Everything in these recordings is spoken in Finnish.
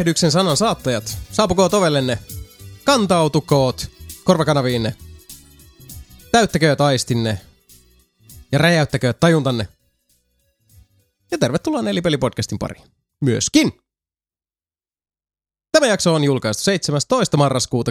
tervehdyksen sanan saattajat. Saapukoot ovellenne. Kantautukoot korvakanaviinne. Täyttäkööt aistinne. Ja räjäyttäkööt tajuntanne. Ja tervetuloa Nelipeli-podcastin pariin. Myöskin. Tämä jakso on julkaistu 17. marraskuuta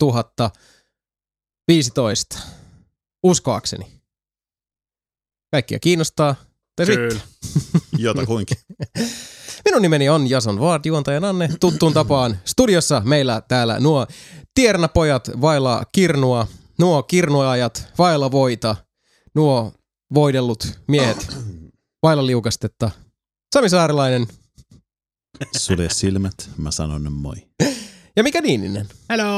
2015. Uskoakseni. Kaikkia kiinnostaa. Kyllä. Jotakuinkin. Minun nimeni on Jason Ward, juontajan Anne. Tuttuun tapaan studiossa meillä täällä nuo tiernapojat vailla kirnua, nuo kirnuajat vailla voita, nuo voidellut miehet vailla liukastetta. Sami Saarilainen. Sulje silmät, mä sanon moi. Ja Mika Niininen. Hello!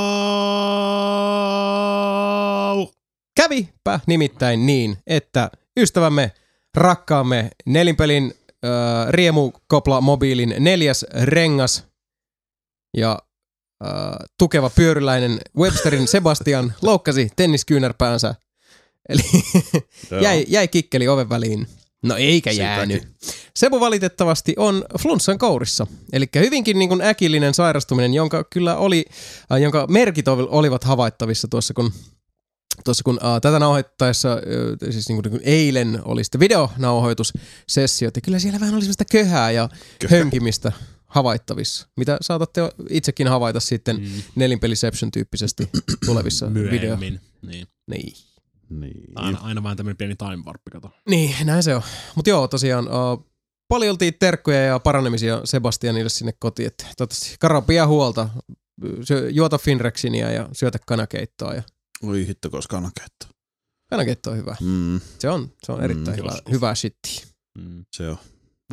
Kävipä nimittäin niin, että ystävämme, rakkaamme Nelinpelin riemukopla mobiilin 4. rengas ja tukeva pyöryläinen Websterin Sebastian loukkasi tenniskyynärpäänsä. Eli jäi kikkeli oven väliin. No eikä jäänyt. Sebu valitettavasti on flunssan kourissa. Eli hyvinkin niin kuin äkillinen sairastuminen, jonka kyllä oli, jonka merkit olivat havaittavissa tuossa kun tätä nauhoittaessa, siis niin kuin eilen oli sitten videonauhoitussessio, että kyllä siellä vähän oli sellaista köhää ja hönkimistä havaittavissa, mitä saatatte itsekin havaita sitten Nelinpeliception-tyyppisesti tulevissa myöhemmin. Niin. Aina vaan tämmöinen pieni time warp, kato. Niin, näin se on. Mutta joo, tosiaan paljoltiin terkkuja ja paranemisia Sebastianille sinne kotiin, että toivottavasti Karo pidä huolta, juota Finrexinia ja syötä kanakeittoa ja Oi hitto, koska kanakeitto. Kanakeitto on hyvä. Se on erittäin hyvä shitti. Se on.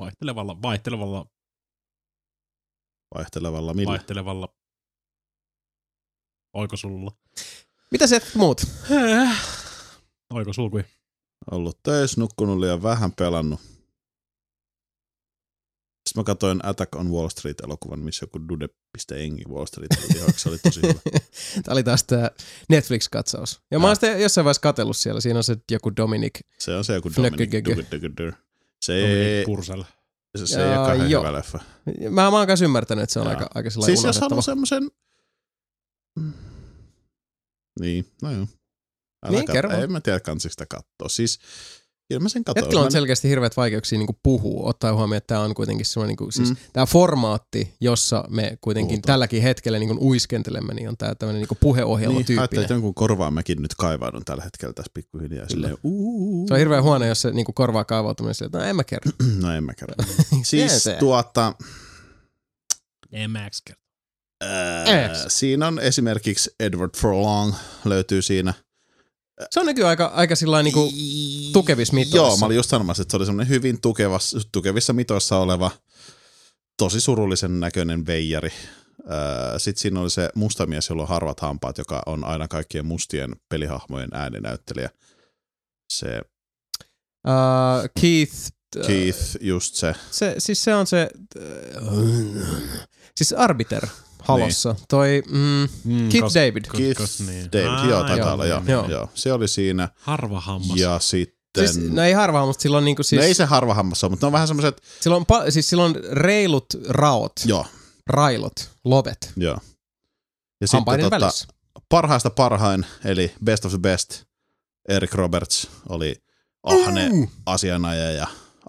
Vaihtelevalla oikosululla. Mitä se muut? Oikosulkui. Ollut töissä, nukkunut liian vähän, pelannut. Sitten mä katsoin Attack on Wall Street-elokuvan, missä joku dude.engi Wall Street se oli tosi hyvä. Tämä oli taas tämä Netflix-katsaus. Ja mä oon sitten jossain vaiheessa katsellut siellä. Siinä on se joku Dominic. Se on se joku Dominic. Se ei Kursel. Se ei ole kauhean hyvä leffa. Mä oon myös ymmärtänyt, että se on aika sellainen siis unohdettava. jos haluaa semmoisen... Niin, no joo. En mä tiedä kansiksi sitä katsoa. Siis kyllä mä sen katsoin. Hetkellä on selkeästi hirveät vaikeuksia niin puhua, ottaen huomioon, että tämä on kuitenkin semmoinen, niin siis tämä formaatti, jossa me kuitenkin tälläkin hetkellä niin uiskentelemme, niin on tämä tämmöinen niin puheohjelmatyyppinen. Niin, ajattelin, että jonkun korvaa mäkin nyt kaivaudun tällä hetkellä tässä pikkuhiljaa. Silleen, Se on hirveän huono, jos se niin korvaa kaivautuminen silleen, että no en mä kerro. Siis En mä kerro. Siinä on esimerkiksi Edward Furlong löytyy siinä. Se on nykyään aika sillain niinku tukevissa mitoissa. Joo, mä olin just sanomassa, että se oli semmoinen hyvin tukevissa mitoissa oleva, tosi surullisen näköinen veijari. Sitten siinä oli se musta mies, jolla on harvat hampaat, joka on aina kaikkien mustien pelihahmojen ääninäyttelijä. Se Keith, just se. Siis se on se, siis Arbiter Halossa. Niin. Toi Keith David. Joo, taitaa olla, joo. Se oli siinä. Harva hammas. Ja sitten... Siis, no ei harva hammas, sillä on niinku siis... No ei se harva hammas ole, mutta ne on vähän semmoiset... Sillä on reilut raot. Joo. Railot, lovet. Joo. Ja hampaiden välissä. Parhaista parhain, eli best of the best, Eric Roberts oli ahne asianajaja.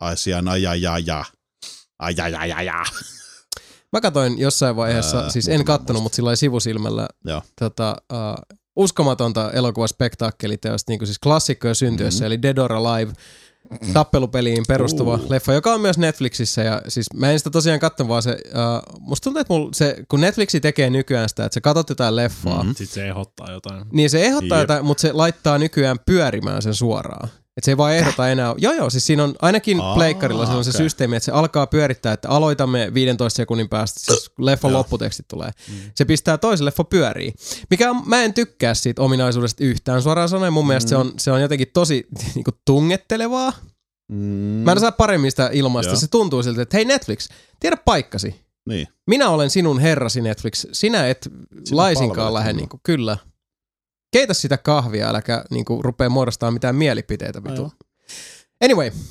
Mä katsoin jossain vaiheessa, siis en kattonut, mutta sillä sivusilmällä uskomatonta elokuvaspektaakkeliteosta, niin kuin siis klassikkoja syntyessä, eli Dead or Alive, tappelupeliin perustuva leffa, joka on myös Netflixissä, ja siis mä en sitä tosiaan katsonut, vaan se, musta tuntuu, että kun Netflixi tekee nykyään sitä, että sä katsot jotain leffaa. Sitten se ehdottaa jotain. Niin se ehdottaa jotain, mutta se laittaa nykyään pyörimään sen suoraan. Että se ei vaan ehdota enää. Joo, siis siinä on ainakin pleikkarilla se on se systeemi, että se alkaa pyörittää, että aloitamme 15 sekunnin päästä, siis leffan lopputekstit tulee. Se pistää toisen leffan pyöriin. Mä en tykkää siitä ominaisuudesta yhtään suoraan sanoen. Mun mielestä se on jotenkin tosi niinku tungettelevaa. Mä en saa paremmin sitä ilmaista. Se tuntuu siltä, että hei Netflix, tiedä paikkasi. Niin. Minä olen sinun herrasi Netflix. Sinä et laisinkaan lähde niinku, kyllä. Keitä sitä kahvia, äläkä niinku rupea muodostamaan mitään mielipiteitä. Anyway,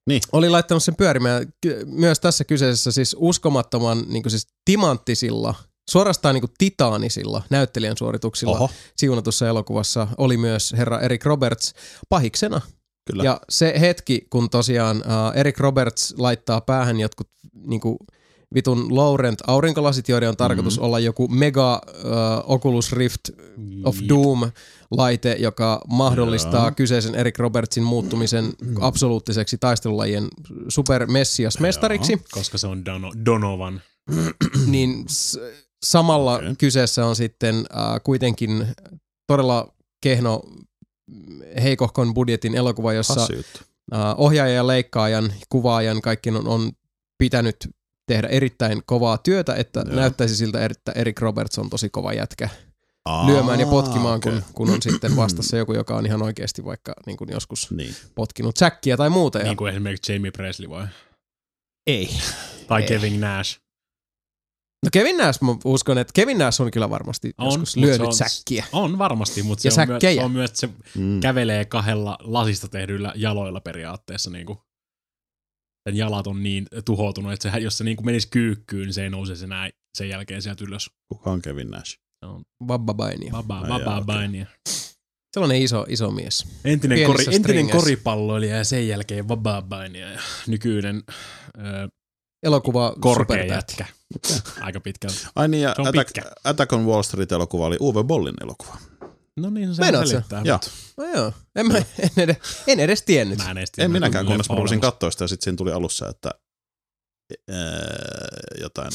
Niin. oli laittanut sen pyörimään myös tässä kyseisessä siis uskomattoman niin kuin siis timanttisilla, suorastaan niin kuin titaanisilla näyttelijän suorituksilla siunatussa elokuvassa oli myös herra Eric Roberts pahiksena. Kyllä. Ja se hetki, kun tosiaan Eric Roberts laittaa päähän jotkut niinku vitun Laurent aurinkolasit, joiden on tarkoitus olla joku mega Oculus Rift of Doom laite, joka mahdollistaa kyseisen Eric Robertsin muuttumisen absoluuttiseksi taistelulajien supermessiasmestariksi. Koska se on Donovan. Niin samalla kyseessä on sitten kuitenkin todella kehno heikohkon budjetin elokuva, jossa ohjaajan ja leikkaajan, kuvaajan kaikkien on pitänyt tehdä erittäin kovaa työtä, että näyttäisi siltä, että Eric Roberts on tosi kova jätkä lyömään ja potkimaan, kun on sitten vastassa joku, joka on ihan oikeasti vaikka niin kuin joskus potkinut säkkiä tai muuta. Niin kuin esimerkiksi Jamie Presley vai? Ei. Tai Kevin Nash. No Kevin Nash, mä uskon, että Kevin Nash on kyllä varmasti joskus lyönyt säkkiä. On varmasti, mutta se on myös, että se kävelee 2 lasista tehdyillä jaloilla periaatteessa. Niin kuin. Sen jalat on niin tuhoutunut, että jos se niin kuin menisi kyykkyyn, niin se ei nouse sen jälkeen sieltä ylös. Kuka on Kevin Nash? Se on Babba Bainia. Babba Bainia. Sellainen iso mies. Entinen koripalloilija ja sen jälkeen Babba Bainia ja nykyinen elokuva korkea jätkä. Aika pitkälti. Ai niin, ja Attack on Wall Street-elokuva oli Uwe Bollin elokuva. No niin, se selittää. No joo, en edes tiennyt. En minäkään, kunnes mä rupesin katsoa sitä ja sitten siinä tuli alussa, että jotain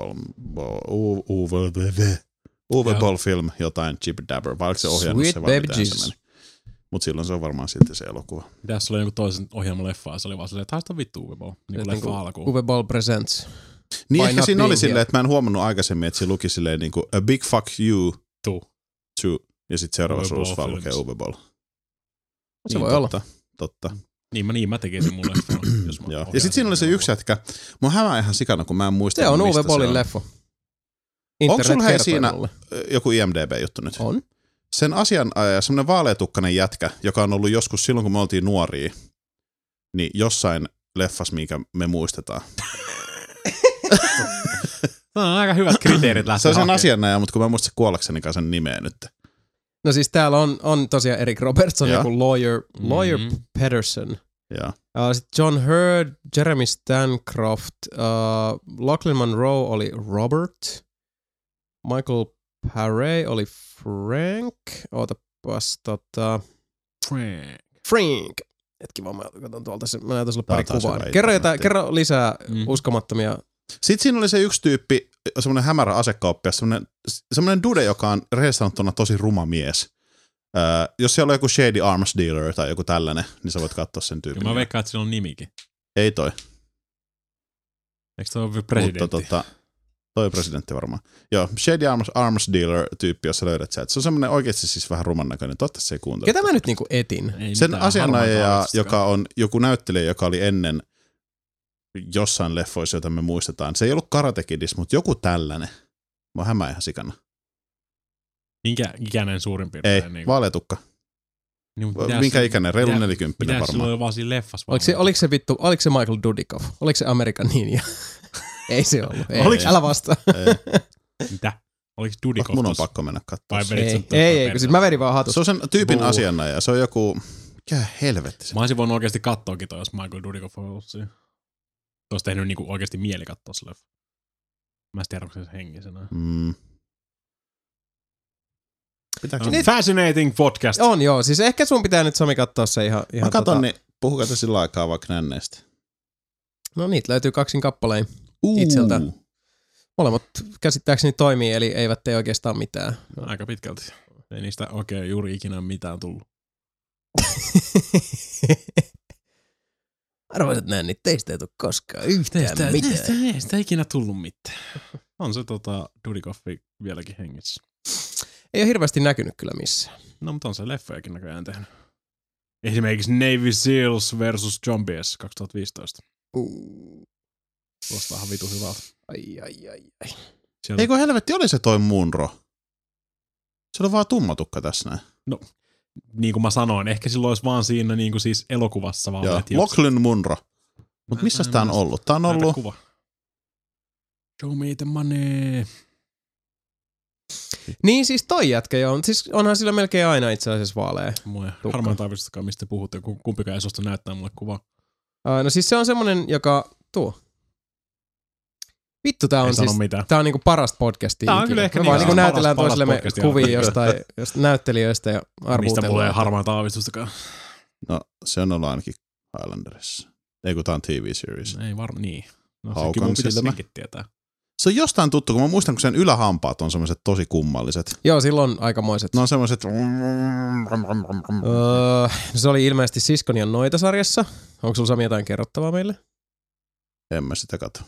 Uwe Boll film, jotain Chip Dabber, vai oliko se ohjannut se vai miten se meni. Mutta silloin se on varmaan silti se elokuva. Mitäs sulla oli jonkun toisen ohjelmaleffaa, se oli vaan silleen, että haista vittu Uwe Boll, niin kuin leffa alkuun. Uwe Boll Presents. Niin ehkä siinä oli silleen, että mä en huomannut aikaisemmin, että se luki silleen niin kuin a big fuck you to, ja sitten seuraavassa ruussa vaan lukee Uwe Boll. Se voi olla. Totta. Niin mä tekisin mun leffan. Ja sitten siinä oli se yksi jätkä. Mä hämään ihan sikana, kun mä en muista. Se on Uwe Bollin leffa. Onko sulla hei siinä joku IMDb-juttu nyt? On. Sen asianajaja, semmoinen vaaleatukkainen jätkä, joka on ollut joskus silloin, kun me oltiin nuoria, niin jossain leffas, minkä me muistetaan. No, on aika hyvät kriteerit lähteä se on sen asianajaja, mutta kun mä muistan kuollaksenikaan sen nimeä nyt. No siis täällä on tosiaan Eric Roberts, on joku Lawyer Pedersen. Sitten John Hurd, Jeremy Stancroft, Lachlan Monroe oli Robert, Michael Paré oli Frank, ootapas Frank. Hetki vaan, mä katson tuolta, mä näytän sulle pari kuvaa. Kerro lisää uskomattomia. Sitten siinä oli se yksi tyyppi, semmoinen hämärä asekauppias, semmoinen dude, joka on rehellisesti tosi ruma mise. Jos siellä on joku Shady Arms Dealer tai joku tällainen, niin sä voit katsoa sen tyypin. Mä veikkaan, että sillä on nimikin. Ei toi. Eikö toi ole presidentti? Mutta toi on presidentti varmaan. Joo, Shady Arms Dealer-tyyppi, jos sä löydät sieltä. Se on semmoinen oikeasti siis vähän ruman näköinen. Toivottavasti se ei kuuntele. Ketä mä nyt niinku etin? Sen asianajaja, joka on joku näyttelijä, joka oli ennen jossain leffoissa, jota me muistetaan. Se ei ollut Karate Kidis, mutta joku tällainen. Mä hämään ihan sikana. Minkä ikäinen suurin piirtein? Ei, niin vaaleatukka. Niin, minkä ikäinen? Reilu 40 varmaan. Mitä sulla oli vaan siinä leffassa? Oliko se Michael Dudikoff? Oliko se American Ninja? Ei se ollut. Älä vastaa. Mitä? Oliko Dudikoff? Mun on pakko mennä katsomaan. Ei, kun siis mä vedin vaan hatusta. Se on sen tyypin asianajaja. Se on joku... Mikä helvetti. Mä olisin voinut oikeasti katsoakin toi, jos Michael Dudikoff on ollut siinä. Se olisi tehnyt niinku oikeasti mieli katsoa se leffa. Mä en tiedä, onko se hengisenä. Fascinating podcast. On joo, siis ehkä sun pitää nyt Sami katsoa se ihan mä katon, niin puhukaa te sillä aikaa vaikka nänneistä. No niitä löytyy 2 kappaleen itseltä. Molemmat käsittääkseni toimii, eli eivät tee oikeastaan mitään. Aika pitkälti. Ei niistä oikein juuri ikinä mitään tullut. Arvoisat nännit, teistä ei tule koskaan yhtään mitään. Teistä ei ikinä tullut mitään. On se Dudikoffi vieläkin hengissä. Ei ole hirveästi näkynyt kyllä missään. No, mutta on se leffojakin näköjään tehnyt. Esimerkiksi Navy Seals versus Zombies 2015. Kuulostaahan vitu hyvältä. Ai. Eikö helvetti, oli se toi Munro? Se oli vaan tummatukka tässä näin. No, niin kuin mä sanoin, ehkä silloin olisi vaan siinä niin kuin siis elokuvassa vaan. Joo, Lachlan Munro. Mutta missä tää on ollut? Tää on ollut... Kuva. Show me the money. Niin siis toi jätkä joo. Siis onhan sillä melkein aina itse asiassa vaalea. Harmaan taivistostakaan, mistä puhutte, kun kumpikaan ei suostu näyttää mulle kuvaa. No siis se on semmonen, joka... Vittu, tää on siis... Tää on niinku parasta podcastia. Tää on kyllä ehkä niin. Me vaan niinku näytellään toisillemme kuvia jostain näyttelijöistä ja arvuutellaan. Mistä mulle ei harmaan taavistustakaan. No, se on ollut ainakin Highlanderissa. Ei kun tää on TV-series. Ei varmaan, niin. No Haukan sekin pitäisi senkin tietää. Se on jostain tuttu, kun mä muistan, kun sen ylähampaat on semmoiset tosi kummalliset. Joo, silloin aikamoiset. Ne on semmoiset... Se oli ilmeisesti Siskon ja Noita-sarjassa. Onko sulla Sami jotain kerrottavaa meille? En mä sitä katso.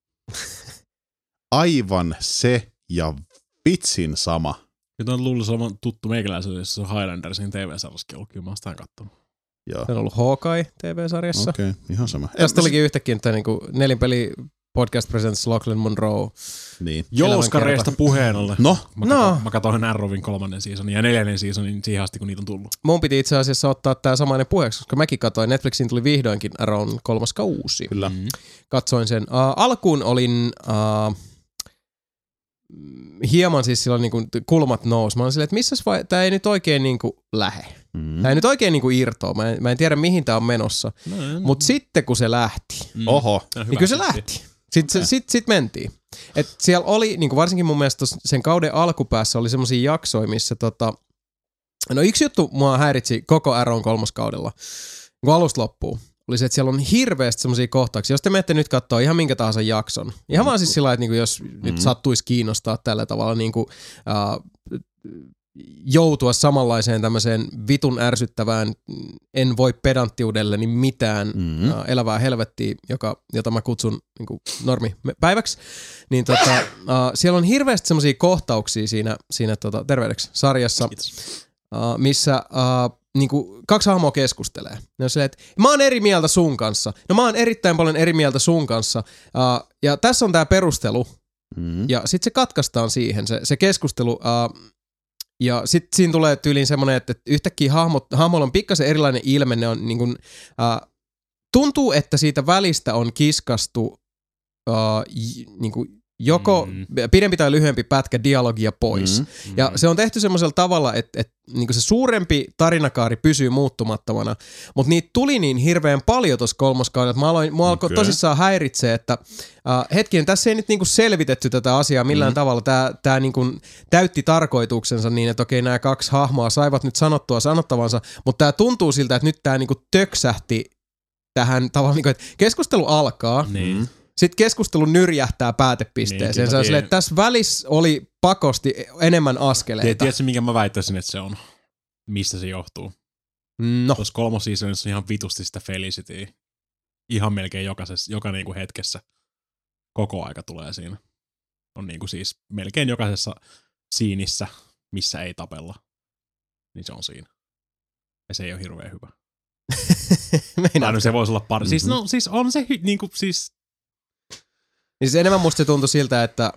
Aivan se ja vitsin sama. Nyt on luullut sama tuttu meikäläiselle, jos se on Highlandersin TV-sarjassakin ollut. Kyllä mä oon sitä katsonut. Joo. Se on ollut Hawkeye TV-sarjassa. Okei, ihan sama. Tästä tulikin yhtäkkiä niinku Nelinpeli Podcast Presents Lachlan Monroe. Niin. Jouskareista puheen ollen. No. Mä katsoin Arrowin 3. seasonin ja 4. seasonin siihen asti, kun niitä on tullut. Mun piti itse asiassa ottaa tää samainen puheeksi, koska mäkin katsoin. Netflixiin tuli vihdoinkin Arrown 3. kausi. Kyllä. Katsoin sen. Alkuun olin... hieman siis silloin niinku kulmat nousi. Mä olin silleen, että missäs tää ei nyt oikein niinku lähe. Tää ei nyt oikein niinku irtoa. Mä en tiedä mihin tää on menossa. Mut sitten kun se lähti. Oho. Niin kyllä se lähti. Sitten mentiin. Et siellä oli, niinku varsinkin mun mielestä sen kauden alkupäässä oli semmosia jaksoja, missä no yksi juttu mua häiritsi koko Arrown 3. kaudella, kun alusta loppuun, oli se, että siellä on hirveästi semmosia kohtauksia. Jos te menette nyt katsoa ihan minkä tahansa jakson, ihan vaan siis sillä että niinku jos nyt sattuisi kiinnostaa tällä tavalla niinku, joutua samanlaiseen tämmöiseen vitun ärsyttävään, en voi pedanttiudelleni mitään elävää helvettiä, jota mä kutsun niin normipäiväksi, niin siellä on hirveästi semmosia kohtauksia siinä terveydeksi sarjassa, missä niinku 2 hahmoa keskustelee. Ne on silleen, että mä oon eri mieltä sun kanssa. No mä oon erittäin paljon eri mieltä sun kanssa. Ja tässä on tää perustelu. Ja sit se katkaistaan siihen, se keskustelu. Ja sit siinä tulee tyyliin semmonen, että yhtäkkiä hahmolla on pikkasen erilainen ilme. Ne on niin kuin, tuntuu, että siitä välistä on kiskastu niin kuin joko pidempi tai lyhyempi pätkä dialogia pois. Ja se on tehty semmoisella tavalla, että niinku se suurempi tarinakaari pysyy muuttumattomana, mutta niitä tuli niin hirveän paljon tuossa 3. kaudella, että mua alkoi tosissaan häiritsee, että hetkinen, tässä ei nyt niinku selvitetty tätä asiaa millään tavalla. Tää niinku täytti tarkoituksensa niin, että okei, nämä 2 hahmoa saivat nyt sanottua sanottavansa, mutta tää tuntuu siltä, että nyt tää niinku töksähti tähän tavallaan, niinku, että keskustelu alkaa, sitten keskustelu nyrjähtää päätepisteeseen. Niin, se on silleen, että tässä välissä oli pakosti enemmän askeleita. Tiedätkö, minkä mä väittäisin, että se on? Mistä se johtuu? No. Tuossa 3. seasonissa on ihan vitusti sitä Felicitya. Ihan melkein joka niinku hetkessä. Koko aika tulee siinä. On niinku siis melkein jokaisessa siinissä, missä ei tapella. Niin se on siinä. Ja se ei ole hirveän hyvä. No, se voisi olla pari. Siis, no, siis on se niinku siis... Siis enemmän musta se tuntui siltä, että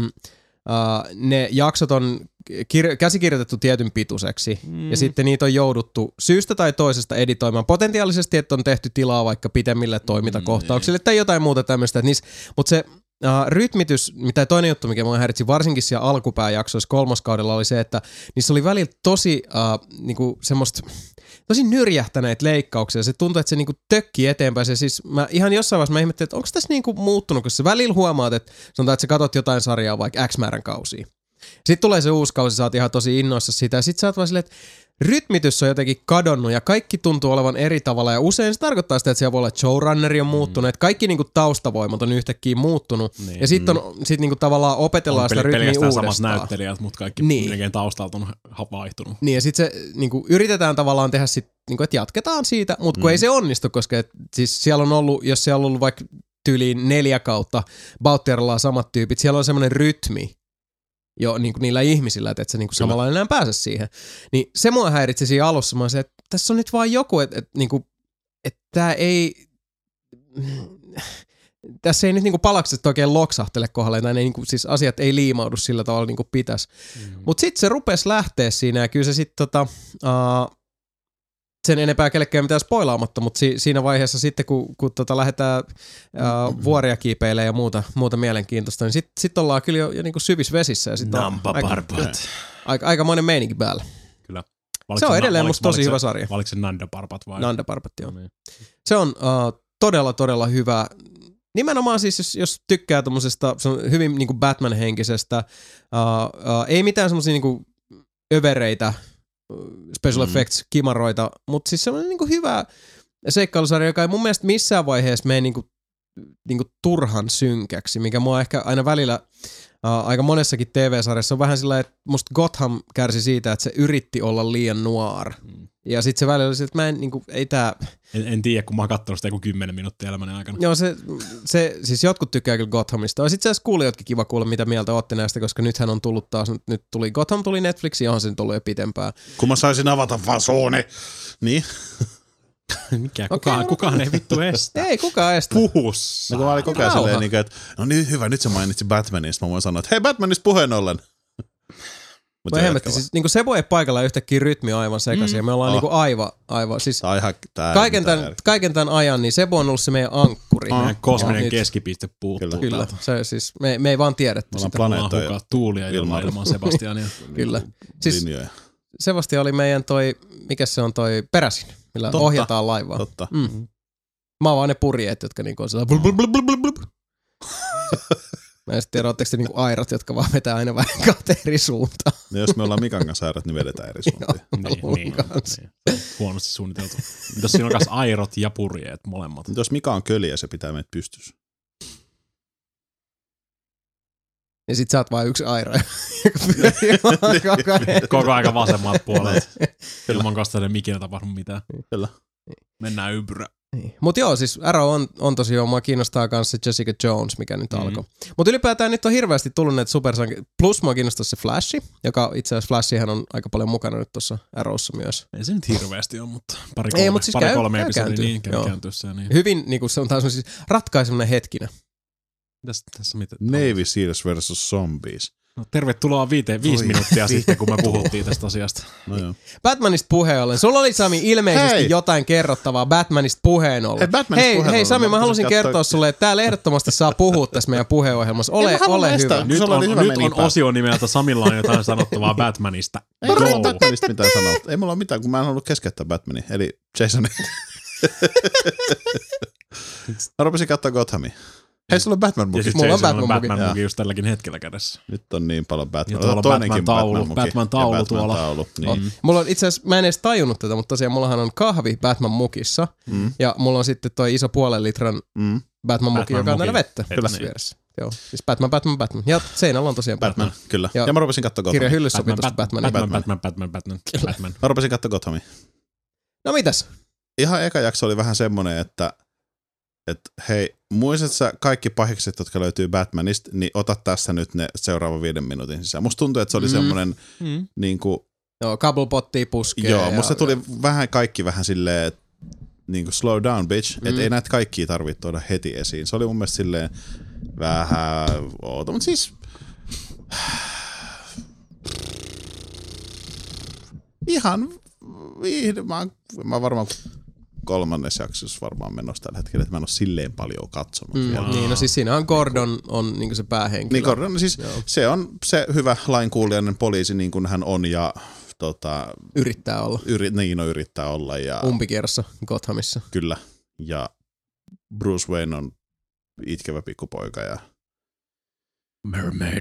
ne jaksot on käsikirjoitettu tietyn pituiseksi ja sitten niitä on jouduttu syystä tai toisesta editoimaan. Potentiaalisesti, että on tehty tilaa vaikka pitemmille toimintakohtauksille tai jotain muuta tämmöistä. Mutta se rytmitys, mitä toinen juttu, mikä mua häiritsi varsinkin siellä alkupääjaksoissa 3. kaudella oli se, että niissä oli välillä tosi niinku semmoista tosi nyrjähtäneitä leikkauksia. Se tuntui, että se niinku tökki eteenpäin. Se siis, mä ihan jossain vaiheessa mä ihmettelin, että onko tässä niinku muuttunut, koska sä välillä huomaat, että sanotaan, että sä katot jotain sarjaa vaikka X määrän kausia. Sitten tulee se uusi kausi, sä oot ihan tosi innoissa sitä ja sit sä oot vaan silleen, että rytmitys on jotenkin kadonnut ja kaikki tuntuu olevan eri tavalla ja usein se tarkoittaa sitä, että siellä voi olla, että showrunneri on muuttunut, että kaikki niinku taustavoimat on yhtäkkiä muuttunut ja sitten niinku tavallaan opetellaan sitä rytmiä uudestaan. Samat näyttelijät, mutta kaikki melkein taustalta on vaihtunut. Niin ja sitten se niinku, yritetään tavallaan tehdä sit, niinku, että jatketaan siitä, mutta kun ei se onnistu, koska siis siellä on ollut, jos siellä on ollut vaikka tyyliin 4 kautta, Bautieralla samat tyypit, siellä on semmoinen rytmi, jo niin kuin niillä ihmisillä, että et sä niin kuin samalla enää pääse siihen. Niin se mua häiritsi siinä alussa. Mä olisin, että tässä on nyt vaan joku, että tää ei... Tässä ei nyt niinku palakset oikein loksahtele kohdalle, tai niinku, siis asiat ei liimaudu sillä tavalla niin kuin pitäisi. Mutta sitten se rupesi lähteä siinä, ja kyllä se sitten sen enempää kellekään mitään spoilaamatta, mutta siinä vaiheessa sitten, kun lähdetään vuoria kiipeilemään ja muuta mielenkiintoista, niin sitten ollaan kyllä jo niin kuin syvissä vesissä. Ja aikamoinen meininki päällä. Kyllä. Se on edelleen musta tosi hyvä sarja. Oliko se Nanda Parbat vai? Nanda Parbat, joo. No niin. Se on todella, todella hyvä. Nimenomaan siis, jos tykkää tommosesta, se on hyvin niin kuin Batman-henkisestä, ei mitään semmosia niin kuin övereitä, special effects, kimaroita, mutta siis semmoinen niin kuin hyvä seikkailusarja, joka ei mun mielestä missään vaiheessa mene niin kuin turhan synkäksi, mikä mua ehkä aina välillä aika monessakin TV-sarjassa on vähän sillä, että musta Gotham kärsi siitä, että se yritti olla liian noir. Ja sit se välillä oli että mä en niinku, ei tää... En tiedä, kun mä oon kattonut sitä joku 10 minuuttia elämäni aikana. Joo, se siis jotkut tykkää kyllä Gothamista. Ja sit se kuulijatkin kiva kuulla, mitä mieltä ootte näistä, koska nythän on tullut taas, Gotham tuli Netflixiin, onhan se nyt ollut jo pitempään. Kun mä saisin avata vaan Sony. Niin. Mikä? Kukaan ei vittu estä. Ei kukaan estä. Puhussa. No kun mä olin koko ajan silleen, niin että no niin hyvä, nyt se mainitsi Batmanista. Mä voin sanoa, että hei Batmanista puheen ollen. Mutta hemmetti, siis niinku Sebo ei paikalla yhtäkkiä rytmi on aivan sekaisin. Ja me ollaan niinku aivan siis kaiken tämän ajan, niin Sebo on ollut se meidän ankkuri. Meidän kosminen keskipiste puuttuu. Kyllä, se siis, me ei vaan tiedetty sitä. Me ollaan hukaa tuulia ilman Sebastiania. Kyllä. Siis Sebastian oli meidän mikä se on peräsin, millä ohjataan laivaa. Totta. Mä oon vaan ne purjeet, jotka niinku on sellainen blub. Mä en sitten tiedä, ootteko te niinku airat, jotka vaan vetää aina vähän kahteen eri suuntaan. No jos me ollaan Mikan kanssa airat, niin vedetään eri suuntiin. niin. Huonosti suunniteltu. Mitäs siinä on kanssa airot ja purjeet molemmat? Jos Mika on köliä, se pitää meidät pystyssä. Ja sit sä oot vaan yksi aira. Koko aika vasemmalta puolelta. Ilman kastainen mikinä tapahdu mitään. Kyllä. Mennään ympyrä. Mutta joo, siis Arrow on tosiaan, mua kiinnostaa myös se Jessica Jones, mikä nyt alkoi. Mutta ylipäätään nyt on hirveästi tullut näitä supersankareita. Plus mua kiinnostaa se Flash, joka itse asiassa Flashihan on aika paljon mukana nyt tuossa Arrowssa myös. Ei se nyt hirveästi ole, mutta pari kolme episodia niin kääntyessä. Niin. Hyvin, niin se on taas siis ratkaiseminen hetkinä. Tässä mitä? Navy Seals versus Zombies. No, tervetuloa 5 minuuttia sitten, kun me puhuttiin tästä asiasta. No joo. Batmanista puheen ollen. Sulla oli, Sami, ilmeisesti jotain kerrottavaa Batmanista puheen ollen. Hei Sami, mä halusin kertoa sulle, että täällä ehdottomasti saa puhua tässä meidän puheenohjelmassa. Ole hyvä. Nyt on osio nimeltä Samilla on jotain sanottavaa Batmanista. Ei mulla ole Batmanista mitään sanoa. Ei mulla ole mitään, kun mä en halunnut keskeyttää Batmania. Eli Jasonin. Mä rupesin katsoa Gothamia. Hei, sulla on Batman-muki. Mulla on Batman-muki just tälläkin hetkellä kädessä. Nyt on niin paljon Batman. Ja toinenkin Batman-taulu tuolla. Niin. Mulla on itse asiassa, mä en edes tajunnut tätä, mutta tosiaan mullahan on kahvi Batman-mukissa. Ja mulla on sitten toi iso 0,5 litran Batman-muki, joka on täällä vettä. Kyllä. Vieressä. Joo, siis Batman. Ja seinällä on tosiaan Batman. Kyllä. Ja mä rupesin katsoa Gothamia. Kirja hyllyssä sopii tuosta Batmania. Batman. Mä rupesin katsoa Gothamia. No mitäs? Ihan eka jakso oli vähän semmonen, että hei, muistat sä kaikki pahikset, jotka löytyy Batmanista, niin ota tässä nyt ne seuraavan 5 minuutin sisään. Musta tuntuu, että se oli semmonen niinku... Joo, kabelpottia puskee. Joo, musta tuli kaikki vähän silleen, niinku slow down bitch, että ei näitä kaikkia tarvitse tuoda heti esiin. Se oli mun mielestä silleen vähän outo, mutta siis... Ihan mä varmaan 3. jaksossa varmaan menossa tällä hetkellä, että mä en ole silleen paljon katsonut. Niin, no siis siinä on Gordon on niin kuin se päähenkilö. Niin Gordon, siis se on se hyvä lainkuulijainen poliisi niin kuin hän on ja yrittää olla. Yrittää olla. Ja, umpikierrossa Gothamissa. Kyllä. Ja Bruce Wayne on itkevä pikkupoika ja Mermaid.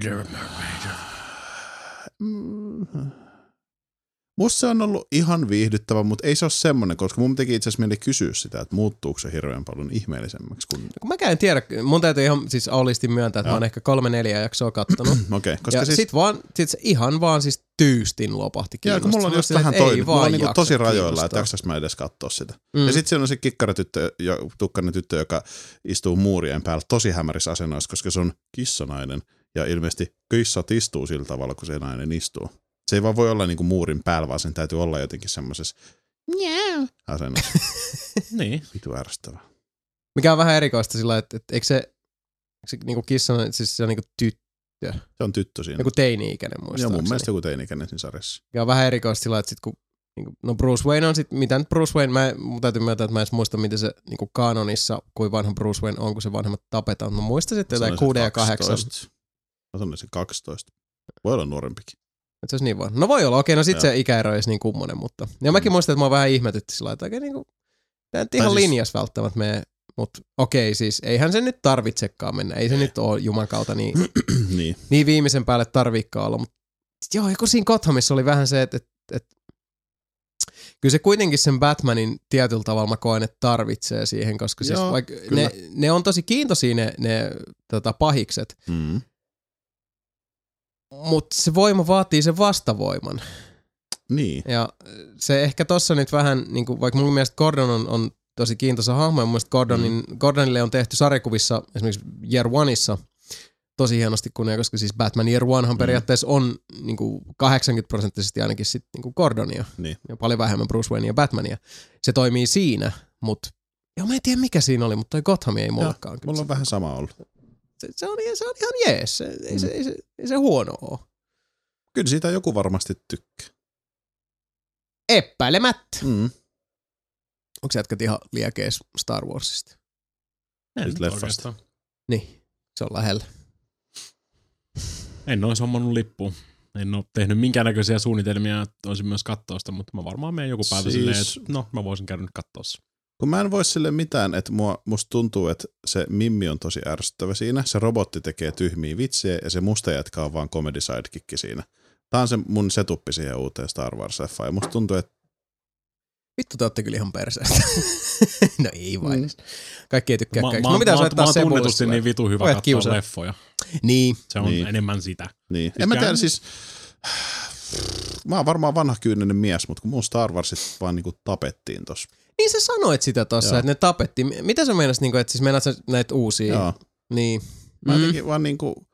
Musta se on ollut ihan viihdyttävä, mutta ei se ole semmoinen, koska mun teki itse asiassa mieli kysyä sitä, että muuttuuko se hirveän paljon ihmeellisemmäksi. Kun mäkään en tiedä, mun täytyy ihan siis aulisti myöntää, että mä oon ehkä 3-4 jaksoa kattonut. Okei, koska ja siis... sit se ihan vaan siis tyystin lopahti kiinnostaa. Joo, kun mulla on just vähän toinen. Mulla on niinku tosi rajoilla, että jaksas mä edes katsoa sitä. Ja sit siellä on se kikkaratyttö, tukkainen tyttö, joka istuu muurien päällä tosi hämärissä asennoissa, koska se on kissanainen. Ja ilmeisesti kissat istuu sillä tavalla, kun se nainen istuu. Se ei vaan voi olla niinku muurin päällä, vaan sen täytyy olla jotenkin semmoisessa asennossa. Niin. Vitu ärsyttävää. Mikä on vähän erikoista sillä, että eikö se niinku kissana, siis se on niinku tyttö. Se on tyttö siinä. Joku teini-ikäinen muistaa. Joo, mun mielestä joku teini-ikäinen siinä sarjassa. Ja on vähän erikoista sillä, että sit kun No Bruce Wayne on sitten, mitä nyt Bruce Wayne, mun täytyy myöntää, että mä en muista, miten se niin kanonissa, kuin vanha Bruce Wayne on, kun se vanhemmat tapetaan. Mä muistan sitten jotain 6 ja 8. Mä sanoin se 12. Voi olla nuorempikin. Et se olisi niin vaan. No voi olla, okei, no sit se ikäero olisi niin kummonen, mutta... Ja mäkin muistan, että mä oon vähän ihmetytti sillä lailla, että oikein niinku... Tää nyt ihan linjas välttämättä mene, mutta okei, siis eihän se nyt tarvitsekaan mennä. Ei se nyt ole Juman kautta niin viimeisen päälle tarviikaan olla, mutta joo, kun siinä Gothamissa oli vähän se, että kyllä se kuitenkin sen Batmanin tietyllä tavalla mä koen, että tarvitsee siihen, koska siis vaikka ne on tosi kiintoisia ne pahikset, mutta se voima vaatii sen vastavoiman. Niin. Ja se ehkä tossa nyt vähän, niin kuin, vaikka mun mielestä Gordon on tosi kiintoisa hahmo, ja mun mielestä Gordonille on tehty sarjakuvissa, esimerkiksi Year Oneissa, tosi hienosti kunnia, koska siis Batman Year Onehan periaatteessa on niin kuin 80% ainakin sit, niin kuin Gordonia, ja paljon vähemmän Bruce Wayne ja Batmania. Se toimii siinä, mutta mä en tiedä mikä siinä oli, mutta toi Gotham ei mullekaan. Mulla on vähän sama ollut. Se on ihan jees, ei se huono ole. Kyllä siitä joku varmasti tykkää. Epäilemättä. Onko sä jätkät ihan liekeis Star Warsista? En leffasta. Niin, se on lähellä. En olisi hommannut lippuun. En ole tehnyt minkäännäköisiä suunnitelmia, että olisin myös katsoa sitä, mutta mä varmaan menen joku päivä silleen, että mä voisin käydä nyt katsoa se. Kun mä en voi sille mitään, että musta tuntuu, että se Mimmi on tosi ärsyttävä siinä. Se robotti tekee tyhmiä vitsejä ja se musta jätkä on vaan comedy sidekick siinä. Tää on se mun setuppi siihen uuteen Star Wars-leffaan. Ja musta tuntuu, että vittu, te ootte kyllä ihan perseestä. No ei vain. Kaikki ei tykkää kaikista. Mä oon tunnetusti niin vitu hyvä katsoa leffoja. Niin. Se on enemmän sitä. Niin. En mä tiedä siis... Mä oon varmaan vanha kyyninen mies, mutta kun mun Star Warsit vaan niinku tapettiin tossa. Niin sä sanoit sitä tossa, että ne tapettiin. Mitä sä meinasit, niinku, että siis meinaat sä näitä uusia? Joo. Niin. Mä jotenkin vaan niinku...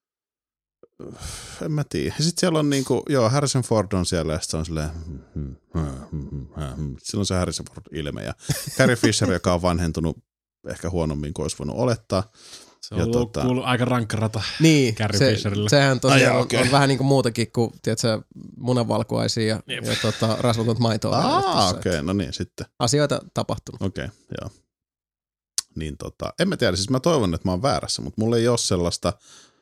En mä tiedä. Ja sit siellä on niinku, Harrison Ford on siellä ja sit se on silleen, silloin se Harrison Ford ilme ja Carrie Fisher, joka on vanhentunut ehkä huonommin kuin olisi voinut olettaa. Se on kuullut aika rankka rata niin, Carrie Fisherille. Sehän tosiaan on vähän niin kuin muutakin kuin, tiedätkö, munanvalkuaisia ja rasvatonta maitoa. Okei, no niin, sitten. Asioita tapahtunut. Okei, joo. Niin en mä tiedä, siis mä toivon, että mä oon väärässä, mutta mulla ei ole sellaista...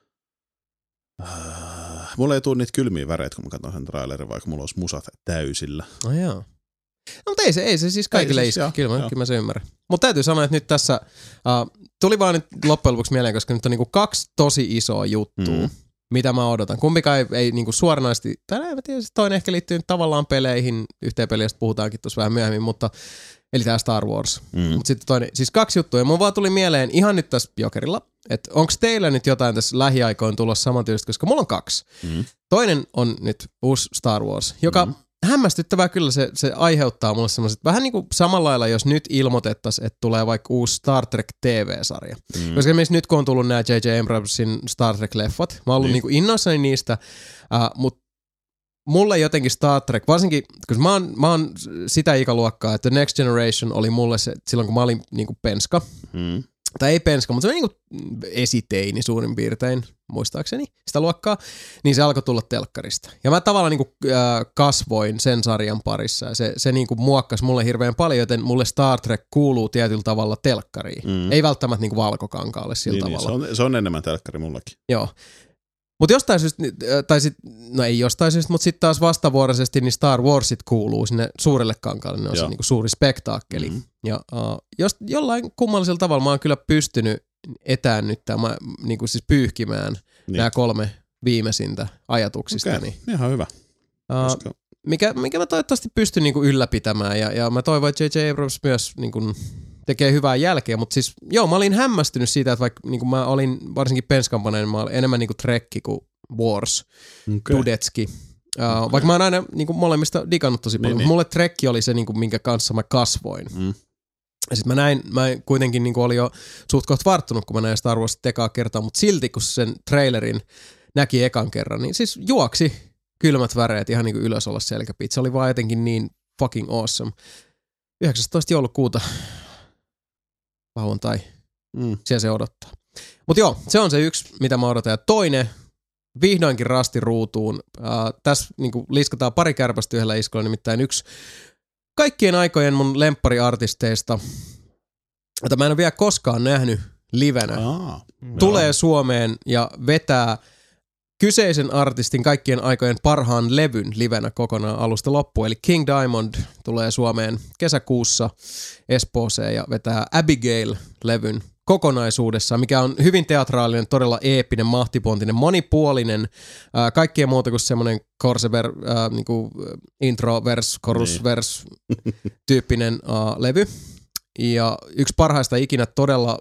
Mulla ei tule niitä kylmiä väreitä, kun mä katson sen trailerin, vaikka mulla olisi musat täysillä. No joo. No, mutta ei se siis kaikille iske. Kyllä mä se ymmärrän. Mutta täytyy sanoa, että nyt tässä tuli vaan nyt loppujen lopuksi mieleen, koska nyt on niinku 2 tosi isoa juttua, mitä mä odotan. Kumpikaan ei niinku suoranaisesti, tai en tiedä, toinen ehkä liittyy tavallaan peleihin, yhteen peliä puhutaankin tuossa vähän myöhemmin, mutta eli tää Star Wars. Mutta sitten toinen, siis 2 juttua, ja mun vaan tuli mieleen ihan nyt tässä Jokerilla, että onko teillä nyt jotain tässä lähiaikoin tulossa samantyylistä, koska mulla on 2. Toinen on nyt uusi Star Wars, joka hämmästyttävää kyllä se aiheuttaa mulle semmoiset, vähän niin kuin samalla lailla, jos nyt ilmoitettaisiin, että tulee vaikka uusi Star Trek TV-sarja. Koska esimerkiksi nyt kun on tullut nämä J.J. Abramsin Star Trek-leffat, mä oon ollut niin kuin innoissani niistä, mutta mulle jotenkin Star Trek, varsinkin, koska mä oon sitä ikäluokkaa, että Next Generation oli mulle se, silloin kun mä olin niin kuin penska, tai ei penska, mutta se oli niin kuin esiteini suurin piirtein, muistaakseni, sitä luokkaa, niin se alkoi tulla telkkarista. Ja mä tavallaan niin kuin, kasvoin sen sarjan parissa, ja se niin kuin muokkasi mulle hirveän paljon, joten mulle Star Trek kuuluu tietyllä tavalla telkkariin. Ei välttämättä niin kuin valkokankaalle sillä tavalla. Niin, se on enemmän telkkari mullakin. Joo. Mutta jostain syystä, tai sit, no ei jostain syystä, mutta sitten taas vastavuoroisesti niin Star Warsit kuuluu sinne suurelle kankaalle, ne on se niinku suuri spektaakkeli. Ja jollain kummallisella tavalla mä oon kyllä pystynyt etäännyttämään, niinku siis pyyhkimään nämä 3 viimeisintä ajatuksista. Okei, ihan hyvä. Mikä mä toivottavasti pystyn niinku ylläpitämään, ja mä toivon, että J.J. Abrams myös niinku tekee hyvää jälkeä, mutta siis mä olin hämmästynyt siitä, että vaikka niin mä olin varsinkin penskampaneen, mä olin enemmän niin Trekki kuin Wars, Dudetski. Vaikka mä oon aina niin molemmista digannut tosi paljon, mutta mulle Trekki oli se, niin minkä kanssa mä kasvoin. Ja sit mä kuitenkin niin olin jo suht kohta varttunut, kun mä näin Star Warsit ekaa kertaa, mutta silti kun sen trailerin näki ekan kerran, niin siis juoksi kylmät väreet ihan niin kuin ylös olla selkäpiit. Se oli vaan jotenkin niin fucking awesome. 19. joulukuuta lauantai. Siellä se odottaa. Mutta joo, se on se yksi, mitä mä odotan. Ja toinen, vihdoinkin rasti ruutuun. Tässä niin kuin liskataan pari kärpästä yhdellä iskolla, nimittäin yksi kaikkien aikojen mun lemppariartisteista, jota mä en ole vielä koskaan nähnyt livenä, tulee Suomeen ja vetää kyseisen artistin kaikkien aikojen parhaan levyn livenä kokonaan alusta loppuun. Eli King Diamond tulee Suomeen kesäkuussa Espooseen ja vetää Abigail-levyn kokonaisuudessaan, mikä on hyvin teatraalinen, todella eeppinen, mahtipontinen, monipuolinen, kaikkea muuta kuin semmoinen niinku intro-vers, chorus-vers tyyppinen levy. Ja yksi parhaista ikinä todella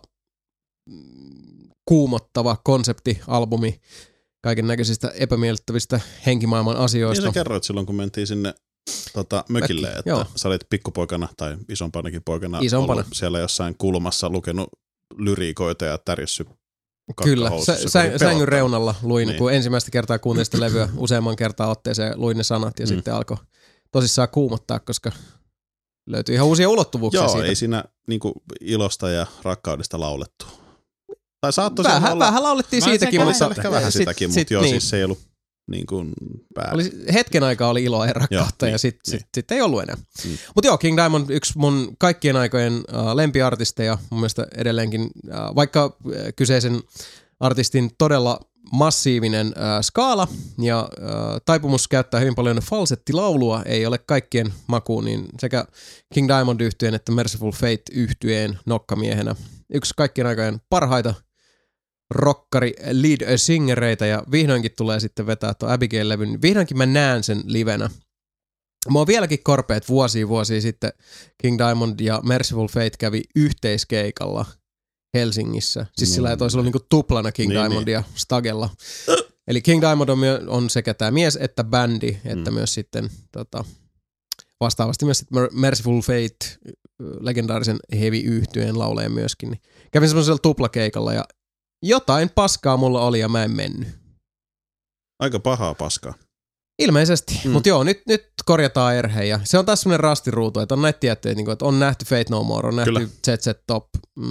kuumottava konseptialbumi kaiken näköisistä epämiellyttävistä henkimaailman asioista. Niin sä kerroit silloin, kun mentiin sinne mökille, että joo. Sä olit pikkupoikana tai isompanakin poikana ollut siellä jossain kulmassa lukenut lyriikoita ja tärjessy kyllä, sängyn reunalla luin, niin. Kun ensimmäistä kertaa kuuntelin sitä levyä useamman kertaa otteeseen, luin ne sanat ja sitten alkoi tosissaan kuumottaa, koska löytyi ihan uusia ulottuvuuksia siitä. Joo, ei siinä niinku ilosta ja rakkaudesta laulettu. Tai saattoi vähän laulettiin siitäkin, mutta ehkä vähän sitäkin, mutta joo, niin. Siis se ei ollut niin kuin hetken aikaa oli iloa ja rakkautta ja sitten ei ollut enää. Mutta joo, King Diamond, yksi mun kaikkien aikojen lempiartisteja, mun mielestä edelleenkin, vaikka kyseisen artistin todella massiivinen skaala ja taipumus käyttää hyvin paljon falsettilaulua, ei ole kaikkien makuun, niin sekä King Diamond -yhtyeen että Merciful Fate -yhtyeen nokkamiehenä yksi kaikkien aikojen parhaita rockari lead singereitä ja vihdoinkin tulee sitten vetää tuon Abigail-levyn. Vihdoinkin mä näen sen livenä. Mä oon vieläkin korpeet vuosia sitten King Diamond ja Merciful Fate kävi yhteiskeikalla Helsingissä. Siis sillä toisi olla niinku tuplana King Diamondia Stagella. Eli King Diamond on sekä tämä mies että bändi, että myös sitten vastaavasti myös Merciful Fate, legendaarisen heavy-yhtyeen lauleja myöskin. Niin kävin semmoisella tuplakeikalla ja jotain paskaa mulla oli ja mä en mennyt. Aika pahaa paskaa. Ilmeisesti, mutta joo, nyt korjataan erhe ja se on taas semmoinen rastiruutu, että on näitä tiettyjä, että on nähty Fate No More, on nähty ZZ Top.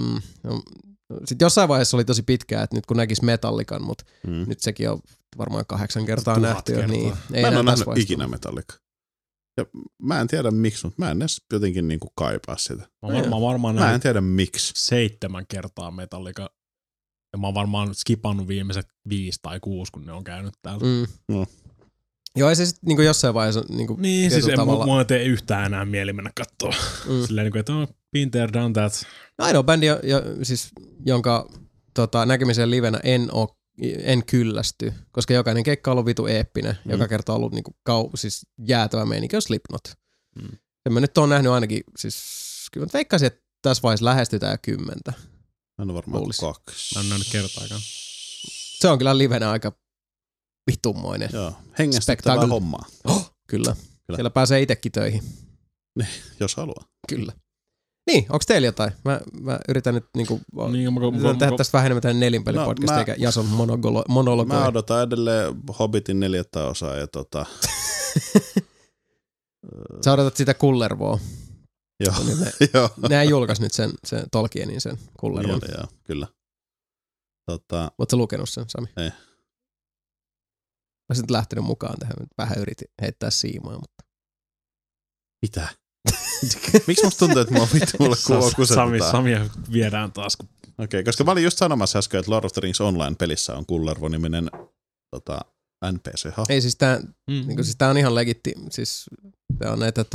Sitten jossain vaiheessa oli tosi pitkää, että nyt kun näkisi Metallican, mutta nyt sekin on varmaan 8 kertaa nähty. Kertaa. Niin, mä en ole nähnyt ikinä Metallica. Ja mä en tiedä miksi, mutta mä en edes jotenkin niinku kaipaa sitä. Mä en tiedä miksi. 7 kertaa Metallica. Ja mä oon varmaan skipannut viimeiset 5 tai 6, kun ne on käynyt täällä. Joo, ei se sitten niinku jossain vaiheessa niinku niin, siis mua ei tee yhtään enää mieli mennä katsoa. Silleen niinku, että been there, done that. No ainoa bändi, siis, jonka näkemisen livenä en kyllästy, koska jokainen keikka on ollut vitu eeppinen. Joka kerta on ollut niinku siis jäätävä meininki on Slipknot. Ja mä nyt oon nähnyt ainakin, siis kyllä mä veikkaisin, että tässä vaiheessa lähestytään 10. Mä en ole varmaan 2. Mä en nähnyt kertaakaan. Se on kyllä livenä aika vitummoinen. Joo, hengästyttävää hommaa. Kyllä. Siellä pääsee itsekin töihin. Jos haluaa. Kyllä. Niin, onko teillä jotain? Mä yritän nyt tehdä tästä vähän enemmän tämän nelinpelipodcast eikä Jason monologoi. Mä odotan edelleen Hobbitin 4. osaa ja Sä odotat sitä Kullervoa. Joo. Nää julkaisi nyt sen Tolkienin sen Kullervon. Joo, kyllä. Ootko lukenut sen, Sami? Ei. Mä olisin lähtenyt mukaan tähän. Vähän yritin heittää siimaa, mutta... Mitä? Miksi musta tuntuu, että mua vittuulla kusetetaan? Samia viedään taas. Okei, koska mä olin just sanomassa äsken, että Lord of the Rings Online-pelissä on Kullervo-niminen NPC-hahmo. Ei siis tää, siis tää on ihan legitti. Siis tää on näitä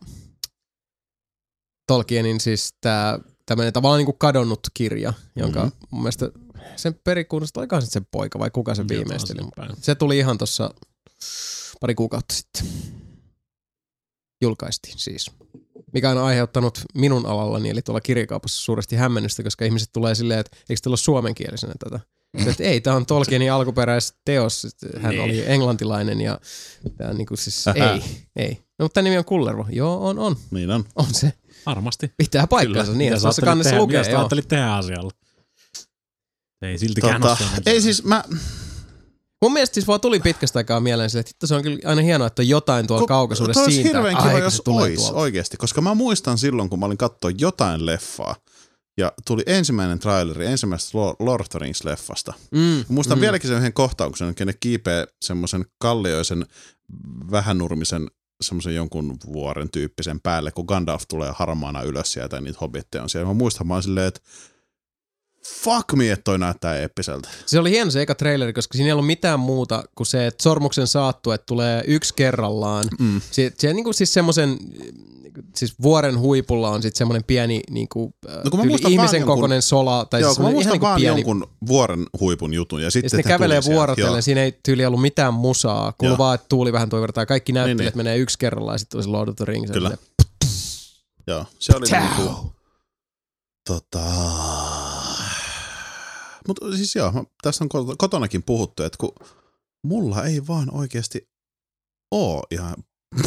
Tolkienin siis tämmönen tavallaan niinku kadonnut kirja, jonka mun mielestä sen perikunnasta, olikohan sitten sen poika vai kuka sen viimeisteli. Se tuli ihan tossa pari kuukautta sitten. Julkaistiin siis. Mikä on aiheuttanut minun alallani, eli tuolla kirjakaupassa suuresti hämmennystä, koska ihmiset tulee silleen, että eikö teillä ole suomenkielisenä tätä? Että ei, tämä on Tolkienin alkuperäisteos. Hän oli englantilainen ja tämä niinku siis ei. No, mutta tämä nimi on Kullervo. Joo, on. Niin on. On se. Varmasti. Pitää paikkansa niin, että tuossa kannessa lukee. Mitä sä ajattelit tehdä asialla? Ei siltikään ole ei siis mun mielestä siis vaan tuli pitkästä aikaa mieleen sille, että se on kyllä aina hienoa, että on jotain tuolla kaukaisuudessa siitä. Hirveän kiva, jos olisi oikeasti, koska mä muistan silloin, kun mä olin katsoa jotain leffaa, ja tuli ensimmäinen traileri ensimmäisestä Lord of the Rings-leffasta. Muistan vieläkin sen yhden kohtauksen, kenen kiipee semmoisen kallioisen, vähänurmisen semmoisen jonkun vuoren tyyppisen päälle, kun Gandalf tulee harmaana ylös sieltä ja niitä hobbitteja on siellä. Mä muistan vaan silleen, että fuck me, että toi näyttää eeppiseltä. Se oli hieno se eka traileri, koska siinä ei ollut mitään muuta kuin se, että sormuksen saattu, että tulee yksi kerrallaan. Se niinku siis semmoisen, siis vuoren huipulla on sitten semmoinen pieni niinku, ihmisen kokoinen sola. Tai joo, siis kun mä muistan niinku vaan pieni jonkun vuoren huipun jutun. Ja sitten ne kävelee vuorotellen, siinä ei tyyli ollut mitään musaa. Kuuluu vaan, että tuuli vähän toivertaa. Kaikki näyttelijät menee yksi kerrallaan ja sitten olisi Lord of the Rings. Kyllä. Joo, se oli niinku mutta siis joo, tästä on kotonakin puhuttu, että kun mulla ei vaan oikeasti oo ihan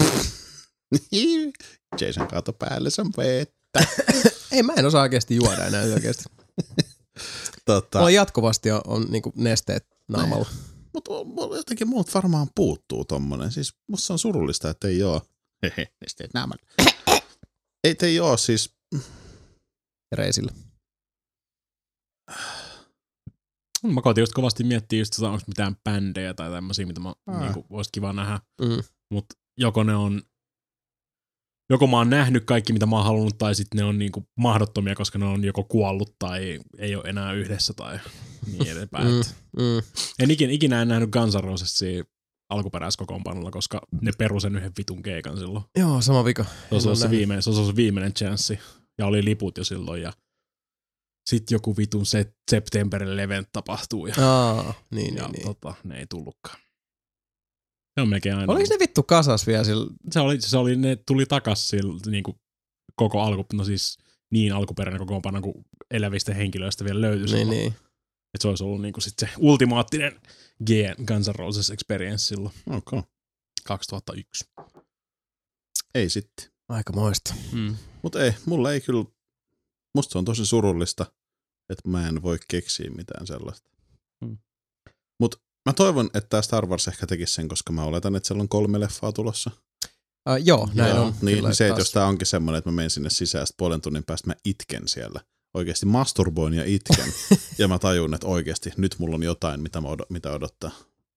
Jason kaato päälle sen vettä. Ei, mä en osaa oikeasti juoda enää oikeasti. Mulla jatkuvasti on niinku nesteet naamalla. Mutta jotenkin muut varmaan puuttuu tommonen. Siis musta on surullista, että ei oo. Nesteet naamalla. Ei oo siis. Reisillä. Mä koitin just kovasti miettiä just, onko mitään bändejä tai tämmöisiä, mitä mä niinku, vois kiva nähdä. Mutta joko mä oon nähnyt kaikki, mitä mä oon halunnut, tai sitten ne on niinku mahdottomia, koska ne on joko kuollut tai ei ole enää yhdessä tai niin edespäin. En ikinä nähnyt Guns N' Rosesia alkuperäiskokoonpanolla, koska ne peru sen yhden vitun keikan silloin. Joo, sama vika. Se olisi se viimeinen chanssi. Ja oli liput jo silloin ja sitten joku vitun Septemberin event tapahtuu. Ja, niin. ne ei tullutkaan. Se on melkein aina. Oliko ne vittu kasas vielä sillä? Se oli, ne tuli takas sillä niinku koko niin alkuperäinen kokoonpano kuin elävistä henkilöistä vielä löytyi. Niin. Että se olisi ollut niinku sit se ultimaattinen Guns N' Roses experience silloin. Okay. 2001. Ei sitten. Aikamoista. Mutta ei, mulla ei kyllä, musta se on tosi surullista, että mä en voi keksiä mitään sellaista. Mutta mä toivon, että tää Star Wars ehkä tekisi sen, koska mä oletan, että siellä on 3 leffaa tulossa. Joo, näin on. Niin se, että jos tää onkin semmoinen, että mä menen sinne sisään, puolen tunnin päästä mä itken siellä. Oikeasti masturboin ja itken. Ja mä tajun, että oikeasti nyt mulla on jotain, mitä odottaa.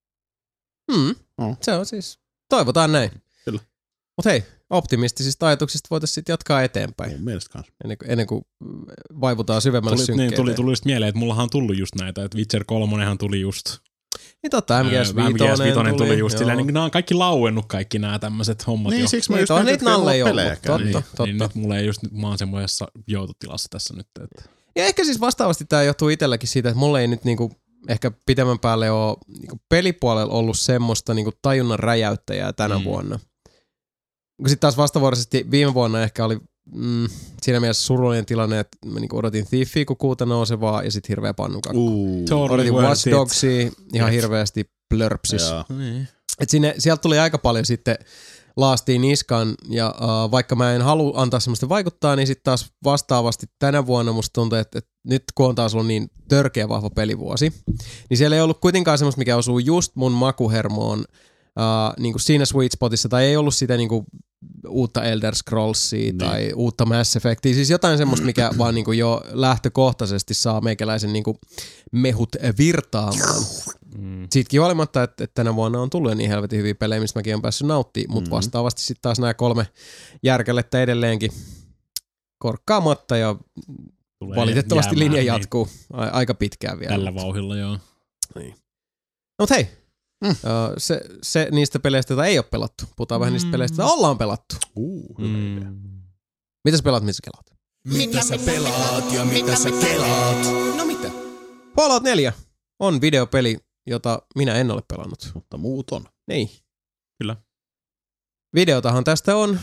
Se on siis, toivotaan näin. Kyllä. Mut hei, optimistisista ajatuksista voitaisiin sitten jatkaa eteenpäin. Mun mielestä kanssa. Ennen kuin vaivutaan syvemmälle synkkeyteen. Tuli just mieleen, että mullahan on tullut just näitä, että Witcher 3 tuli just. Niin totta, MGS 5 tuli just silleen, niin nämä on kaikki lauennut kaikki nämä tämmöiset hommat niin, jo. Siksi mä just niitä nalleja ollut. Totta. Niin nyt mulla ei just, mä oon semmoisessa joutotilassa tässä nyt. Että. Ja ehkä siis vastaavasti tää johtuu itselläkin siitä, että mulla ei nyt niinku ehkä pitemmän päälle ole niinku pelipuolella ollut semmoista niinku tajunnan räjäyttäjää tänä vuonna. Sitten taas vastavuoroisesti viime vuonna ehkä oli siinä mielessä surullinen tilanne, että mä niinku odotin Thiefia kuin kuuta nousevaa ja sitten hirveä pannukakku. Odotin Watch Dogsia ihan hirveästi plörpsis. Et sieltä tuli aika paljon sitten laastiin niskaan ja vaikka mä en halua antaa semmoista vaikuttaa, niin sitten taas vastaavasti tänä vuonna musta tuntuu, että nyt kun on taas ollut niin törkeä vahva pelivuosi, niin siellä ei ollut kuitenkaan semmoista, mikä osuu just mun makuhermoon niin kuin siinä sweet spotissa, tai ei ollut sitä niin kuin uutta Elder Scrollsia tai uutta Mass Effectia, siis jotain semmoista, mikä vaan niin kuin jo lähtökohtaisesti saa meikäläisen niin kuin mehut virtaamaan. Siitäkin huolimatta, että tänä vuonna on tullut niin helvetin hyviä pelejä, mistä mäkin olen päässyt nauttimaan, mutta vastaavasti sitten taas nämä 3 järkälettä edelleenkin korkkaamatta ja tulee valitettavasti linja jatkuu aika pitkään vielä. Tällä vauhdilla, joo. Niin. No hei, se niistä peleistä, joita ei ole pelattu. Puhutaan vähän niistä peleistä, joita ollaan pelattu. Mitä sä pelaat, missä kelaat? Mitä sä pelaat ja mitä sä kelaat? No mitä? Fallout 4 on videopeli, jota minä en ole pelannut. Mutta muut on. Niin. Kyllä. Videotahan tästä on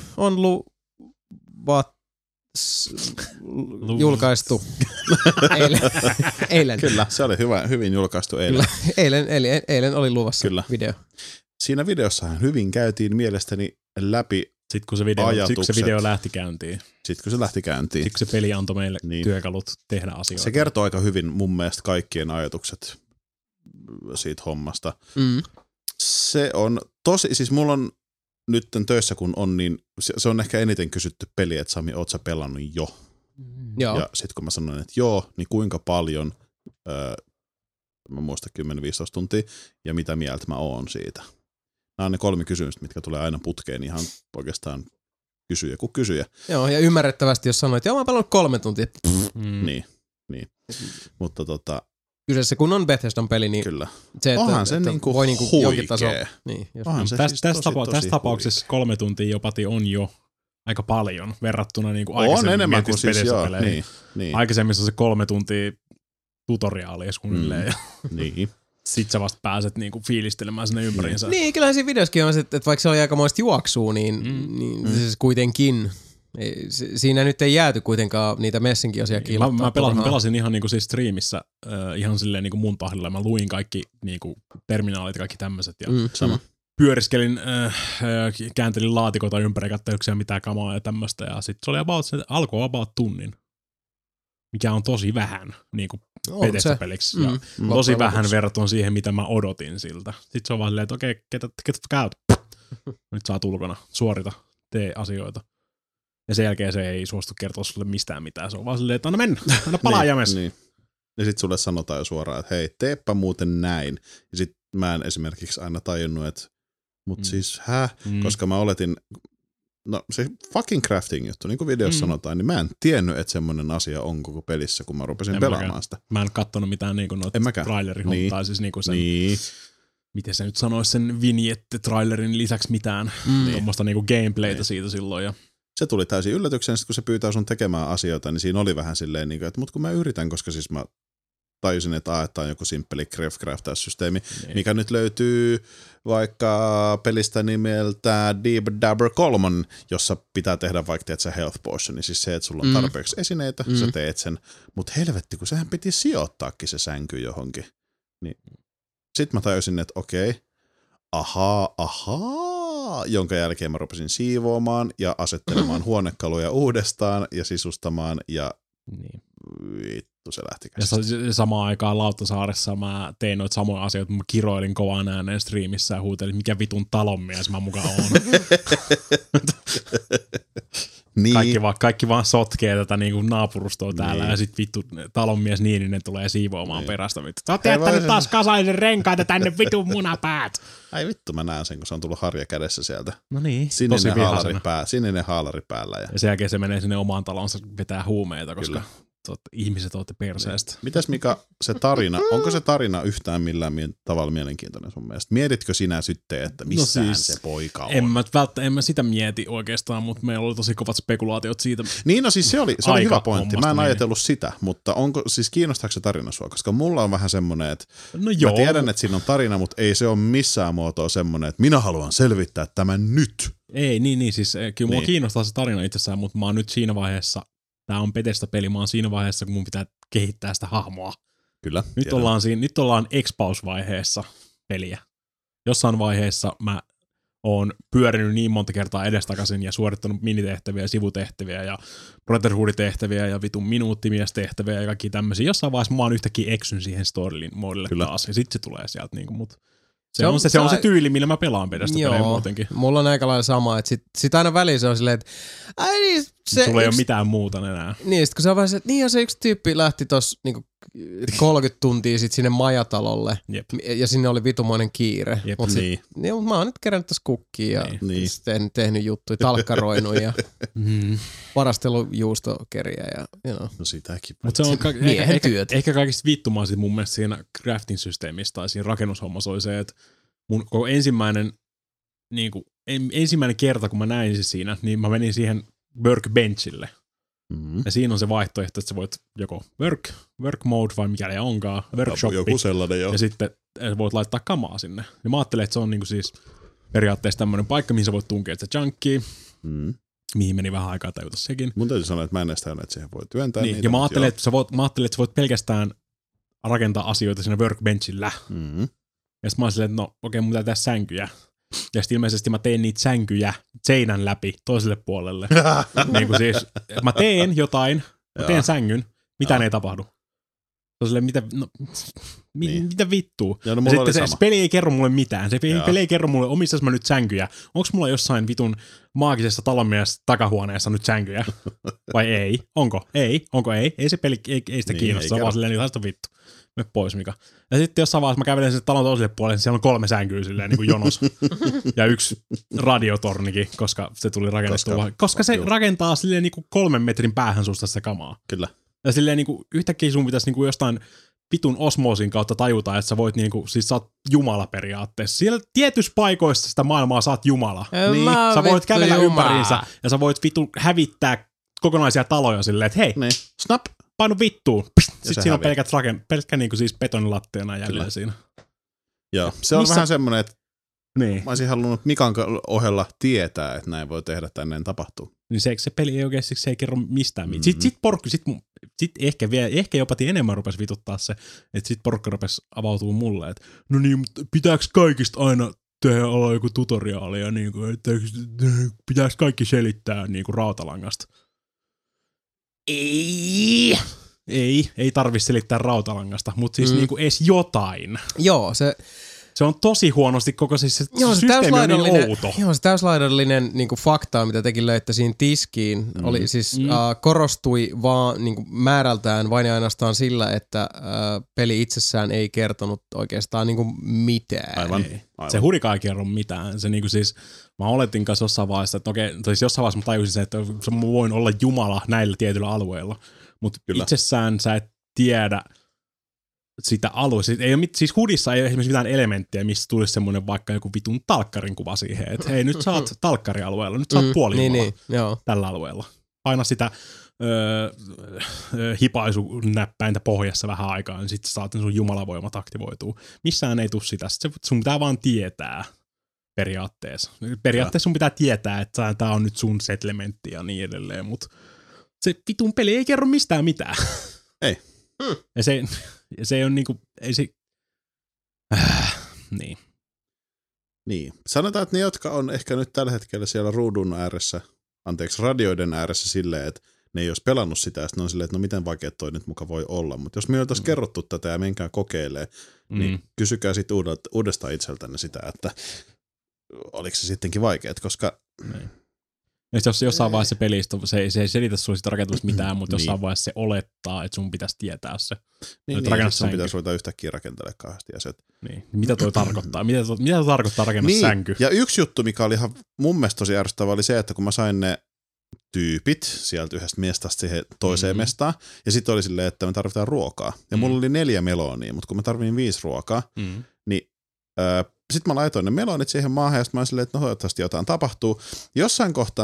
julkaistu eilen. Kyllä, se oli hyvin julkaistu eilen. Eilen oli luvassa video. Siinä videossahan hyvin käytiin mielestäni läpi Sitten kun se video lähti käyntiin. Sitten kun se lähti käyntiin. Sitten kun se peli antoi meille työkalut tehdä asioita. Se kertoo aika hyvin mun mielestä kaikkien ajatukset siitä hommasta. Se on tosi, siis mulla on nyt töissä kun on niin, se on ehkä eniten kysytty peli, että Sami, oot sä pelannut jo? Joo. Ja sitten kun mä sanoin, että joo, niin kuinka paljon, mä muistan 10-15 tuntia, ja mitä mieltä mä oon siitä. Nämä on ne 3 kysymystä, mitkä tulee aina putkeen ihan oikeastaan kysyjä kuin kysyjä. Joo, ja ymmärrettävästi, jos sanoit, että joo, mä oon pelannut 3 tuntia. Niin. Mutta Kyseessä kun on Bethesdan peli, niin kyllä. se, että, onhan se että niinku voi niinku jonkin tasolla. Niin, onhan se tässä tapauksessa 3 tuntia jopati on jo aika paljon verrattuna niinku aikaisemmin. On enemmän kuin siis joo. Niin. Aikaisemmin se 3 tuntia tutoriaalia suunnilleen. Ja niin. Sit sä vasta pääset niinku fiilistelemään sinne ympäriinsä. Niin, kyllähän siinä videossakin on, että vaikka se oli aikamoista juoksua, niin siis kuitenkin siinä nyt ei jääty kuitenkaan niitä messinkin-osia kiilottaa. Mä pelasin ihan niinku siis striimissä ihan silleen niinku mun tahdilla. Mä luin kaikki niinku terminaalit ja kaikki tämmöiset. Ja sama. Pyöriskelin, kääntelin laatikoita ympäri, katsoin mitään kamaa ja tämmöistä. Ja sit se oli alkoi about tunnin, mikä on tosi vähän niinku Bethesda-peliksi. Tosi vähän verrattuna siihen, mitä mä odotin siltä. Sitten se on vaan silleen, että okei, ketä käyt? Nyt saat ulkona, suorita, tee asioita. Ja sen jälkeen se ei suostu kertoa sulle mistään mitään. Se on vaan silleen, että anna mennä, anna palaa jämes. Niin. Ja sit sulle sanotaan jo suoraan, että hei, teepä muuten näin. Ja sit mä en esimerkiksi aina tajunnut, että siis koska mä oletin, no se fucking crafting juttu, niin kuin videossa sanotaan, niin mä en tiennyt, että semmoinen asia on koko pelissä, kun mä rupesin pelaamaan sitä. Mä en kattonut mitään niinku noita trailerihommaa, siis niinku sen, miten se nyt sanoisi sen vignette-trailerin lisäksi mitään, tuommoista niinku gameplaytä siitä silloin. Ja se tuli täysin yllätyksen, kun se pyytää sun tekemään asioita, niin siinä oli vähän silleen, että mut kun mä yritän, koska siis mä tajusin, että on joku simppeli craftaus-systeemi, mikä nyt löytyy vaikka pelistä nimeltä Deep Dabber 3, jossa pitää tehdä vaikka teet sä health potion, niin siis se, että sulla on tarpeeksi esineitä, sä teet sen, mutta helvetti, kun sehän piti sijoittaakin se sänky johonkin. Niin. Sitten mä tajusin, että okei, jonka jälkeen mä rupesin siivoamaan ja asettelemaan huonekaluja uudestaan ja sisustamaan ja vittu se lähti käsistä. Ja samaan aikaan Lauttasaaressa mä tein noita samoja asioita, mä kiroilin kovaan ääneen striimissä ja huutelin, mikä vitun talonmies mä mukaan oon. Niin. Kaikki vaan sotkee tätä niinku naapurustoa täällä ja sit vittu talonmies Niininen tulee siivoamaan perästä. Sä oot jättänyt taas kasaisen renkaita tänne vitun munapäät. Ai vittu, mä näen sen, kun se on tullut harja kädessä sieltä. No niin, sininen haalari päällä. Ja sen jälkeen se menee sinne omaan talonsa vetää huumeita, koska ihmiset ootte perseestä. Mitäs Mika, se tarina, onko se tarina yhtään millään tavalla mielenkiintoinen sun mielestä? Mietitkö sinä sitten, että missään se poika on? En mä sitä mieti oikeastaan, mutta meillä oli tosi kovat spekulaatiot siitä. Niin, no siis se oli hyvä pointti. Mä en ajatellut sitä, mutta kiinnostaako se tarina sua? Koska mulla on vähän semmoinen, että mä tiedän, että siinä on tarina, mutta ei se ole missään muotoa semmoinen, että minä haluan selvittää tämän nyt. Ei, niin siis kyllä mua kiinnostaa se tarina itsessään, mutta mä oon nyt siinä vaiheessa, tää on Bethesda-peli, mä oon siinä vaiheessa, kun mun pitää kehittää sitä hahmoa. Kyllä. Nyt ollaan expaus-vaiheessa peliä. Jossain vaiheessa mä oon pyörinyt niin monta kertaa edestakaisin ja suorittanut minitehtäviä ja sivutehtäviä ja Brotherhood-tehtäviä ja vitun minuuttimiestehtäviä ja kaikki tämmöisiä. Jossain vaiheessa mä oon yhtäkkiä eksyn siihen story-modille taas ja sit se tulee sieltä niinku, mut se on se tyyli, millä mä pelaan Bethesda-pelejä muutenkin. Mulla on aika lailla sama, että sit aina väliin se on silleen, että sulla ei ole mitään muuta enää. Niin, sit kun se on vaan se, että se yksi tyyppi lähti tossa niinku 30 tuntia sit sinne majatalolle. Jep. Ja sinne oli vitumoinen kiire. Jep, Mut mä oon nyt kerännyt tässä kukkiin ja tehnyt juttuja, talkkaroinut ja varastellut juustokeriä ja No sitäkin. Mutta se on ehkä kaikista vittumaisit mun mielestä siinä crafting-systeemissä tai siinä rakennushommassa oli se, että mun koko ensimmäinen kerta, kun mä näin se siinä, niin mä menin siihen workbenchille. Ja siinä on se vaihtoehto, että sä voit joko work mode vai mikä onkaan, workshop. Joku sellainen, joo. Ja sitten voit laittaa kamaa sinne. Ja mä ajattelin, että se on niinku siis periaatteessa tämmöinen paikka, mihin sä voit tunkea sitä junkia, mihin meni vähän aikaa tajuta sekin. Mun täytyy sanoa, että mä en edes tajunnut, että siihen voi työntää niitä. Ja mä ajattelin, että sä voit pelkästään rakentaa asioita siinä workbenchillä. Ja sitten mä olin että no okei, mun pitää tehdä sänkyjä. Ja sitten ilmeisesti mä teen niitä sänkyjä seinän läpi toiselle puolelle. Niin kuin siis, mä teen jotain, mä teen sängyn, mitään ei tapahdu. on silleen, mitä vittua? Ja sitten se peli ei kerro mulle mitään. Se peli ei kerro mulle, omistas mä nyt sänkyjä. Onko mulla jossain vitun maagisessa talonmies takahuoneessa nyt sänkyjä? Vai ei? Onko? Ei. Onko ei? Ei se peli, ei sitä kiinnosta. Se on vaan silleen, että vittu. Mene pois, Mika. Ja sitten jossain vaiheessa mä kävelen sen talon toiselle puolelle, niin siellä on 3 sänkyä silleen niin kuin jonos. Ja 1 radiotornikin, koska se tuli rakennettua. Koska se rakentaa silleen niin kuin 3 metrin päähän susta se kamaa. Kyllä. Ja silleen niin kuin yhtäkkiä sun pitäisi niin kuin jostain vitun osmoosin kautta tajuta, että sä voit niin kuin, siis sä oot Jumala periaatteessa. Siellä tietyissä paikoissa sitä maailmaa sä oot Jumala. Niin. Sä voit kävellä ympäriinsä ja sä voit vitun hävittää kokonaisia taloja silleen, että hei, niin. Snap. Painu vittuun. Sitten siinä on pelkkä niinku siis betonilattiana jälleen siinä. Joo, se on vähän semmoinen, että niin. Mä olisin halunnut Mikan ohella tietää, että näin voi tehdä tai näin tapahtuu. Niin se peli ei oikeasti, se ei kerro mistään. Sitten ehkä jopa enemmän rupesi vituttaa se, että sitten porkka rupesi avautuu mulle, että no niin, pitääkö kaikista aina tehdä olla joku tutoriaali ja niinku, että pitääkö kaikki selittää niinku rautalangasta? Ei tarvitse selittää rautalangasta, mutta siis niinku edes jotain. Joo, se on tosi huonosti koko siis se systeemi on niin outo. Joo, se täyslaidallinen niinku faktaa, mitä tekin löitte siinä tiskiin, oli siis korostui vaan niinku määrältään vain ja ainoastaan sillä, että peli itsessään ei kertonut oikeastaan niinku mitään. Aivan. Se hurikaan ei kerro mitään. Se niinku siis, mä oletin kanssa jossain vaiheessa, että okei, siis jossain vaiheessa mä tajusin sen, että mä voin olla Jumala näillä tietyillä alueilla, mutta itsessään sä et tiedä sitä alueesta. Siis HUDissa ei ole esimerkiksi mitään elementtiä, missä tulisi semmoinen vaikka joku vitun talkkarin kuva siihen, että hei, nyt sä oot talkkarialueella, nyt sä oot puoli tällä alueella. Paina sitä hipaisunäppäintä pohjassa vähän aikaa, niin sitten saat sun jumalavoimat aktivoituu. Missään ei tule sitä. Sun pitää vaan tietää periaatteessa. Periaatteessa sun pitää tietää, että tää on nyt sun settlementti ja niin edelleen, mutta se vitun peli ei kerro mistään mitään. Ei. Ja se on niinku, ei se, niin. Niin. Sanotaan, että ne, jotka on ehkä nyt tällä hetkellä siellä ruudun ääressä, radioiden ääressä silleen, että ne ei olisi pelannut sitä, ja sitten on silleen, että no miten vaikea toi nyt muka voi olla. Mutta jos me oltaisiin kerrottu tätä ja menkää kokeilemaan, niin kysykää sitten uudestaan itseltänne sitä, että oliko se sittenkin vaikeet, koska jos jossain vaiheessa pelistä, se ei selitä sulle sitä rakentamista mitään, mutta jossain vaiheessa se olettaa, että sun pitäisi tietää se. Niin sun pitäisi ruveta yhtäkkiä rakentelemaan kahdesti asiat. Niin. Mitä toi tarkoittaa? Mitä toi tarkoittaa rakentaa sänky? Ja yksi juttu, mikä oli ihan mun mielestä tosi ärsyttävä, oli se, että kun mä sain ne tyypit sieltä yhdestä mestasta siihen toiseen mestaan, ja sitten oli silleen, että me tarvitaan ruokaa. Ja mulla oli 4 melonia, mutta kun mä tarvin 5 ruokaa, niin sitten mä laitoin ne melonit siihen maahan, ja sitten mä olin silleen, että no toivottavasti jotain tapahtuu. Jossain kohtaa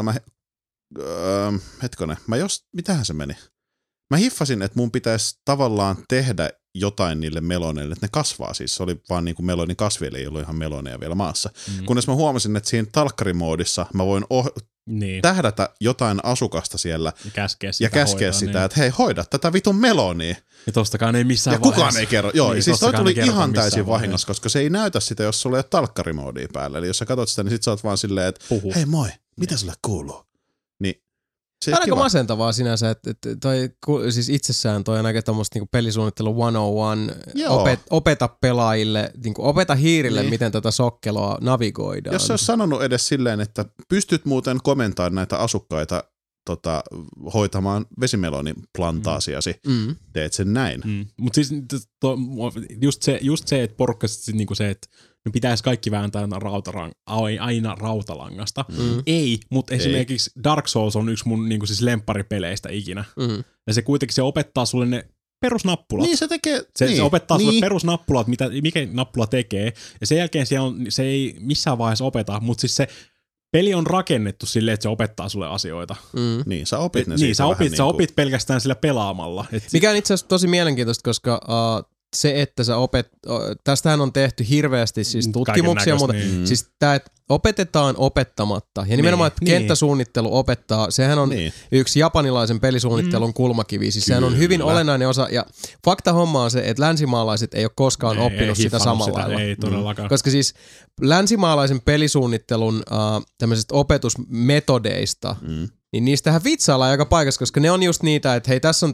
mitähän se meni? Mä hiffasin, että mun pitäisi tavallaan tehdä jotain niille meloneille, että ne kasvaa siis. Se oli vaan niin kuin melonin kasville, ei ollut ihan meloneja vielä maassa. Kunnes mä huomasin, että siinä talkkarimoodissa mä voin tähdätä jotain asukasta siellä ja käskeä sitä, että hei, hoida tätä vitun melonia. Ja tostakaan ei missään vaiheessa. Ja kukaan ei kerro. Joo, niin, siis toi tuli ihan täysin vahingossa, koska se ei näytä sitä, jos sulla ei ole talkkarimoodia päällä. Eli jos sä katsot sitä, niin sit sä oot vaan silleen, että hei moi, mitä sulle kuuluu? Niin. Aika masentavaa sinänsä, että siis itsessään toi on aika tommoista niinku pelisuunnittelu 101, opeta pelaajille, niinku opeta hiirille, miten tätä sokkeloa navigoidaan. Jos sä ois sanonut edes silleen, että pystyt muuten komentamaan näitä asukkaita hoitamaan vesimelonin plantaasiasi, teet sen näin. Mutta siis just se, että porukka niinku se, että ne pitäisi kaikki vääntää aina rautalangasta. Ei, mutta esimerkiksi Dark Souls on yksi mun niinku siis lempparipeleistä ikinä. Ja se kuitenkin se opettaa sulle ne perusnappulat. Niin se tekee. Se opettaa sulle perusnappulat, mikä nappula tekee. Ja sen jälkeen se ei missään vaiheessa opeta, mutta siis se peli on rakennettu silleen, että se opettaa sulle asioita. Niin, sä opit ne siitä sä opit pelkästään sillä pelaamalla. Mikä on itse asiassa tosi mielenkiintoista, koska se, että sä tästähän on tehty hirveästi siis tutkimuksia, mutta siis tää, että opetetaan opettamatta. Ja nimenomaan, että kenttäsuunnittelu opettaa, sehän on yksi japanilaisen pelisuunnittelun kulmakivi. Siis sehän on hyvin olennainen osa, ja fakta homma on se, että länsimaalaiset ei ole koskaan oppinut sitä samalla lailla. Ei todellakaan. Koska siis länsimaalaisen pelisuunnittelun tämmöisistä opetusmetodeista, niin niistähän vitsaillaan joka paikassa, koska ne on just niitä, että hei, tässä on tää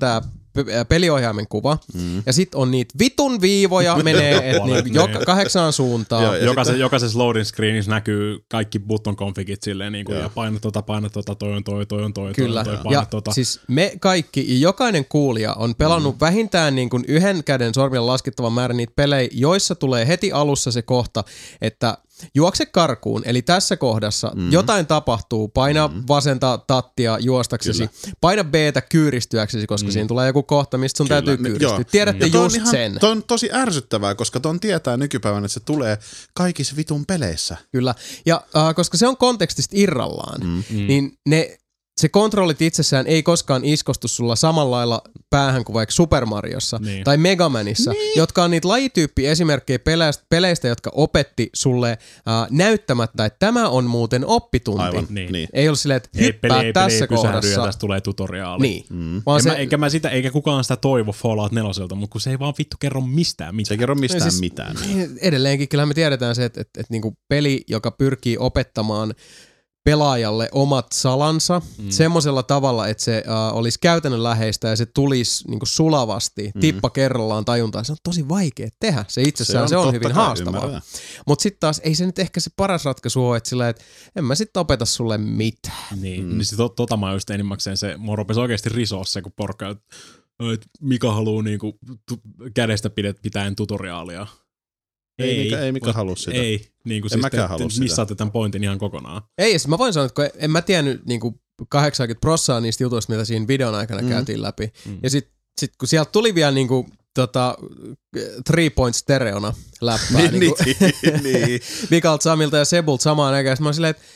peliohjaimen kuva, ja sit on niitä vitun viivoja menee, että niin, 8 suuntaan. Jokaisessa loading screenissä näkyy kaikki button configit silleen, niin kuin, ja paina toi on toi. Kyllä, ja siis me kaikki, ja jokainen kuulija on pelannut vähintään niin kuin yhden käden sormilla laskettavan määrän niitä pelejä, joissa tulee heti alussa se kohta, että juokse karkuun, eli tässä kohdassa jotain tapahtuu, paina vasenta tattia juostaksesi, paina B-tä kyyristyäksesi, koska siinä tulee joku kohta, mistä sun täytyy kyyristyä. Tiedätte just sen. Toi on tosi ärsyttävää, koska ton tietää nykypäivänä, että se tulee kaikissa vitun peleissä. Kyllä, ja koska se on kontekstista irrallaan, niin se kontrollit itsessään ei koskaan iskostu sulla samalla lailla päähän kuin vaikka Super Mariossa tai Mega Manissa, jotka on niitä lajityyppiesimerkkejä peleistä, jotka opetti sulle näyttämättä, että tämä on muuten oppitunti. Aivan, niin. Ei ollut silleen, että hyppää tässä kohdassa. Tästä tulee tutoriaali. Niin. Eikä kukaan sitä toivo Fallout 4:lta, mutta kun se ei vaan vittu kerro mistään mitään. Se ei kerro mistään mitään. Edelleenkin kyllähän me tiedetään se, että niinku peli, joka pyrkii opettamaan pelaajalle omat salansa semmoisella tavalla, että se olisi käytännönläheistä ja se tulisi niinku sulavasti tippa kerrallaan tajuntaan. Se on tosi vaikea tehdä. Se itsessään se on hyvin haastavaa. Mutta sitten taas ei se nyt ehkä se paras ratkaisu ole, että sillä, että en mä sitten opeta sulle mitään. Niin sit mä oon just enimmäkseen se, mua rupesi oikeasti risoa se, kun porkka, että Mika haluaa niinku kädestä pitäen tutoriaalia. Ei Mika halua sitä. Ei, niin kuin en mäkään halua sitä. Missaatte tämän pointin ihan kokonaan. Ei, mä voin sanoa, että en mä tiennyt niin 80% niistä jutuista, mitä siinä videon aikana käytiin läpi. Ja sit kun sieltä tuli vielä niin kuin, 3-point stereona läppää. niin. Mikalta, Samilta ja Sebulta samaan aikaan. Mä oon silleen, että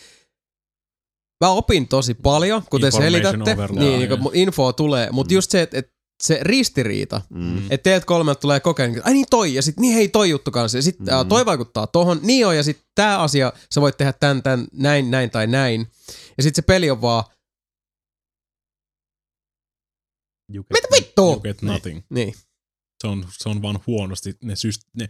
mä opin tosi paljon, kun te selitätte. Niin kun infoa tulee. Mutta just se, että se ristiriita, että teiltä 3 tulee kokeen, ai niin toi, ja sit niin hei toi juttu kanssa, ja sit toi vaikuttaa tohon, niin on, ja sit tää asia, sä voit tehdä tän, näin tai näin, ja sit se peli on vaan, mitä vittua? You get nothing. Niin. Se on vaan huonosti, ne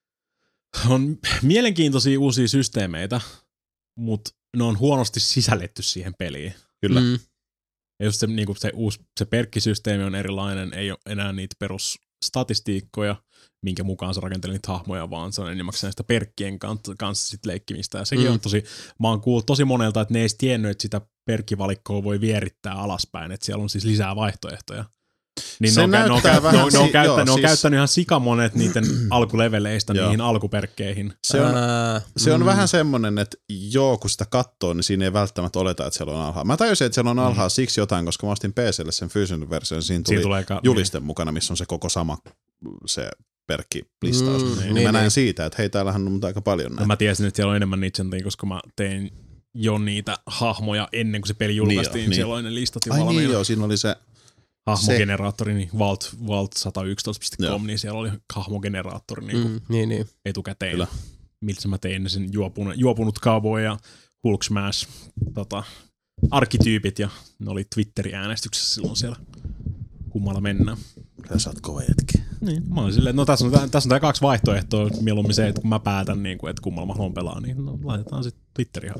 on mielenkiintoisia uusia systeemeitä, mutta ne on huonosti sisälletty siihen peliin. Kyllä. Ja just se perkkisysteemi on erilainen, ei ole enää niitä perusstatistiikkoja, minkä mukaan se rakentelee niitä hahmoja, vaan se on enimmäkseen näistä perkkien kanssa sit leikkimistä. Ja sekin on mä oon kuullut tosi monelta, että ne ei edes tiennyt, että sitä perkkivalikkoa voi vierittää alaspäin, että siellä on siis lisää vaihtoehtoja. Niin se ne on käyttänyt ihan sikamonet niiden alkuleveleistä niihin alkuperkkeihin. Se on vähän semmoinen, että kun sitä katsoo, niin siinä ei välttämättä oleta, että siellä on alhaalla. Mä tajusin, että siellä on alhaalla siksi jotain, koska mä ostin PC:lle sen fyysinen versio, siinä tuli juliste mukana, missä on se koko sama se perkkilistaus. Niin mä näen siitä, että hei, täällähän on aika paljon näitä. Mä tiesin, että siellä on enemmän niitä sen takia, koska mä tein jo niitä hahmoja ennen kuin se peli julkaistiin. Niin siellä on ne listat jo valmiina. Niin joo, siinä oli se hahmogeneraattori, niin Vault111.com, niin siellä oli hahmogeneraattori niin etukäteen. Kyllä. Miltä mä tein sen juopunut cowboy ja Hulk Smash arkkityypit, ja ne oli Twitteri-äänestyksessä silloin siellä. Kummalla mennään. Kyllä sä oot kova jätki. Niin, mä olin silleen, no tässä on tää 2 vaihtoehtoa, mieluummin se, että kun mä päätän, niin kuin, että kummalla mä haluan pelaa, niin no, laitetaan sitten Twitteriin.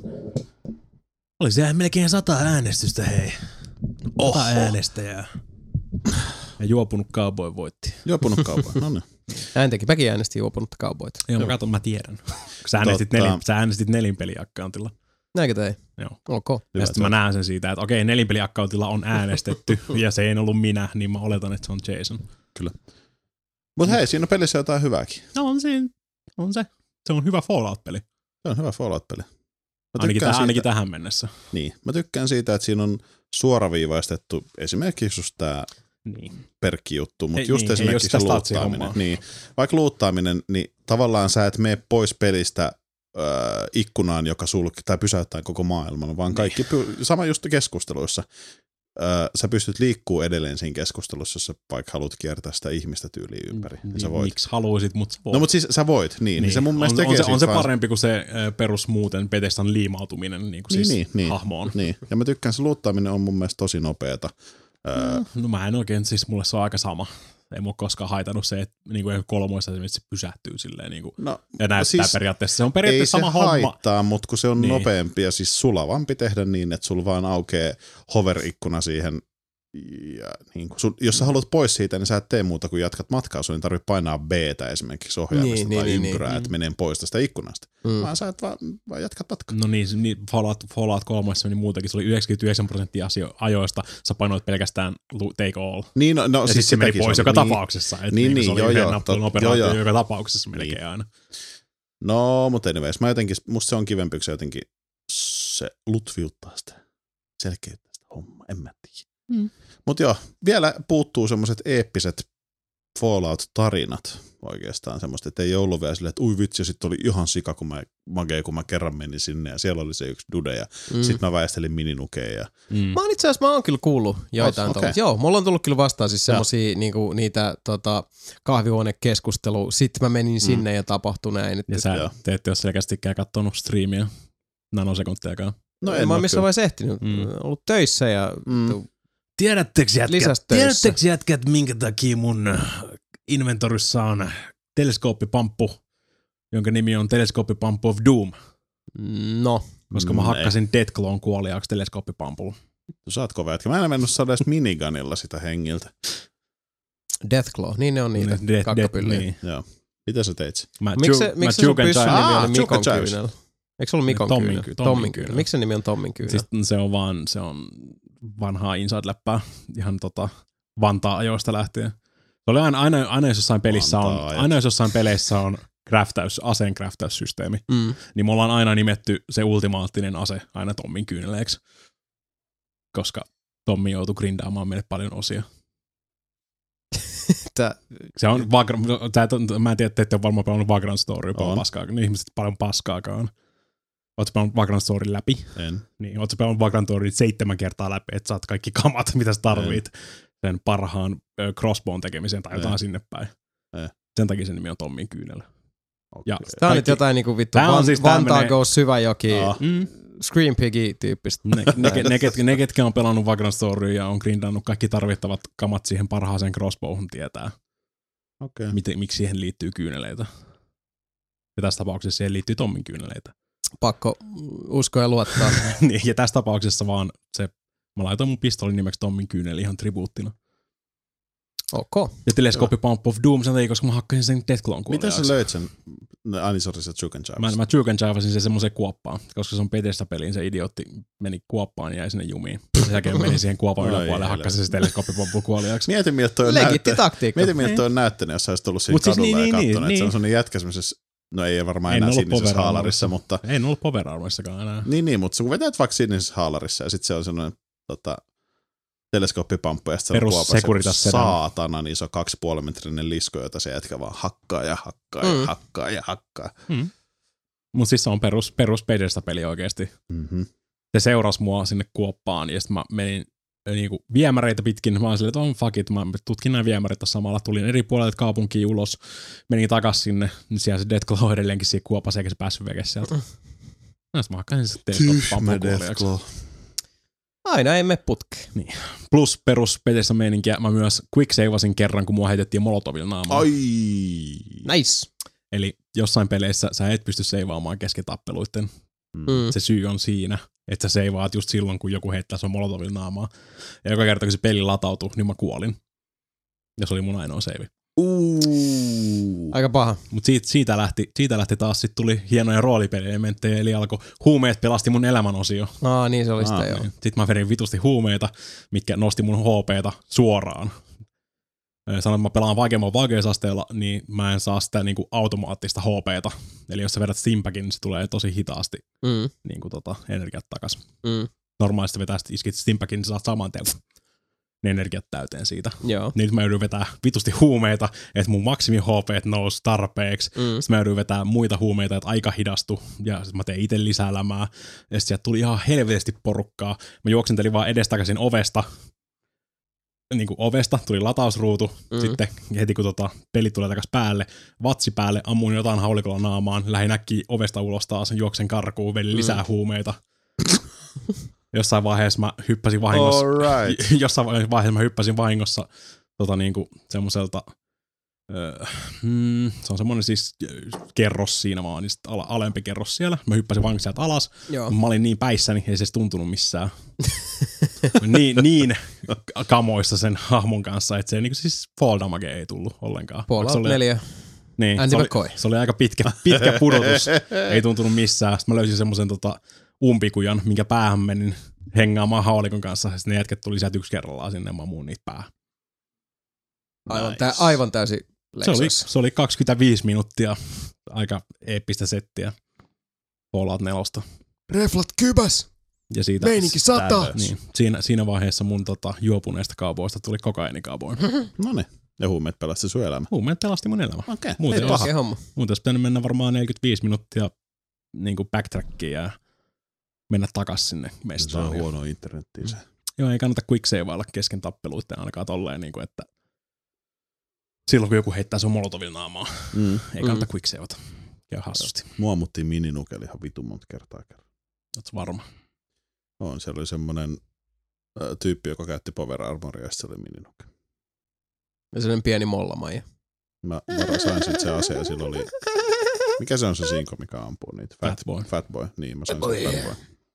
Oli siellä melkein 100 äänestystä, hei. 100 äänestäjää. Ja juopunut cowboy voitti. Juopunut cowboy, no niin. Mäkin äänestin juopunutta cowboyta. Joo, mä tiedän. Sä äänestit nelinpeliakkauntilla. Näinkö tein? Joo. Okay. Ja sitten mä näen sen siitä, että okei, nelinpeliakkauntilla on äänestetty, ja se ei ollut minä, niin mä oletan, että se on Jason. Kyllä. Mutta hei, siinä on pelissä jotain hyvääkin. No on se. Se on hyvä Fallout-peli. Se on hyvä Fallout-peli. Ainakin tähän mennessä. Niin, mä tykkään siitä, että siinä on suoraviivaistettu esimerkiksi just tää perkkijuttu, mutta just esimerkiksi se luuttaaminen. Niin, vaikka luuttaaminen, niin tavallaan sä et mene pois pelistä ikkunaan, joka tai pysäyttää koko maailman, vaan kaikki, sama just keskusteluissa. Sä pystyt liikkuu edelleen siinä keskustelussa, jos sä vaikka haluat kiertää sitä ihmistä tyyliin ympäri. Sä voit. Miksi haluaisit, mutta sä voit. No mutta siis sä voit, niin se mun mielestä tekee on se parempi kuin se perus muuten Bethesdan liimautuminen niin kuin siis hahmoon. Niin, ja mä tykkään, se luuttaaminen on mun mielestä tosi nopeeta. No mä en oikein, siis mulle se on aika sama. Ei mua koskaan haitannut se, että niinku kolmoissa esimerkiksi se pysähtyy silleen niinku, ja näyttää siis periaatteessa. Se on periaatteessa sama homma. Ei se haittaa, mutta kun se on nopeampi ja siis sulavampi tehdä niin, että sulla vaan aukeaa hover-ikkuna siihen Ja niin kun jos sä haluat pois siitä, niin sä et tee muuta kuin jatkat matkaa, sun ei tarvitse painaa B-tä esimerkiksi ohjaamista tai ympyrää, että menee pois tästä ikkunasta. Vaan sä et vaan jatkat matkaa. No niin Fallout 3 niin muutenkin se oli 99% ajoista, sä painoit pelkästään take all. Niin, no ja siis se meni pois joka tapauksessa. Niin, se oli yhden nappulun operaatio joka tapauksessa melkein aina. No, mutta anyways, musta se on kivempi, kun se jotenkin se lutviuttaa sitä, selkeyttää sitä hommaa, en mä tiedä. Mutta joo, vielä puuttuu semmoiset eeppiset Fallout-tarinat oikeastaan semmoista, että ei ollut vielä silleen, että ui vitsi, ja sitten oli ihan sika, kun mä kerran menin sinne, ja siellä oli se yksi dude, ja sitten mä väistelin mininukeja. Mä oon kyllä kuullut joitain okay. Joo, mulla on tullut kyllä vastaan siis semmosia niinku, niitä kahvihuonekeskustelua, sitten mä menin sinne ja tapahtui näin. Ja sä ette ole selkeästikään katsonut striimiä nanosekuntiakaan. No en mä oon missään vaiheessa ehtinyt, ollut töissä ja... Tiedättekö jätkät, minkä takia mun inventorissa on teleskooppipamppu, jonka nimi on Telescope Pump of Doom? No. Koska mä hakkasin Deathclawn kuoliaaksi teleskooppipampulla. Sä oot kova, mä en mennyt saada edes minigunilla sitä hengiltä. Deathclaw, niin ne on niitä kakkapyllyjä. Niin. Joo. Mitä sä teit? Miksi se sun pyssyn nimi oli Mikon kyynel? Eikö se ollut Mikon kyynel? Tommin kyynel. Miksi se nimi on Tommin kyynel? Siis se on vanhaa inside-läppää ihan Vantaa-ajoista lähtien. Se oli aina jos jossain peleissä on aseen craftaussysteemi, niin me ollaan aina nimetty se ultimaattinen ase aina Tommin kyyneleeksi, koska Tommi joutui grindaamaan meille paljon osia. Se on mä en tiedä, että ette ole varmaan pelannut Vagrant Story paljon paskaa, niin ihmiset paljon paskaakaan. Ootko pelannut Vagrant Storyn läpi? En. Niin, ootko pelannut Vagrant Storyn 7 kertaa läpi, että saat kaikki kamat, mitä sä tarvit sen parhaan crossbown tekemiseen tai jotain sinne päin. Sen takia sen nimi on Tommin kyynelä. Okay. Tää on nyt jotain niinku vittu Vantaa Goes Syväjoki Scream Piggy-tyyppistä. Ne, ketkä on pelannut Vagrant Storya ja on grindannut kaikki tarvittavat kamat siihen parhaaseen crossbowhun tietää. Okay. Miksi siihen liittyy kyyneleitä. Ja tässä tapauksessa siihen liittyy Tommin kyyneleitä. Pakko uskoa ja luottaa. Niin, ja tässä tapauksessa vaan mä laitoin mun pistolin nimeksi Tommin kyyneli ihan tribuuttina. Ok. Ja Telescope Pump of Doom sen takia, koska mä hakkasin sen Deathclawn kuoliaaksi. Miten sä löit sen? Sori, sä juke and jive. Mä juke and jivasin sen semmoiseen kuoppaan, koska se on Bethesda-peliin, se idiootti meni kuoppaan ja jäi sinne jumiin. Sen jälkeen meni siihen kuopan yläpuolelle ja hakkasi se Telescope Pump kuoliaaksi. Mieti, miltä toi on näyttänyt, jos sä olisit ollut siinä kadulla ja kattonut, että se on sellainen jätkä semmoisessa. No ei varmaan enää sinisessä haalarissa, mutta... Ei ollut power armorissakaan enää. Niin, mutta kun vetäät vaikka sinisessä haalarissa ja sitten se on sellainen teleskooppipamppu ja sitten se on saatanan iso 2,5-metrinen lisko, jota se jätkä vaan hakkaa ja hakkaa ja hakkaa ja hakkaa. Mutta siis se on perus Bethesda-peli oikeasti. Se seurasi mua sinne kuoppaan ja sitten mä menin niinku viemäreitä pitkin. Mä olin silleen, että on fuck it. Mä tutkin nämä viemärit tuossa samalla. Tulin eri puolelta kaupunkiin ulos. Menin takas sinne. Nyt siellä se Deathclaw edelleenkin siinä kuopassa eikä se päässyt veke sieltä. No mä hakkasin se Deathclaw kuoliaaksi. Aina ei mene putkeen. Niin. Plus perus Bethesda-meininkiä. Mä myös quick-savasin kerran, kun mua heitettiin Molotovilla naamaan. Ai! Nice! Eli jossain peleissä sä et pysty seivaamaan kesken tappeluitten. Se syy on siinä, että sä seivaat just silloin, kun joku heittää sun Molotovilla naamaa. Ja joka kerta, kun se peli latautui, niin mä kuolin. Ja se oli mun ainoa seivi. Aika paha. Mutta siitä lähti taas, sit tuli hienoja roolipelielementtejä, eli alkoi huumeet pelasti mun elämänosio. Niin se oli sitä joo. Sitten mä vedin vitusti huumeita, mitkä nosti mun HP:ta suoraan. Sanoin, että mä pelaan vaikeamman vaikeusasteella, niin mä en saa sitä niinku automaattista HP:ta. Eli jos sä vedät Stimpackin, niin se tulee tosi hitaasti niinku energiat takas. Normaalisti vetää iskit Stimpackin, niin sä saat saman tien ne energiat täyteen siitä. Joo. Niin mä joudun vetää vitusti huumeita, että mun maksimi HP nousi tarpeeksi. Sitten mä joudun vetää muita huumeita, että aika hidastui. Ja sitten mä tein itse lisää lämää. Ja sitten sieltä tuli ihan helvetisti porukkaa. Mä juoksentelin vaan edestakaisin ovesta. Niin kuin ovesta tuli latausruutu. Sitten heti kun peli tulee takas päälle, vatsi päälle, ammuin jotain haulikolla naamaan. Lähdin äkkiä ovesta ulos taas, juoksen karkuun, vedin lisää huumeita. Jossain vaiheessa mä hyppäsin vahingossa. Jossain vaiheessa mä hyppäsin vahingossa niinku semmoiselta Se on semmoinen siis kerros siinä vaan, niin alempi kerros siellä. Mä hyppäsin vaan sieltä alas. Joo. Mä olin niin päissäni, ei se edes tuntunut missään. niin kamoissa sen hahmon kanssa, että se niin siis fall damage ei tullut ollenkaan. Fallout 4. Niin, se oli aika pitkä pudotus. Ei tuntunut missään. Sitten mä löysin semmoisen umpikujan, minkä päähän menin hengaamaan haulikon kanssa. Ja sitten ne jätket tuli sieltä yksi kerrallaan sinne, mä muun niitä päähän. Aivan täysin leksoissa. Se oli 25 minuuttia aika eeppistä settiä Fallout 4. Reflat kybäs! Ja siitä, meininki 100! Niin, siinä vaiheessa mun juopuneista kaupoista tuli kokainikaupoin. Noniin. Ja huumeet pelasti sun elämä. Huumeet pelasti mun elämä. Okei, ei paha. Homma. Muuten olisi pitänyt mennä varmaan 45 minuuttia niin kuin backtrackiin ja mennä takas sinne mestaan. Se on huono internettiin se. Joo, ei kannata quicksavailla kesken tappeluiden ainakaan tolleen, niin kuin, että silloin kun joku heittää sun molotovilla naamaa, ei kannata quicksavata. Käy hassusti. Mua ammuttiin mininukeli ihan vitun monta kertaa. Ootko varma? Siellä oli semmonen tyyppi, joka käytti power armoria, ja se oli mininuke. Ja sellainen pieni mollamaija. Mä sain sit se ase, ja sillä oli... Mikä se on se sinko, mikä ampuu niitä? Fatboy. Niin, mä sain sen Fatboy.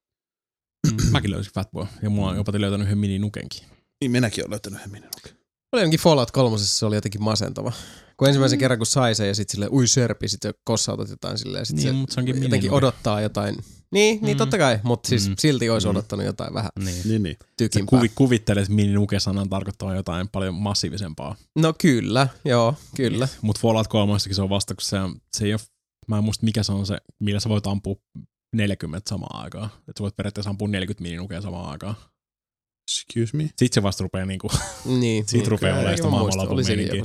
Mäkin löysin Fatboy, ja mulla on jopa löytänyt yhden mininukenkin. Niin, minäkin olen löytänyt yhden mininuken. Oli jotenkin Fallout 3, se oli jotenkin masentava. Kun ensimmäisen kerran kun sai sen ja sit silleen, serpi, sit kossautat jotain silleen, ja sit niin, se jotenkin odottaa jotain. Niin totta kai, mutta siis silti olisi odottanut jotain vähän niin. tykimpää. Kuvittelet, että mininuke-sanan tarkoittaa jotain paljon massiivisempaa. No kyllä, joo, kyllä. Mutta Fallout 3 se on vasta, kun se ei ole, mä en muista mikä se on se, millä sä voit ampua 40 samaan aikaan. Että sä voit periaatteessa ampua 40 mininukea samaan aikaan. Excuse me? Sitten se vasta rupeaa niinku, niin, siitä rupeaa olemaan sitä maailmanlopun meininkiä.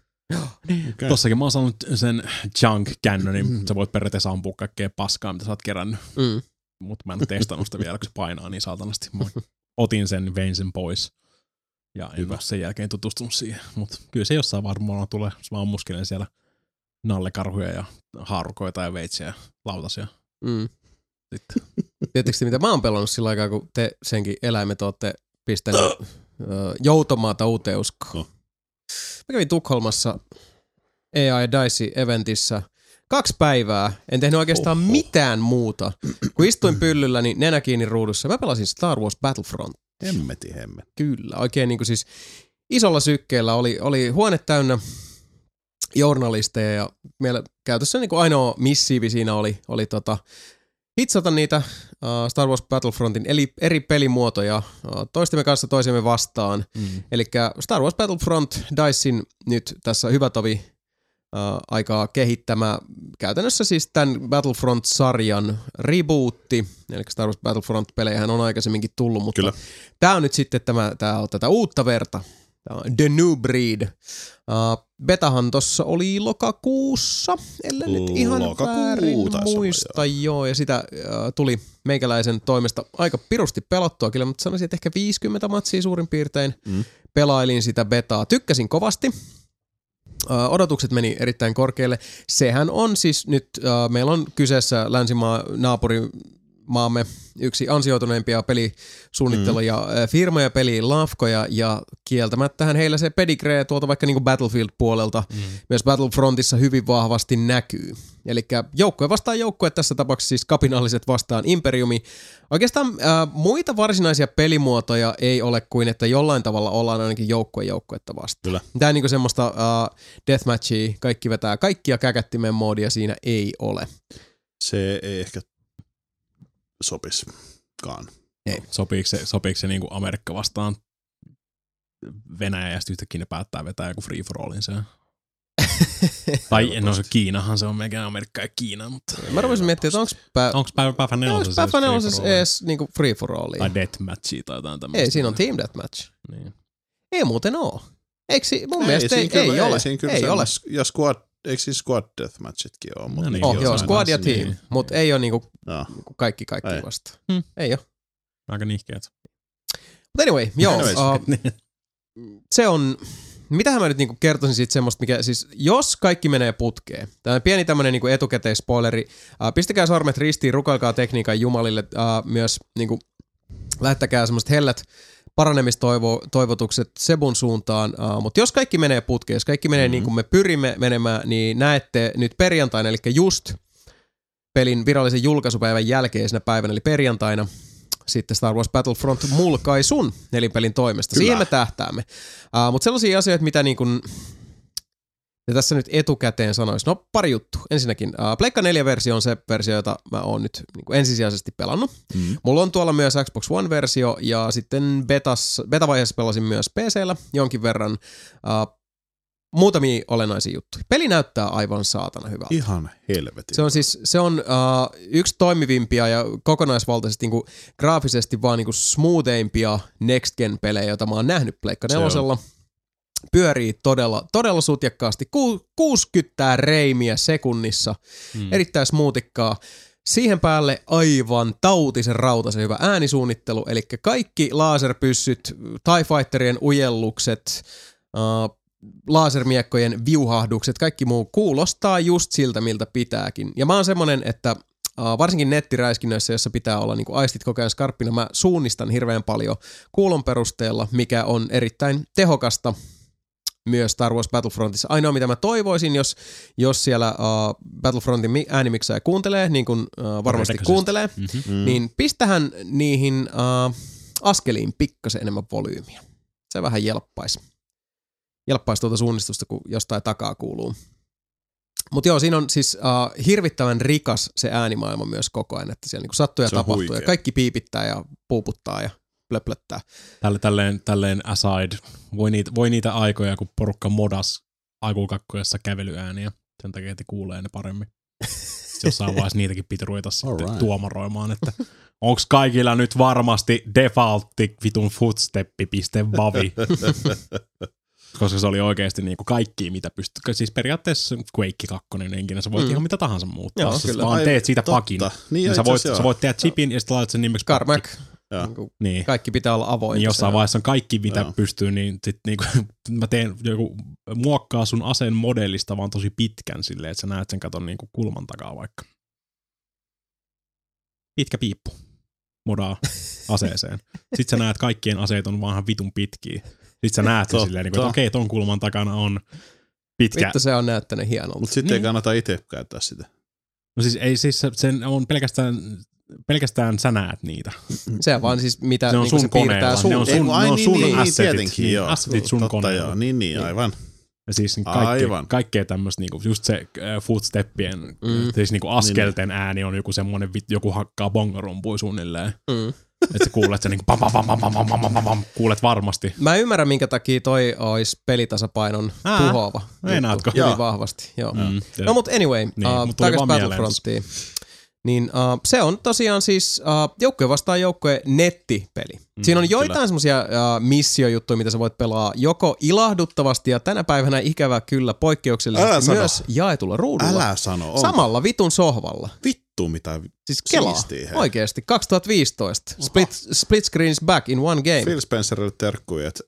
Okay. Tossakin mä oon saanut sen Chunk-cannonin, niin sä voit periaatteessa ampua kaikkea paskaa, mitä sä oot kerännyt. Mutta mä en ole testannut sitä vielä, kun se painaa niin saatanasti. Mä otin sen, vein sen pois. Ja en ole sen jälkeen tutustunut siihen. Mutta kyllä se jossain varmaan tulee. Mä ammuskelen siellä nallekarhuja ja haarukoita ja veitsiä ja lautasia. Sitten. Tiedättekö te, mitä mä oon pelannut sillä aikaa, kun te senkin eläimet ootte pistänyt joutomaata uuteen uskoon? Mä kävin Tukholmassa AI Dice-eventissä 2 päivää. En tehnyt oikeastaan mitään muuta. Kun istuin pyllylläni nenä kiinni ruudussa, mä pelasin Star Wars Battlefront. Hemmeti. Kyllä, oikein niin kuin siis isolla sykkeellä oli huone täynnä journalisteja ja meillä käytössä niin kuin ainoa missiivi siinä oli hitsata niitä Star Wars Battlefrontin eri pelimuotoja toistemme kanssa toisemme vastaan. Eli Star Wars Battlefront Dicein nyt tässä hyvä tovi aikaa kehittämä käytännössä siis tämän Battlefront-sarjan rebootti. Eli Star Wars Battlefront-pelejähän on aikaisemminkin tullut, mutta tämä on nyt sitten tää on tätä uutta verta. The New Breed. Betahan tossa oli lokakuussa, ellei nyt ihan väärin muista. Joo, ja sitä tuli meikäläisen toimesta aika pirusti pelattua kyllä, mutta sanoisin, että ehkä 50 matsia suurin piirtein. Pelailin sitä betaa. Tykkäsin kovasti. Odotukset meni erittäin korkealle. Sehän on siis nyt, meillä on kyseessä länsimaa naapurimaamme yksi ansioituneimpia pelisuunnitteluja firmoja, pelilafkoja, ja kieltämättähän heillä se pedigree tuolta vaikka niinku Battlefield-puolelta myös Battlefrontissa hyvin vahvasti näkyy. Eli joukkue vastaan joukkue, tässä tapauksessa siis kapinalliset vastaan Imperiumi. Oikeastaan muita varsinaisia pelimuotoja ei ole kuin, että jollain tavalla ollaan ainakin joukkuetta vastaan. Kyllä. Tämä niinku semmoista deathmatchia, kaikki vetää kaikkia käkättimen moodia siinä ei ole. Se ei ehkä sopiskaan. Ei. Sopiiko se niinku Amerikka vastaan Venäjä ja sitten yhtäkkiä ne päättää vetää joku free for allin sen? Tai no se Kiinahan se on melkein Amerikka ja Kiina, mutta... Mä rupesin miettimään, että onko Päivä 4 edes niinku free for allia? Tai deathmatchia tai jotain tämmöistä. Ei, siinä on team deathmatch. Niin. Ei muuten oo. Eikö mun mielestä ei ole? Ei ole. Ja squad, eikö siis squad deathmatchitkin ole? No niin, joo, squad ja team, niin. Mutta ei ole niinku kaikki vasta. Ei ole. Aika nihkeät. But anyway, joo. Se on... Mitähän mä nyt niinku kertoisin siitä semmoista, mikä siis, jos kaikki menee putkeen, tämä pieni tämmönen niinku etukäteisspoileri, pistäkää sormet ristiin, rukoilkaa tekniikan jumalille, myös niinku lähettäkää semmoista hellät paranemistoivotukset Sebun suuntaan, mutta jos kaikki menee putkeen, jos kaikki menee niin kuin me pyrimme menemään, niin näette nyt perjantaina, eli just pelin virallisen julkaisupäivän jälkeisenä päivänä, eli perjantaina, sitten Star Wars Battlefront mulkaisun nelinpelin toimesta. Kyllä. Siihen me tähtäämme. Mutta sellaisia asioita, mitä niin kuin, ja tässä nyt etukäteen sanoisi, no pari juttu. Ensinnäkin, Pleikka 4-versio on se versio, jota mä oon nyt niin kuin ensisijaisesti pelannut. Mulla on tuolla myös Xbox One-versio, ja sitten beta-vaiheessa pelasin myös PC:llä jonkin verran. Muutamia olennaisia juttuja. Peli näyttää aivan saatana hyvältä. Ihan helvetin. Se on yksi toimivimpia ja kokonaisvaltaisesti niin graafisesti vaan niin smootheimpia Next Gen-pelejä, joita mä oon nähnyt Pleikka 4:lla. Pyörii todella sutjakkaasti. 60 reimiä sekunnissa. Erittäin smoothikkaa. Siihen päälle aivan tautisen rautaisen hyvä äänisuunnittelu, eli kaikki laserpyssyt, TIE Fighterien ujellukset, lasermiekkojen viuhahdukset, kaikki muu kuulostaa just siltä, miltä pitääkin. Ja mä oon semmonen, että varsinkin nettiräiskinnöissä, jossa pitää olla niin kuin aistit koko ajan skarppina, mä suunnistan hirveän paljon kuulon perusteella, mikä on erittäin tehokasta myös Star Wars Battlefrontissa. Ainoa, mitä mä toivoisin, jos siellä Battlefrontin äänimiksaaja kuuntelee, niin kuin varmasti kuuntelee, niin pistähän niihin askeliin pikkasen enemmän volyymiä. Se vähän jelppaisi tuota suunnistusta, kun jostain takaa kuuluu. Mutta joo, siinä on siis hirvittävän rikas se äänimaailma myös koko ajan, että siellä niinku sattuu ja tapahtuu huikea. Ja kaikki piipittää ja puuputtaa ja plöplöttää. Tälleen aside, voi niitä aikoja, kun porukka modas aikukakkojassa kävelyääniä, sen takia, että kuulee ne paremmin. Jossain vaiheessa niitäkin piti ruveta sitten tuomaroimaan, että onks kaikilla nyt varmasti defaultti vitun footsteppi.vavi. Koska se oli oikeasti niinku kaikki, mitä pystyy. Siis periaatteessa Quake 2 enkinä, sä voit ihan mitä tahansa muuttaa. Joo, kyllä. Vaan teet siitä pakin. Niin, sä voit tehdä chipin ja sitten laitat sen nimeksi Carmack. Niin. Kaikki pitää olla avointa. Niin jossain vaiheessa on kaikki, mitä pystyy, niin sit niinku, mä teen muokkaa sun aseen modellista vaan tosi pitkän silleen, että sä näet sen katon niinku kulman takaa vaikka. Pitkä piippu. Modaa aseeseen. Sitten sä näet kaikkien aseet on vaan vitun pitkiä. Sitten sä näet silleen, että okei, ton kulman takana on pitkä. Vittu se on näyttänyt hienolta. Mutta sitten ei kannata itse käyttää sitä. No siis ei sen on pelkästään sä näet niitä. Se vaan siis mitä niin se piirtää sun. Ne on sun assetit. Niin, assetit sun koneella. Joo, niin, aivan. Ja siis kaikkea tämmöistä niinku, just se footsteppien, siis niinku askelten ääni on joku semmoinen, joku hakkaa bongarumpuja suunnilleen. Että sä kuulet sen niinku pam, kuulet varmasti. Mä ymmärrän, minkä takia toi olisi pelitasapainon tuhoava. Meinaatko? Hyvin vahvasti, joo. No mut anyway, takas Battlefrontiin. Niin se on tosiaan siis joukkue vastaan joukkue nettipeli. Siinä on joitain semmoisia missiojuttuja, mitä sä voit pelaa joko ilahduttavasti ja tänä päivänä ikävä kyllä poikkeuksellisesti myös jaetulla ruudulla. Älä sano. Samalla vitun sohvalla. Vittu mitä siis kelaa. Oikeesti. 2015. Split screens back in one game. Phil Spencerille terkkuja, että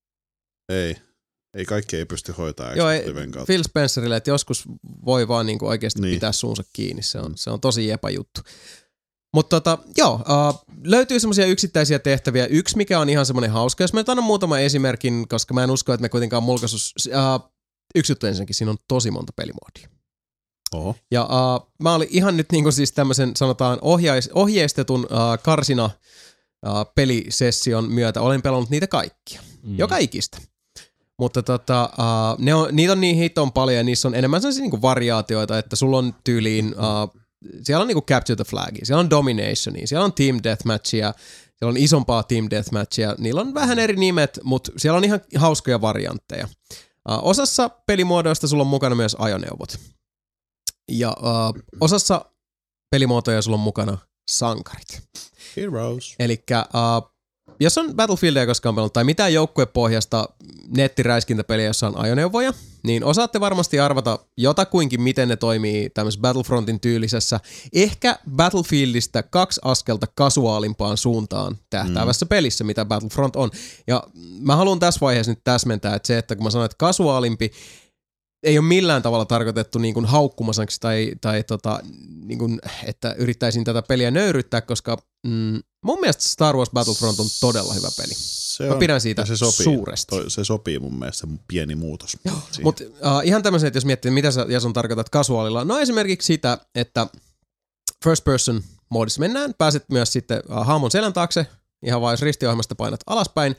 ei kaikki ei pysty hoitaa Xbox-liven kautta. Phil Spencerille, että joskus voi vaan niinku oikeasti pitää suunsa kiinni. Se on tosi epäjuttu. Mutta löytyy semmoisia yksittäisiä tehtäviä. Yksi, mikä on ihan semmoinen hauska. Jos mä nyt annan muutaman esimerkin, koska mä en usko, että me kuitenkaan mulkaisus. Yksi juttu ensinnäkin, siinä on tosi monta pelimoodia. Oho. Ja mä olin ihan nyt niinku siis tämmöisen sanotaan ohjeistetun karsina pelisession myötä. Olen pelannut niitä kaikkia. Joka ikistä. Mutta niitä on niin hiton paljon ja niissä on enemmän sellaisia niinku variaatioita, että sulla on tyyliin, siellä on niinku Capture the Flagia, siellä on Dominationia, siellä on Team Deathmatchia, siellä on isompaa Team Deathmatchia, niillä on vähän eri nimet, mutta siellä on ihan hauskoja variantteja. Osassa pelimuodoista sulla on mukana myös ajoneuvot. Ja osassa pelimuotoja sulla on mukana sankarit. Heroes. Elikkä jos on Battlefieldia koskaan pelannut tai mitään joukkuepohjasta nettiräiskintäpeliä, jossa on ajoneuvoja, niin osaatte varmasti arvata jotakuinkin, miten ne toimii tämmöisessä Battlefrontin tyylisessä, ehkä Battlefieldistä 2 askelta kasuaalimpaan suuntaan tähtäävässä pelissä, mitä Battlefront on. Ja mä haluan tässä vaiheessa nyt täsmentää, että se, että kun mä sanon, että kasuaalimpi, ei ole millään tavalla tarkoitettu niin kuin haukkumasaksi tai niin kuin, että yrittäisin tätä peliä nöyryttää, koska Mun mielestä Star Wars Battlefront on todella hyvä peli. Mä pidän siitä suuresti. Se sopii mun mielestä, pieni muutos. Mutta ihan tämmöisen, että jos miettii, mitä sä Jason tarkoitat casualilla. No esimerkiksi sitä, että first person moodissa mennään. Pääset myös sitten hahmon selän taakse, ihan vaan jos ristiohjelmasta painat alaspäin.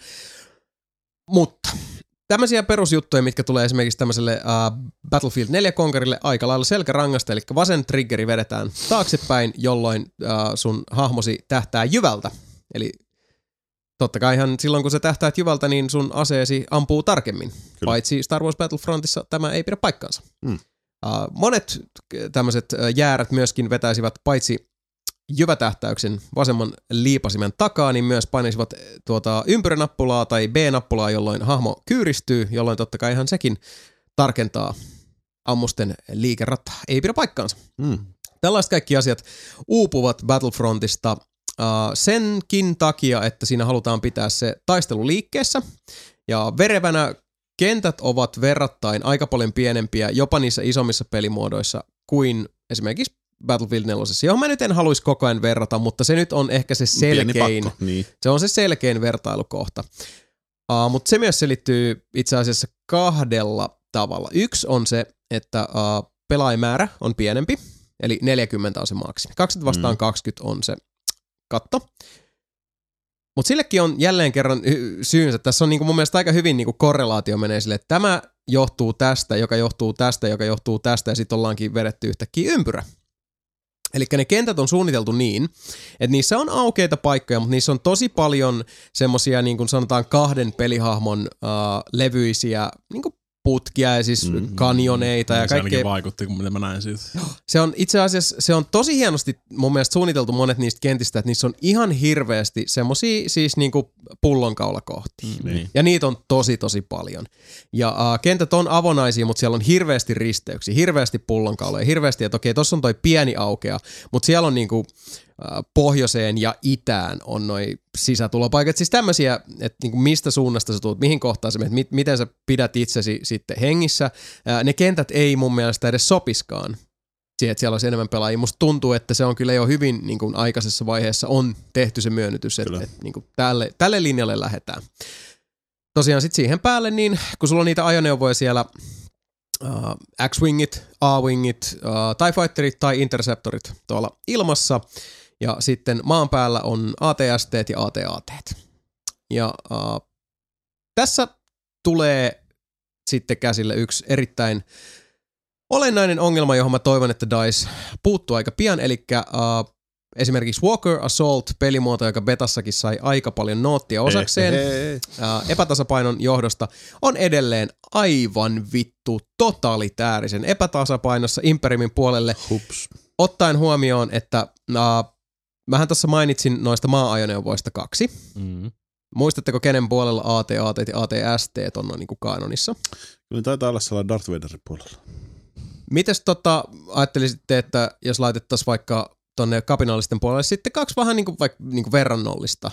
Mutta tämmöisiä perusjuttuja, mitkä tulee esimerkiksi tämmöiselle Battlefield 4 konkarille aika lailla selkärangasta, eli vasen triggeri vedetään taaksepäin, jolloin sun hahmosi tähtää jyvältä. Eli totta kai ihan silloin, kun sä tähtäät jyvältä, niin sun aseesi ampuu tarkemmin. Kyllä. Paitsi Star Wars Battlefrontissa tämä ei pidä paikkaansa. Monet tämmöiset jäärät myöskin vetäisivät paitsi jyvätähtäyksen vasemman liipasimen takaa, niin myös painisivat ympyränappulaa tai B-nappulaa, jolloin hahmo kyyristyy, jolloin totta kai ihan sekin tarkentaa ammusten liikerataa. Ei pidä paikkaansa. Tällaiset kaikki asiat uupuvat Battlefrontista senkin takia, että siinä halutaan pitää se taistelu liikkeessä. Ja verevänä kentät ovat verrattain aika paljon pienempiä jopa niissä isommissa pelimuodoissa kuin esimerkiksi Battlefield 4, johon mä nyt en haluaisi koko ajan verrata, mutta se nyt on ehkä se selkein, niin. Se on se selkein vertailukohta. Mutta se myös selittyy itse asiassa kahdella tavalla. Yksi on se, että pelaajamäärä on pienempi, eli 40 on se maksimi. 20 vastaan 20 on se katto. Mutta sillekin on jälleen kerran syynsä. Tässä on niinku mun mielestä aika hyvin niinku korrelaatio menee sille, että tämä johtuu tästä, joka johtuu tästä, joka johtuu tästä, ja sitten ollaankin vedetty yhtäkkiä ympyrä. Eli ne kentät on suunniteltu niin, että niissä on aukeita paikkoja, mutta niissä on tosi paljon semmosia niin kuin sanotaan kahden pelihahmon levyisiä niin kuin putkia ja siis kanjoneita ja kaikkea. Se ainakin vaikutti, kun mä näin siitä. Se on itse asiassa, se on tosi hienosti mun mielestä suunniteltu monet niistä kentistä, että niissä on ihan hirveästi semmosia siis niinku pullonkaulakohtia. Niin. Ja niitä on tosi paljon. Ja kentät on avonaisia, mutta siellä on hirveästi risteyksiä, hirveästi pullonkauloja, hirveästi, että okei, tossa on toi pieni aukea, mutta siellä on niinku pohjoiseen ja itään on noi sisätulopaikat. Siis tämmöisiä, että niinku mistä suunnasta sä tulet, mihin kohtaan sä menet, miten sä pidät itsesi sitten hengissä. Ne kentät ei mun mielestä edes sopiskaan siihen, että siellä olisi enemmän pelaajia. Musta tuntuu, että se on kyllä jo hyvin niin kuin aikaisessa vaiheessa on tehty se myönnytys, että niin kuin tälle linjalle lähdetään. Tosiaan sitten siihen päälle, niin kun sulla on niitä ajoneuvoja siellä, X-Wingit, A-Wingit, TIE Fighterit tai Interceptorit tuolla ilmassa, ja sitten maan päällä on AT-ST:t ja AT-AT:t. Ja tässä tulee sitten käsille yksi erittäin olennainen ongelma, johon mä toivon, että DICE puuttuu aika pian, eli esimerkiksi Walker Assault-pelimuoto, joka betassakin sai aika paljon noottia osakseen epätasapainon johdosta, on edelleen aivan vittu totalitäärisen epätasapainossa Imperiumin puolelle. Hups. Ottaen huomioon, että mähän tuossa mainitsin noista maa-ajoneuvoista 2. Muistatteko, kenen puolella AT-AT ja AT-ST on noin niin kuin kaanonissa? Kyllä taitaa olla sellainen Darth Vaderin puolella. Mites ajattelisitte, että jos laitettaisiin vaikka tonne kapinallisten puolelle sitten 2 vähän niin kuin, vaikka niin kuin verrannollista?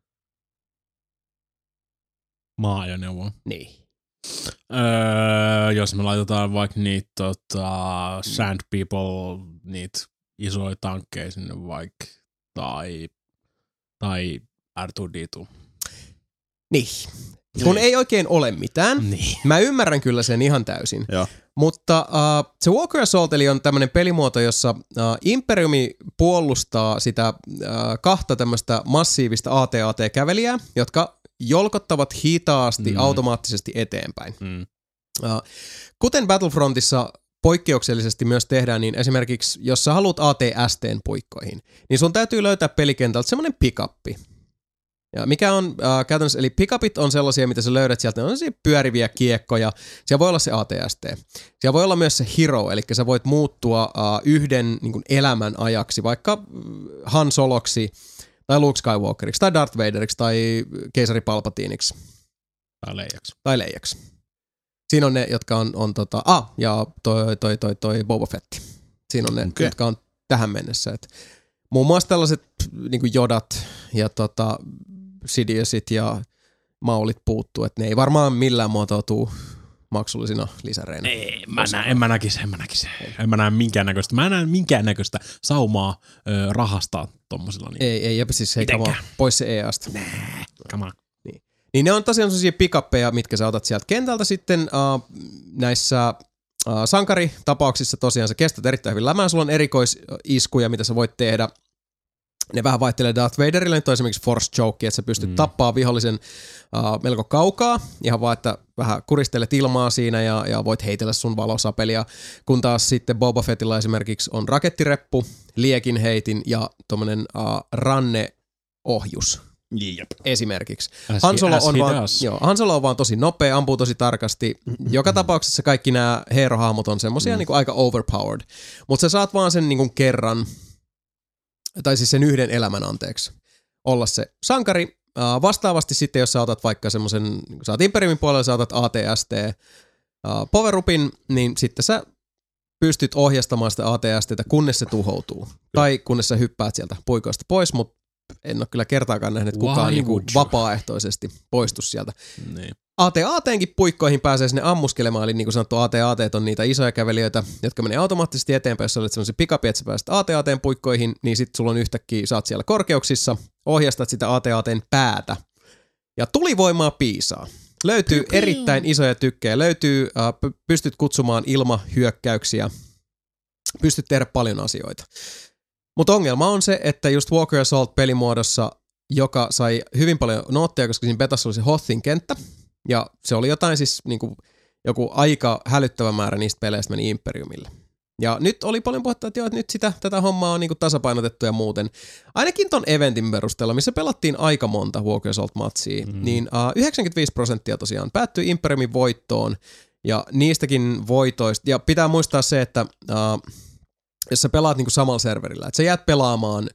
Maa-ajoneuvoa. Niin. Jos me laitetaan vaikka niitä Sand People, niitä isoja tankkeja sinne vaikka, tai R2-D2. Niin. Kun ei oikein ole mitään. Niin. Mä ymmärrän kyllä sen ihan täysin. Joo. Mutta se Walker Assault eli on tämmöinen pelimuoto, jossa Imperiumi puolustaa sitä 2 tämmöistä massiivista AT-AT-kävelijää, jotka jolkottavat hitaasti automaattisesti eteenpäin. Kuten Battlefrontissa poikkeuksellisesti myös tehdään, niin esimerkiksi jos sä haluat AT-ST:n puikkoihin, niin sun täytyy löytää pelikentältä semmoinen pick-uppi. Ja mikä on käytännössä, eli pick-upit on sellaisia, mitä sä löydät sieltä, ne on sellaisia pyöriviä kiekkoja, siellä voi olla se AT-ST. Siellä voi olla myös se hero, eli sä voit muuttua yhden niin kuin elämän ajaksi, vaikka Han Soloksi, tai Luke Skywalkeriksi, tai Darth Vaderiksi, tai keisari Palpatineiksi. Tai Leijaksi. Siinä on ne, jotka on ja toi Boba Fett. Siinä on ne, jotka on tähän mennessä. Et muun muassa tällaiset niin kuin Jodat ja Sidious'it ja Maulit puuttuu, että ne ei varmaan millään muotoa tuu maksullisina lisäreinä. Ei, en mä näkisi. En mä näe minkäännäköistä. Mä en näe minkäännäköistä saumaa rahastaa tommosilla. Niin. Ei, siis hei, pois se EAsta. Come on. Niin ne on tosiaan sellaisia pick-uppeja, mitkä sä otat sieltä kentältä sitten näissä sankaritapauksissa tosiaan sä kestät erittäin hyvin lämää. Sulla on erikoisiskuja, mitä sä voit tehdä. Ne vähän vaihtelee Darth Vaderille, nyt on esimerkiksi Force Choke, että sä pystyt tappaa vihollisen melko kaukaa, ihan vaan, että vähän kuristelet ilmaa siinä ja voit heitellä sun valosapelia, kun taas sitten Boba Fettillä esimerkiksi on rakettireppu, liekin heitin ja tommonen ranneohjus. Jep. Esimerkiksi. Han Solo on vaan tosi nopea, ampuu tosi tarkasti. Joka tapauksessa kaikki nämä hero-hahmot on semmosia niinku aika overpowered, mutta sä saat vaan sen niinku kerran, tai siis sen yhden elämän anteeksi, olla se sankari. Vastaavasti sitten, jos sä otat vaikka semmoisen, kun sä oot Imperiumin puolella, sä otat AT-ST power-upin, niin sitten sä pystyt ohjastamaan sitä AT-STtä, kunnes se tuhoutuu. Tai kunnes sä hyppäät sieltä puikoista pois, mutta en ole kyllä kertaakaan nähnyt, että kukaan niinku vapaaehtoisesti poistu sieltä. Niin. AT-AT:nkin puikkoihin pääsee sinne ammuskelemaan, eli niin kuin sanottu AT-AT on niitä isoja kävelijöitä, jotka menee automaattisesti eteenpäin, jos olet sellaisia pikapia, että sä pääset AT-AT:n puikkoihin, niin sit sulla on yhtäkkiä, sä oot siellä korkeuksissa, ohjastat sitä AT-AT:n päätä, ja tulivoimaa piisaa. Löytyy erittäin isoja tykkejä, pystyt kutsumaan ilmahyökkäyksiä, pystyt tehdä paljon asioita. Mutta ongelma on se, että just Walker Assault pelimuodossa, joka sai hyvin paljon nootteja, koska siinä betassa oli se Hothin kenttä, ja se oli jotain siis niinku, joku aika hälyttävä määrä niistä peleistä meni Imperiumille. Ja nyt oli paljon puhetta, että nyt tätä hommaa on niinku tasapainotettu ja muuten. Ainakin ton eventin perusteella, missä pelattiin aika monta Walker Assault-matsia, niin 95% tosiaan päättyi Imperiumin voittoon, ja niistäkin voitoista, ja pitää muistaa se, että jos sä pelaat niinku samalla serverillä, että sä jäät pelaamaan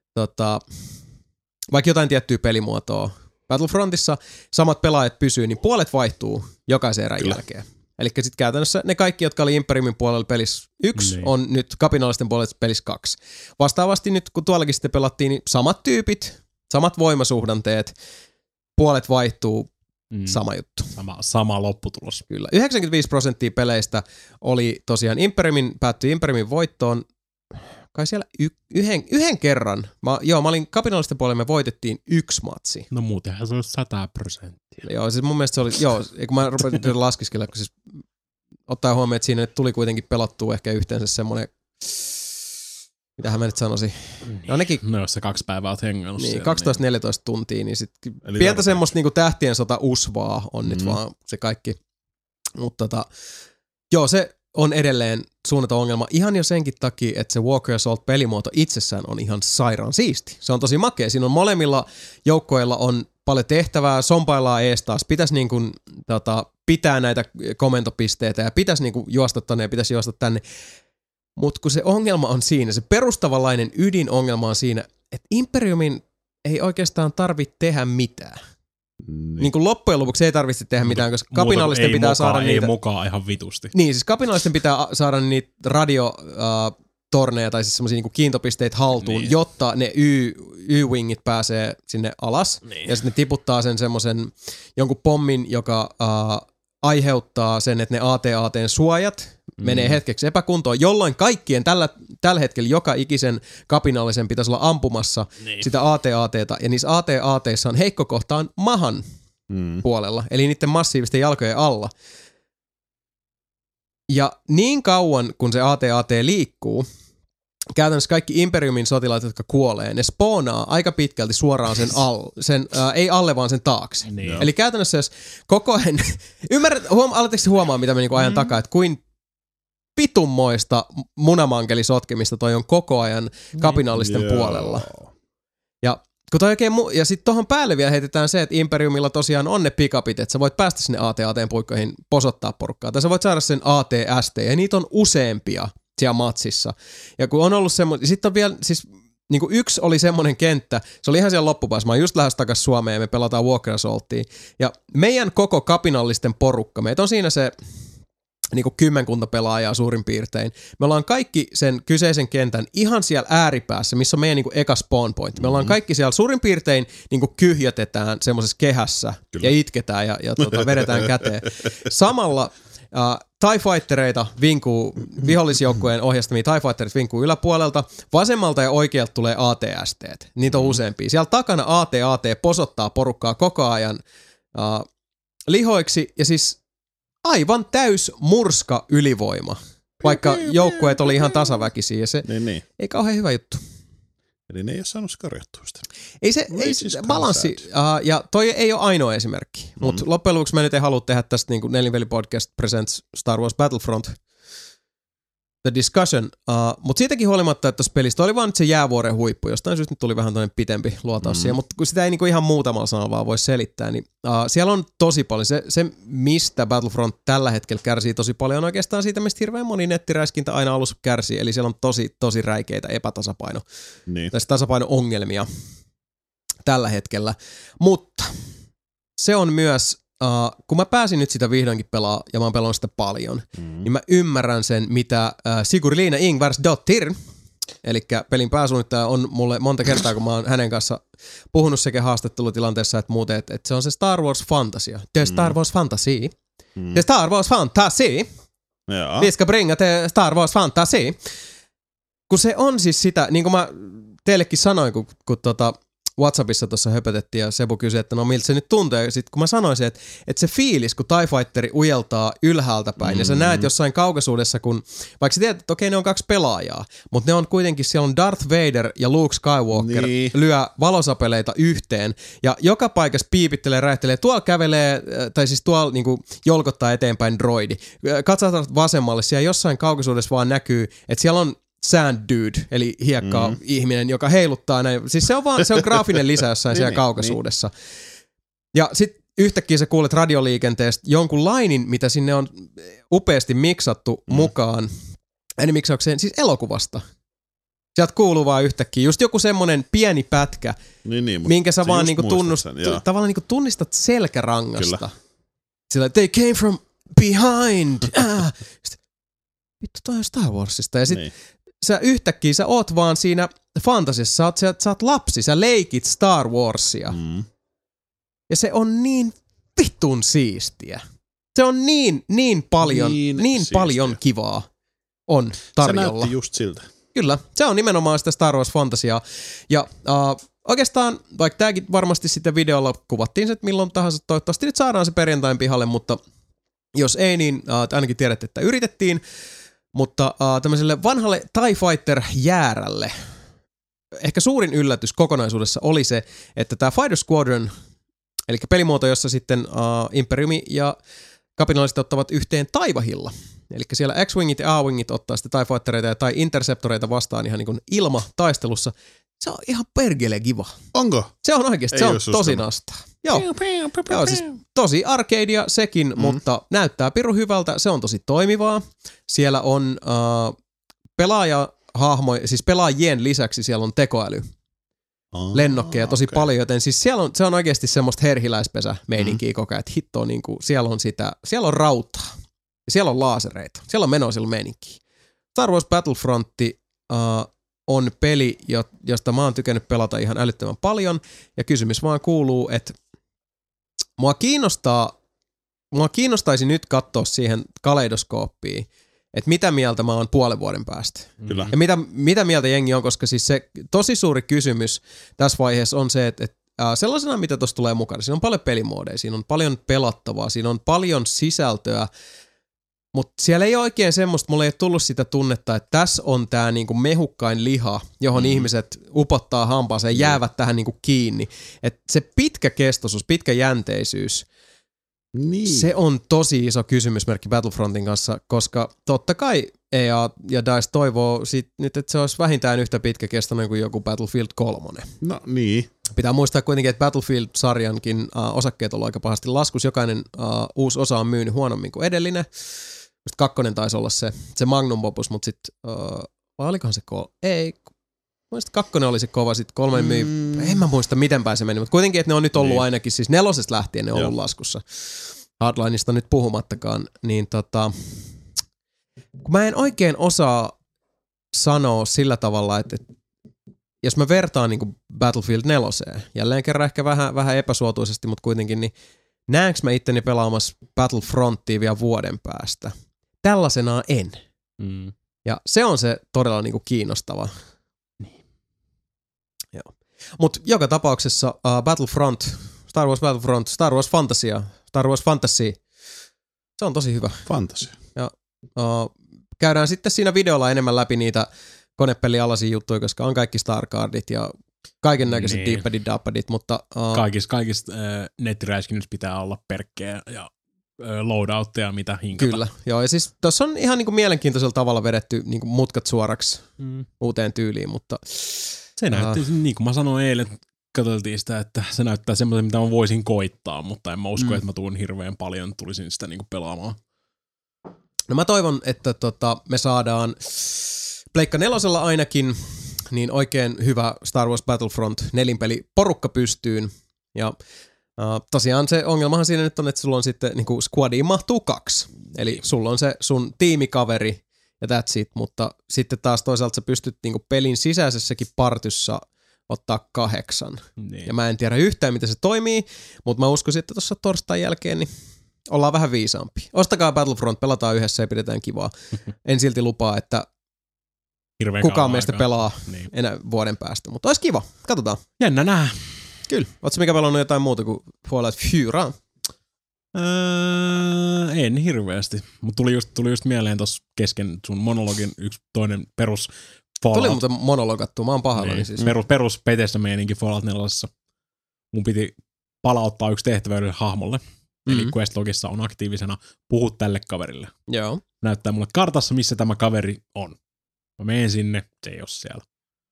vaikka jotain tiettyä pelimuotoa Battlefrontissa, samat pelaajat pysyy, niin puolet vaihtuu jokaisen erän jälkeen. Eli sitten käytännössä ne kaikki, jotka oli Imperiumin puolella pelissä 1, on nyt kapinallisten puolella pelissä 2. Vastaavasti nyt, kun tuollakin sitten pelattiin, niin samat tyypit, samat voimasuhdanteet, puolet vaihtuu, sama juttu. Sama lopputulos. Kyllä. 95% peleistä oli tosiaan päättyi Imperiumin voittoon. Kai siellä yhden kerran. Mä olin kapinallisten puolella, me voitettiin 1 matsi. No muutenhan se olisi 100%. Joo, siis mun mielestä se oli, kun mä rupesin laskiskella, kun siis ottaa huomioon, että siinä tuli kuitenkin pelattua ehkä yhteensä semmoinen, mitähän mä nyt sanoisin. Ainakin, no jos sä 2 päivää oot hengannut niin, siellä. 12-14 tuntia, niin sit pientä semmoista niinku tähtien sota usvaa on nyt vaan se kaikki. Mutta se on edelleen suunnaton ongelma ihan jo senkin takia, että se Walker Assault-pelimuoto itsessään on ihan sairaan siisti. Se on tosi makea. Siinä on molemmilla joukkoilla on paljon tehtävää, sompaillaan ees taas. Pitäisi niin kuin, pitää näitä komentopisteitä ja pitäisi niin kuin juosta tonne ja pitäisi juosta tänne. Mutta kun se ongelma on siinä, se perustavanlainen ydinongelma on siinä, että Imperiumin ei oikeastaan tarvitse tehdä mitään. Niin kuin loppujen lopuksi ei tarvitse tehdä mitään, koska kapinallisten pitää saada niitä. Ei mukaan ihan vitusti. Niin, siis kapinallisten pitää saada niitä radiotorneja tai siis semmosia niinku kiintopisteitä haltuun, jotta ne Y-wingit pääsee sinne alas. Niin. Ja sitten ne tiputtaa sen semmoisen jonkun pommin, joka aiheuttaa sen, että ne AT-AT:n suojat menee hetkeksi epäkuntoon, jolloin kaikkien tällä hetkellä joka ikisen kapinallisen pitäisi olla ampumassa sitä AT-AT:ta, ja niissä AT-AT:issa on heikko kohtaan mahan puolella, eli niiden massiivisten jalkojen alla. Ja niin kauan, kun se AT-AT liikkuu, käytännössä kaikki Imperiumin sotilaat, jotka kuolee, ne spoonaa aika pitkälti suoraan ei alle, vaan sen taakse. Niin. Eli käytännössä jos koko ajan, aletteko huomaa, mitä mä niinku ajan takaa, että kuin pitummoista munamankelisotkemista toi on koko ajan kapinallisten puolella. Ja kun toi ja sitten tohon päälle vielä heitetään se, että Imperiumilla tosiaan on ne pickupit, että sä voit päästä sinne AT-AT:n puikkoihin posottaa porukkaa, tai sä voit saada sen AT-ST, ja niitä on useampia siellä matsissa. Ja kun on ollut semmoinen, sitten on vielä, siis niin kuin yksi oli semmoinen kenttä, se oli ihan siellä loppupäässä, mä oon just lähes takas Suomeen ja me pelataan Walker Assaultia, ja meidän koko kapinallisten porukka, meitä on siinä se niinku 10 pelaajaa suurin piirtein. Me ollaan kaikki sen kyseisen kentän ihan siellä ääripäässä, missä on meidän niinku eka spawn point. Me ollaan kaikki siellä suurin piirtein niinku kyhjötetään semmoisessa kehässä ja itketään ja vedetään käteen. Samalla TIE Fightereita vinkuu, vihollisjoukkueen ohjastamia TIE Fightereita vinkuu yläpuolelta. Vasemmalta ja oikealta tulee AT-ST:t. Niitä on useampia. Siellä takana AT posottaa porukkaa koko ajan lihoiksi ja siis aivan täys murska ylivoima, vaikka joukkueet oli ihan tasaväkisiä ja se ei kauhean hyvä juttu. Eli ne ei ole saanut korjattua sitä. Ei se balanssi, ja toi ei ole ainoa esimerkki, mutta loppujen lopuksi mä nyt en halua tehdä tästä niin kuin Nelinpeli Podcast Presents Star Wars Battlefront The Discussion, mutta siitäkin huolimatta, että tuossa pelistä oli vaan nyt se jäävuoren huippu, jostain syystä nyt tuli vähän toinen pitempi luotaus siihen, mutta kun sitä ei niinku ihan muutamalla sanalla vaan voi selittää, niin siellä on tosi paljon. Se, mistä Battlefront tällä hetkellä kärsii tosi paljon, on oikeastaan siitä, mistä hirveän moni nettiräiskintä aina alussa kärsii, eli siellä on tosi räikeitä tasapaino-ongelmia tällä hetkellä, mutta se on myös kun mä pääsin nyt sitä vihdoinkin pelaa, ja mä oon pelannut sitä paljon, niin mä ymmärrän sen, mitä Sigurliina Ingvarsdottir, eli pelin pääsuunnittaja on mulle monta kertaa, kun mä oon hänen kanssa puhunut sekä haastattelutilanteessa, että muuten, että se on se Star Wars fantasia. The Star Wars fantasy. The Star Wars fantasy. Vi ska bringa the Star Wars fantasy. Kun se on siis sitä, niin kuin mä teillekin sanoin, kun WhatsAppissa tuossa höpötettiin ja Sebu kysyi, että no miltä se nyt tuntuu. Ja sitten kun mä sanoin se, että se fiilis, kun TIE Fighteri ujeltaa ylhäältä päin ja sä näet jossain kaukaisuudessa, kun vaikka sä tiedät, että okei, ne on 2 pelaajaa, mutta ne on kuitenkin, siellä on Darth Vader ja Luke Skywalker lyö valosapeleita yhteen ja joka paikassa piipittelee, räjähtelee, tuolla kävelee, tai siis tuolla niinku jolkottaa eteenpäin droidi. Katsotaan vasemmalle, siellä jossain kaukaisuudessa vaan näkyy, että siellä on Sand Dude, eli hiekka-ihminen, joka heiluttaa näin. Siis se on graafinen lisä jossain siellä kaukaisuudessa. Ja sitten yhtäkkiä sä kuulet radioliikenteestä jonkun lainin, mitä sinne on upeasti miksattu mukaan. Miksaukseen, siis elokuvasta. Sieltä kuuluu vaan yhtäkkiä just joku semmonen pieni pätkä, minkä sä vaan niinku tavallaan niinku tunnistat selkärangasta. Kyllä. Sillä they came from behind. Vittu, toi on Star Warsista. Ja sit sä yhtäkkiä sä oot vaan siinä fantasiassa, sä oot lapsi, sä leikit Star Warsia. Ja se on niin vitun siistiä. Se on niin paljon kivaa on tarjolla. Se näytti just siltä. Kyllä, se on nimenomaan sitä Star Wars fantasiaa. Ja oikeastaan, vaikka tääkin varmasti sitten videolla kuvattiin se, että milloin tahansa, toivottavasti nyt saadaan se perjantain pihalle, mutta jos ei, niin ainakin tiedätte, että yritettiin. Mutta tämmöiselle vanhalle TIE Fighter-jäärälle ehkä suurin yllätys kokonaisuudessa oli se, että tämä Fighter Squadron, eli pelimuoto, jossa sitten Imperiumi ja kapinalliset ottavat yhteen taivahilla. Eli siellä X-Wingit ja A-Wingit ottaa sitten TIE Fightereita tai Interceptoreita vastaan ihan niin kuin ilmataistelussa. Se on ihan perkele kiva. Onko? Se on oikeasti, se on tosi nastaa. Joo, siis tosi arcadea sekin, mutta näyttää pirun hyvältä. Se on tosi toimivaa. Siellä on siis pelaajien lisäksi siellä on tekoäly. Lennokkeja tosi paljon, joten siis se on oikeasti semmoista herhiläispesä-meininkiä koko ajan, että hittoa niinku, siellä on rautaa, ja siellä on laasereita, siellä on menoa sillä meininkiä. Star Wars Battlefrontti on peli, josta mä oon tykännyt pelata ihan älyttömän paljon, ja kysymys vaan kuuluu, että mua kiinnostaisi nyt katsoa siihen kaleidoskooppiin, että mitä mieltä mä oon puolen vuoden päästä. Kyllä. Ja mitä mieltä jengi on, koska siis se tosi suuri kysymys tässä vaiheessa on se, että sellaisena, mitä tuossa tulee mukana, siinä on paljon pelimoodeja, siinä on paljon pelattavaa, siinä on paljon sisältöä, mutta siellä ei oikein semmoista, mulla ei ole tullut sitä tunnetta, että tässä on tää niinku mehukkain liha, johon ihmiset upottaa hampaansa ja jäävät tähän niinku kiinni. Et se pitkäkestoisuus, pitkäjänteisyys, se on tosi iso kysymysmerkki Battlefrontin kanssa, koska totta kai EA ja DICE toivoo nyt, että se olisi vähintään yhtä pitkäkestoinen kuin joku Battlefield 3. No niin. Pitää muistaa kuitenkin, että Battlefield-sarjankin osakkeet on aika pahasti laskus. Jokainen uusi osa on myynyt huonommin kuin edellinen. Sitten 2 taisi olla se Magnum Opus, mutta sitten, vai olikohan se ei, muista 2 oli se kova, sitten 3 myi, en mä muista miten päin se meni, mutta kuitenkin, että ne on nyt ollut ainakin, siis 4 lähtien ne on ollut laskussa. Hardlineista nyt puhumattakaan, niin kun mä en oikein osaa sanoa sillä tavalla, että jos mä vertaan niinku Battlefield 4, jälleen kerran ehkä vähän epäsuotuisesti, mutta kuitenkin, niin näenkö mä itteni pelaamassa Battlefrontia vielä vuoden päästä? Tällaisenaan en. Ja se on se todella niinku kiinnostava. Niin. Joo. Mut joka tapauksessa Battlefront, Star Wars Battlefront, Star Wars Fantasy, se on tosi hyvä. Fantasia. Ja käydään sitten siinä videolla enemmän läpi niitä konepelin alaisia juttuja, koska on kaikki Starcardit ja kaiken näköiset niin. Deepadit, mutta Kaikista nettiräiskinnöissä pitää olla perkkejä ja loadoutteja, mitä hinkata. Kyllä, joo, ja siis tuossa on ihan niinku mielenkiintoisella tavalla vedetty niinku mutkat suoraksi uuteen tyyliin, mutta se näytti, niin kuin mä sanoin eilen, katseltiin sitä, että se näyttää semmoisen, mitä mä voisin koittaa, mutta en mä usko, että mä tuun hirveän paljon, tulisin sitä niinku pelaamaan. No mä toivon, että me saadaan Pleikka 4 ainakin niin oikein hyvä Star Wars Battlefront 4-peli porukka pystyyn. Ja tosiaan se ongelmahan siinä nyt on, että sulla on sitten niinku squadiin mahtuu 2. Eli sulla on se sun tiimikaveri ja that's it, mutta sitten taas toisaalta sä pystyt niinku pelin sisäisessäkin partyssa ottaa 8. Niin. Ja mä en tiedä yhtään, miten se toimii, mutta mä uskoisin, että tuossa torstain jälkeen niin ollaan vähän viisaampi. Ostakaa Battlefront, pelataan yhdessä ja pidetään kivaa. En silti lupaa, että hirveän kukaan meistä pelaa enää vuoden päästä, mutta olisi kiva. Katsotaan. Jännä nähdä. Kyllä. Ootko mikä pelannut jotain muuta kuin Fallout 4? En hirveästi, mutta tuli just mieleen tuossa kesken sun monologin yksi toinen perus Fallout. Tuli muuten monologattua, mä oon pahalla. Niin siis. Perus Bethesda meininki Fallout 4. Mun piti palauttaa yksi tehtävä yhdelle hahmolle. Eli questlogissa on aktiivisena, puhu tälle kaverille. Joo. Näyttää mulle kartassa, missä tämä kaveri on. Mä menen sinne, se ei ole siellä.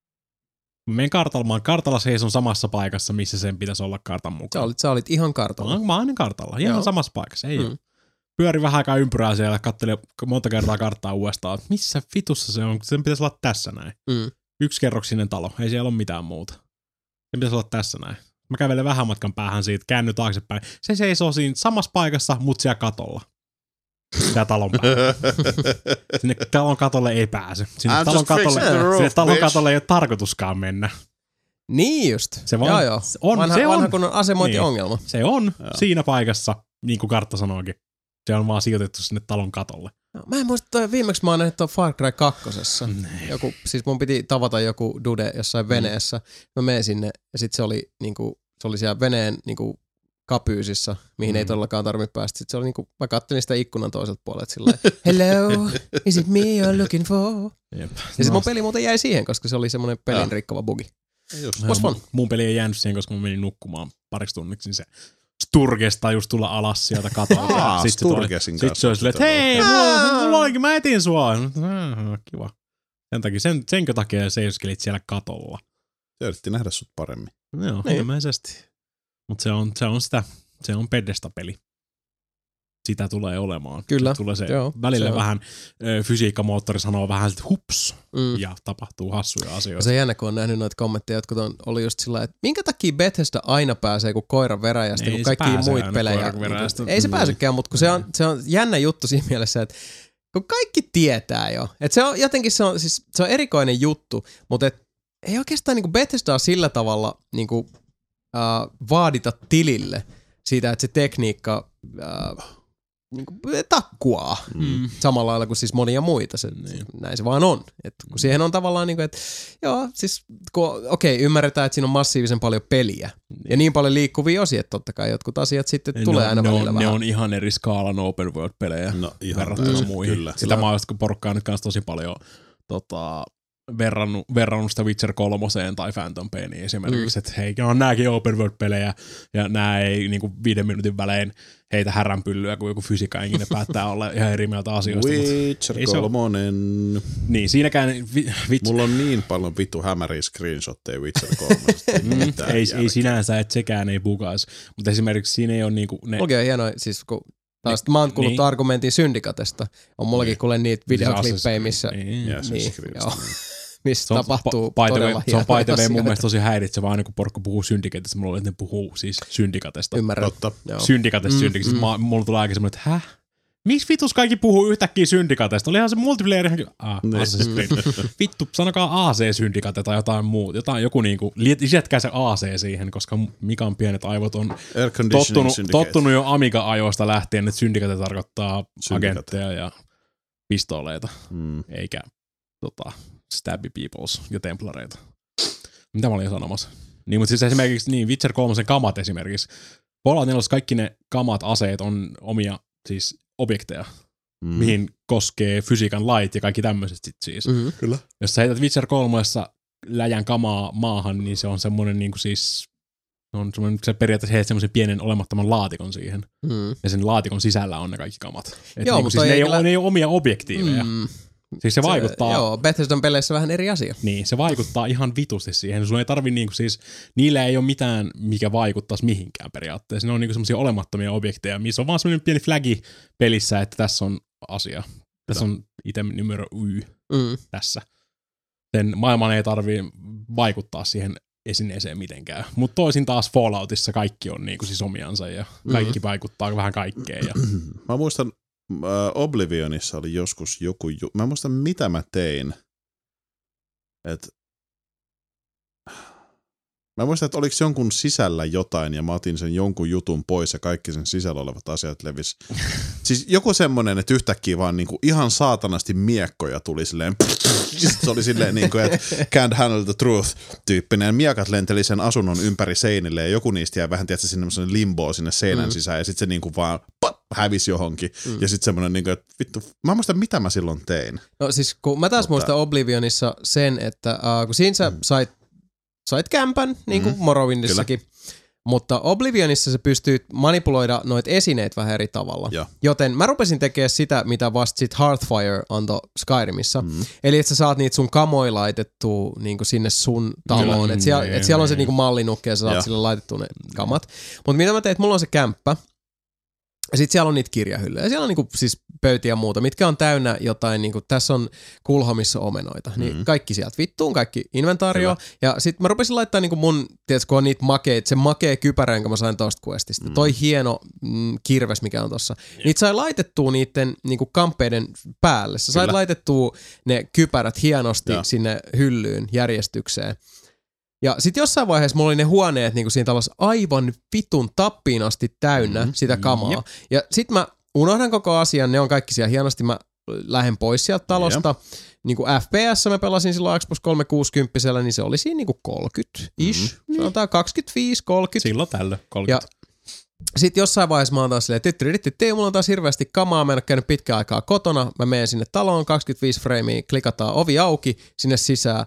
Mä menen kartalmaan. Kartalla seison samassa paikassa, missä sen pitäisi olla kartan mukaan. Sä olit ihan kartalla. Mä oon kartalla, ihan samassa paikassa, ei ole. Pyöri vähän aikaa ympyrää siellä, katselin monta kertaa karttaa uudestaan, että missä vitussa se on, sen pitäisi olla tässä näin. Yksikerroksinen talo, ei siellä ole mitään muuta. Sen pitäisi olla tässä näin. Mä kävelen vähän matkan päähän siitä, käänny taaksepäin. Se seisoo siinä samassa paikassa, mutta siellä katolla. Siellä talon päällä. Sinne talon katolle ei pääse. Sinne talon katolle ei ole tarkoituskaan mennä. Niin just. Se vaan, joo. Vanha kun on asemointiongelma. Niin. Se on siinä paikassa, niin kuin kartta sanookin. Se on vaan sijoitettu sinne talon katolle. No, mä en muista, viimeksi mä oon nähnyt Far Cry 2. Siis mun piti tavata joku dude jossain veneessä. Mä menen sinne ja sit se oli siellä veneen niinku kapyysissa, mihin ei todellakaan tarvitse päästä. Sitten se oli niinku, mä kattelin sitä ikkunan toiselta puolelta silleen, hello, is it me you're looking for? Jep. Ja sitten mun peli muuten jäi siihen, koska se oli semmoinen pelin rikkova bugi. Mun peli ei jäänyt siihen, koska mä menin nukkumaan pariksi tunniksi, niin se Sturges tajus tulla alas sieltä katolta. Sitten se oli silleen, että hei, mulla olikin, mä etin sua. Kiva. Senkö takia seiskelit siellä katolla. Se yritti nähdä sut paremmin. Joo, ilmeisesti. Mutta se on Bethesda-peli. Sitä tulee olemaan. Kyllä. Tulee se välillä vähän, fysiikkamoottori sanoo vähän, että hups, ja tapahtuu hassuja asioita. Se on jännä, kun on nähnyt noita kommentteja, jotka oli just sillä, että minkä takia Bethesda aina pääsee kuin koiran veräjästä, kun kaikki muita pelejä. Ei se pääsekään, mutta kun se on jännä juttu siinä mielessä, että kun kaikki tietää jo. Että se on jotenkin, se on erikoinen juttu, mutta ei oikeastaan niin kuin Bethesdaa sillä tavalla niin kuin, vaadita tilille siitä, että se tekniikka niin kuin takkuaa samalla lailla kuin siis monia muita. Näin se vaan on. Et kun siihen on tavallaan niin kuin, että joo, siis ymmärretään, että siinä on massiivisen paljon peliä ja niin paljon liikkuvia osia, että totta kai jotkut asiat sitten tulee aina välillä vähän. Ne on ihan eri skaalan open world-pelejä verrattuna muihin. Kyllä. Sitä mä oon porukkaa nyt kanssa tosi paljon verrannut sitä Witcher 3 tai Phantom Painiin esimerkiksi, että hei, on nääkin open world-pelejä, ja nää ei niinku 5 minuutin välein heitä häränpyllyä, kun joku fysiikka-engine päättää olla ihan eri mieltä asioista. Witcher 3. Niin, siinäkään mulla on niin paljon vittu hämäriä screenshotteja Witcher 3. ei sinänsä, että sekään ei bugaisi, mutta esimerkiksi siinä ei ole niinku Oikein hienoa, siis kun taas mä oon kuullut argumentin Syndicatesta. On mullakin kuule niitä videoklippejä, missä missä tapahtuu todella hienoja asioita. Se on by the way mun mielestä tosi häiritsevää, aina kun porukka puhuu Syndicatesta, mulla oli, että ne puhuu siis Syndicatesta. Ymmärrän. Syndicatesta. Mulla tulee aika semmoinen, että Miksi vitus kaikki puhuu yhtäkkiä syndikateista? Olihan se multiplayer ihan... Assassin's Creed. Vittu, sanokaa AC-syndikate tai jotain muuta. Joku niinku, lisätkää se AC siihen, koska Mikan pienet aivot on tottunut jo Amiga-ajoista lähtien, että syndikate tarkoittaa agentteja ja pistooleita, eikä stabby peoples ja templareita. Mitä mä olin sanomassa? Niin, mutta siis esimerkiksi Witcher 3 kamat esimerkiksi. Fallout 4 kaikki ne kamat, aseet on omia siis objekteja, mihin koskee fysiikan lait ja kaikki tämmöiset sit siis. Kyllä. Jos sä heität Witcher 3 läjän kamaa maahan, niin se on semmoinen niinku siis, se periaatteessa heität semmoisen pienen olemattoman laatikon siihen. Ja sen laatikon sisällä on ne kaikki kamat. Joo, niinku, siis ne ei ole omia objektiiveja. Siis se vaikuttaa... Joo, Bethesdan peleissä vähän eri asia. Niin, se vaikuttaa ihan vitusti siihen. Sun ei tarvi niinku siis, niillä ei ole mitään, mikä vaikuttaisi mihinkään periaatteessa. Ne on niinku semmosia olemattomia objekteja, missä on vaan semmoinen pieni flagi pelissä, että tässä on asia. Tässä on item numero Y tässä. Sen maailman ei tarvi vaikuttaa siihen esineeseen mitenkään. Mutta toisin taas Falloutissa kaikki on niinku siis omiansa ja kaikki vaikuttaa vähän kaikkeen. Ja... Mä muistan, Oblivionissa oli joskus joku, mä en muista mitä mä tein. Mä muistan, että oliko jonkun sisällä jotain ja mä otin sen jonkun jutun pois ja kaikki sen sisällä olevat asiat levis. Siis joku semmonen, että yhtäkkiä vaan niinku ihan saatanasti miekkoja tuli silleen. Se oli silleen niinku, että can't handle the truth -tyyppinen. Ja miekat lenteli sen asunnon ympäri seinille ja joku niistä jäi vähän tietysti sinne limboa sinne seinän sisään ja sit se niinku vaan hävisi johonkin. Ja sit semmonen niinku, että vittu, mä muistan mitä mä silloin tein. No siis kun mä taas muistan Oblivionissa sen, että kun siinä sä sait kämpän, niin kuin Morrowindissakin, mutta Oblivionissa sä pystyt manipuloida noita esineitä vähän eri tavalla. Ja. Joten mä rupesin tekemään sitä, mitä vasta sit Hearthfire antoi Skyrimissa. Eli että sä saat niitä sun kamoja laitettua niin kuin sinne sun taloon. Että siellä on se niin kuin mallinukke ja sä saat sille laitettua ne kamat. Mutta mitä mä tein, että mulla on se kämppä. Ja sit siellä on niitä kirjahyllyjä. Ja siellä on niinku siis pöytiä ja muuta, mitkä on täynnä jotain, niinku tässä on kulhomissa omenoita. Niin kaikki sieltä vittuun, kaikki inventaario. Ja sit mä rupesin laittaa niinku mun, tiedätkö, kun on niitä makeita, se makea kypärä, jonka mä sain tosta questista. Toi hieno kirves, mikä on tossa. Niitä sai laitettua niitten niinku kamppeiden päälle. Sä sait laitettua ne kypärät hienosti sinne hyllyyn järjestykseen. Ja sit jossain vaiheessa mulla oli ne huoneet niinku siinä talossa aivan vitun tappiin asti täynnä sitä kamaa. Ja sit mä unohdan koko asian, ne on kaikki siellä hienosti, mä lähden pois sieltä talosta. Niinku FPS mä pelasin silloin Xbox 360, niin se oli siinä niinku 30-ish. Sanotaan 25-30. Silloin tällöin 30. Ja sit jossain vaiheessa mä oon taas silleen, mulla on taas hirveästi kamaa, mä en oo käynyt pitkään aikaa kotona, mä menen sinne taloon, 25 freimiä, klikataan ovi auki, sinne sisään.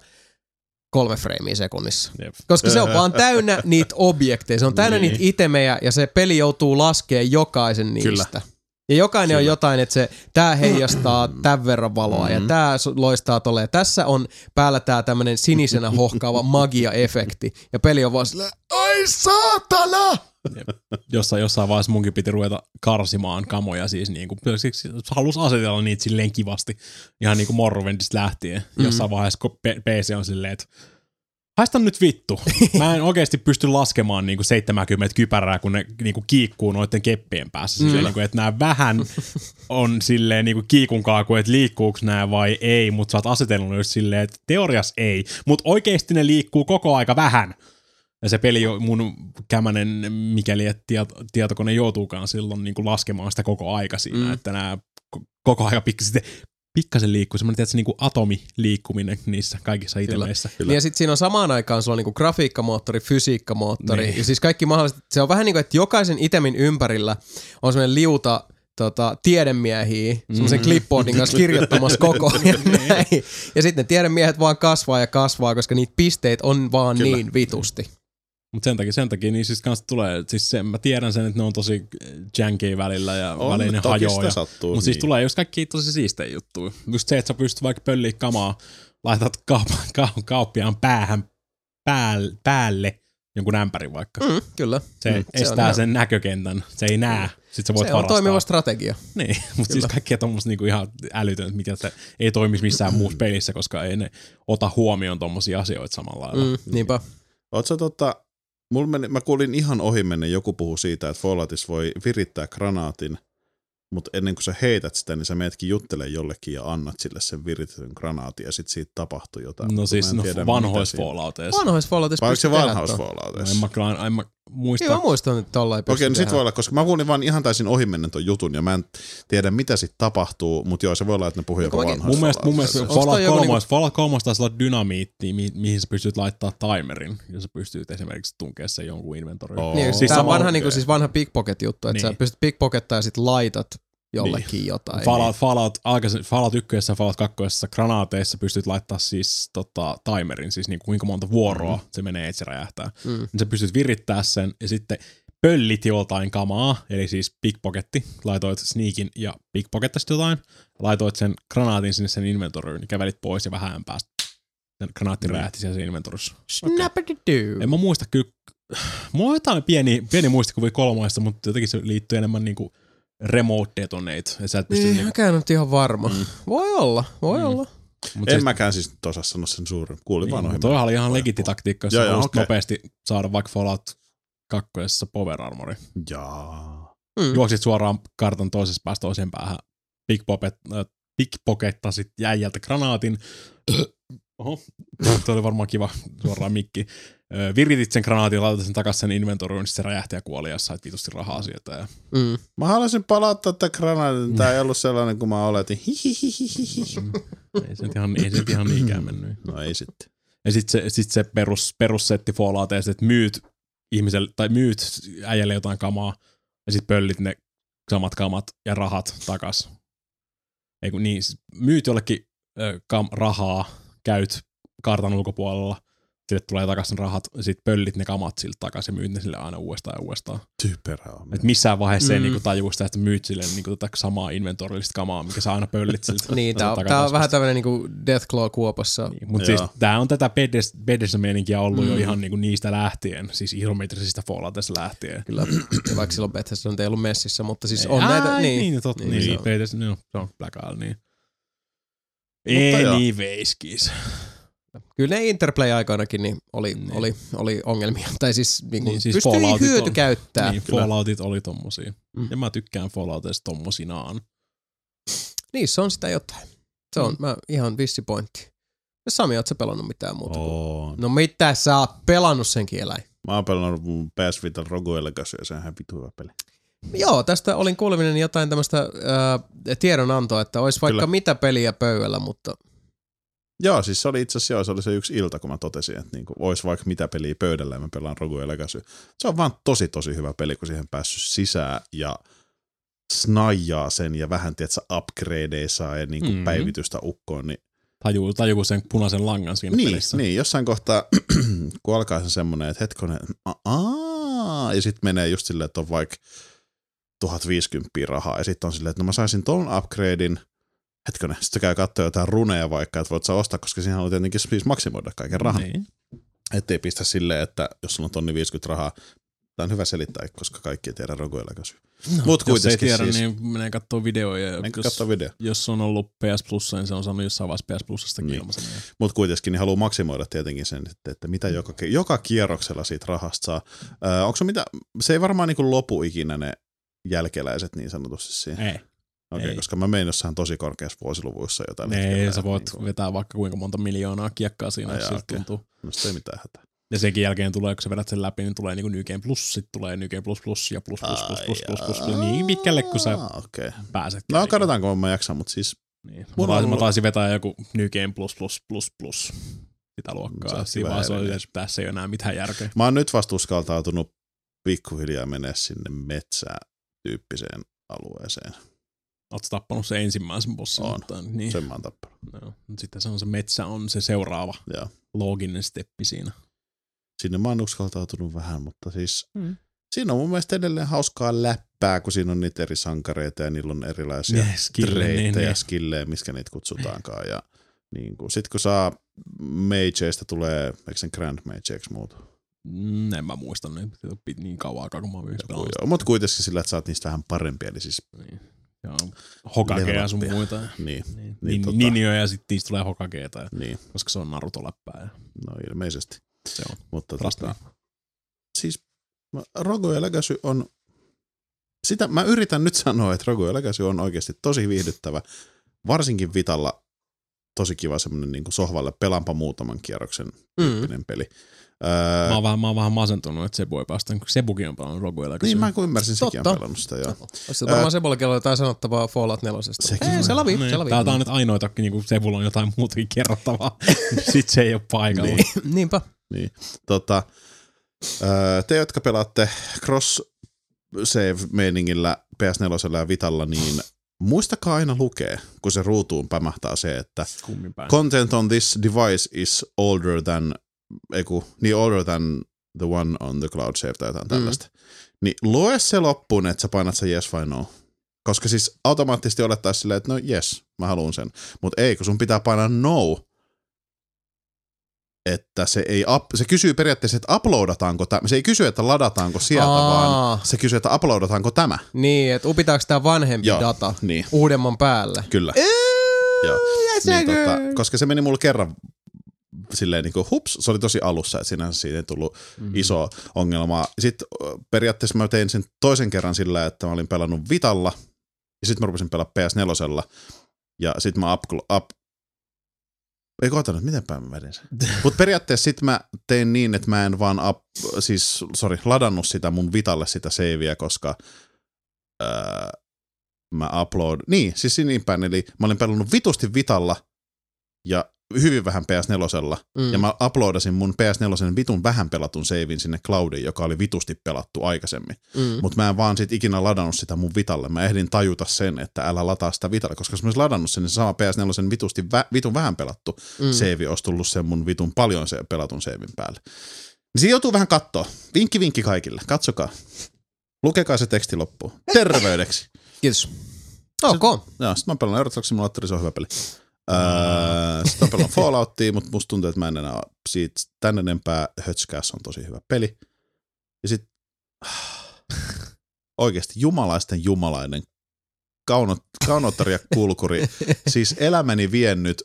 3 freimiä sekunnissa. Koska se on vaan täynnä niitä objekteja, se on täynnä niitä itemejä ja se peli joutuu laskemaan jokaisen niistä. Ja jokainen on jotain, että tää heijastaa tämän verran valoa ja tää loistaa tolleen. Tässä on päällä tää tämmönen sinisenä hohkaava magia-efekti ja peli on vaan silleen, ai saatana! Jossain vaiheessa munkin piti ruveta karsimaan kamoja siis niinku, halus asetella niitä silleen kivasti, ihan niinku Morrowindista lähtien. Jossain vaiheessa kun PC on silleen, että haista nyt vittu. Mä en oikeesti pysty laskemaan niinku 70 kypärää, kun ne niinku kiikkuu noiden keppien päässä. Silleen, niinku, että nää vähän on silleen niinku kiikunkaa, että liikkuuko nää vai ei, mutta sä oot asetellut just silleen, että teoriassa ei, mutta oikeesti ne liikkuu koko aika vähän. Ja se peli on mun kämänen, mikäli et tietokone joutuukaan silloin niin kuin laskemaan sitä koko aika siinä, että nämä koko aika pikkasen liikkuu, semmoinen tietysti niin kuin atomi-liikkuminen niissä kaikissa itemeissä. Ja sitten siinä on samaan aikaan, sulla on niin kuin grafiikkamoottori, fysiikkamoottori, ja siis kaikki mahdolliset, se on vähän niin kuin, että jokaisen itemin ympärillä on semmoinen liuta tiedemiehiä semmoisen clipboardin kanssa kirjoittamassa koko ajan. Ja sitten ne tiedemiehet vaan kasvaa ja kasvaa, koska niitä pisteitä on vaan niin vitusti. Mutta sen takia niin siis kanssa tulee, siis mä tiedän sen, että ne on tosi janky välillä ja välillä ne hajoaa. Mutta siis tulee just kaikki tosi siistejä juttuja. Just se, että sä pystyt vaikka pölliä kamaa, laitat kauppiaan päälle jonkun ämpärin vaikka. Kyllä. Se estää sen näkökentän. Se ei näe. Sitten sä voit se on toimiva strategia. Niin, mutta siis kaikki tommoset niinku ihan älytön, mitä se ei toimisi missään muussa pelissä, koska ei ne ota huomioon tommosia asioita samalla lailla. Niinpä. Ootko mä kuulin ihan ohimennen, joku puhui siitä, että Falloutissa voi virittää granaatin Mutta ennen kuin sä heität sitä, niin sä meetkin juttelemaan jollekin ja annat sille sen viritetyn granaatin ja sit siitä tapahtuu jotain. No siis vanhoissa Fallouteissa. Vanhoissa Fallouteissa pystyy tehdä. Vai onko se vanhoissa Fallouteissa? En mä muista. Joo, mä muistan, että tollain pystyy Okei, no sit voi olla, koska mä kuulin vaan ihan täysin ohimennen ton jutun ja mä en tiedä mitä sit tapahtuu, mutta joo, se voi olla, että ne puhuu jopa vanhoissa Mun mielestä Fallout 3 taisi olla dynamiittia, mihin sä pystyt laittaa timerin, jos sä pystyt esimerkiksi tunkemaan sen jonkun inventoriin. Niin, siis tää on vanha, niin siis vanha pickpocket-juttu, että sä pystyt pickpockettaa ja sit laitat jollekin jotain. Fallout 1 ja Fallout 2 granaateissa pystyt laittaa siis timerin, siis niin kuinka monta vuoroa se menee, että se räjähtää. Niin sä pystyt virittää sen ja sitten pöllit joltain kamaa, eli siis pickpocketti, laitoit sneakin ja pickpockettasit jotain, laitoit sen granaatin sinne sen inventoriin, niin kävelit pois ja vähän päästä sen granaatti räjähti siellä sen inventorissa. Snap-a-doo. En mä muista kyllä, mulla on jotain pieni muistikuvia 3, mutta jotenkin se liittyy enemmän niinku remote detonate. Niin, mäkään nyt ihan varma. Voi olla. En mäkään siis osaa sanoa sen suurin. Kuulin vaan ohi. Toihan oli ihan legitti-taktiikka, jos haluaisit nopeasti saada vaikka Fallout 2 Power Armori. Jaa. Juoksit suoraan kartan toisesta päästä toiseen päähän, pickpockettasit jäijältä granaatin. Oho, toi oli varmaan kiva suoraan mikki. Viritit sen granaatin ja laitat sen takaisin sen inventoriin, niin se räjähti ja kuoli ja sait vitusti rahaa sieltä. Ja... Mä haluaisin palauttaa tätä granaatin. Tää ei ollut sellainen kuin mä oletin. Ei se nyt ihan niinkään mennyt. No ei sitten. Ja sit se perussetti Fallouteista, että myyt ihmiselle tai myyt äijälle jotain kamaa ja sit pöllit ne samat kamat ja rahat takas. Eiku niin, myyt jollekin rahaa, käyt kartan ulkopuolella, sille tulee takaisin rahat, ja sit pöllit ne kamat siltä takaisin ja myyt ne sille aina uudestaan ja uudestaan. Typerää. Et missään vaiheessa ei niinku tajuu sitä, että myyt sille niinku tätä samaa inventorillista kamaa, mikä saa aina pöllit siltä. Niin, tää on vähän tämmönen niinku Deathclaw-kuopassa. Niin, mutta siis tää on tätä Bethesda-meininkiä ollut jo ihan niinku niistä lähtien, siis isometrisistä Falloutista lähtien. Kyllä, vaikka silloin Bethesda on ollut messissä, mutta siis on näitä... Niin, totta. Niin, Bethesda, se on Black Isle, niin. Anyways. Kyllä ne Interplay-aikoinakin niin oli ongelmia. Tai siis, niin siis pystyi hyötykäyttää. Niin, Falloutit oli tommosia. Ja mä tykkään Falloutista tommosinaan. Niissä on sitä jotain. Se on ihan vissi pointti. Sami, oot sä pelannut mitään muuta? No mitä sä oot pelannut senkin eläin? Mä oon pelannut PS Vital Rogue Legacy ja sehän vitu hyvä peli. Joo, tästä olin kuulevinen jotain tämmöistä tiedonantoa, että olisi vaikka mitä peliä pöydällä, mutta... Joo, siis se oli itse asiassa se oli se yksi ilta, kun mä totesin, että niinku, olisi vaikka mitä peliä pöydällä ja mä pelaan Rogue Legacy. Se on vaan tosi hyvä peli, kun siihen päässyt sisään ja snaijaa sen ja vähän, tiedätkö, upgradeja saa ja niinku päivitystä ukkoon. Niin... Tajuu sen punaisen langan siinä pelissä. Niin, jossain kohtaa, kun alkaa sen semmoinen, että hetkonen, ja sitten menee just silleen, että on vaikka 1050 rahaa, ja sitten on silleen, että no mä saisin ton upgradein, hetkonen, sitten käy katsoa jotain runeja vaikka, että voit sä ostaa, koska siinä on tietenkin siis maksimoida kaiken rahan. Niin. Ettei pistä silleen, että jos sulla on 1050 rahaa, tämä on hyvä selittää, koska kaikki ei tiedä Rogue Legacy. No, jos ei tiedä, siis, niin menee katsoa videoja. Jos on ollut PS Plussa, niin se on saanut jossain vaiheessa PS Plusastakin niin. ilmaisen. Mutta kuitenkin niin haluaa maksimoida tietenkin sen, että mitä joka kierroksella siitä rahasta saa. Onko se mitä, se ei varmaan niin kuin lopu ikinä ne jälkeläiset niin sanotusti siihen. Ei. Okei, koska mä menin jossain tosi korkeassa vuosiluvuissa jotain. Ei, sä voit vetää vaikka kuinka monta miljoonaa kiekkaa siinä, jos siltä tuntuu. No sitä ei mitään hätää. Ja senkin jälkeen tulee, kun sä vedät sen läpi, niin tulee niinku New Game Plus, sit tulee New Game Plus ja plus, niin pitkälle, kun sä pääset. No katsotaanko mä jaksan, mutta siis... Niin. Mä taisin vetää joku New Game Plus sitä luokkaa. Siinä vaan se oli, että tässä ei ole enää mitään järkeä. Mä oon nyt vasta uskaltautunut pikkuhiljaa menee sinne metsää-tyyppiseen alueeseen. Ootko tappanut sen ensimmäisen bossin? On, niin. Sen mä oon tappanut. No. Sitten se metsä on se seuraava looginen steppi siinä. Sinne mä oon uskaltautunut vähän, mutta siis siinä on mun mielestä edelleen hauskaa läppää, kun siinä on niitä eri sankareita ja niillä on erilaisia treittejä ja skillejä, miskä niitä kutsutaankaan. Ja niin sit kun saa mageista tulee, eikö sen Grand Mage, eikö muuta? En mä muista niin kauan aikaa, kun mä oon myös pelannut. Mutta kuitenkin sillä, että saat niistä vähän parempia, eli siis... Niin. Hokageja sun muita. Niin. Ninjoja ja sitten niistä tulee hokageita, koska se on Naruto-läppää. No ilmeisesti. Se on. Mutta siis Rogue Legacy on sitä mä yritän nyt sanoa, että Rogue Legacy on oikeasti tosi viihdyttävä. Varsinkin Vitalla tosi kiva semmoinen niin kuin sohvalle pelaanpa muutaman kierroksen tyyppinen peli. Mä oon vähän masentunut, että Sebu ei päästä. Sebukin on pelannut Rogue Legacy. Niin, mä ymmärsin, sekin on pelannut sitä, joo. Olisi varmaan Sebulla kello jotain sanottavaa Fallout 4. Se läpi. Tää on nyt ainoita, niin Sebulla on jotain muutakin kerrottavaa. Sit se ei ole paikalla. Niinpä. Niin. Te, jotka pelaatte cross-save-meiningillä PS4 ja Vitalla, niin muistakaa aina lukea, kun se ruutuun pämähtää se, että content on this device is older than the one on the cloud save tai jotain tällaista. Niin lue se loppuun, että sä painat se yes vai no. Koska siis automaattisesti olettaisiin silleen, että no yes, mä haluun sen. Mutta ei, kun sun pitää painaa no. Että se kysyy periaatteessa, että uploadataanko tämä. Se ei kysy, että ladataanko sieltä, vaan se kysyy, että uploadataanko tämä. Niin, että upitaanko tämä vanhempi data uudemman päälle. Kyllä. Joo. Niin, koska se meni mulle kerran silleen niin kuin hups, se oli tosi alussa, että sinänsä siitä ei tullut iso ongelma. Sitten periaatteessa mä tein sen toisen kerran sillä, että mä olin pelannut Vitalla, ja sitten mä rupesin pelaa PS4, ja sitten mä ei koota nyt, miten päin mä vedin sen. Mutta periaatteessa sitten mä tein niin, että mä en vaan ladannut sitä mun Vitalle sitä saveä, koska mä siis niin päin, eli mä olin pelannut vitusti Vitalla ja hyvin vähän PS4, ja mä uploadasin mun PS4 vitun vähän pelatun savein sinne cloudiin, joka oli vitusti pelattu aikaisemmin. Mutta mä en vaan sit ikinä ladannut sitä mun Vitalle. Mä ehdin tajuta sen, että älä lataa sitä Vitalle, koska jos mä olisin ladannut sen, niin se sama PS4 vitun vähän pelattu save olisi tullut sen mun vitun paljon pelatun savein päälle. Niin siinä joutuu vähän kattoo. Vinkki kaikille. Katsokaa. Lukekaa se teksti loppuun. Terveydeksi. Kiitos. Ok. Joo, sit mä pelaan Euro-Truck Simulator, se on hyvä peli. Sitten on pelannut Falloutia, mutta musta tuntuu, että mä en enää siitä tän enempää. Hötskäs on tosi hyvä peli. Ja sit oikeesti jumalaisten jumalainen kaunottari ja kulkuri. Siis elämäni vienyt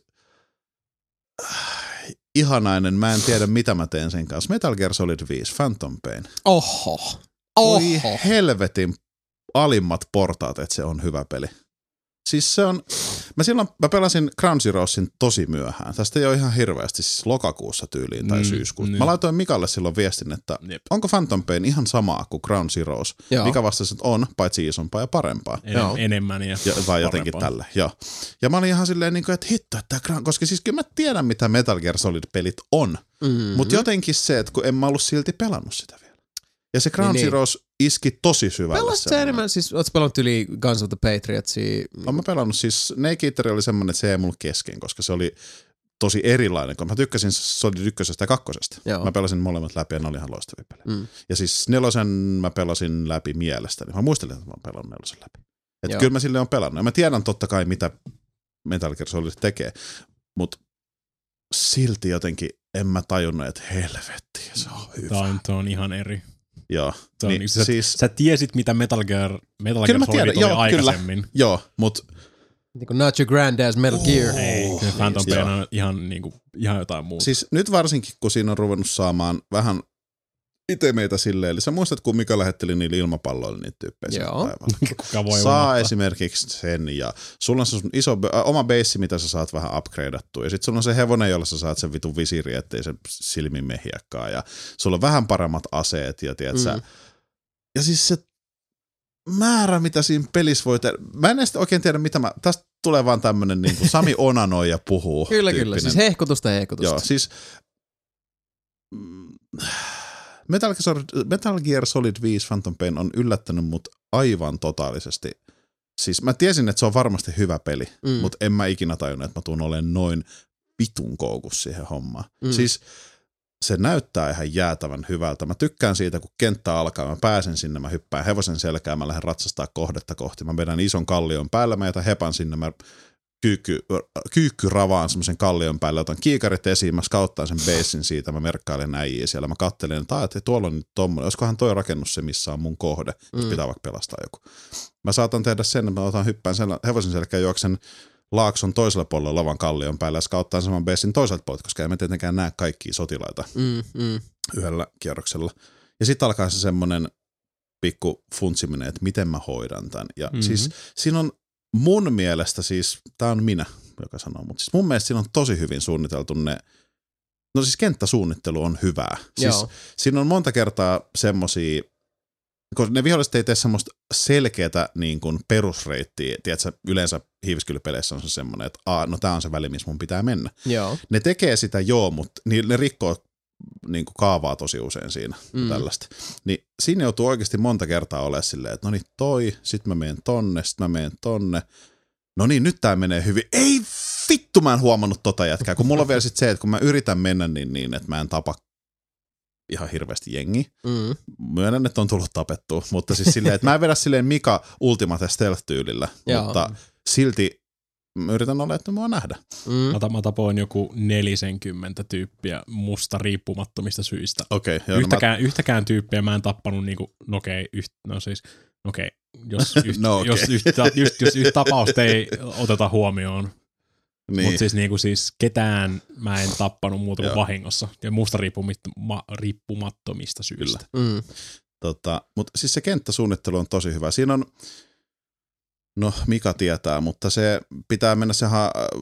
ihanainen, mä en tiedä mitä mä teen sen kanssa. Metal Gear Solid 5, Phantom Pain. Oho. Oi helvetin alimmat portaat, että se on hyvä peli. Siis se on, mä pelasin Ground Zeroesin tosi myöhään. Tästä ei ole ihan hirveästi, siis lokakuussa tyyliin tai syyskuussa. Mä laitoin Mikalle silloin viestin, että onko Phantom Pain ihan samaa kuin Ground Zeroes? Mika vastasi, että on, paitsi isompaa ja parempaa. Enemmän ja tai jotenkin tälle, joo. Ja mä olin ihan silleen, että hitto, että koska siis kyllä mä tiedän, mitä Metal Gear Solid-pelit on. Mutta jotenkin se, että kun en mä ollut silti pelannut sitä vielä. Ja se Ground Zeroes iski tosi syvälle. Pelasitko sä enemmän, siis ootko pelannut yli Guns of the Patriotsia? Olen mä pelannut, siis Naked oli semmoinen, että se jäi mulle kesken, koska se oli tosi erilainen, kun mä tykkäsin Solid 1 ja 2. Mä pelasin molemmat läpi ja ne oli ihan loistavia pelejä. Ja siis 4 mä pelasin läpi mielestäni. Mä muistelin, että mä oon pelannut 4 läpi. Että kyllä mä silleen oon pelannut. Ja mä tiedän totta kai, mitä Metal Gear Solid tekee, mutta silti jotenkin en mä tajunnut, että helvetti, se on hyvä. Tämä on ihan eri. Joo. Niin, sä tiesit, mitä Metal Gear Solid oli aikaisemmin. Kyllä. Joo, mut niin kuin not your granddad's Metal Gear. Ei, Phantom Pain on ihan jotain muuta. Siis nyt varsinkin, kun siinä on ruvennut saamaan vähän itse meitä silleen, eli sä muistat, kun Mika lähetteli niillä ilmapalloilla niitä tyyppejä. Kuka voi saa esimerkiksi sen, ja sulla on se sun iso oma beissi, mitä sä saat vähän upgradeattua, ja sit sulla on se hevonen, jolla sä saat sen vitun visiiri, ettei se silmin mehiäkään, ja sulla on vähän paremmat aseet, ja tiedätkö ja siis se määrä, mitä siinä pelissä voi tehdä. Mä en edes oikein tiedä, mitä tästä tulee vaan tämmönen niin kuin Sami onanoi ja puhuu. Kyllä, siis hehkutusta. Joo, siis Metal Gear Solid 5 Phantom Pain on yllättänyt mut aivan totaalisesti. Siis mä tiesin, että se on varmasti hyvä peli, mutta en mä ikinä tajunnut, että mä tuun olemaan noin vitun koukussa siihen hommaan. Siis se näyttää ihan jäätävän hyvältä. Mä tykkään siitä, kun kenttä alkaa, mä pääsen sinne, mä hyppään hevosen selkään, mä lähden ratsastaa kohdetta kohti. Mä vedän ison kallion päällä, mä jätän hepan sinne, mä kyykky ravaan semmoisen kallion päälle, otan kiikarit esiin, mä skauttaan sen basein siitä, mä merkkailen äijiä siellä, mä kattelen, että tuolla on nyt tommoinen, olisikohan toi rakennus se, missä on mun kohde, jos pitää vaikka pelastaa joku. Mä saatan tehdä sen, että mä otan hyppään hevosen selkään, juoksen laakson toisella puolella lavan kallion päällä ja skauttaan saman basein toiselta puolelta, koska emme tietenkään näe kaikkia sotilaita yhdellä kierroksella. Ja sitten alkaa se semmoinen pikku funtsiminen, että miten mä hoidan tämän. Ja siis siinä on mun mielestä siis, tää on minä, joka sanoo, mutta siis mun mielestä siinä on tosi hyvin suunniteltu ne, no siis kenttäsuunnittelu on hyvää. Siis siinä on monta kertaa semmosia, koska ne viholliset ei tee semmoista selkeätä niin kuin perusreittiä, tiedätkö, yleensä hiiviskelypeleissä on se semmoinen, että no tää on se väli, missä mun pitää mennä. Joo. Ne tekee sitä mutta ne rikkoo niin kuin kaavaa tosi usein siinä tällaista. Niin siinä joutuu oikeasti monta kertaa olemaan silleen, että no niin toi, sit mä menen tonne, no niin, nyt tää menee hyvin. Ei vittu, mä en huomannut tota jätkää, kun mulla on vielä sit se, että kun mä yritän mennä niin että mä en tapa ihan hirveästi jengiä. Myönnän, että on tullut tapettua, mutta siis silleen, että mä en vedä silleen Mika Ultimate Stealth-tyylillä, mutta silti mä yritän olla, että mua nähdä. Mä tapoin joku 40 tyyppiä musta riippumattomista syistä. Okay, yhtäkään tyyppiä mä en tappanut niinku, jos yhtä tapausta ei oteta huomioon. Niin. Mutta siis ketään mä en tappanut muuta kuin vahingossa ja musta riippumattomista syistä. Mutta siis se kenttäsuunnittelu on tosi hyvä. Siinä on, no Mika tietää, mutta se pitää mennä se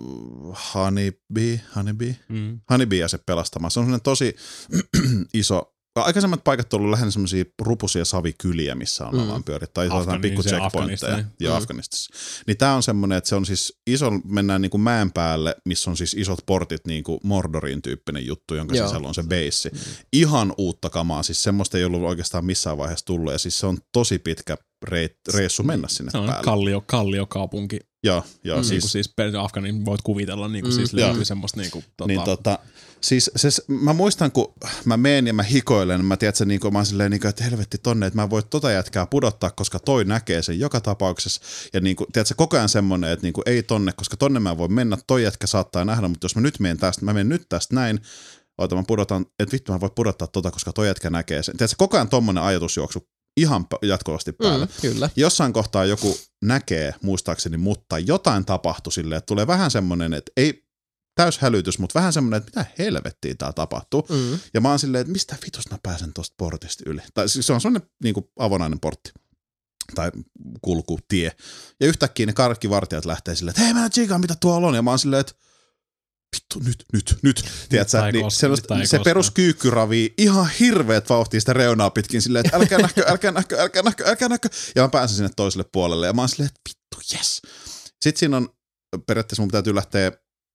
Honeybee se pelastamaan. Se on sellainen tosi iso. Aikaisemmat paikat on ollut lähinnä semmoisia rupusia savikyliä, missä on ollaan pyörit, tai jotain pikku checkpointteja. Joo, Afganistassa. Niin tää on semmoinen, että se on siis iso, mennään niinku mäen päälle, missä on siis isot portit, niinku Mordorin tyyppinen juttu, jonka sisällä on se beissi. Ihan uutta kamaa, siis semmoista ei ollut oikeastaan missään vaiheessa tullut, ja siis se on tosi pitkä reissu mennä sinne päälle. Kalliokaupunki. Joo, siis Afganin voit kuvitella, siis löytyy semmoista Niin siis mä muistan, kun mä menen ja mä hikoilen, mä tiedän, mä oon silleen, että helvetti tonne, että mä voin jätkää pudottaa, koska toi näkee sen joka tapauksessa. Ja tiedätkö, koko ajan semmoinen, että ei tonne, koska tonne mä voin mennä, toi jätkä saattaa nähdä, mutta jos mä nyt menen tästä, mä menen nyt tästä näin, mä pudotan, että vittu mä voin pudottaa koska toi jätkä näkee sen. Tiedätkö, koko ajan tommonen ajatusjuoksu ihan jatkuvasti päällä. Kyllä. Jossain kohtaa joku näkee, muistaakseni, mutta jotain tapahtui silleen, että tulee vähän semmoinen, että ei täyshälytys, mutta vähän semmoinen, että mitä helvettiä tää tapahtuu. Ja mä oon silleen, että mistä vitus mä pääsen tosta portista yli. Tai siis se on semmoinen niin kuin avonainen portti. Tai kulkutie. Ja yhtäkkiä ne karkkivartijat lähtee silleen, että hei mä tsiikaan, mitä tuolla on. Ja mä oon silleen, että vittu, nyt. Tiedätkö, niin se peruskyykky ravii ihan hirveet vauhtia sitä reunaa pitkin silleen, että älkää näkö. Ja mä pääsen sinne toiselle puolelle ja mä oon silleen, että vittu, yes. Sitten siinä on, periaatteessa mun täytyy lähteä,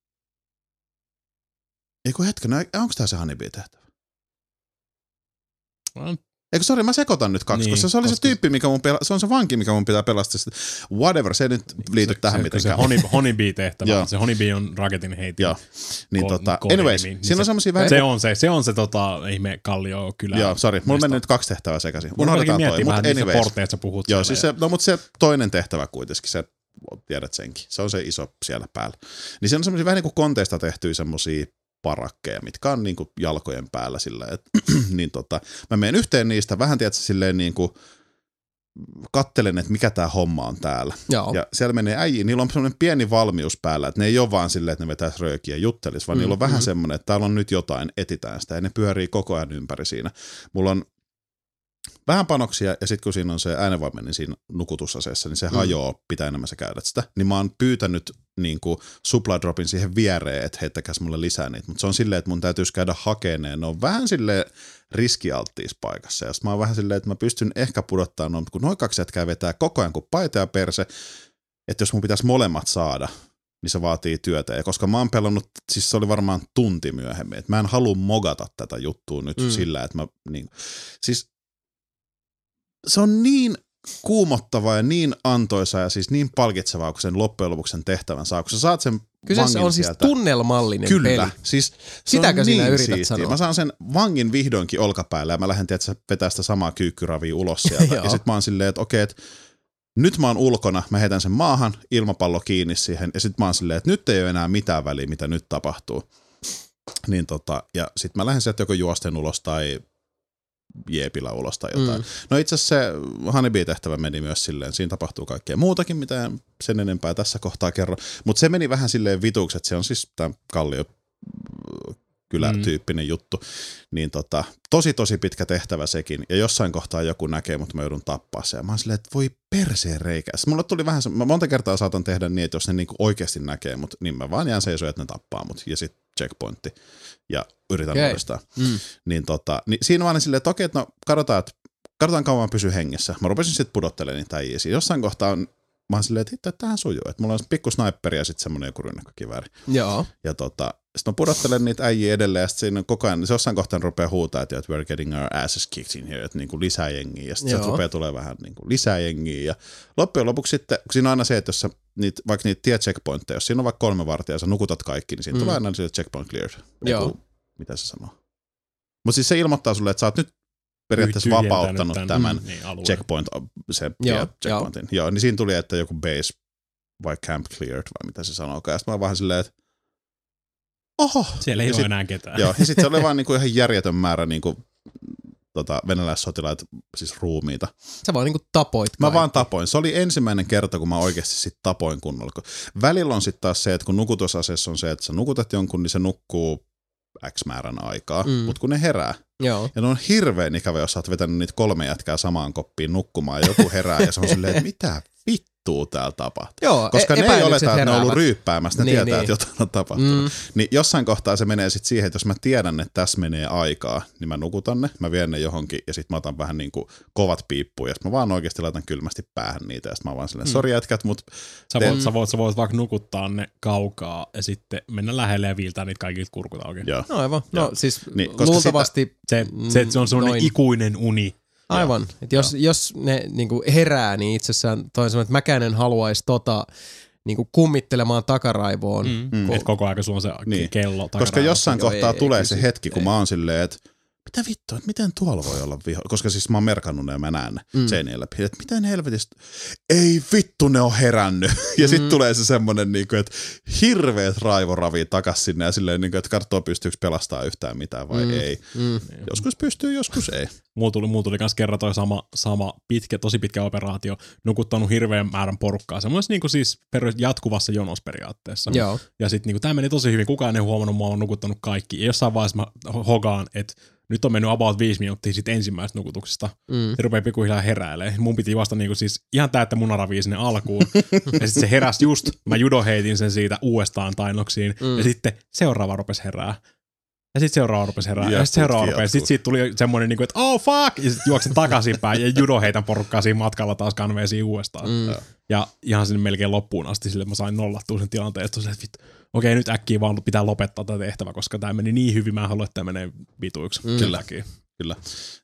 eikö hetken, onko tää se Honeybee-tehtävä? Eikö sori, mä sekoitan nyt kaksi, koska se oli se tyyppi, se on se vanki, mikä mun pitää pelastaa. Whatever, se ei nyt liity tähän mitenkään. Se Honeybee-tehtävä, se Honeybee on raketin heitin. Joo, niin anyways, siinä on semmosia vähän... Se on se ihme kallio kyllä. Joo, sori, mulla meni nyt 2 tehtävää sekaisin. Unohdetaan toi, mutta anyways. Porteet sä puhut. Joo, siis mutta se toinen tehtävä kuitenkin, se tiedät senkin. Se on se iso siellä päällä. Niin se on semmosia vähän niin kuin konteista tehtyjä semmosia parakkeja, mitkä on niinku jalkojen päällä sillä, että niin mä menen yhteen niistä, vähän tiedätkö silleen niinku kattelen, että mikä tää homma on täällä. Joo. Ja siellä menee äijiin, niillä on semmoinen pieni valmius päällä, että ne ei ole vaan silleen, että ne vetäisi röökiä ja juttelis, vaan niillä on vähän semmoinen, että täällä on nyt jotain, etitään sitä, ja ne pyörii koko ajan ympäri siinä. Mulla on vähän panoksia, ja sitten kun siinä on se äänenvaimen siinä nukutusaseessa, niin se hajoaa, pitää enemmän sä käydät sitä. Niin mä oon pyytänyt niinku supply dropin siihen viereen, että heittäkäs mulle lisää niitä. Mutta se on silleen, että mun täytyisi käydä hakeneen. Ne on vähän silleen riskialttiissa paikassa. Ja sit mä oon vähän silleen, että mä pystyn ehkä pudottamaan, kun noin 2 jätkää vetää koko ajan kuin paita ja perse, että jos mun pitäisi molemmat saada, niin se vaatii työtä. Ja koska mä oon pelannut, siis se oli varmaan tunti myöhemmin, että mä en halua mogata tätä juttua nyt sillä, että mä niin, siis se on niin kuumottavaa ja niin antoisaa ja siis niin palkitsevaa, kun sen loppujen lopuksi sen tehtävän saa. Kun sä saat sen kyseessä on sieltä, siis tunnelmallinen kyllä, peli. Siis sitäkö sinä niin yrität sanoa? Mä saan sen vangin vihdoinkin olkapäälle ja mä lähden vetää sitä samaa kyykkyravia ulos sieltä. Ja sit mä oon silleen, että okei, että nyt mä oon ulkona, mä heitän sen maahan, ilmapallo kiinni siihen ja sit mä oon silleen, että nyt ei ole enää mitään väliä, mitä nyt tapahtuu. Niin ja sit mä lähden sieltä joko juosten ulos tai jeepillä ulos tai jotain. No itse asiassa se Honeybee-tehtävä meni myös silleen, siinä tapahtuu kaikkea muutakin, mitä sen enempää tässä kohtaa kerro, mutta se meni vähän silleen vituksi, että se on siis tämä kallio kylätyyppinen juttu. Niin tosi pitkä tehtävä sekin. Ja jossain kohtaa joku näkee, mutta mä joudun tappaa se. Ja mä oon silleen, että voi perseen reikä. Sitten mulle tuli vähän, mä monta kertaa saatan tehdä niin, että jos ne niinku oikeasti näkee, mutta niin mä vaan jään seisoon, että ne tappaa mut. Ja sit checkpointti. Ja yritän uudestaan. Niin siinä vaan silleen, että okei, että no katsotaan kauan pysyy hengessä. Mä rupesin sitten pudottelemaan niitä äijiä. Jossain kohtaa mä oon silleen, että tämähän sujuu. Että mulla on pikku sniperi ja sitten semmonen joku rynnäkkökivääri. Joo. Ja sitten mä pudottelen niitä äijiä edelleen ja sitten siinä koko ajan, se jossain kohtaa rupeaa huutaa, että we're getting our asses kicked in here, että niinku lisää jengiä. Ja sitten se rupeaa tulee vähän niinku lisää jengiä. Ja loppujen lopuksi sitten, siinä on aina se, että jos sä vaikka niitä tie-checkpointteja, jos siinä on vaikka 3 vartijaa ja sä nukutat kaikki, niin siinä tulee aina sille checkpoint cleared. Joo. Mitä se sanoo? Mutta siis se ilmoittaa sulle, että sä oot nyt periaatteessa vapauttanut tämän checkpoint, se checkpointin. Joo, niin siinä tuli, että joku base vai camp cleared vai mitä se sanoo. Ja sitten mä vaan silleen, että oho. Siellä ei ole enää ketään. Joo, ja sitten se oli vaan niinku ihan järjetön määrä niinku, venäläissotilaita, siis ruumiita. Sä vaan niinku tapoit kaikki. Mä vaan tapoin. Se oli ensimmäinen kerta, kun mä oikeasti sit tapoin kunnolla. Välillä on sitten taas se, että kun nukutusaseessa on se, että sä nukutat jonkun, niin se nukkuu X määrän aikaa, mutta kun ne herää. Joo. Ja ne on hirveän ikävä, jos sä oot vetänyt niitä 3 jätkää samaan koppiin nukkumaan ja joku herää ja se on silleen, että mitä vittua täällä tapahtuu. Joo, koska ne ei oleta, että ne on ollut ryyppäämässä, ne niin, tietää, että jotain on tapahtunut. Niin jossain kohtaa se menee sitten siihen, että jos mä tiedän, että tässä menee aikaa, niin mä nukutan ne, mä vien ne johonkin ja sitten mä otan vähän niin kuin kovat piippuun ja sitten mä vaan oikeasti laitan kylmästi päähän niitä ja sitten mä vaan silleen, sori jätkät, mutta Sä voit vaikka nukuttaa ne kaukaa ja sitten mennä lähelle ja viiltää niitä kaikilta kurkut auki. Joo. No aivan. No siis niin, luultavasti se on sellainen ikuinen uni. Aivan. Että jos ne niinku herää, niin itsessään toisaalta, että mäkään en haluaisi niinku kummittelemaan takaraivoon. Että koko ajan sulla on se kello takaraivoon. Koska jossain kohtaa tulee se hetki, kun mä oon silleen, että mitä vittua, että miten tuolla voi olla viho? Koska siis mä oon merkannut ne ja mä näen ne seinien läpi. Että miten helvetistä, ei vittu ne on herännyt. Ja sit tulee se semmonen, niinku, että hirveet raivoravii takas sinne ja silleen, niinku, että katsoo pystyykö pelastaa yhtään mitään vai ei. Joskus pystyy, joskus ei. Mulla tuli kans kerran toi sama tosi pitkä operaatio, nukuttanut hirveän määrän porukkaa. Semmoisessa niinku siis jatkuvassa jonosperiaatteessa. Joo. Ja sit niinku tää meni tosi hyvin, kukaan ei huomannut, mä oon nukuttanut kaikki. Ja jossain vaiheessa mä hogaan, että nyt on mennyt about 5 minuuttia sit ensimmäisestä nukutuksesta. Se rupeaa pikkuhiljaa heräilee. Mun piti vasta niinku siis ihan täyttä munaravia sinne alkuun. Ja sit se heräsi just, mä judoheitin sen siitä uudestaan tainnoksiin. Ja sitten seuraava rupesi herää. Ja sit seuraava rupesi herää. Ja sit seuraava rupesi. Sit siitä tuli semmonen niinku, että oh fuck! Ja sit juoksen takaisinpäin ja judoheitän porukkaa siinä matkalla taas kanveesiin uudestaan. Ja ihan sinne melkein loppuun asti sille mä sain nollattua sen tilanteen. Ja sit okei, nyt äkkiä vaan pitää lopettaa tätä tehtävä, koska tää meni niin hyvin, mä en halua, että tää menee vituiksi. Kyllä.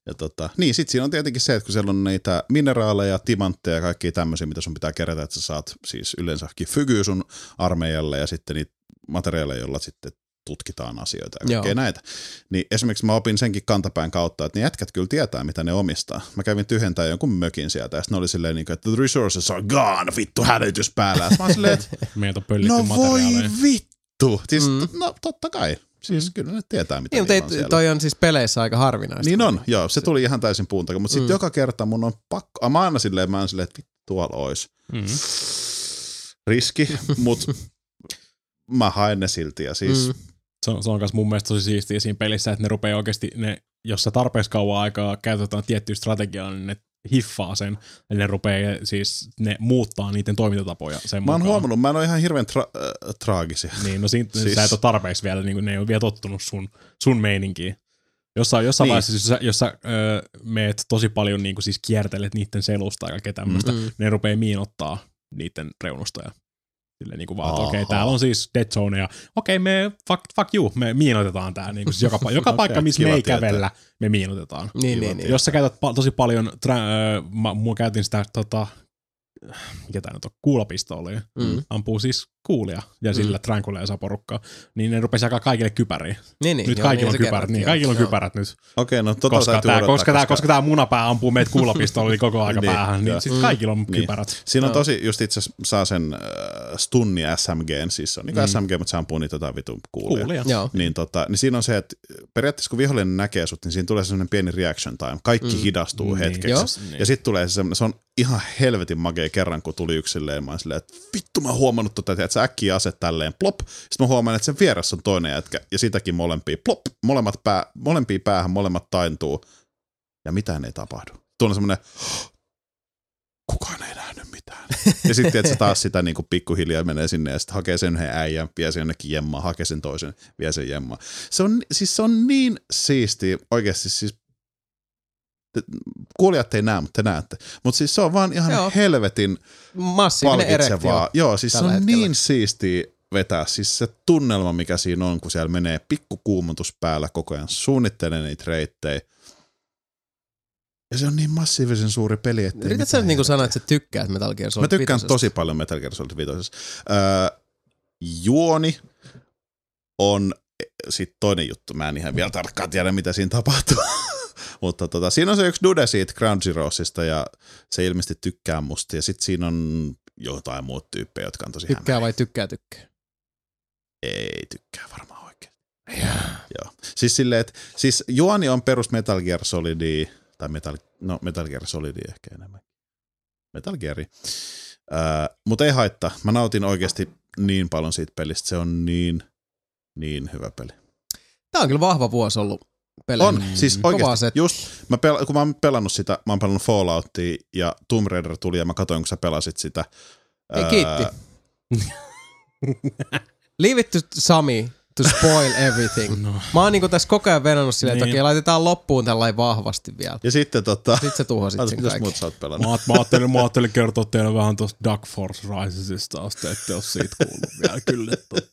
Ja niin sit siinä on tietenkin se, että kun siellä on niitä mineraaleja, timantteja ja kaikkia tämmöisiä, mitä sun pitää kerätä, että sä saat siis yleensäkin fygyä sun armeijalle ja sitten niitä materiaaleja, joilla sitten tutkitaan asioita ja kaikkea näitä. Niin esimerkiksi mä opin senkin kantapään kautta, että ne jätkät kyllä tietää, mitä ne omistaa. Mä kävin tyhjentämään jonkun mökin sieltä ja sitten ne oli silleen, että the resources are gone, vittu hälytys päällä. Mä oon silleen, että no voi vittu. Siis, no totta kai. Siis kyllä ne tietää, mitä niin, on siellä. Toi on siis peleissä aika harvinaista. Niin on, joo. Se tuli ihan täysin puun takia. Mutta sitten joka kerta mun on pakko. Mä aina silleen, että vittu tuolla ois. Riski, mutta mä haen ne silti. Ja siis Se on myös mun mielestä tosi siistiä siinä pelissä, että ne rupeaa oikeasti, jos sä tarpeeksi kauan aikaa käytetään tiettyä strategiaa, niin ne hiffaa sen, eli ne rupeaa siis, ne muuttaa niiden toimintatapoja sen Mä oon huomannut, mä en ole ihan hirveän traagisia. Niin, no siinä siis sä et ole tarpeeksi vielä, niin ne ei ole vielä tottunut sun meininkiin. Jossain niin. Vaiheessa, jos sä meet tosi paljon niin kuin siis kiertelet niiden selusta ja kaikkea tämmöistä, ne rupeaa miinottaa niiden reunustoja. Silleen niinku vaan, että okei, täällä on siis dead zone ja okei, me fuck you, me miinoitetaan tää. Niinku siis joka paikka, missä me ei kävellä, me miinoitetaan. Niin. Jos sä käytät tosi paljon, mä käytin sitä, mikä tää nyt on, kuulapistoolia, ampuu siis kuulia ja sillä tranquilea saa porukkaa, niin ne rupesi jakaa kaikille kypäriä. Nyt kaikilla on kypärät, kaikilla on kypärät nyt. Okei, no koska tää munapää ampuu meitä kuulapistoolilla koko aika päähän, niin sit kaikilla on kypärät. Siinä on tosi, just itse asiassa saa sen stunni SMGn, siis se on niinku SMG, mutta se ampuu niitä jotain vitun kuulia. Niin siinä on se, että periaatteessa kun vihollinen näkee sut, niin siinä tulee sellainen pieni reaction time. Kaikki hidastuu hetkeksi. Ja sit tulee se on ihan helvetin magea kerran, kun tuli yksilleen, mä oon silleen, että vittu mä oon huomannut että se äkkiä ase tälleen, plop. Sitten mä huomaan, että sen vieressä on toinen jätkä, ja sitäkin molempia, plop. Molempia päähän, molemmat taintuu, ja mitään ei tapahdu. Tuolla on semmoinen, kukaan ei nähnyt mitään. Ja sitten että se taas sitä niin kuin pikkuhiljaa menee sinne, ja sitten hakee sen yhden äijän, vie sen jonnekin jemmaan, hakee sen toisen, vie sen jemmaan. Se on niin siistiä, oikeasti siis, kuulijat ei näe, mutta te näette. Mutta siis se on vaan ihan helvetin massiivinen erektio. Joo, siis se on hetkellä. niin siistiä vetää. Siis se tunnelma, mikä siinä on, kun siellä menee pikkukuumotus päällä koko ajan, suunnittelee niitä reittejä. Ja se on niin massiivisen suuri peli, että yrität sä nyt niin sanoa, että sä tykkäät Metal Gear Solid 5? Mä tykkään tosi paljon Metal Gear Solid 5. Juoni on sitten toinen juttu. Mä en ihan vielä tarkkaan tiedä, mitä siinä tapahtuu. Mutta siinä on se yksi dude siitä Ground Zeroesista ja se ilmeisesti tykkää musta. Ja sitten siinä on jotain muut tyyppejä, jotka on tosi tykkää vai tykkää? Ei tykkää varmaan oikein. Joo. Siis silleen, että siis juoni on perus Metal Gear Solidia, tai Metal Gear Solidia ehkä enemmän. Metal Gear. Mutta ei haittaa. Mä nautin oikeasti niin paljon siitä pelistä. Se on niin hyvä peli. Tää on kyllä vahva vuosi ollut. Pelejä. On, siis oikeasti, just, kun mä oon pelannut sitä, mä oon pelannut Falloutia ja Tomb Raider tuli ja mä katsoin, kun sä pelasit sitä. Ei kiitti. Leave it to Sami to spoil everything. No. Mä oon niinku tässä koko ajan venannut silleen, että okei, laitetaan loppuun tällainen vahvasti vielä. Ja sitten Sitten sä tuhosit sen kaiken. Muuta sä oot pelannut? Mä ajattelin kertoa teille vähän tuosta Dark Force Risesista, jos te ette ole siitä kuullut vielä kyllä.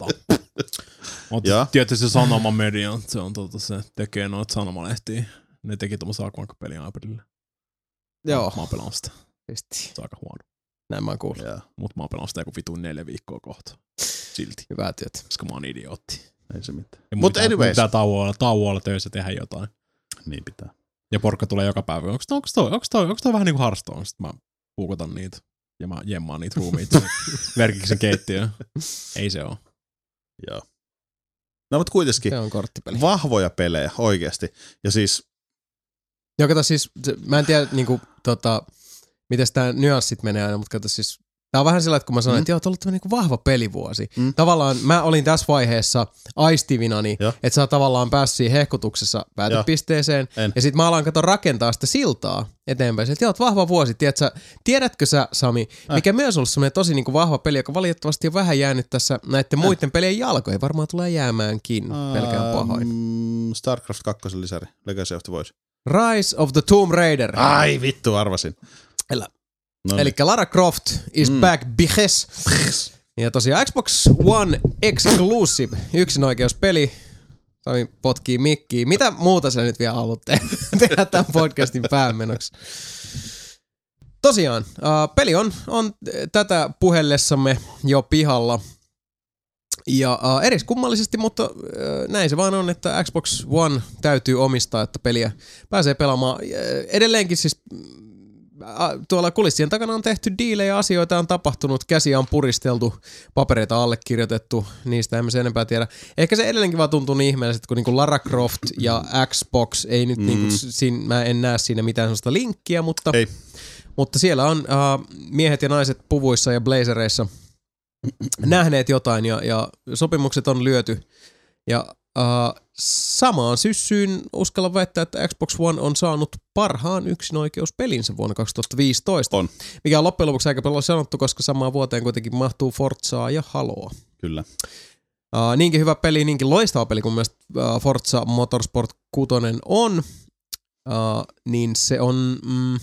Tietysti se Sanoma Media, se on se tekee noita sanomalehtiä. Ne teki tommosen Aquank-pelin iPadille. Joo. Mä oon pelannut sitä. Pisti. Se on aika huono. Näin mä oon kuullut. Mut mä oon pelannut sitä joku vitun 4 viikkoa kohta. Silti. Hyvää työtä. Koska mä oon idiootti. Ei se mitään. Mutta anyways. Pitää tauolla töissä tehdä jotain. Niin pitää. Ja porkka tulee joka päivä. Onks toi vähän niinku Hearthstone? Sitten mä puukotan niitä. Ja mä jemmaan niitä ruumiita. Verkiksen keittiöön. Ei se oo. Joo. No mutta kuitenkin se on korttipeli. Vahvoja pelejä oikeasti. Ja siis kato siis, mä en tiedä niinku miten tää nyanssit menee aina, mutta kato siis tää on vähän sillä, että kun mä sanoin, että joo, tää on ollut tämmönen niinku vahva pelivuosi. Tavallaan mä olin tässä vaiheessa aistivinani, että sä oot tavallaan päässyt siihen hehkutuksessa päätepisteeseen. Ja sit mä alan rakentaa sitä siltaa eteenpäin. Että joo, vahva vuosi. Tiedätkö sä, Sami, mikä myös on ollut semmoinen tosi niinku vahva peli, joka valitettavasti on vähän jäänyt tässä näiden muiden pelien jalkoihin. Varmaan tulee jäämäänkin, pelkään pahoin. StarCraft 2 lisäri, Legacy of the Void. Rise of the Tomb Raider. Ai vittu, arvasin. Elikkä Lara Croft is back, bitches. Ja tosiaan Xbox One Exclusive, yksinoikeuspeli. Sami potkii mikkiin. Mitä muuta sä nyt vielä haluat tehdä tämän podcastin päämenoksi? Tosiaan, peli on tätä puhellessamme jo pihalla. Ja eriskummallisesti, mutta näin se vaan on, että Xbox One täytyy omistaa, että peliä pääsee pelaamaan. Edelleenkin siis tuolla kulissien takana on tehty diilejä, asioita on tapahtunut, käsiä on puristeltu, papereita allekirjoitettu, niistä emme se enempää tiedä. Ehkä se edelleenkin vaan tuntuu niin ihmeelliseltä, kun niinku Lara Croft ja Xbox ei nyt niinku, mä en näe siinä mitään sellaista linkkiä, mutta siellä on miehet ja naiset puvuissa ja blazereissa nähneet jotain ja sopimukset on lyöty. Ja samaan syssyyn uskallan väittää, että Xbox One on saanut parhaan yksinoikeuspelinsä vuonna 2015. On. Mikä on loppujen lopuksi aika paljon sanottu, koska samaan vuoteen kuitenkin mahtuu Forzaa ja Haloa. Kyllä. Niinkin hyvä peli, niinkin loistava peli, kun mielestäni Forza Motorsport 6 on, niin se on...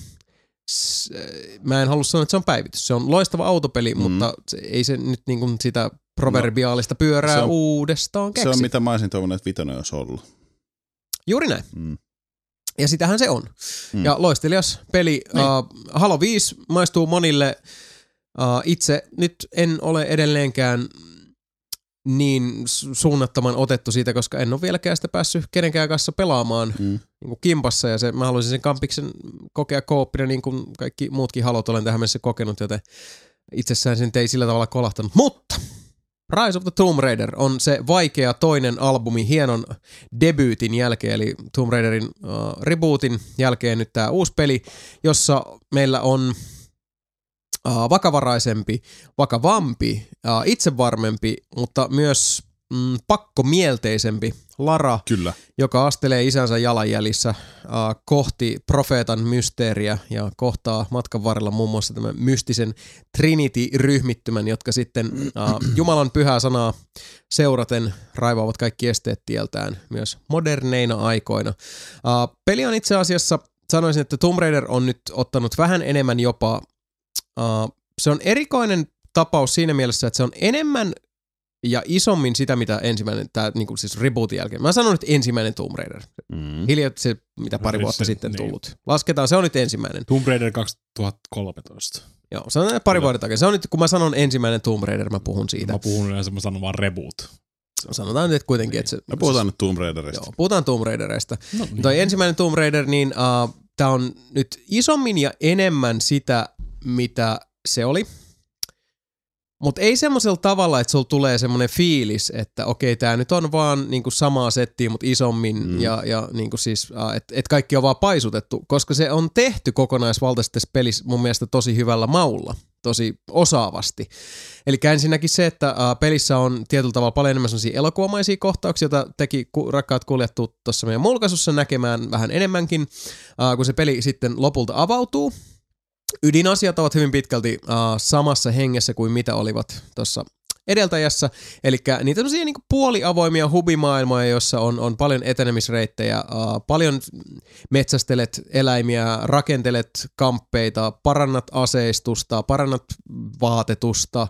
mä en halua sanoa, että se on päivitys. Se on loistava autopeli, mutta ei se nyt niin kuin sitä proverbiaalista pyörää uudestaan keksi. Se on mitä mä olisin toivonut, että vitonen olisi ollut. Juuri näin. Ja sitähän se on. Ja loistelias peli. Halo 5 maistuu monille. Itse nyt en ole edelleenkään niin suunnattoman otettu siitä, koska en ole vieläkään sitä päässyt kenenkään kanssa pelaamaan niin kuin kimpassa, ja mä haluaisin sen kampiksen kokea kooppina, niin kuin kaikki muutkin halot olen tähän mennessä kokenut, joten itsessään sen ei sillä tavalla kolahtanut. Mutta Rise of the Tomb Raider on se vaikea toinen albumi hienon debyytin jälkeen, eli Tomb Raiderin rebootin jälkeen nyt tää uusi peli, jossa meillä on vakavaraisempi, vakavampi, itsevarmempi, mutta myös pakkomielteisempi Lara, Kyllä. joka astelee isänsä jalanjäljissä kohti profeetan mysteeriä ja kohtaa matkan varrella muun muassa tämän mystisen Trinity-ryhmittymän, jotka sitten Jumalan pyhää sanaa seuraten raivaavat kaikki esteet tieltään myös moderneina aikoina. Peli on itse asiassa, sanoisin, että Tomb Raider on nyt ottanut vähän enemmän jopa, se on erikoinen tapaus siinä mielessä, että se on enemmän ja isommin sitä, mitä ensimmäinen, tämä niin kuin siis rebootin jälkeen. Mä sanon nyt ensimmäinen Tomb Raider. Hiljaa se, mitä pari vuotta sitten tullut. Lasketaan, se on nyt ensimmäinen. Tomb Raider 2013. Joo, se on pari vuotta takaisin. Se on nyt, kun mä sanon ensimmäinen Tomb Raider, mä puhun siitä. Mä puhun yleensä, mä sanon vaan reboot. Sanotaan nyt kuitenkin, että se... Me puhutaan nyt Tomb Raiderista. Joo, puhutaan Tomb Raiderista. No, niin. Toi ensimmäinen Tomb Raider, niin tää on nyt isommin ja enemmän sitä, mitä se oli. Mutta ei semmoisella tavalla, että sulla tulee semmoinen fiilis, että okei, tää nyt on vaan niinku samaa settiä, mutta isommin ja niinku siis, että kaikki on vaan paisutettu, koska se on tehty kokonaisvaltaisesti tässä pelissä mun mielestä tosi hyvällä maulla, tosi osaavasti. Eli ensinnäkin se, että pelissä on tietyllä tavalla paljon enemmän semmoisia elokuvamaisia kohtauksia, joita teki rakkaat kuulijat tuossa meidän mulkaisussa näkemään vähän enemmänkin, kun se peli sitten lopulta avautuu. Ydinasiat ovat hyvin pitkälti samassa hengessä kuin mitä olivat tuossa edeltäjässä. Eli niitä tämmöisiä niinku puoliavoimia hubimaailmoja, joissa on paljon etenemisreittejä, paljon metsästelet eläimiä, rakentelet kamppeita, parannat aseistusta, parannat vaatetusta,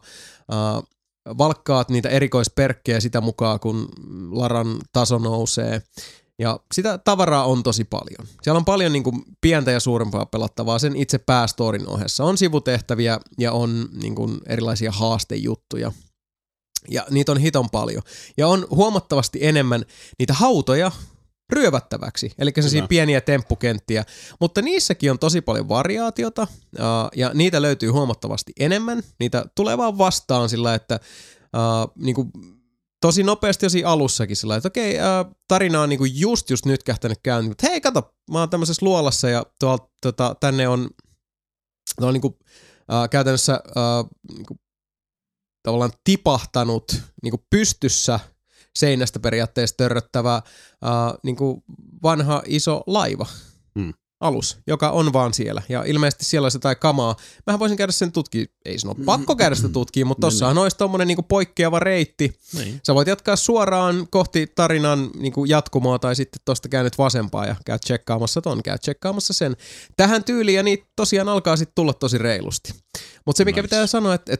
valkkaat niitä erikoisperkkejä sitä mukaan, kun Laran taso nousee. Ja sitä tavaraa on tosi paljon. Siellä on paljon niin kuin pientä ja suurempaa pelattavaa sen itse päästorin ohessa. On sivutehtäviä ja on niin kuin erilaisia haastejuttuja. Ja niitä on hiton paljon. Ja on huomattavasti enemmän niitä hautoja ryövättäväksi. Eli sellaisia pieniä temppukenttiä. Mutta niissäkin on tosi paljon variaatiota ja niitä löytyy huomattavasti enemmän. Niitä tulee vaan vastaan sillä, että niin kuin tosi nopeasti jo siinä alussakin sillä, että okei, tarina on niinku just nyt kähtänyt käyntiin, mutta hei kato, mä oon tämmöisessä luolassa ja tänne on niinku, käytännössä niinku, tavallaan tipahtanut niinku pystyssä seinästä periaatteessa törröttävä niinku vanha iso laiva. Alus, joka on vaan siellä. Ja ilmeisesti siellä olisi jotain kamaa. Mähän voisin käydä sen tutkimaan. Ei se ole pakko käydä sitä tutkimaan, mutta tossahan olisi tommonen niinku poikkeava reitti. Niin. Sä voit jatkaa suoraan kohti tarinan niinku jatkumoa tai sitten tosta käännyt vasempaa ja käyt tsekkaamassa sen. Tähän tyyliin ja niitä tosiaan alkaa sitten tulla tosi reilusti. Mutta se mikä pitää sanoa, että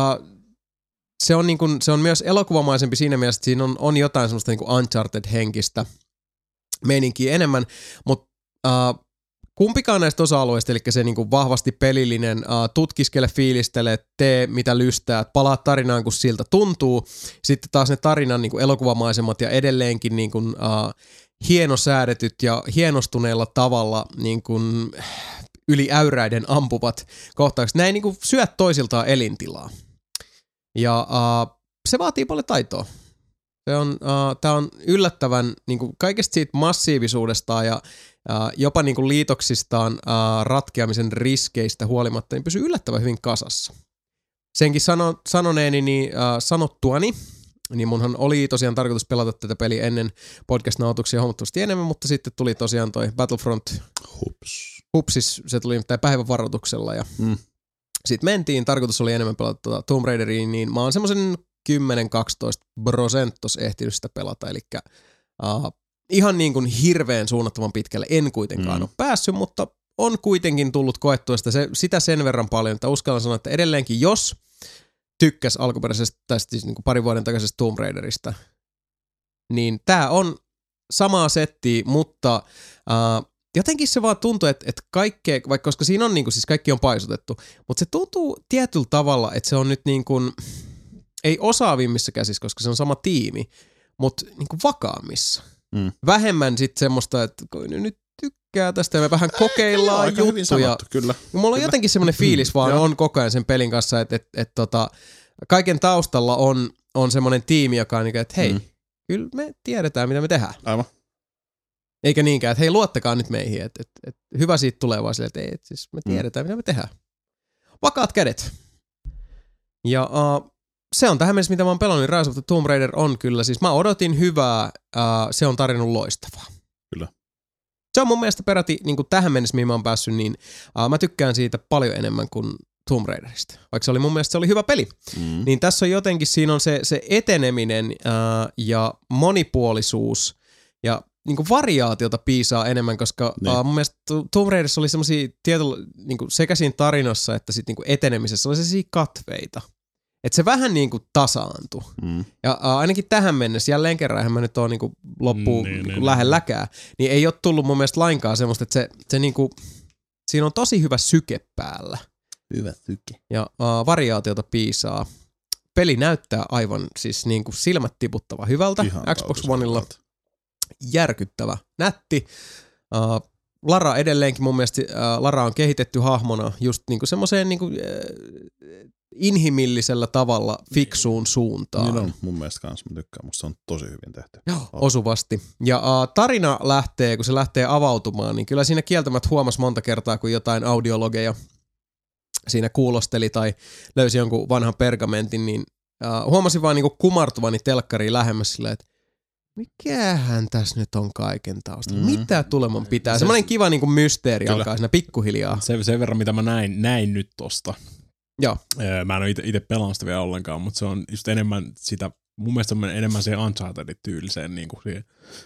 se on myös elokuvamaisempi siinä mielessä, että siinä on jotain semmoista niinku Uncharted-henkistä meininkiä enemmän, mutta kumpikaan näistä osa-alueista, eli se niinku vahvasti pelillinen, tutkiskele, fiilistele, tee mitä lystää, palaa tarinaan kun siltä tuntuu. Sitten taas ne tarinan niinku elokuvamaisemmat ja edelleenkin niinku, hienosäädetyt ja hienostuneella tavalla niinku, yli äyräiden ampuvat kohtaukset. Näin niinku syö toisiltaan elintilaa. Ja se vaatii paljon taitoa. Tämä on yllättävän niinku, kaikesta siitä massiivisuudestaan ja jopa niin kuin liitoksistaan ratkeamisen riskeistä huolimatta, niin pysyy yllättävän hyvin kasassa. Senkin sanottuani, niin munhan oli tosiaan tarkoitus pelata tätä peliä ennen podcast-nauhoituksia huomattavasti enemmän, mutta sitten tuli tosiaan toi Battlefront hupsis, se tuli päivän varoituksella ja sitten mentiin, tarkoitus oli enemmän pelata Tomb Raideriin, niin mä oon semmoisen 10-12% ehtinyt sitä pelata, eli ihan niin kuin hirveän suunnattoman pitkälle en kuitenkaan ole päässyt, mutta on kuitenkin tullut koettua sitä sen verran paljon, että uskallan sanoa, että edelleenkin jos tykkäs alkuperäisestä, tai siis niin kuin parin vuoden takaisesta Tomb Raiderista, niin tää on samaa settiä, mutta jotenkin se vaan tuntuu, että kaikkea, vaikka koska siinä on niin kuin, siis kaikki on paisutettu, mutta se tuntuu tietyllä tavalla, että se on nyt niin kuin, ei osaavimmissa käsissä, koska se on sama tiimi, mutta niin kuin vakaammissa. Vähemmän sitten semmoista, että nyt tykkää tästä ja me vähän kokeillaan juttuja. Sanottu, kyllä. Mulla on jotenkin semmoinen fiilis vaan on koko ajan sen pelin kanssa, että kaiken taustalla on semmoinen tiimi, joka on niin kuin, että hei, kyllä me tiedetään mitä me tehdään. Aivan. Eikä niinkään, että hei luottakaa nyt meihin, että hyvä siitä tulee vaan silleen, että siis me tiedetään mitä me tehdään. vakaat kädet. Ja se on tähän mennessä, mitä mä oon pelannut, niin Rise of the Tomb Raider on kyllä, siis mä odotin hyvää, se on tarjonnut loistavaa. Kyllä. Se on mun mielestä peräti, niin kuin tähän mennessä, mihin mä oon päässyt, niin mä tykkään siitä paljon enemmän kuin Tomb Raiderista. Vaikka se oli mun mielestä se oli hyvä peli. Niin tässä on jotenkin, siinä on se eteneminen ja monipuolisuus ja niin kuin variaatiota piisaa enemmän, koska mun mielestä Tomb Raiderissa oli semmosia niin kuin sekä siinä tarinassa että sit niin kuin etenemisessä oli sellaisia katveita. Että se vähän niin kuin tasaantui. Ja ainakin tähän mennessä, jälleen kerran, eihän mä nyt ole niin kuin loppuun niin lähelläkään, niin ei ole tullut mun mielestä lainkaan semmoista, että se niin kuin, siinä on tosi hyvä syke päällä. Hyvä syke. Ja variaatiota piisaa. Peli näyttää aivan siis niin kuin silmät tiputtava hyvältä. Ihan Xbox Oneilla järkyttävä, nätti. Lara edelleenkin mun mielestä, Lara on kehitetty hahmona just niinku semmoiseen niinku inhimillisellä tavalla fiksuun suuntaan. Niin on mun mielestä kanssa, mä tykkään, musta se on tosi hyvin tehty. Joo, osuvasti. Ja tarina lähtee, kun se lähtee avautumaan, niin kyllä siinä kieltämättä huomasi monta kertaa, kun jotain audiologeja siinä kuulosteli tai löysi jonkun vanhan pergamentin, niin huomasin vaan niinku kumartuvani telkkariin lähemmäs silleen, että mikähän tässä nyt on kaiken taustalla? Mitä tuleman pitää? Semmoinen kiva niinku mysteeri kyllä alkaa siinä pikkuhiljaa. Sen verran, mitä mä näin nyt tosta. Joo. Mä en ole itse pelannut sitä vielä ollenkaan, mutta se on just enemmän sitä, mun mielestä on enemmän se Uncharted-tyyliseen niinku siihen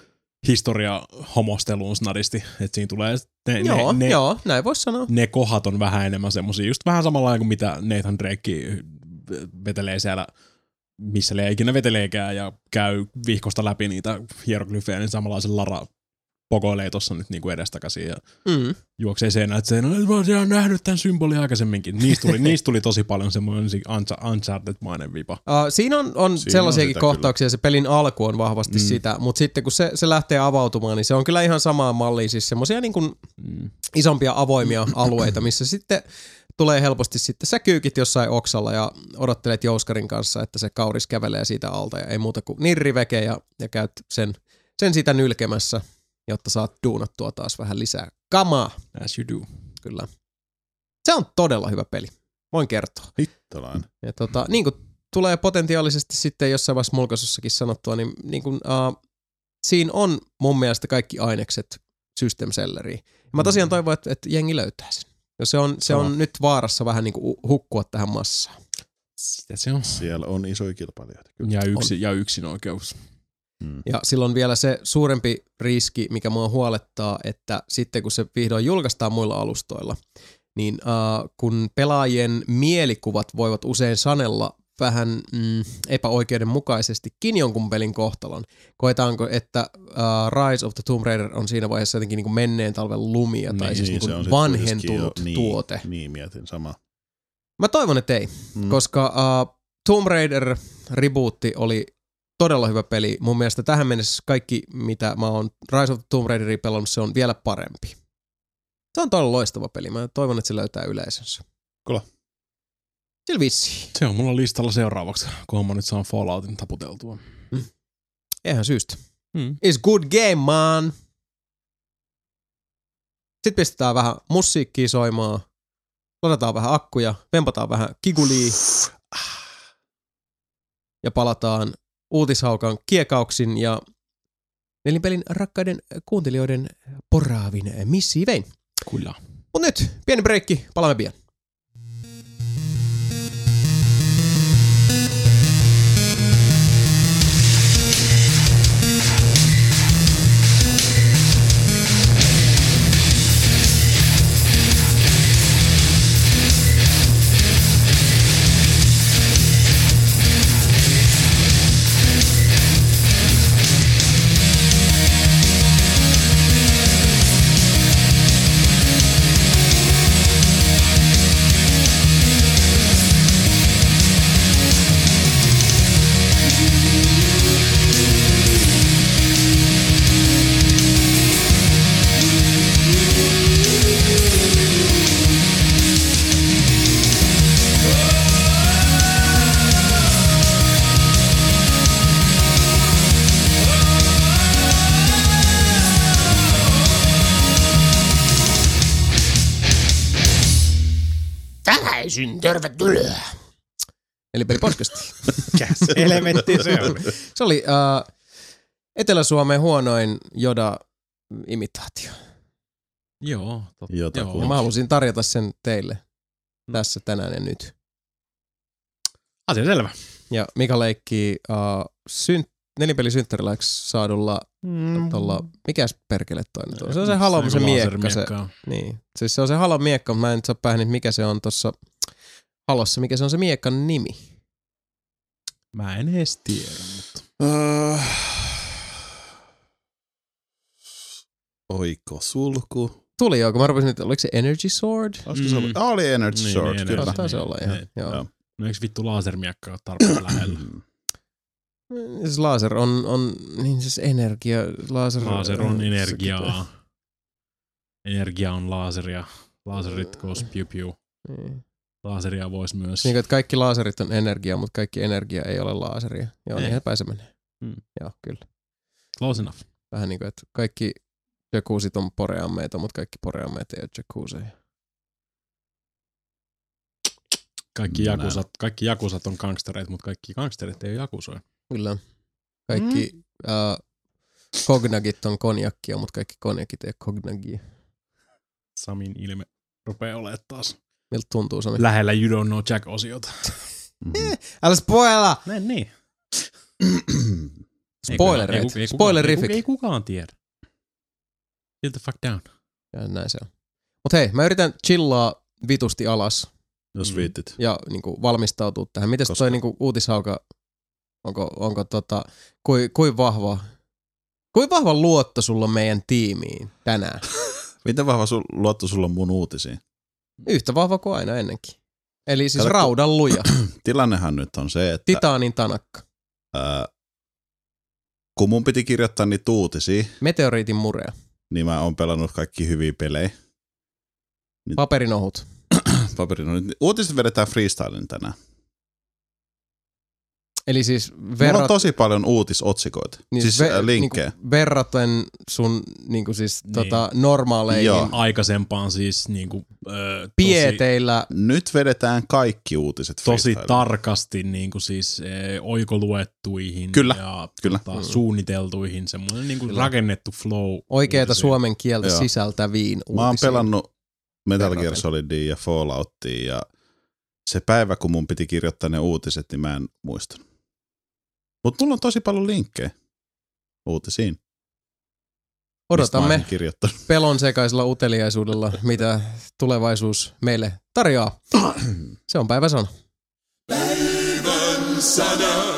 historia-homosteluun snadisti, että siinä tulee joo, näin voisi sanoa. Ne kohdat on vähän enemmän semmosia, just vähän samalla kuin mitä Nathan Drake vetelee siellä, missä ikinä veteleekään ja käy vihkosta läpi niitä hieroglyfejä, niin samanlaisen Lara pokoilee tossa nyt niinku edestakaisin ja juoksee seinään, että mä oon nähnyt tämän symbolin aikaisemminkin. Niistä tuli tosi paljon semmoinen Uncharted-mainen vipa. Siinä on sellaisiakin kohtauksia, kyllä. Se pelin alku on vahvasti sitä, mutta sitten kun se lähtee avautumaan, niin se on kyllä ihan samaa mallia, siis semmoisia niin kuin isompia avoimia alueita, missä sitten tulee helposti sitten sä kyykit jossain oksalla ja odottelet jouskarin kanssa, että se kauris kävelee siitä alta ja ei muuta kuin nirriveke ja käyt sen siitä nylkemässä, jotta saat duunattua taas vähän lisää kamaa. As you do. Kyllä. Se on todella hyvä peli. Voin kertoa. Hittolainen. Ja niin kuin tulee potentiaalisesti sitten jossain vaiheessa mulkaisussakin sanottua, niin kuin, siinä on mun mielestä kaikki ainekset System Selleriin. Mä tosiaan toivon, että jengi löytää sen. Ja se on nyt vaarassa vähän niin kuin hukkua tähän massaan. Sitä se on. Siellä on isoja kilpailijoita. Ja yksin oikeus. Ja silloin vielä se suurempi riski, mikä mua huolettaa, että sitten kun se vihdoin julkaistaan muilla alustoilla, niin kun pelaajien mielikuvat voivat usein sanella vähän epäoikeudenmukaisestikin jonkun pelin kohtalon. Koetaanko, että Rise of the Tomb Raider on siinä vaiheessa jotenkin niin kuin menneen talven lumia tai siis niin kuin vanhentunut tuote. Niin, mietin sama. Mä toivon, että ei, koska Tomb Raider rebootti oli todella hyvä peli. Mun mielestä tähän mennessä kaikki, mitä mä oon Rise of the Tomb Raideria pelannut, se on vielä parempi. Se on todella loistava peli. Mä toivon, että se löytää yleisönsä. Kyllä. Sillä vissiin. Se on mulla listalla seuraavaksi, kunhan mä nyt saan Falloutin taputeltua. Eihän syystä. It's good game, man. Sitten pistetään vähän musiikkia soimaan. Ladataan vähän akkuja. Vempataan vähän kigulia. Ja palataan uutishaukan kiekauksin ja Nelinpelin rakkaiden kuuntelijoiden poraavin missiivein. Kyllä. Mut nyt, pieni breikki, palaamme pian. Meikäläisyn tervetuloa. Eli pelipodcasti. Mikäs elementti se oli? Se oli Etelä-Suomen huonoin Yoda-imitaatio. Joo, totta. Jotakuinkin. Ja mä halusin tarjota sen teille tässä tänään ja nyt. Asia selvä. Ja Mika leikkii nelinpelisynttäriläiksi saadulla tuolla, mikäs perkele toi nyt on? Se on se Halon se miekka. Niin. Siis se on se Halon miekka, mutta mä en saa päähän, mikä se on tuossa Halossa, mikä se on se miekkan nimi. Mä en edes tiedä, mutta... Oikosulku. Tuli jo, kun mä rupesin, että oliko se Energy Sword? Oli Energy Sword, niin, kyllä. Taisi olla ihan, joo. No eikö vittu lasermiekka ole tarpeeksi lähellä? Siis laser on niin siis energia. Laser on energiaa. Energia on laseria. Laserit goes piu piu. Niin. Laseria voisi myös... Niin, että kaikki laserit on energiaa, mutta kaikki energia ei ole laseria. Joo, niinhän päin se menee. Joo, kyllä. Close enough. Vähän niin kuin, että kaikki jacuzzit on poreammeita, mutta kaikki poreammeet ei ole jacuzzeja. Kaikki jakusat on gangstereita, mutta kaikki gangsterit ei ole jakusoja. Kyllä. Kaikki kognagit on konjakkia, mutta kaikki konjakit ei ole kognagia. Samin ilme rupeaa olemaan taas. Miltä tuntuu, Sami? Lähellä You Don't Know Jack-osiota. Älä spoilaa! Niin. Spoilerific. Ei kukaan tiedä. Chill the fuck down. Ja näin se on. Mut hei, mä yritän chillaa vitusti alas. Jos viittit. Ja niinku valmistautua tähän. Mites toi niinku uutishauka, onko kuin vahva luotto sulla on meidän tiimiin tänään? Miten vahva luotto sulla on mun uutisiin? Yhtä vahva kuin aina ennenkin. Eli siis raudan luja. Tilannehan nyt on se, että... Titaanin tanakka. Kun mun piti kirjoittaa niitä uutisia... Meteoriitin murea. Niin mä oon pelannut kaikki hyviä pelejä. Paperinohut. Uutiset vedetään freestylin tänään. Eli siis mulla on tosi paljon uutisotsikoita. Niin siis linkkejä. Niinku verraten sun niinku siis normaaleihin. Joo. Aikaisempaan siis niinku pieteillä. Nyt vedetään kaikki uutiset tosi tarkasti niinku siis oikoluettuihin. Kyllä. Ja Kyllä. Suunniteltuihin. Semmoinen niinku rakennettu flow. Oikeita suomen kieltä sisältäviin uutisiin. Mä oon pelannut Metal Gear Solidia ja Falloutia ja se päivä, kun mun piti kirjoittaa ne uutiset, niin mä en muistanut. Mutta mulla on tosi paljon linkkejä uutisiin. Odotamme pelon sekaisella uteliaisuudella, mitä tulevaisuus meille tarjoaa. Se on päivän sana. Päivän sana.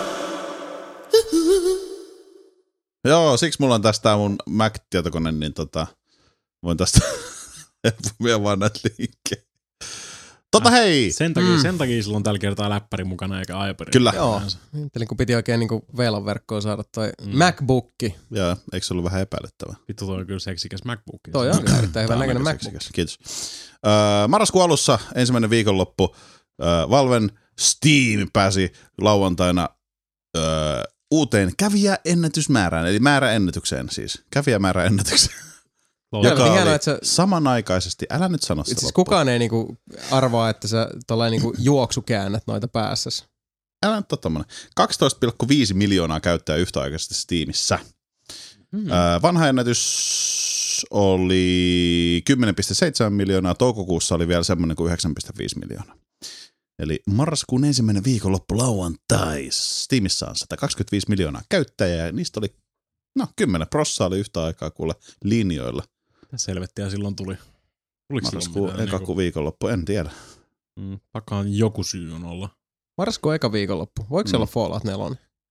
Joo, siksi mulla on tästä mun Mac-tietokone, niin voin tästä helpommin vaan näitä linkkejä. Hei! Sen takia sulla on tällä kertaa läppäri mukana eikä iPad. Kyllä. Joo. Ajattelin, kun piti oikein niinku VLAN-verkkoon saada toi MacBookki. Joo, eikö se ollut vähän epäilyttävää? Vittu, toi on kyllä seksikäs MacBookki. Toi on erittäin hyvän näköinen MacBook. Kiitos. Marraskuun alussa ensimmäinen viikonloppu Valven Steam pääsi lauantaina uuteen kävijäennätysmäärään, eli määräennätykseen siis. Kävijämääräennätykseen. Joka oli samanaikaisesti, älä nyt sano sitä siis kukaan ei niinku arvaa, että sä tollain niinku juoksukäännät noita päässäsi. Älä nyt ole tommonen. 12,5 miljoonaa käyttäjää yhtäaikaisesti Steamissa. Vanha ennätys oli 10,7 miljoonaa, toukokuussa oli vielä semmoinen kuin 9,5 miljoonaa. Eli marraskuun ensimmäinen viikonloppu lauantai Steamissa on 125 miljoonaa käyttäjää ja niistä oli 10% oli yhtä aikaa kuule linjoilla. Selvettiä silloin tuli. Marraskuun eka viikonloppu, en tiedä. Pakkaan joku syy on olla. Marraskuun eka viikonloppu. Voiko se olla Fallout 4?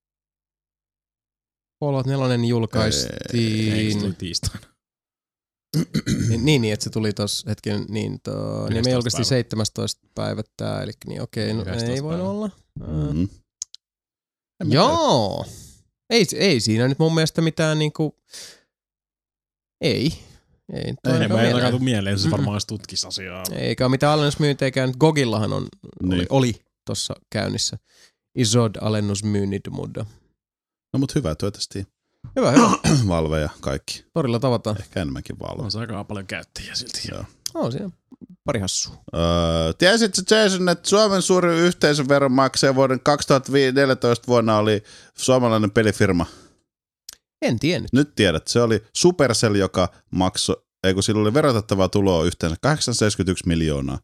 Fallout 4 julkaistiin... Eikö se tuli tiistaina? niin, että se tuli tossa hetken, niin me julkaistiin 17. päivä tää, eli niin okei, no, ei voi olla. Joo! Ei siinä nyt mun mielestä mitään niinku... Ei Enemmän ei takatu mieleen, se varmaan olisi tutkis asiaa. Eikä ole mitään alennusmyyntejäkään. Gogillahan oli tossa käynnissä. Isod alennusmyynnit muda. No mut hyvää työtä Steam. Hyvä. Valve ja kaikki. Torilla tavataan. Ehkä enemmänkin Valve. On se aika paljon käyttäjiä silti. Joo. On siinä pari hassua. Tiesitkö Jason, että Suomen suurin yhteisöveron maksaja vuoden 2014 vuonna oli suomalainen pelifirma? En tiennyt. Nyt tiedät, se oli Supercell, joka maksoi, kun sillä oli verotettavaa tuloa yhteensä 871 miljoonaa.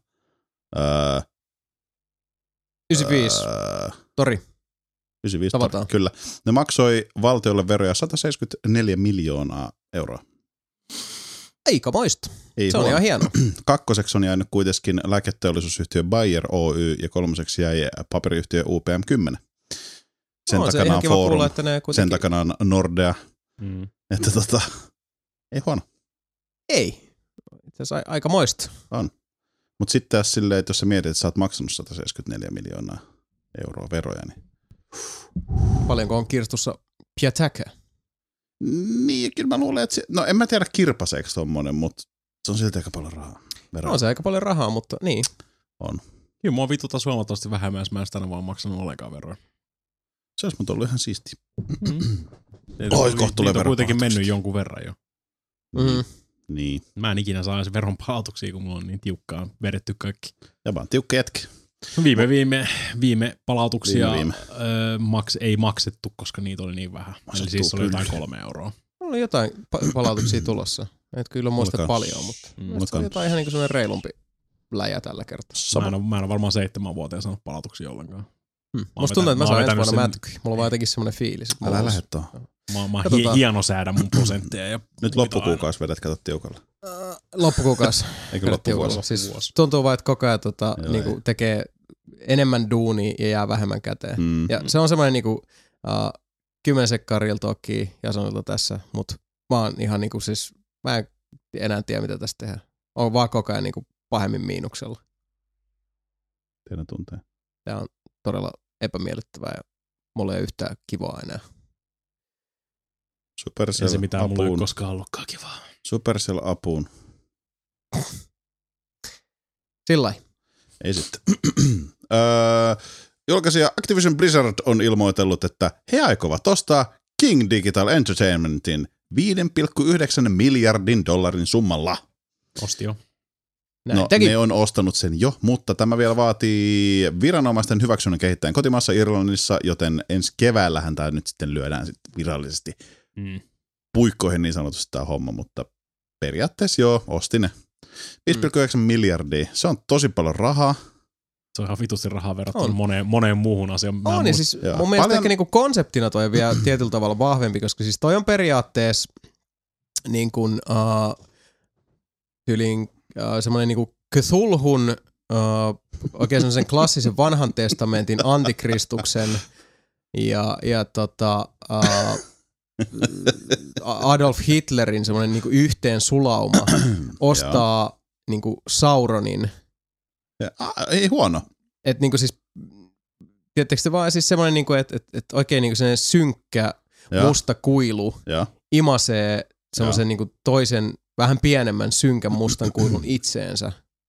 95. Tori. 95, kyllä. Ne maksoi valtiolle veroja 174 miljoonaa euroa. Aikamoista. Se on ihan hieno. Kakkoseksi on jäänyt kuitenkin lääketeollisuusyhtiö Bayer Oy ja kolmoseksi jäi paperiyhtiö UPM-10. Sen takana on Forum, sen takana on Nordea. Että ei huono. Ei. Itse asiassa aikamoista. On. Mutta sitten taas silleen, että jos sä mietit, että sä oot maksanut 174 miljoonaa euroa veroja, niin paljonko on kirstussa piätäkää? Niin, kyllä mä luulen, että no en mä tiedä kirpaseeko tommonen, mutta se on silti aika paljon rahaa. On se aika paljon rahaa, mutta niin. On. Kyllä mua vituttaa huomattavasti vähemmän, jos mä en sitä vaan maksanut ollenkaan veroja. Se olisi mutta ollut ihan siisti. Kohta tulee veron kuitenkin mennyt jonkun verran jo. Niin. Mä en ikinä saa edes veron palautuksia, kun mulla on niin tiukkaan vedetty kaikki. Ja vaan tiukka jätkä. Viime palautuksia ei maksettu, koska niitä oli niin vähän. Eli siis oli jotain 3 euroa. Oli jotain palautuksia tulossa. Et kyllä muista paljon, mutta se on jotain ihan niin kuin sellainen reilumpi läjä tällä kertaa. Mä en ole varmaan 7 vuoteen saanut palautuksia ollenkaan. Musta tuntuu, että mä saan ensi vuonna mätkyä. Mulla on vaan jotenkin semmoinen fiilis. Älä lähde tuohon. Mä hienosäädän mun prosentteja. Ja nyt loppukuukausi vedät, kato tiukalla. Loppukuukausi. Eikö loppuvuosi? Siis tuntuu vaan, että koko ajan niinku tekee enemmän duunia ja jää vähemmän käteen. Ja se on semmoinen niinku 10 sekkaa real talkia Jasonilta tässä, mutta mä oon ihan niinku siis, mä en enää tiedä mitä tästä tehdään. On vaan koko ajan niinku pahemmin miinuksella. Teidän tuntee. Tää on todella epämiellyttävää ja mulla ei ole yhtään kivaa enää. Supercell se mitään apuun. Mulla ei koskaan ollutkaan kivaa. Supercell apuun. Sillai. Ei sitten. Julkaisija Activision Blizzard on ilmoitellut, että he aikovat ostaa King Digital Entertainmentin $5.9 miljardin summalla. Osti jo. Ne on ostanut sen jo, mutta tämä vielä vaatii viranomaisten hyväksynnän kehittäjän kotimaassa Irlannissa, joten ensi keväällähän tämä nyt sitten lyödään virallisesti puikkoihin niin sanotusti tämä homma, mutta periaatteessa joo, osti ne. 5,9 miljardia, se on tosi paljon rahaa. Se on ihan vitusti rahaa verrattuna moneen muuhun asiaan. On, niin siis mun mielestä ehkä niinku konseptina toi on vielä tietyllä tavalla vahvempi, koska siis toi on periaatteessa niin kuin semmoinen niinku Cthulhun oikein semmoisen klassisen vanhan testamentin antikristuksen ja Adolf Hitlerin semmoinen niinku yhteen sulauma ostaa niinku Sauronin. Ei huono. Et niinku siis, tiedättekö te vaan siis semmoinen niinku, että oikein niinku semmoinen synkkä musta kuilu imasee semmoisen niinku toisen vähän pienemmän synkän mustan kuilun itseensä.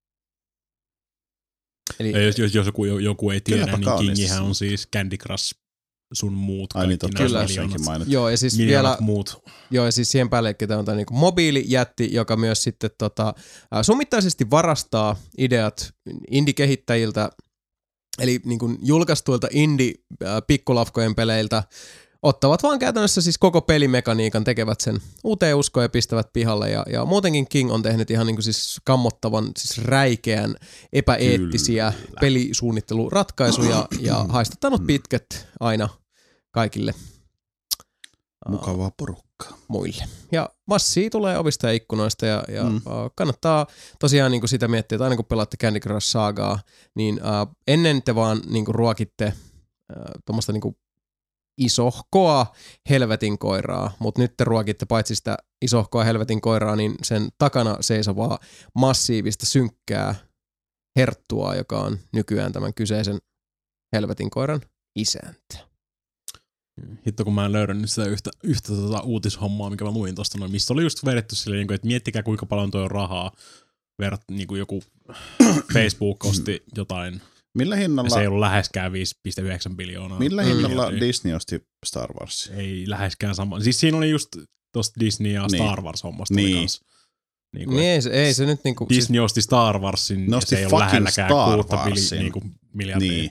Eli jos joku ei tiedä, niin Kingihän on siis Candy Crush sun muut kaikki miljoonat. Joo, ja siis vielä muut. Joo, ja siis siihen päälle, että tämä on tämä niinku mobiilijätti, joka myös sitten summittaisesti varastaa ideat indie-kehittäjiltä, eli niinku julkaistuilta indie-pikkulafkojen peleiltä, ottavat vaan käytännössä siis koko pelimekaniikan, tekevät sen uuteen uskoon ja pistävät pihalle. Ja muutenkin King on tehnyt ihan niin kuin siis kammottavan, siis räikeän, epäeettisiä pelisuunnitteluratkaisuja ja haistattanut pitkät aina kaikille mukavaa porukkaa muille. Ja massia tulee ovista ja ikkunoista ja kannattaa tosiaan niin kuin sitä miettiä, että aina kun pelaatte Candy Crush Sagaa, niin ennen te vaan niin kuin ruokitte tuommoista niin kuin isohkoa helvetin koiraa, mutta nyt te ruokitte paitsi sitä isohkoa helvetin koiraa, niin sen takana seisovaa massiivista synkkää herttua, joka on nykyään tämän kyseisen helvetin koiran isäntä. Hitto, kun mä en löydän sitä yhtä uutishommaa, mikä mä luin tosta, missä oli just vedetty silleen, että miettikää kuinka paljon toi on rahaa, niin kuin joku Facebook osti jotain. Millä hinnalla? Se ei ollut läheskään 5,9 biljoonaa. Millä hinnalla Disney osti Star Wars? Ei läheskään sama. Siis siinä oli just tosta Disney ja Star Wars hommasta kanssa. Niin, ei se nyt niinku... Disney osti Star Warsin ja se ei ole lähelläkään 6 miljardia.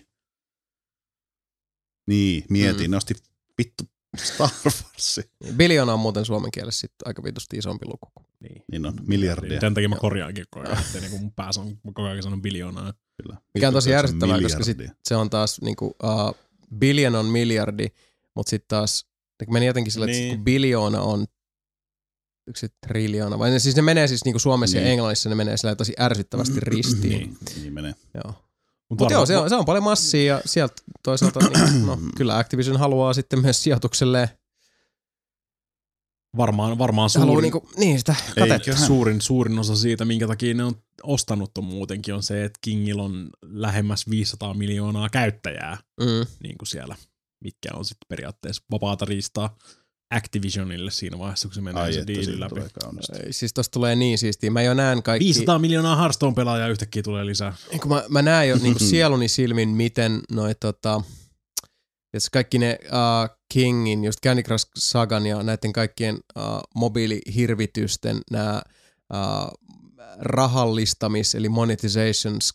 Niin, mietin, ne osti vittu Star Warsin. Biljoona on muuten suomen kielessä sitten aika vitusti isompi luku. Niin on, miljardia. Tämän takia mä korjaankin koko ajan, ettei niin mun päässä on koko ajan sanon biljoonaa. Kyllä. Mikä on tosi järsyttävää, koska sit se on taas niinku, billion on miljardi, mutta sitten taas meni jotenkin sillä, että kun biljoona on yksi triljoona, vai siis ne menee siis niinku Suomessa ja Englannissa ne menee sillä tosi ärsyttävästi ristiin. Niin menee. Joo. Mutta joo, se on paljon massia ja sieltä toisaalta niin, no, kyllä Activision haluaa sitten myös sijoitukselleen varmaan sitä katetta. Suurin osa siitä, minkä takia ne on ostanut on muutenkin, on se, että Kingillä on lähemmäs 500 miljoonaa käyttäjää niin kuin siellä, mitkä on sitten periaatteessa vapaata riistaa Activisionille siinä vaiheessa, kun se menee se diili läpi. Siis tosta tulee niin siistiä. Mä jo näen kaikki... 500 miljoonaa Hearthstone-pelaajaa yhtäkkiä tulee lisää. Mä näen jo niin sieluni silmin, miten noi kaikki ne Kingin, just Candy Crush Sagan ja näiden kaikkien mobiilihirvitysten nämä rahallistamis- eli monetizations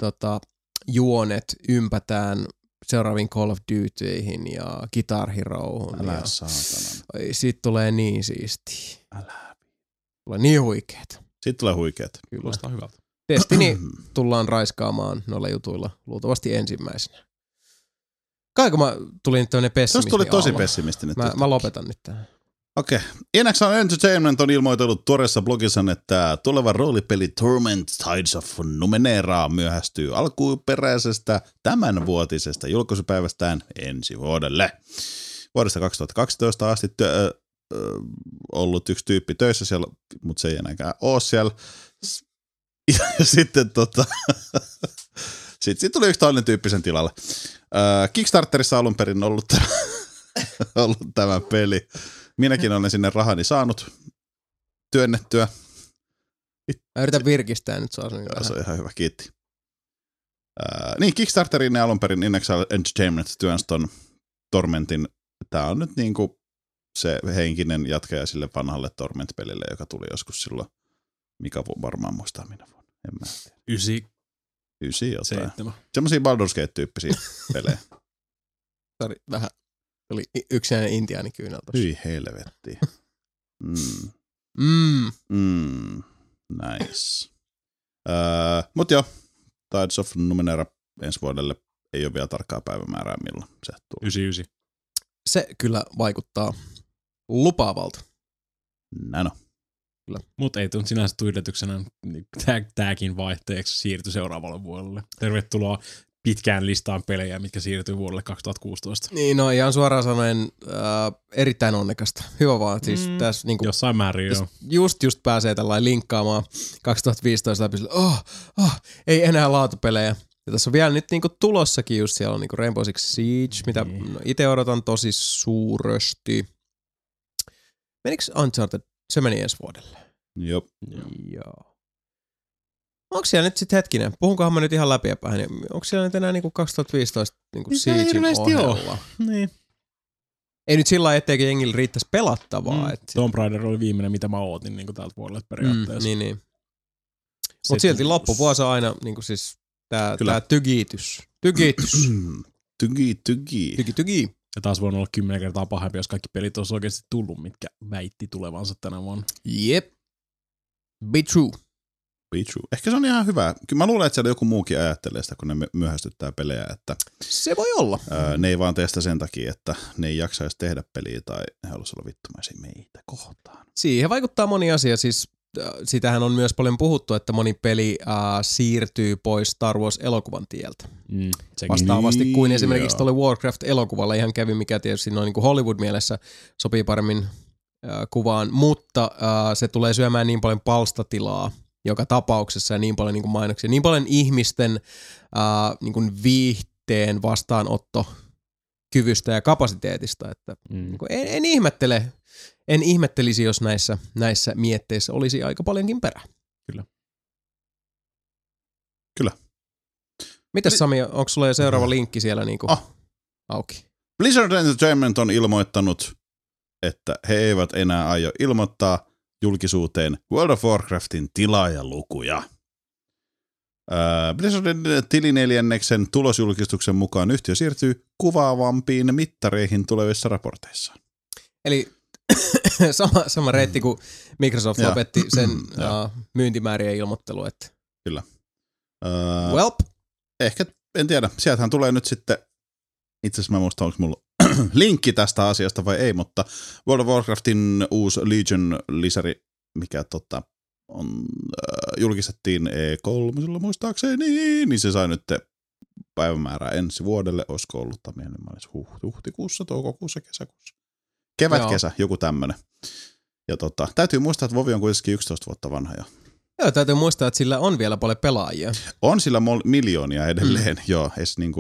juonet ympätään seuraaviin Call of Dutyihin ja Guitar Heroon. Älä saatana. Siitä tulee niin siistiä. Tulee niin huikeet. Siitä tulee huikeet. Kuulostaa hyvältä. Destiny tullaan raiskaamaan noilla jutuilla luultavasti ensimmäisenä. Kaiko mä tulin nyt tämmönen pessimismi. Tuossa tuli tosi pessimistinen. Mä lopetan nyt tähän. Okei. NXL Entertainment on ilmoitellut tuoreessa blogissaan, että tuleva roolipeli Torment Tides of Numenera myöhästyy alkuperäisestä tämänvuotisesta julkaisupäivästään ensi vuodelle. Vuodesta 2012 asti ollut yksi tyyppi töissä siellä, mutta se ei enääkään ole siellä. Ja sitten Sitten tuli yksi toinen tyyppisen tilalle. Kickstarterissa alun perin ollut tämä peli. Minäkin olen sinne rahani saanut työnnettyä. Mä yritän virkistää nyt sua. Se on ihan hyvä, kiitti. Niin, Kickstarterin ja alun perin NXL Entertainment työnsi ton Tormentin. Tää on nyt niinku se henkinen jatkaja sille vanhalle Torment-pelille, joka tuli joskus silloin. Mika varmaan muistaa minä vuonna. En mä tiedä. 9 jotain. 7. Semmosia Baldur's Gate-tyyppisiä pelejä. Sori, vähän. Oli yksinäinen intiaani kyynel tossa. Hyi helvetti. Nice. Mut joo, Tides of Numenera ensi vuodelle ei ole vielä tarkkaa päivämäärää, milloin se tulee. 99. Se kyllä vaikuttaa lupaavalta. Näin on. Mutta ei tunnu sinänsä yllätyksenä tagin vaihteeksi siirtyi seuraavalle vuodelle. Tervetuloa pitkään listaan pelejä, mitkä siirtyy vuodelle 2016. Niin, no ihan suoraan sanoen erittäin onnekasta. Hyvä vaan. Siis tässä niinku, jossain määrin joo. Just pääsee tällainen linkkaamaan 2015 läpi sille, ei enää laatupelejä. Ja tässä on vielä nyt niinku tulossakin just siellä on niinku Rainbow Six Siege, mitä itse odotan tosi suuresti. Menikö Uncharted? Se meni ensi vuodelle. Joo. Onko siellä nyt sitten hetkinen? Puhunkohan mä nyt ihan läpi ja päin. Onko siellä nyt enää niinku 2015 niinku Siegein ohella? Niin. Ei nyt sillä lailla, etteikö jengillä riittäisi pelattavaa. Tomb Raider oli viimeinen, mitä mä ootin niinku tältä vuodelle periaatteessa. Niin. Mutta silti loppuvuosi on aina niinku siis tää tygitys. Tygi. Ja taas voinut olla 10 kertaa pahempi, jos kaikki pelit olisi oikeasti tullut, mitkä väitti tulevansa tänä vuonna. Jep. Be true. Ehkä se on ihan hyvä. Kyllä mä luulen, että siellä joku muukin ajattelee sitä, kun ne myöhästyttää pelejä. Että se voi olla. Ne ei vaan tee sitä sen takia, että ne ei jaksaisi tehdä peliä tai ne haluaisi olla vittumaisia meitä kohtaan. Siihen vaikuttaa moni asia. Siis sitähän on myös paljon puhuttu, että moni peli siirtyy pois Star Wars-elokuvan tieltä. Vastaavasti kuin esimerkiksi tuolle Warcraft-elokuvalle ihan kävi, mikä tietysti noin niin kuin Hollywood-mielessä sopii paremmin kuvaan, mutta se tulee syömään niin paljon palstatilaa joka tapauksessa ja niin paljon niin kuin mainoksia, niin paljon ihmisten niin kuin viihteen vastaanottokyvystä ja kapasiteetista, että niin kuin en ihmettelisi, jos näissä mietteissä olisi aika paljonkin perää. Kyllä. Mitäs Sami, onko sulla jo seuraava linkki siellä niinku auki? Blizzard Entertainment on ilmoittanut, että he eivät enää aio ilmoittaa julkisuuteen World of Warcraftin tilaajalukuja. Blizzardin tilineljänneksen tulosjulkistuksen mukaan yhtiö siirtyy kuvaavampiin mittareihin tulevissa raporteissa. Eli sama reitti kuin Microsoft lopetti sen myyntimäärien ilmoittelu. Että... Kyllä. Welp. Ehkä, en tiedä. Sieltähän tulee nyt sitten, itse asiassa mä muistan, onko mulla linkki tästä asiasta vai ei, mutta World of Warcraftin uusi Legion-lisäri, mikä on, julkistettiin E3 muistaakseni, niin se sai nyt päivämäärää ensi vuodelle, olisiko ollut huhtikuussa, toukokuussa, kesäkuussa. Kesä, joku tämmönen. Ja täytyy muistaa, että WoW on kuitenkin 11 vuotta vanha jo. Joo, täytyy muistaa, että sillä on vielä paljon pelaajia. On sillä miljoonia edelleen, joo,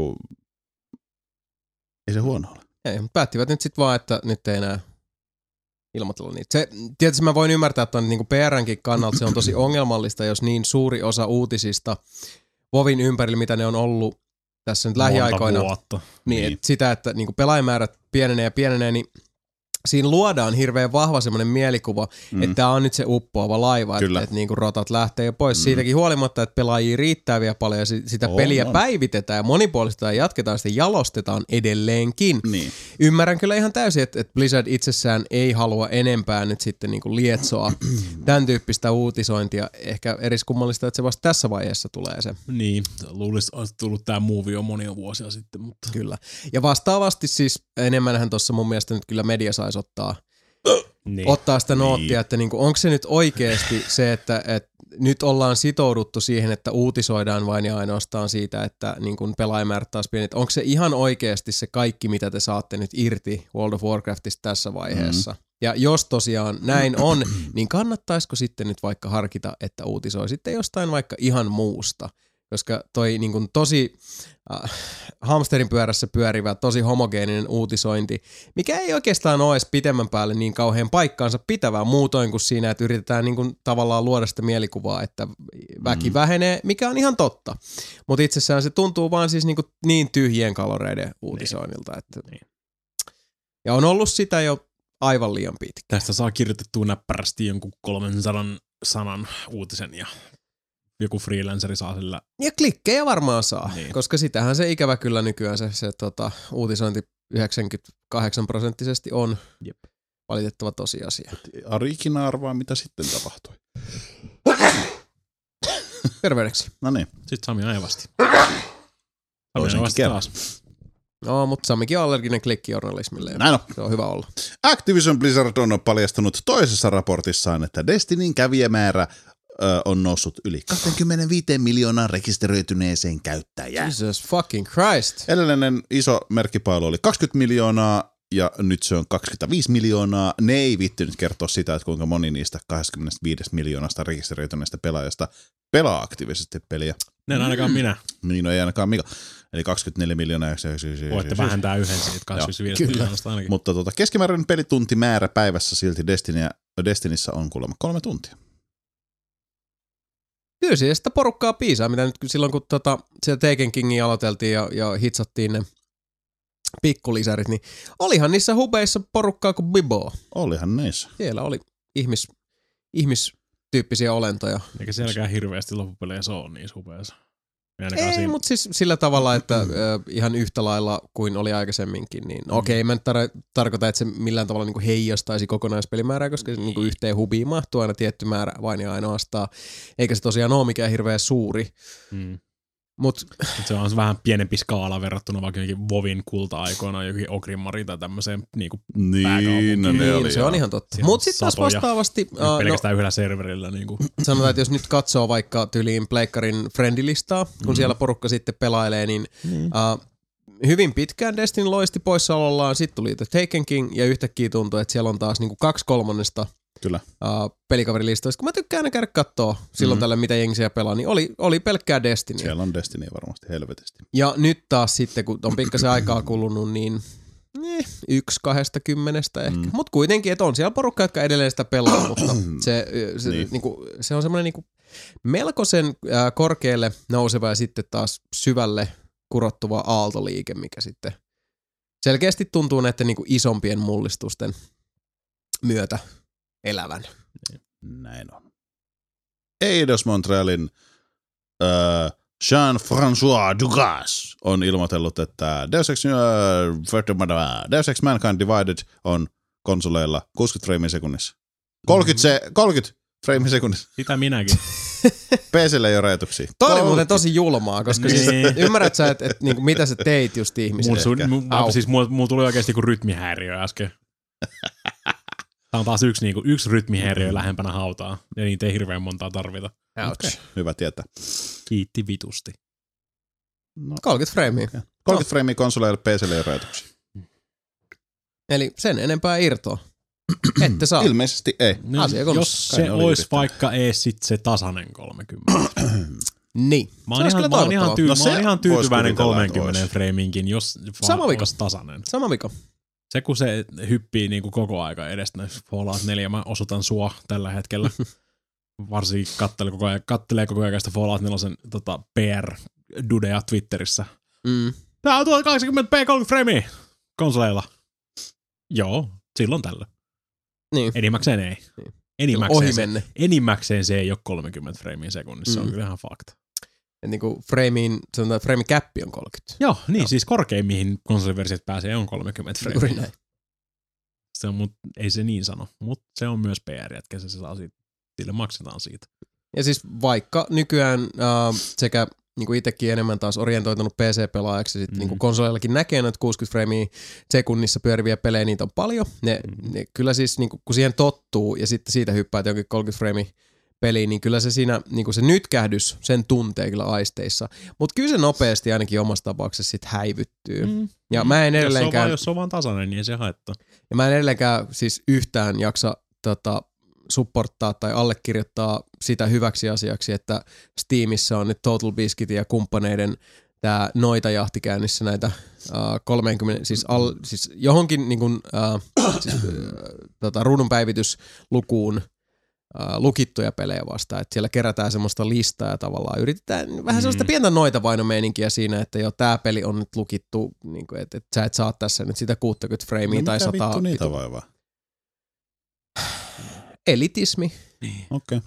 ei se huono ole. Ei, päättivät nyt sitten vaan, että nyt ei enää ilmoitella niitä. Tietysti mä voin ymmärtää, että on niin kuin PR:nkin kannalta se on tosi ongelmallista, jos niin suuri osa uutisista WoWin ympärillä, mitä ne on ollut tässä nyt lähiaikoina. Niin. Että sitä, että niin kuin pelaajamäärät pienenee, niin siinä luodaan hirveän vahva semmoinen mielikuva, että tämä on nyt se uppoava laiva, että niin kuin rotat lähtee jo pois. Siitäkin huolimatta, että pelaajia riittää vielä paljon ja sitä peliä päivitetään ja monipuolistetaan ja jatketaan, sitä jalostetaan edelleenkin. Niin. Ymmärrän kyllä ihan täysin, että Blizzard itsessään ei halua enempää nyt sitten niin kuin lietsoa tämän tyyppistä uutisointia. Ehkä eriskummallista, että se vasta tässä vaiheessa tulee se. Niin, luulisi, olisi tullut tämä movie jo monia vuosia sitten. Mutta. Kyllä. Ja vastaavasti siis enemmänhän tuossa mun mielestä nyt kyllä media saisi ottaa sitä noottia, että niinku, onko se nyt oikeasti se, että nyt ollaan sitouduttu siihen, että uutisoidaan vain ja ainoastaan siitä, että niinku pelaajamäärät taas pienet. Onko se ihan oikeasti se kaikki, mitä te saatte nyt irti World of Warcraftista tässä vaiheessa? Ja jos tosiaan näin on, niin kannattaisiko sitten nyt vaikka harkita, että uutisoi sitten jostain vaikka ihan muusta? Koska toi niin kuin tosi hamsterin pyörässä pyörivä, tosi homogeeninen uutisointi, mikä ei oikeastaan ole edes pitemmän päälle niin kauhean paikkaansa pitävää muutoin kuin siinä, että yritetään niin kuin tavallaan luoda sitä mielikuvaa, että väki vähenee, mikä on ihan totta. Mutta itsessään se tuntuu vaan siis niin tyhjien kaloreiden uutisoinnilta. Että... Ja on ollut sitä jo aivan liian pitkä. Tästä saa kirjoitettua näppärästi jonkun 300 sanan uutisen ja joku freelanceri saa sillä. Ja klikkejä varmaan saa, koska sitähän se ikävä kyllä nykyään se uutisointi 98% on valitettava tosiasia. Ari ikinä arvaa, mitä sitten tapahtui. Terveydeksi. No niin. Sitten Sami aivasti. Taas. No, mutta Samikin on allerginen klikkijournalismille. Näin on. Se on hyvä olla. Activision Blizzard on paljastanut toisessa raportissaan, että Destinyn kävijämäärä on noussut yli 25 miljoonaan rekisteröityneeseen käyttäjään. Jesus fucking Christ. Edellinen iso merkkipailu oli 20 miljoonaa ja nyt se on 25 miljoonaa. Ne ei vittynyt kertoa sitä, että kuinka moni niistä 25 miljoonasta rekisteröityneestä pelaajasta pelaa aktiivisesti peliä. Ne en ainakaan minä. Niin, no ei ainakaan Mika. Eli 24 miljoonaa. Voitte vähentää yhden siitä 25 miljoonasta ainakin. Mutta keskimääräinen pelituntimäärä päivässä silti Destinissä on kuulemma 3 tuntia. Kyllä siis sitä porukkaa piisaa, mitä nyt silloin kun siellä Taken Kingin aloiteltiin ja hitsattiin ne pikkulisärit, niin olihan niissä hubeissa porukkaa kuin Bibo. Olihan niissä. Siellä oli ihmistyyppisiä olentoja. Eikä sielläkään hirveästi loppupeleissä ole niissä hubeissa. Ei, mutta siis sillä tavalla, että ihan yhtä lailla kuin oli aikaisemminkin, niin okei, mä en tarkoita, että se millään tavalla niin kuin heijastaisi kokonaispelimäärää, koska niin kuin yhteen hubiin mahtuu aina tietty määrä vain ja ainoastaan, eikä se tosiaan ole mikään hirveän suuri. Se on vähän pienempi skaala verrattuna vaikka jokin WoWin kulta-aikoina, jokin Ogrimmari tai tämmöiseen pääkaupunkiin. Se on ihan totta. Mutta sitten taas vastaavasti... pelkästään yhdellä serverillä. Sanotaan, että jos nyt katsoo vaikka tyliin Pleikkarin friendilistaa, kun siellä porukka sitten pelailee, niin hyvin pitkään Destiny loisti poissaolollaan, sitten tuli The Taken King ja yhtäkkiä tuntui, että siellä on taas niinku 2/3 Kyllä. Pelikaverilistoista. Kun mä tykkään aina käydä kattoo silloin tällä, mitä jengiä pelaa, niin oli pelkkää Destiny. Siellä on Destiny varmasti helvetisti. Ja nyt taas sitten, kun on pikkasen aikaa kulunut, niin 1/20 ehkä. Mutta kuitenkin, että on siellä porukka, jotka edelleen sitä pelaa, mutta se on semmoinen niinku melkoisen korkealle nouseva ja sitten taas syvälle kurottuva aaltoliike, mikä sitten selkeästi tuntuu näiden niinku isompien mullistusten myötä elävän. Näin on. Eidos Montrealin Jean-François Dugas on ilmoitellut, että Deus Ex Mankind Divided on konsoleilla 60 freimiä sekunnissa. 30 freimiä sekunnissa. Sitä minäkin. PC:llä ei ole rajoituksia. Toi oli muuten tosi julmaa, koska siis ymmärrät sä, että niinku, mitä sä teit just ihmisille? Mulla tuli oikeasti kuin rytmihäiriö äsken. Tämä on taas yksi rytmihäiriö lähempänä hautaa. Ja niitä ei hirveän montaa tarvita. Okay. Hyvä tietää. Kiitti vitusti. No. 30 freimiä. Okay. 30 freimiä konsoleille, PC:lle ja rajoituksia. Eli sen enempää irtoa. Ette saa. Ilmeisesti ei. Jos se olisi vaikka ees sit se tasainen 30. Niin. Mä oon ihan tyytyväinen 30 freiminkin, jos vaan olisi tasainen. Sama vika. Se kun se hyppii niinku koko aika edestä, Fallout 4, mä osoitan sua tällä hetkellä. Varsinkin kattelee koko ajan sitä Fallout 4 PR-dudea Twitterissä. Tää on 1080p 30 freimiä konsoleilla. Joo, silloin tällä. Niin. Enimmäkseen ei. Niin. Enimmäkseen se ei ole 30 freimiä sekunnissa, se on kyllä ihan fakta. Et niinku freimikäppi on 30. Joo, siis korkein mihin konsoliversiot pääsee on 30 freimiä. Se on, ei se niin sano, mutta se on myös PR-jätkä, se saa siitä, sille maksetaan siitä. Ja siis vaikka nykyään sekä niinku itsekin enemmän taas orientoitunut PC-pelaajaksi, sitten niinku konsoleillakin näkee noita 60 freimiä sekunnissa pyöriviä pelejä, niitä on paljon. Ne kyllä siis niinku, kun siihen tottuu ja sitten siitä hyppää jonkin 30 freimiä peliin, niin kyllä se siinä, niinku se nytkähdys, sen tuntee kyllä aisteissa. Mutta kyllä se nopeasti ainakin omassa tapauksessa sitten häivyttyy. Ja mä en edelleenkään... Jos se on vaan tasainen, niin ei se haittaa. Ja mä en edelleenkään siis yhtään jaksa supporttaa tai allekirjoittaa sitä hyväksi asiaksi, että Steamissa on nyt Total Biscuitin ja kumppaneiden tää noitajahti käynnissä näitä 30, siis johonkin niin kuin, ruudunpäivityslukuun lukittuja pelejä vastaan, että siellä kerätään semmoista listaa ja tavallaan yritetään vähän sellaista pientä noitavaino-meininkiä siinä, että jo tää peli on nyt lukittu, niin kuin, että sä et saa tässä nyt sitä 60 freimiä tai 100. Mitä vittu niitä vaivaa? Elitismi. Niin. Okei.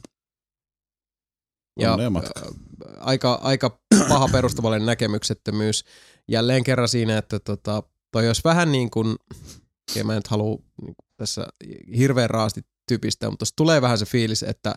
Ja aika paha perustavallinen näkemyksettömyys. Jälleen kerran siinä, että toi olisi vähän niin kuin, ja mä en nyt halua niin tässä hirveän raasti typistä, mutta tuossa tulee vähän se fiilis, että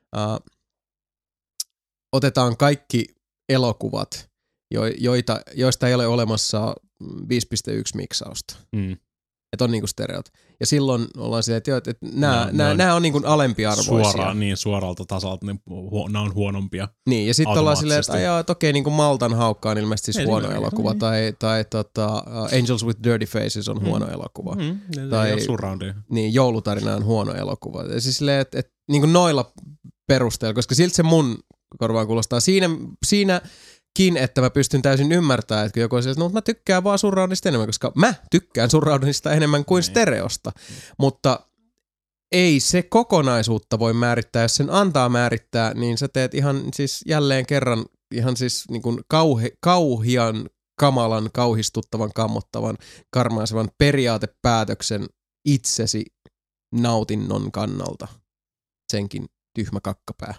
otetaan kaikki elokuvat, joista ei ole olemassa 5.1 miksausta. Että on niinku stereot. Ja silloin ollaan silleen, että nämä on niinku alempiarvoisia. Suoralta tasalta, nämä on huonompia. Niin, ja sitten ollaan silleen, että okei, niinku Maltan haukka on ilmeisesti siis huono elokuva, tai Angels with Dirty Faces on huono elokuva. Tai niin, Joulutarina on huono elokuva. Ja siis silleen, että niinku noilla perusteella, koska siltä se mun korvaan kuulostaa siinäkin, että mä pystyn täysin ymmärtämään, että joku on sieltä, että mä tykkään vaan surroundista enemmän, koska mä tykkään surroundista enemmän kuin stereosta. Mutta ei se kokonaisuutta voi määrittää, jos sen antaa määrittää, niin sä teet ihan siis jälleen kerran ihan siis niin kuin kauhian, kamalan, kauhistuttavan, kammottavan, karmaisevan periaatepäätöksen itsesi nautinnon kannalta. Senkin tyhmä kakkapää.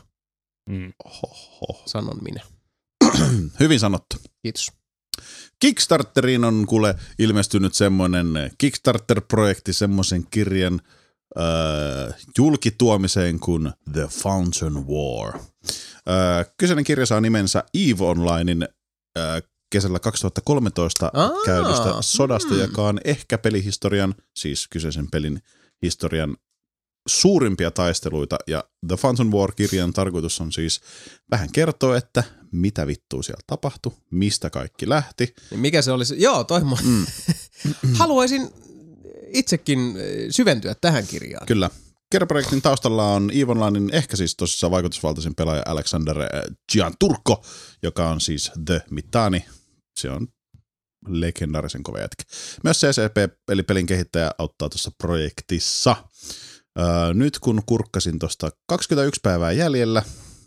Sanon minä. Hyvin sanottu. Kiitos. Kickstarteriin on kuule ilmestynyt semmoinen Kickstarter-projekti semmoisen kirjan julkituomiseen kuin The Fountain War. Kyseinen kirja saa nimensä EVE Onlinein kesällä 2013 käydystä sodasta, joka on ehkä pelihistorian, siis kyseisen pelin historian suurimpia taisteluita, ja The Fountain War-kirjan tarkoitus on siis vähän kertoa, että mitä vittua siellä tapahtui, mistä kaikki lähti. Mikä se olisi? Joo, haluaisin itsekin syventyä tähän kirjaan. Kyllä. Kirjaprojektin taustalla on EVE Onlinein ehkä siis tosissaan vaikutusvaltaisen pelaaja Alexander Gianturco, joka on siis The Mittani. Se on legendaarisen kova jätkä. Myös CCP, eli pelin kehittäjä, auttaa tuossa projektissa. Nyt kun kurkkasin tuosta 21 päivää jäljellä,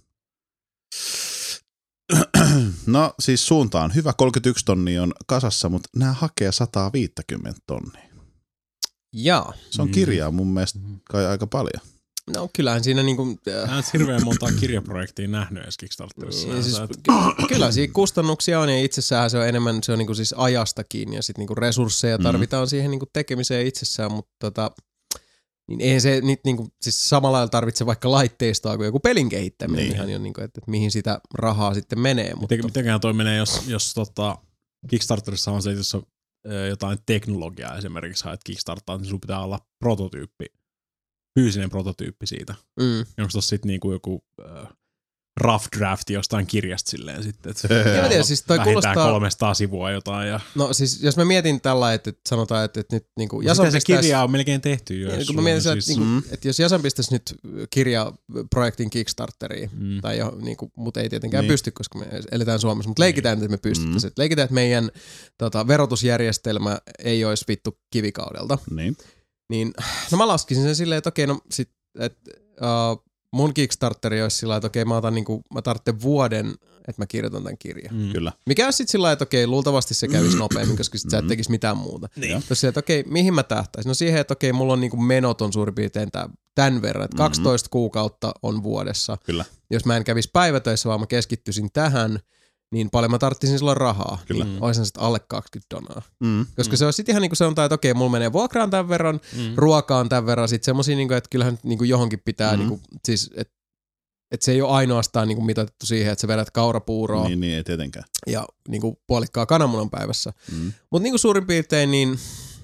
no siis suunta on hyvä, 31 tonnia on kasassa, mutta nämä hakee 150 tonnia. Jaa. Se on kirjaa mun mielestä kai aika paljon. No kyllähän siinä niinku... Mä en hirveän montaa kirjaprojektia nähnyt edes Kickstarterissa. Siis, kyllä siinä kustannuksia on ja itsessään se on enemmän, se on niinku siis ajasta kiinni ja sit niinku resursseja tarvitaan siihen niinku tekemiseen itsessään, mutta niin eihän se nyt niinku, siis samalla lailla tarvitse vaikka laitteistoa kuin joku pelin kehittäminen ihan jo niinku, että mihin sitä rahaa sitten menee. Mitenköhän toi menee, jos Kickstarterissa on se, jos on jotain teknologiaa esimerkiksi haet Kickstartaa, niin sun pitää olla prototyyppi, fyysinen prototyyppi siitä. Onko tossa sitten niinku joku rough draft jostain kirjasta silleen sitten, että siis toi vähintään 300 sivua jotain. Ja... No siis jos mä mietin tällä, että sanotaan, että nyt niinku Jason pistäisi... se kirja on melkein tehty jo. Kun mä mietin siis... että jos Jason pistäisi nyt kirjaprojektin Kickstarteriin, tai niinku, mut ei tietenkään pysty, koska me eletään Suomessa, mutta leikitään, että me pystyttäisiin. Leikitään, että meidän verotusjärjestelmä ei olisi vittu kivikaudelta. Niin, no mä laskisin sen silleen, että okei, no sit, että mun Kickstarteri olisi sillä, että okei, mä tarvitsen vuoden, että mä kirjoitan tämän kirjan. Kyllä. Mikä on sitten sillä, että okei, luultavasti se kävisi nopeammin, koska sit sä et tekisi mitään muuta. Jos se, että okei, mihin mä tähtäisin? No siihen, että okei, mulla on niinku menot on suurin piirtein tämän verran, että 12 kuukautta on vuodessa. Kyllä. Jos mä en kävisi päivätöissä, vaan mä keskittyisin tähän, niin paljon mä tarvitsin silloin rahaa. Kyllä. Niin olisin sitten alle $20. Koska se on sitten ihan niin kuin sanotaan, että okei, mulla menee vuokraan tämän verran, ruokaan tämän verran, sitten semmosia, niin että kyllähän niin kuin johonkin pitää, niin kuin, siis, että se ei ole ainoastaan niin kuin mitoitettu siihen, että sä vedät kaurapuuroa. Niin ei tietenkään. Ja niin kuin puolikkaa kananmunan päivässä. Mutta niin kuin suurin piirtein, niin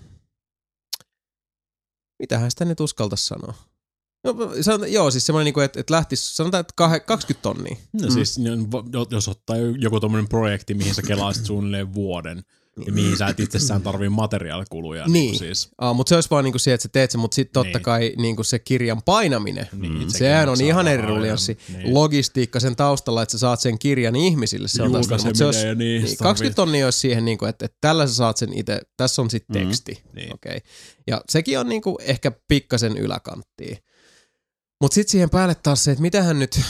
mitähän sitä nyt uskaltaisi sanoa? No, siis semmoinen, että lähtisi, sanotaan, että 20 tonnia. No siis, jos ottaa joku tommoinen projekti, mihin sä kelaisit suunnilleen vuoden, ja mihin sä et itsessään tarvii materiaalikuluja. Niin, siis. Mutta se olisi vaan niinku se, että sä teet sen, mutta sitten totta kai niinku se kirjan painaminen, sehän on ihan eri ruljanssi. Logistiikka sen taustalla, että sä saat sen kirjan ihmisille, se on taas, mutta se olisi, 20 tonnia olisi siihen, niinku, että tällä sä saat sen itse, tässä on sitten teksti. Okay. Ja sekin on niinku ehkä pikkasen yläkanttia. Mutta sitten siihen päälle taas se, että mitähän nyt,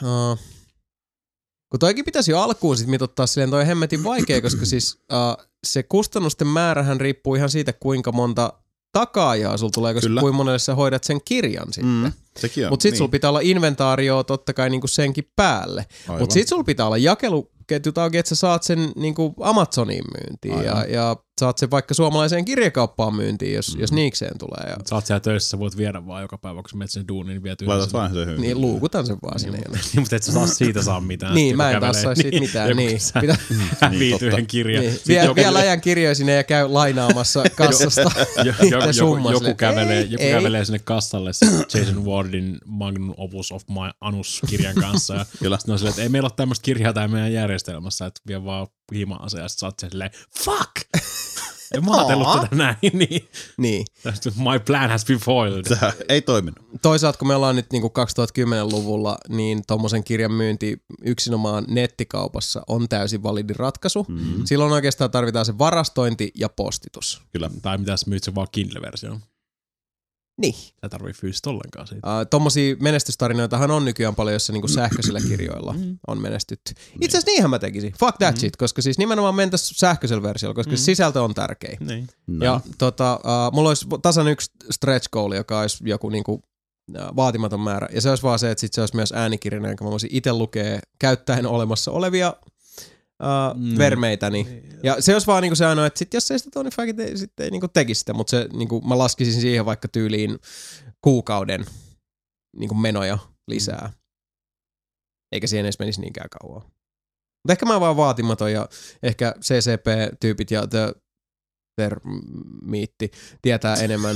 kun toikin pitäisi jo alkuun sit mitottaa silleen, toi hemmetin vaikea, koska siis se kustannusten määrähän riippuu ihan siitä, kuinka monta takaajaa sulla tulee, koska kuinka monelle sä hoidat sen kirjan sitten. Mutta sitten sulla pitää olla inventaarioa totta kai niinku senkin päälle. Mutta sitten sulla pitää olla jakeluketjut auki, että sä saat sen niinku Amazoniin myyntiin ja saat sen vaikka suomalaiseen kirjakauppaan myyntiin, jos niikseen tulee. Sä oot siellä töissä, sä voit viedä vaan joka päivä, kun sä menet sen duuniin, niin viet yhdessä. Laitat vaan sen niin, luukutan sen vaan sinne. Niin, mutta et sä taas siitä saa mitään. Niin, mä en taas saisi siitä mitään. Niin, häviit yhden kirjan. Vie läjän kirjoja sinne ja käy lainaamassa kassasta. Joku kävelee sinne kassalle se Jason Wardin Magnum Opus of My Anus-kirjan kanssa. Ja sitten on silleen, että ei meillä ole tämmöistä kirjaa täällä meidän järjestelmässä, että vie vaan himaansa ja sitten sä oot silleen, fuck! En mä ajatellut tätä näin, niin. My plan has been foiled. Tämä ei toiminut. Toisaalta kun me ollaan nyt niinku 2010-luvulla, niin tommosen kirjan myynti yksinomaan nettikaupassa on täysin validi ratkaisu. Silloin oikeastaan tarvitaan se varastointi ja postitus. Kyllä. Tai mitäs myyt se vaan Kindle-versioon? Niin. Sä tarvii fyysistä ollenkaan siitä. Tommosia menestystarinoitahan on nykyään paljon, jossa niinku sähköisillä kirjoilla on menestytty. Itse asiassa niinhän mä tekisin. Fuck that shit, koska siis nimenomaan mentäisi sähköisellä versiolla, koska sisältö on tärkeä. Niin. Ja mulla olisi tasan yksi stretch goal, joka olisi joku niinku vaatimaton määrä. Ja se olisi vaan se, että sit se olisi myös äänikirjana, jonka mä voisin itse lukea käyttäen olemassa olevia vermeitäni. Ja se olisi vaan niinku se ainoa, että sit jos ei sitä Tony Fagit sitten ei niinku tekisi sitä, mutta se niinku mä laskisin siihen vaikka tyyliin kuukauden niinku menoja lisää. Eikä siihen edes menisi niinkään kauan. Mutta ehkä mä oon vaan vaatimaton ja ehkä CCP-tyypit ja Termiitti tietää enemmän.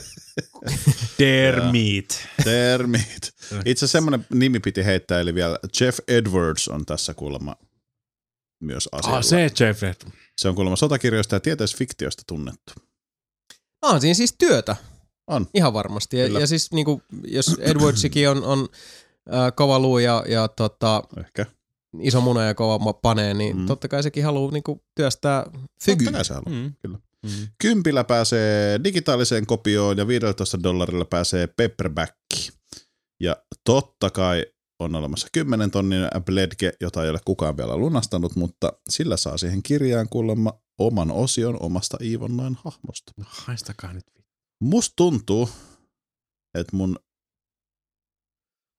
Termiit. Itse semmoinen nimi piti heittää, eli vielä Jeff Edwards on tässä kuulemma myös asialla. Se Jeff Edwards. Se on kuulemma sotakirjoista ja tieteisfiktiosta tunnettu. On siinä siis työtä. On. Ihan varmasti. Ja siis niinku, jos Edwardsikin on kova luu ja ehkä iso muna ja kova panee, niin totta kai sekin haluaa niinku työstää fygyä. Totta kai se haluaa, kyllä. 10 pääsee digitaaliseen kopioon ja $15 pääsee paperbackiin. Ja totta kai on olemassa 10 tonnin Bledge, jota ei ole kukaan vielä lunastanut, mutta sillä saa siihen kirjaan kuulemma oman osion omasta Eve Online-hahmosta. No haistakaa nyt. Musta tuntuu, että mun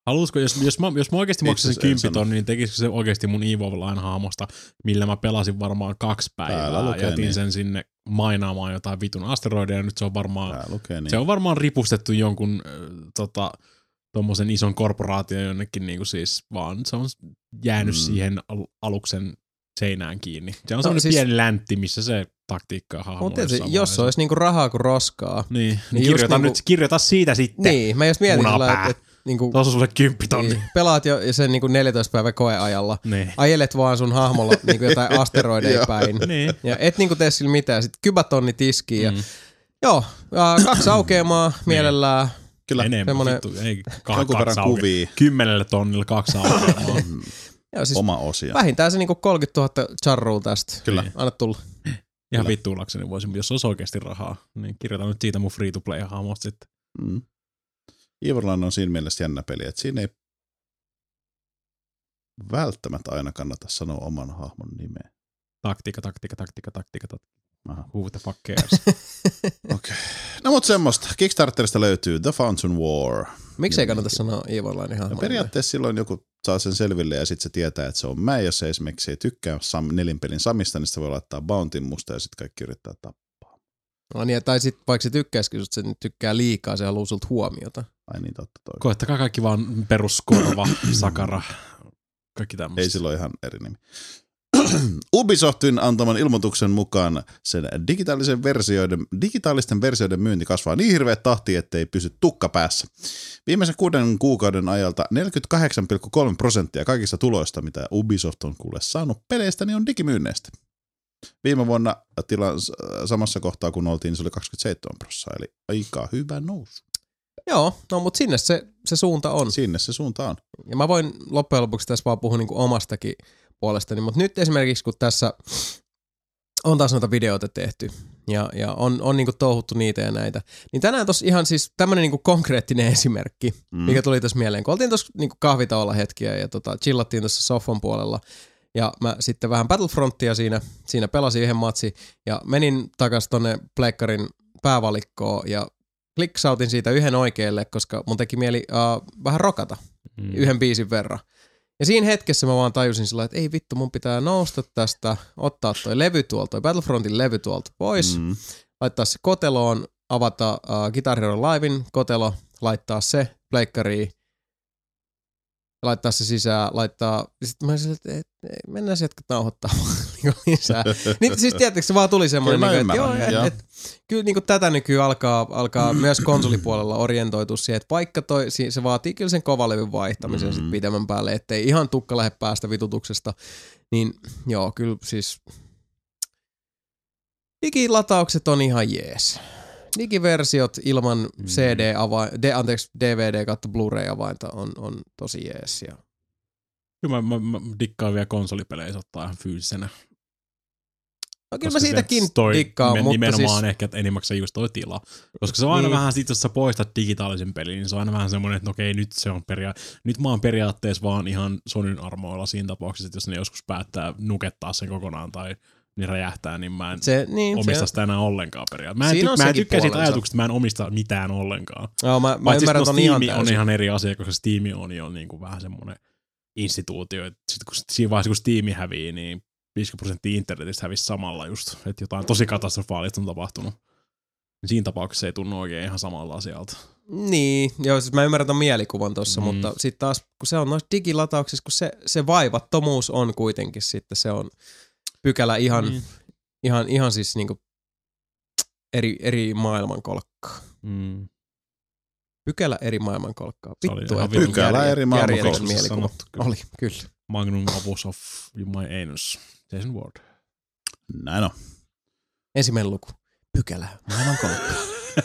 Haluatko, jos mä oikeasti maksaisin 10 niin tekisikö se oikeasti mun Eve of Line-haamosta, millä mä pelasin varmaan 2 päivää. Jätin sen sinne mainaamaan jotain vitun asteroideja, ja nyt se on varmaan, se on varmaan ripustettu jonkun tommosen ison korporaation jonnekin niinku siis, vaan se on jäänyt siihen aluksen seinään kiinni. Se on semmoinen pieni läntti, missä se taktiikka ja hahmo. Jos se olisi niinku rahaa kuin roskaa. Niin kirjoita siitä sitten. Niin, mä just mietin sillä, että niinku, tuossa on sulle 10 000. Niin, pelaat jo sen niinku 14 päivän koeajalla. Niin. Ajelet vaan sun hahmolla niinku jotain asteroideja päin. Niin. Ja et niinku tee sillä mitään. Sitten kybatonni tiskiin. Ja, joo, 2 aukeamaa mielellään. Kyllä. Enemmän vittu. Ei 2 aukeamaa. 10 000 2 aukeamaa. Joo, siis oma osia. Vähintään se niinku 30 000 charrua tästä. Kyllä. Anna tulla. Ihan vittuulakseni voisin, jos olisi oikeasti rahaa, niin kirjoitan nyt siitä mun free-to-play-hahmosta sitten. Eve of Line on siinä mielessä jännä peli, että siinä ei välttämättä aina kannata sanoa oman hahmon nimeä. Taktiikka. Who the fuck cares? Okei. No mut semmoista. Kickstarterista löytyy The Fountain War. Miksi ei kannata sanoa Eve of Line hahmon? Periaatteessa silloin joku saa sen selville ja sitten se tietää, että se on mä. Jos se esimerkiksi ei tykkää nelinpelin Samista, niin se voi laittaa Bountyn musta ja sitten kaikki yrittää tappaa. No niin, tai sitten vaikka se tykkäisikin, että se tykkää liikaa, se haluaa sulta huomiota. Ai niin, totta toi. Koettakaa kaikki vaan peruskorva, sakara, kaikki tämmöistä. Ei silloin ihan eri nimi. Ubisoftin antaman ilmoituksen mukaan sen digitaalisten versioiden myynti kasvaa niin hirveät tahtiin, ettei pysy tukka päässä. Viimeisen 6 kuukauden ajalta 48,3% kaikista tuloista, mitä Ubisoft on kuule saanut peleistä, niin on digimyynneistä. Viime vuonna samassa kohtaa kun oltiin, niin se oli 27%, eli aika hyvä nousu. Joo, no mutta sinne se suunta on. Sinne se suunta on. Ja mä voin loppujen lopuksi tässä vaan puhua niinku omastakin puolestani, mutta nyt esimerkiksi kun tässä on taas noita videoita tehty ja on niinku touhuttu niitä ja näitä, niin tänään tossa ihan siis tämmönen niinku konkreettinen esimerkki, mikä tuli tässä mieleen, kun oltiin tossa niinku kahvitauolla hetkiä ja chillattiin tuossa soffan puolella ja mä sitten vähän Battlefrontia siinä pelasin yhden matsin ja menin takas tonne pleikkarin päävalikkoon ja kliksautin siitä yhden oikealle, koska mun teki mieli vähän rokata yhden biisin verran. Ja siinä hetkessä mä vaan tajusin sillä, että ei vittu, mun pitää nousta tästä, ottaa toi levy tuolta, toi Battlefrontin levy tuolta pois, laittaa se koteloon, avata Guitar Hero Livein kotelo, laittaa se pleikkariin, laittaa se sisään, sitten mä sillä, että mennään sieltä nauhoittaa lisää. Niin siis tiedättekö, se vaan tuli semmoinen, että kyllä niin tätä nykyään alkaa myös konsolipuolella orientoitua siihen, että vaikka se vaatii kyllä sen kovalevyn vaihtamisen sit pitemmän päälle, ettei ihan tukka lähde päästä vitutuksesta, niin joo, kyllä siis digilataukset on ihan jees. Digiversiot ilman DVD kautta Blu-ray-avainta on tosi jees. Ja kyllä mä dikkaan vielä konsolipeleissä ottaa ihan fyysisenä. No kyllä mä siitäkin dikkaan, mutta nimenomaan siis ehkä, että enimmäkseen just toi tila. Koska se on aina vähän, sit jos sä poistat digitaalisen pelin, niin se on aina vähän semmoinen, että okei, nyt mä oon periaatteessa vaan ihan Sonyn armoilla siinä tapauksessa, että jos ne joskus päättää nukettaa sen kokonaan tai niin räjähtää, niin mä en omista sitä enää ollenkaan periaatteessa. Mä en tykkää siitä ajatuksesta, että mä en omista mitään ollenkaan. No, mä ymmärrän ton ihan täysin. On ihan eri asia, koska Steam on jo niin kuin vähän semmoinen instituutio. Siinä vaiheessa, kun Steam hävii, niin 50% internetistä hävisi samalla just, että jotain tosi katastrofaalista on tapahtunut. Siinä tapauksessa ei tunnu oikein ihan samalla asialta. Niin, joo, siis mä ymmärrän ton mielikuvan tossa, mutta sitten taas, kun se on noissa digilatauksissa, kun se vaivattomuus on kuitenkin sitten, se on pykälä ihan siis niinku eri maailmankolkkaa. Pykälä eri maailmankolkkaa. Vittu, pykälä eri maailmankolkkaa. Oli, kyllä. Magnum opus of my anus. Jason Ward. Näin on. Ensimmäinen luku. Pykälä maailmankolkkaa.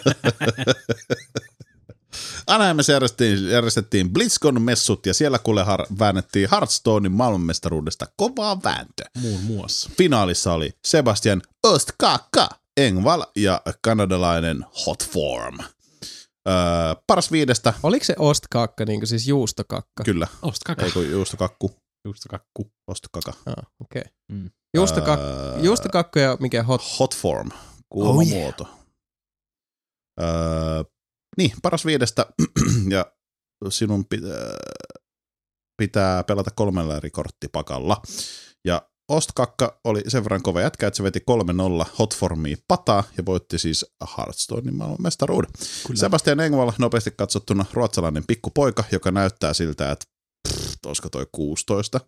Anaheimissa järjestettiin BlizzCon-messut ja siellä kuule väännettiin Hearthstonein maailmanmestaruudesta kovaa vääntö. Muun muassa. Finaalissa oli Sebastian Ostkaka Engvall ja kanadalainen Hotform. Paras 5. Oliko se Ostkakka niin kuin siis juustokakka? Kyllä. Ostkaka. Eikö juustokakku? Juustokakku. Ostkaka. Okei. Juustokakku ja mikä Hotform. Kuulma muoto. Niin, paras 5. ja sinun pitää pelata 3 eri korttipakalla. Ja Ostkakka oli sen verran kova jätkä, että se veti 3-0 Hotformia pataa ja voitti siis Hearthstonein maailman mestaruuden. Sebastian Engvall, nopeasti katsottuna ruotsalainen pikkupoika, joka näyttää siltä, että olisiko toi 16.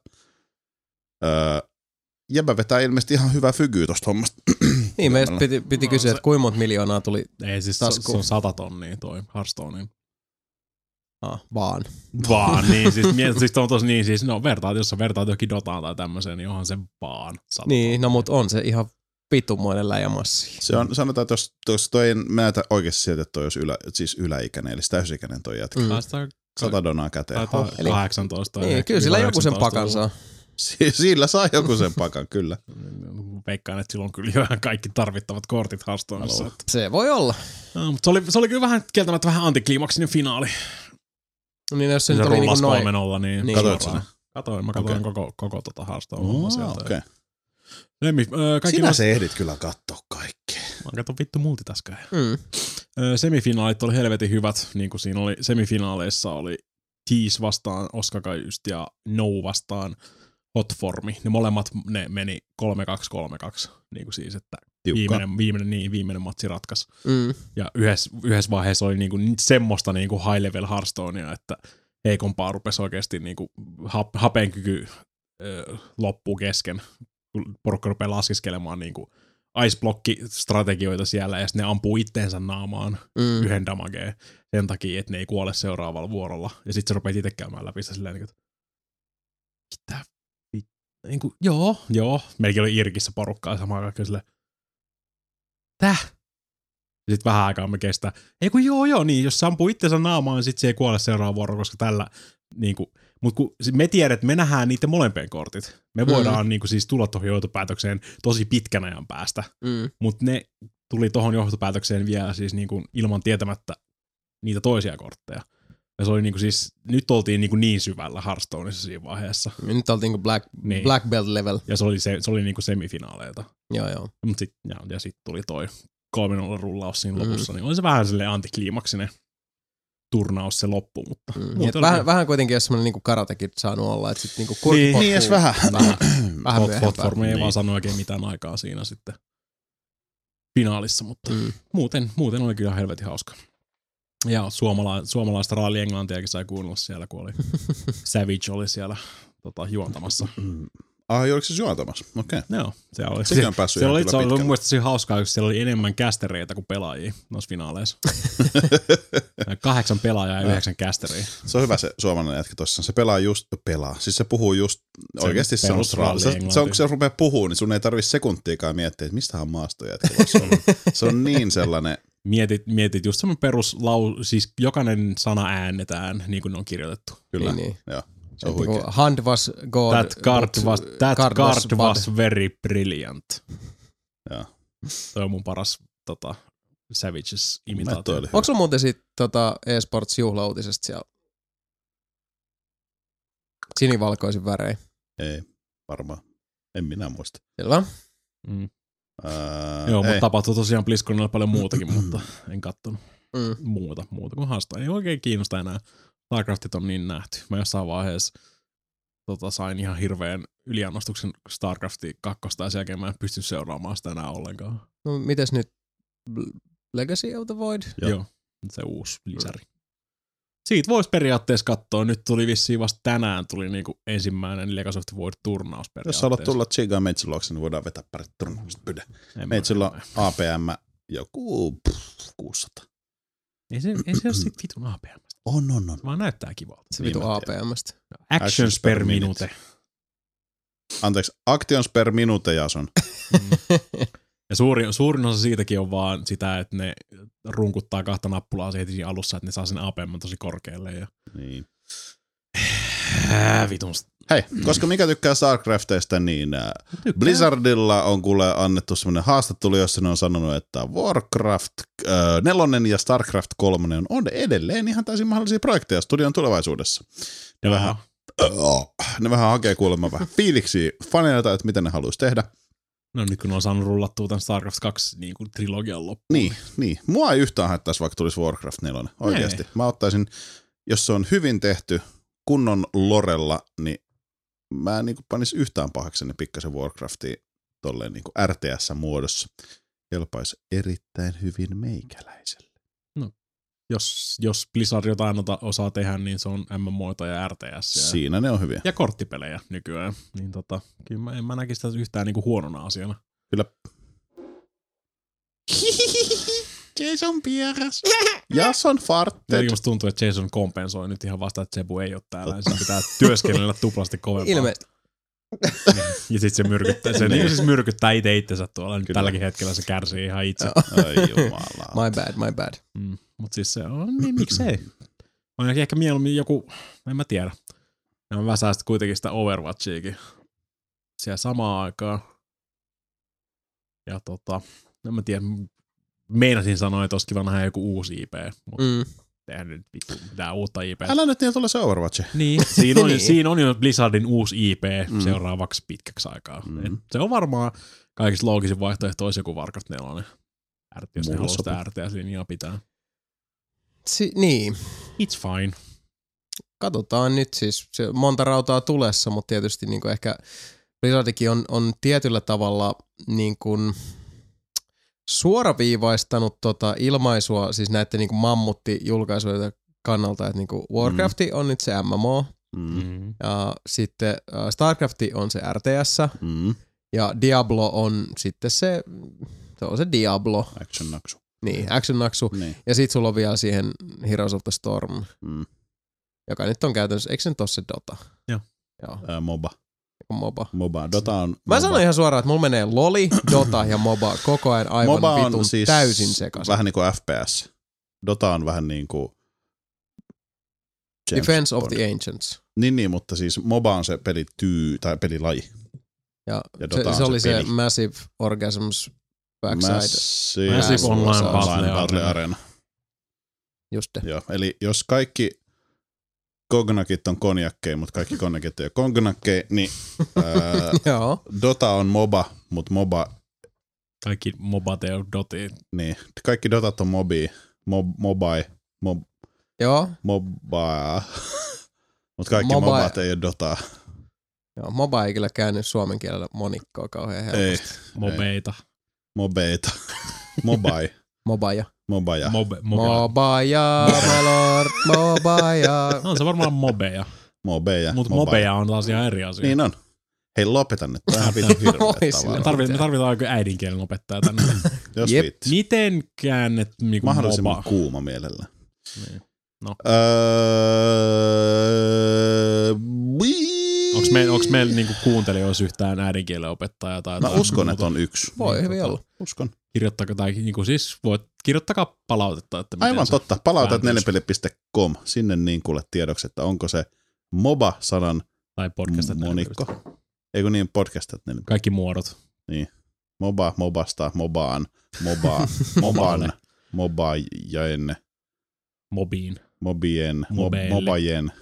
Jäbä vetää ilmeisesti ihan hyvää fygyä tosta hommasta. Niin, meistä piti kysyä, että kuinka monta miljoonaa tuli ei, siis taskuun. Se on 100 tonnia toi Hearthstonein. Vaan, niin siis on tossa niin siis, no jos sä vertaat johonkin Dotaan tai tämmöiseen, niin onhan se vaan 100 niin, tonnia. no mut on se ihan vittumoinen läjämassi. Se on, sanotaan, että jos toi ei näytä oikeasti sieltä, että toi olisi siis yläikäinen, eli täysikäinen toi jätkä. 100 donaa käteen. 18. Niin, kyllä sillä joku sen pakan saa. Sillä saa joku sen pakan, kyllä. Veikkaan, että silloin kyllä jo ihan kaikki tarvittavat kortit Hearthstoneissa. Se voi olla. No, mutta se oli kyllä vähän kieltämättä vähän antikliimaksinen finaali. No niin, jos se nyt oli niinku noin. 3-0, niin katoit sen? Mä katoin koko Hearthstone sieltä. Okay. Sinä se ehdit kyllä katsoa kaikkea. Mä katon vittu multitaskaa. Semifinaalit oli helvetin hyvät, niin kuin siinä oli semifinaaleissa oli Tease vastaan Ostkaka just ja No vastaan Hotformi. Ne molemmat ne meni 3-2, niin kuin siis, että viimeinen matsi ratkaisi. Ja yhdessä vaiheessa oli niinku semmoista niinku high level Hearthstonea, että heikompaa rupesi oikeasti niinku hapenkyky loppuu kesken, kun porukka rupeaa laskiskelemaan niinku ice-blokki-strategioita siellä, ja sitten ne ampuu itteensä naamaan yhden damageen sen takia, että ne ei kuole seuraavalla vuorolla. Ja sitten se rupeaa itse käymään läpi sitä silleen, että mitä niinku, joo. Meilläkin oli Irkissä porukkaa samaan kaikkea silleen, sitten vähän aikaa me kestää. Ei kun joo, niin jos se ampuu itsensä naamaan, niin sitten se ei kuole seuraava vuoro, koska tällä, niinku, mutta kun me tiedät, että me nähdään niiden molempien kortit. Me voidaan niinku siis tulla tuohon johtopäätökseen tosi pitkän ajan päästä, mutta ne tuli tuohon johtopäätökseen vielä siis niinku ilman tietämättä niitä toisia kortteja. Ja se oli niinku siis, nyt oltiin niinku niin syvällä Hearthstoneissa siinä vaiheessa. Nyt oltiin niinku black belt level. Ja se oli niinku semifinaaleita. Joo. Ja sitten tuli toi 3-0 rullaus siinä lopussa, niin oli se vähän silleen antikliimaksinen turnaus se loppu, mutta vähän kuitenkin jos semmoinen niinku karatekin saanut olla, että sitten niinku kurkki niin edes vähän myöhempää. Hotform ei vaan sano oikein mitään aikaa siinä sitten finaalissa, mutta muuten oli kyllä helvetin hauska. Ja suomalaista ralli englantiakin sai kuunnella siellä, kun oli Savage oli siellä juontamassa. Oliko se juontamassa? Okei. Joo. Sekin on päässyt ihan kyllä pitkälle. Mun mielestä se hauskaa, koska siellä oli enemmän kästereitä kuin pelaajia noissa finaaleissa. 8 pelaajaa ja 9 kästeriä. Se on hyvä se suomalainen jätkä tossa. Se pelaa. Siis se puhuu just oikeasti semmoista rallia. Se on, kun se rupeaa puhuu, niin sun ei tarvitse sekuntiikaan miettiä, että mistähän maasta jätkä voisi olla. Se on niin sellainen. Mietit just semmoinen siis jokainen sana äännetään niin kuin ne on kirjoitettu. Kyllä, niin. Joo. Se on huikea. Hand was God. That card was very brilliant. Joo. Toi on mun paras Savages imitaatio. Onko sulla muuten siitä eSports juhlautisesta siellä sinivalkoisin värein? Ei, varmaan. En minä muista. Selvä. Joo, mutta tapahtui tosiaan BlizzConilla paljon muutakin, mutta en kattonut muuta kuin Hearthstone. Ei oikein kiinnosta enää. StarCraftit on niin nähty. Mä jossain vaiheessa sain ihan hirveän yliannostuksen StarCraftin 2, ja sen jälkeen mä en pysty seuraamaan sitä enää ollenkaan. No mites nyt Legacy of the Void? Joo, se uusi lisäri. Siitä voisi periaatteessa katsoa. Nyt tuli vissiin vasta tänään tuli niinku ensimmäinen Legacy of the Void-turnaus periaatteessa. Jos haluat tulla Chigaan Meitsin luokse, niin voidaan vetää pari turnausta pyydä. Meitsillä on APM joku 600. Ei se ole sit vitun APM. On. Vaan näyttää kivalta. Se vitu APMstä. Actions per minute. Anteeksi, actions per minute, Jason. Ja suurin osa siitäkin on vaan sitä, että ne runkuttaa 2 nappulaa heti alussa, että ne saa sen APM tosi korkealle. Ja niin. Vitun. Hei, koska mikä tykkää StarCraftista, niin Blizzardilla on kuule annettu semmoinen haastattelu, jossa ne on sanonut, että Warcraft 4 ja StarCraft 3 on edelleen ihan täysin mahdollisia projekteja studion tulevaisuudessa. Ne vähän hakee kuulemma vähän fiiliksiä faneilta, että mitä ne haluaisi tehdä. No nyt kun on saanut rullattua tämän StarCraft 2 niin kuin trilogian loppuun. Niin. Mua ei yhtään haittaisi, vaikka tulisi Warcraft 4. Oikeasti. Mä ottaisin jos se on hyvin tehty kunnon lorella, niin mä en niinku panis yhtään pahakseni pikkasen Warcraftia tolleen niinku RTS-muodossa. Kelpaisi erittäin hyvin meikäläiselle. No, jos Blizzard jotain osaa tehdä, niin se on MMOita ja RTS. Siinä ne on hyviä. Ja korttipelejä nykyään. Niin kyllä en mä näkisi sitä yhtään niinku huonona asiana. Kyllä. Jason pieras. Jason fartted. Jotenkin musta tuntuu, että Jason kompensoi nyt ihan vasta, että Sebu ei ole täällä. Ja se pitää työskennellä tuplasti kovempaa. Ilmeisesti. Ja sit se myrkyttää. Se niin siis myrkyttää itsensä tuolla. Nyt tälläkin hetkellä se kärsii ihan itse. Ai jumala. My bad. Mut siis se on, niin miksei. On ehkä mieluummin joku, en mä tiedä. Ja mä väsään sitten kuitenkin sitä Overwatchiakin siellä samaan aikaan. Ja en mä tiedä, meinasin sanoa, että olisi kiva nähdä joku uusi IP, mutta tehdään nyt vittu mitään uutta IP. Älä nyt niin tule se Overwatch. Niin, siinä on jo Blizzardin uusi IP seuraavaksi pitkäksi aikaa. Se on varmaan kaikista loogisin vaihtoehto olisi joku Warcraft 4. Jos ne haluaa sitä RTS-linjaa pitää. Niin. It's fine. Katsotaan nyt siis. Se monta rautaa tulessa, mutta tietysti niin kuin ehkä Blizzardikin on tietyllä tavalla niin kuin suoraviivaistanut ilmaisua siis näiden niin kuin mammuttijulkaisujen kannalta, että niin kuin Warcrafti on nyt se MMO, ja sitten Starcrafti on se RTS, ja Diablo on sitten se on se Diablo. Action-naksu. Niin, action-naksu. Niin. Ja sit sulla on vielä siihen Heroes of the Storm, joka nyt on käytännössä, eikö se nyt ole se Dota? Joo. MOBA. Dota on Mä sanon ihan suoraan, että mulla menee LOLi, Dota ja MOBA koko ajan aivan MOBA on vitun siis täysin sekaisin. vähän niin kuin FPS. Dota on vähän niin kuin Defense of the Ancients. Niin, mutta siis MOBA on se pelilaji. Ja Dota se oli peli. se Massive Orgasms Backside. Massive Online Battle Arena. Just det. Joo, eli jos kaikki kognakit on konjakkeja, mutta kaikki konjakit ei ole kognakkeja, niin Dota on MOBA, mutta MOBA... Kaikki MOBat ei ole Dotia. Niin, kaikki Dotat on Joo. MOBA. Mutta kaikki MOBat ei ole Dotaa. Joo, MOBA ei kyllä käänny suomen kielellä monikkoa kauhean helposti. Mobeita. Mobaja. Mobaja, my lord, mobaja. On se varmaan mobeja. Mutta mobeja on taas ihan eri asia. Niin on. Hei, lopeta nyt. Tähän vittu hirveä. Me tarvitaan joku äidinkielen opettaja tänne. Jos viittis. Miten käännet niinku mahdollisimman moba? Kuuma mielellä. Niin. No. Onks meillä niinku kuuntelijoissa yhtään äidinkielen opettajaa? Tai mä uskon, että on yksi. Voi hyvin olla. Uskon. Kirjoittakaa palautetta. Että aivan totta. Palautat nelipeli.com. Sinne niin kuule tiedoksi, että onko se MOBA-sanan tai monikko. Eikö niin podcastat? Kaikki muodot. Niin. Mobasta, mobaan, moban, mobajaenne. Mobajen.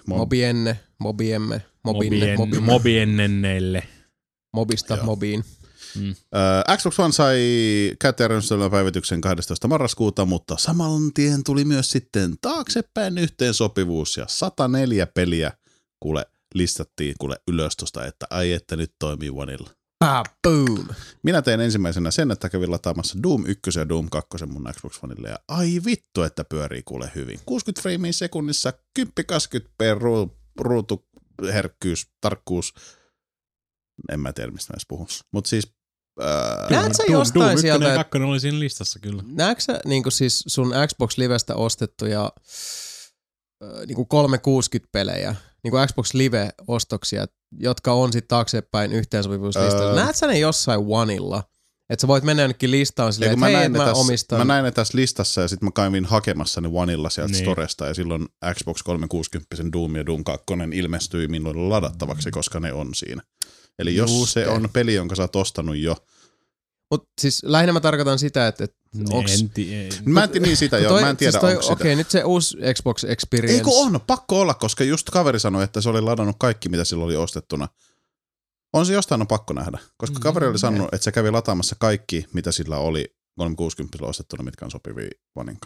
Mobiennenneille. Mobista mobiin. Xbox One sai käteärennystelmän päivityksen 12. marraskuuta, mutta saman tien tuli myös sitten taaksepäin yhteensopivuus ja 104 peliä listattiin ylös tosta, että ai että nyt toimii Oneilla. Boom! Minä tein ensimmäisenä sen, että kävin lataamassa Doom 1 ja Doom 2 mun Xbox Oneille ja ai vittu, että pyörii hyvin. 60 freimiä sekunnissa, 10-20 per ruutu, herkkyys, tarkkuus. En mä tiedä, mistä näissä puhun. Mutta siis näetkö sä jostain Doom sieltä? Doom 1 oli siinä listassa kyllä. Näetkö sä niinku siis sun Xbox Livestä ostettuja niinku 360-pelejä, niinku Xbox Live-ostoksia, jotka on sitten taaksepäin yhteensopivuuslistalla? Näetkö sä ne jossain Oneilla? Että sä voit mennä jonnekin listaan silleen, että hei, mä omistan. Mä näin ne tässä listassa ja sitten mä kävin hakemassa ne Oneilla sieltä Storesta ja silloin Xbox 360 Doom ja Doom 2 ilmestyi minulle ladattavaksi, koska ne on siinä. Eli jos se on peli, jonka sä oot ostanut jo. Mutta siis lähinnä mä tarkoitan sitä, että mä en niin sitä joo, mä en tiedä onko sitä. Okei, nyt se uusi Xbox Experience. Eikö on? Pakko olla, koska just kaveri sanoi, että se oli ladannut kaikki, mitä sillä oli ostettuna. On se jostain on pakko nähdä, koska kaveri oli sanonut, että se kävi lataamassa kaikki, mitä sillä oli 360 ostettuna, mitkä on sopivia Onen kanssa.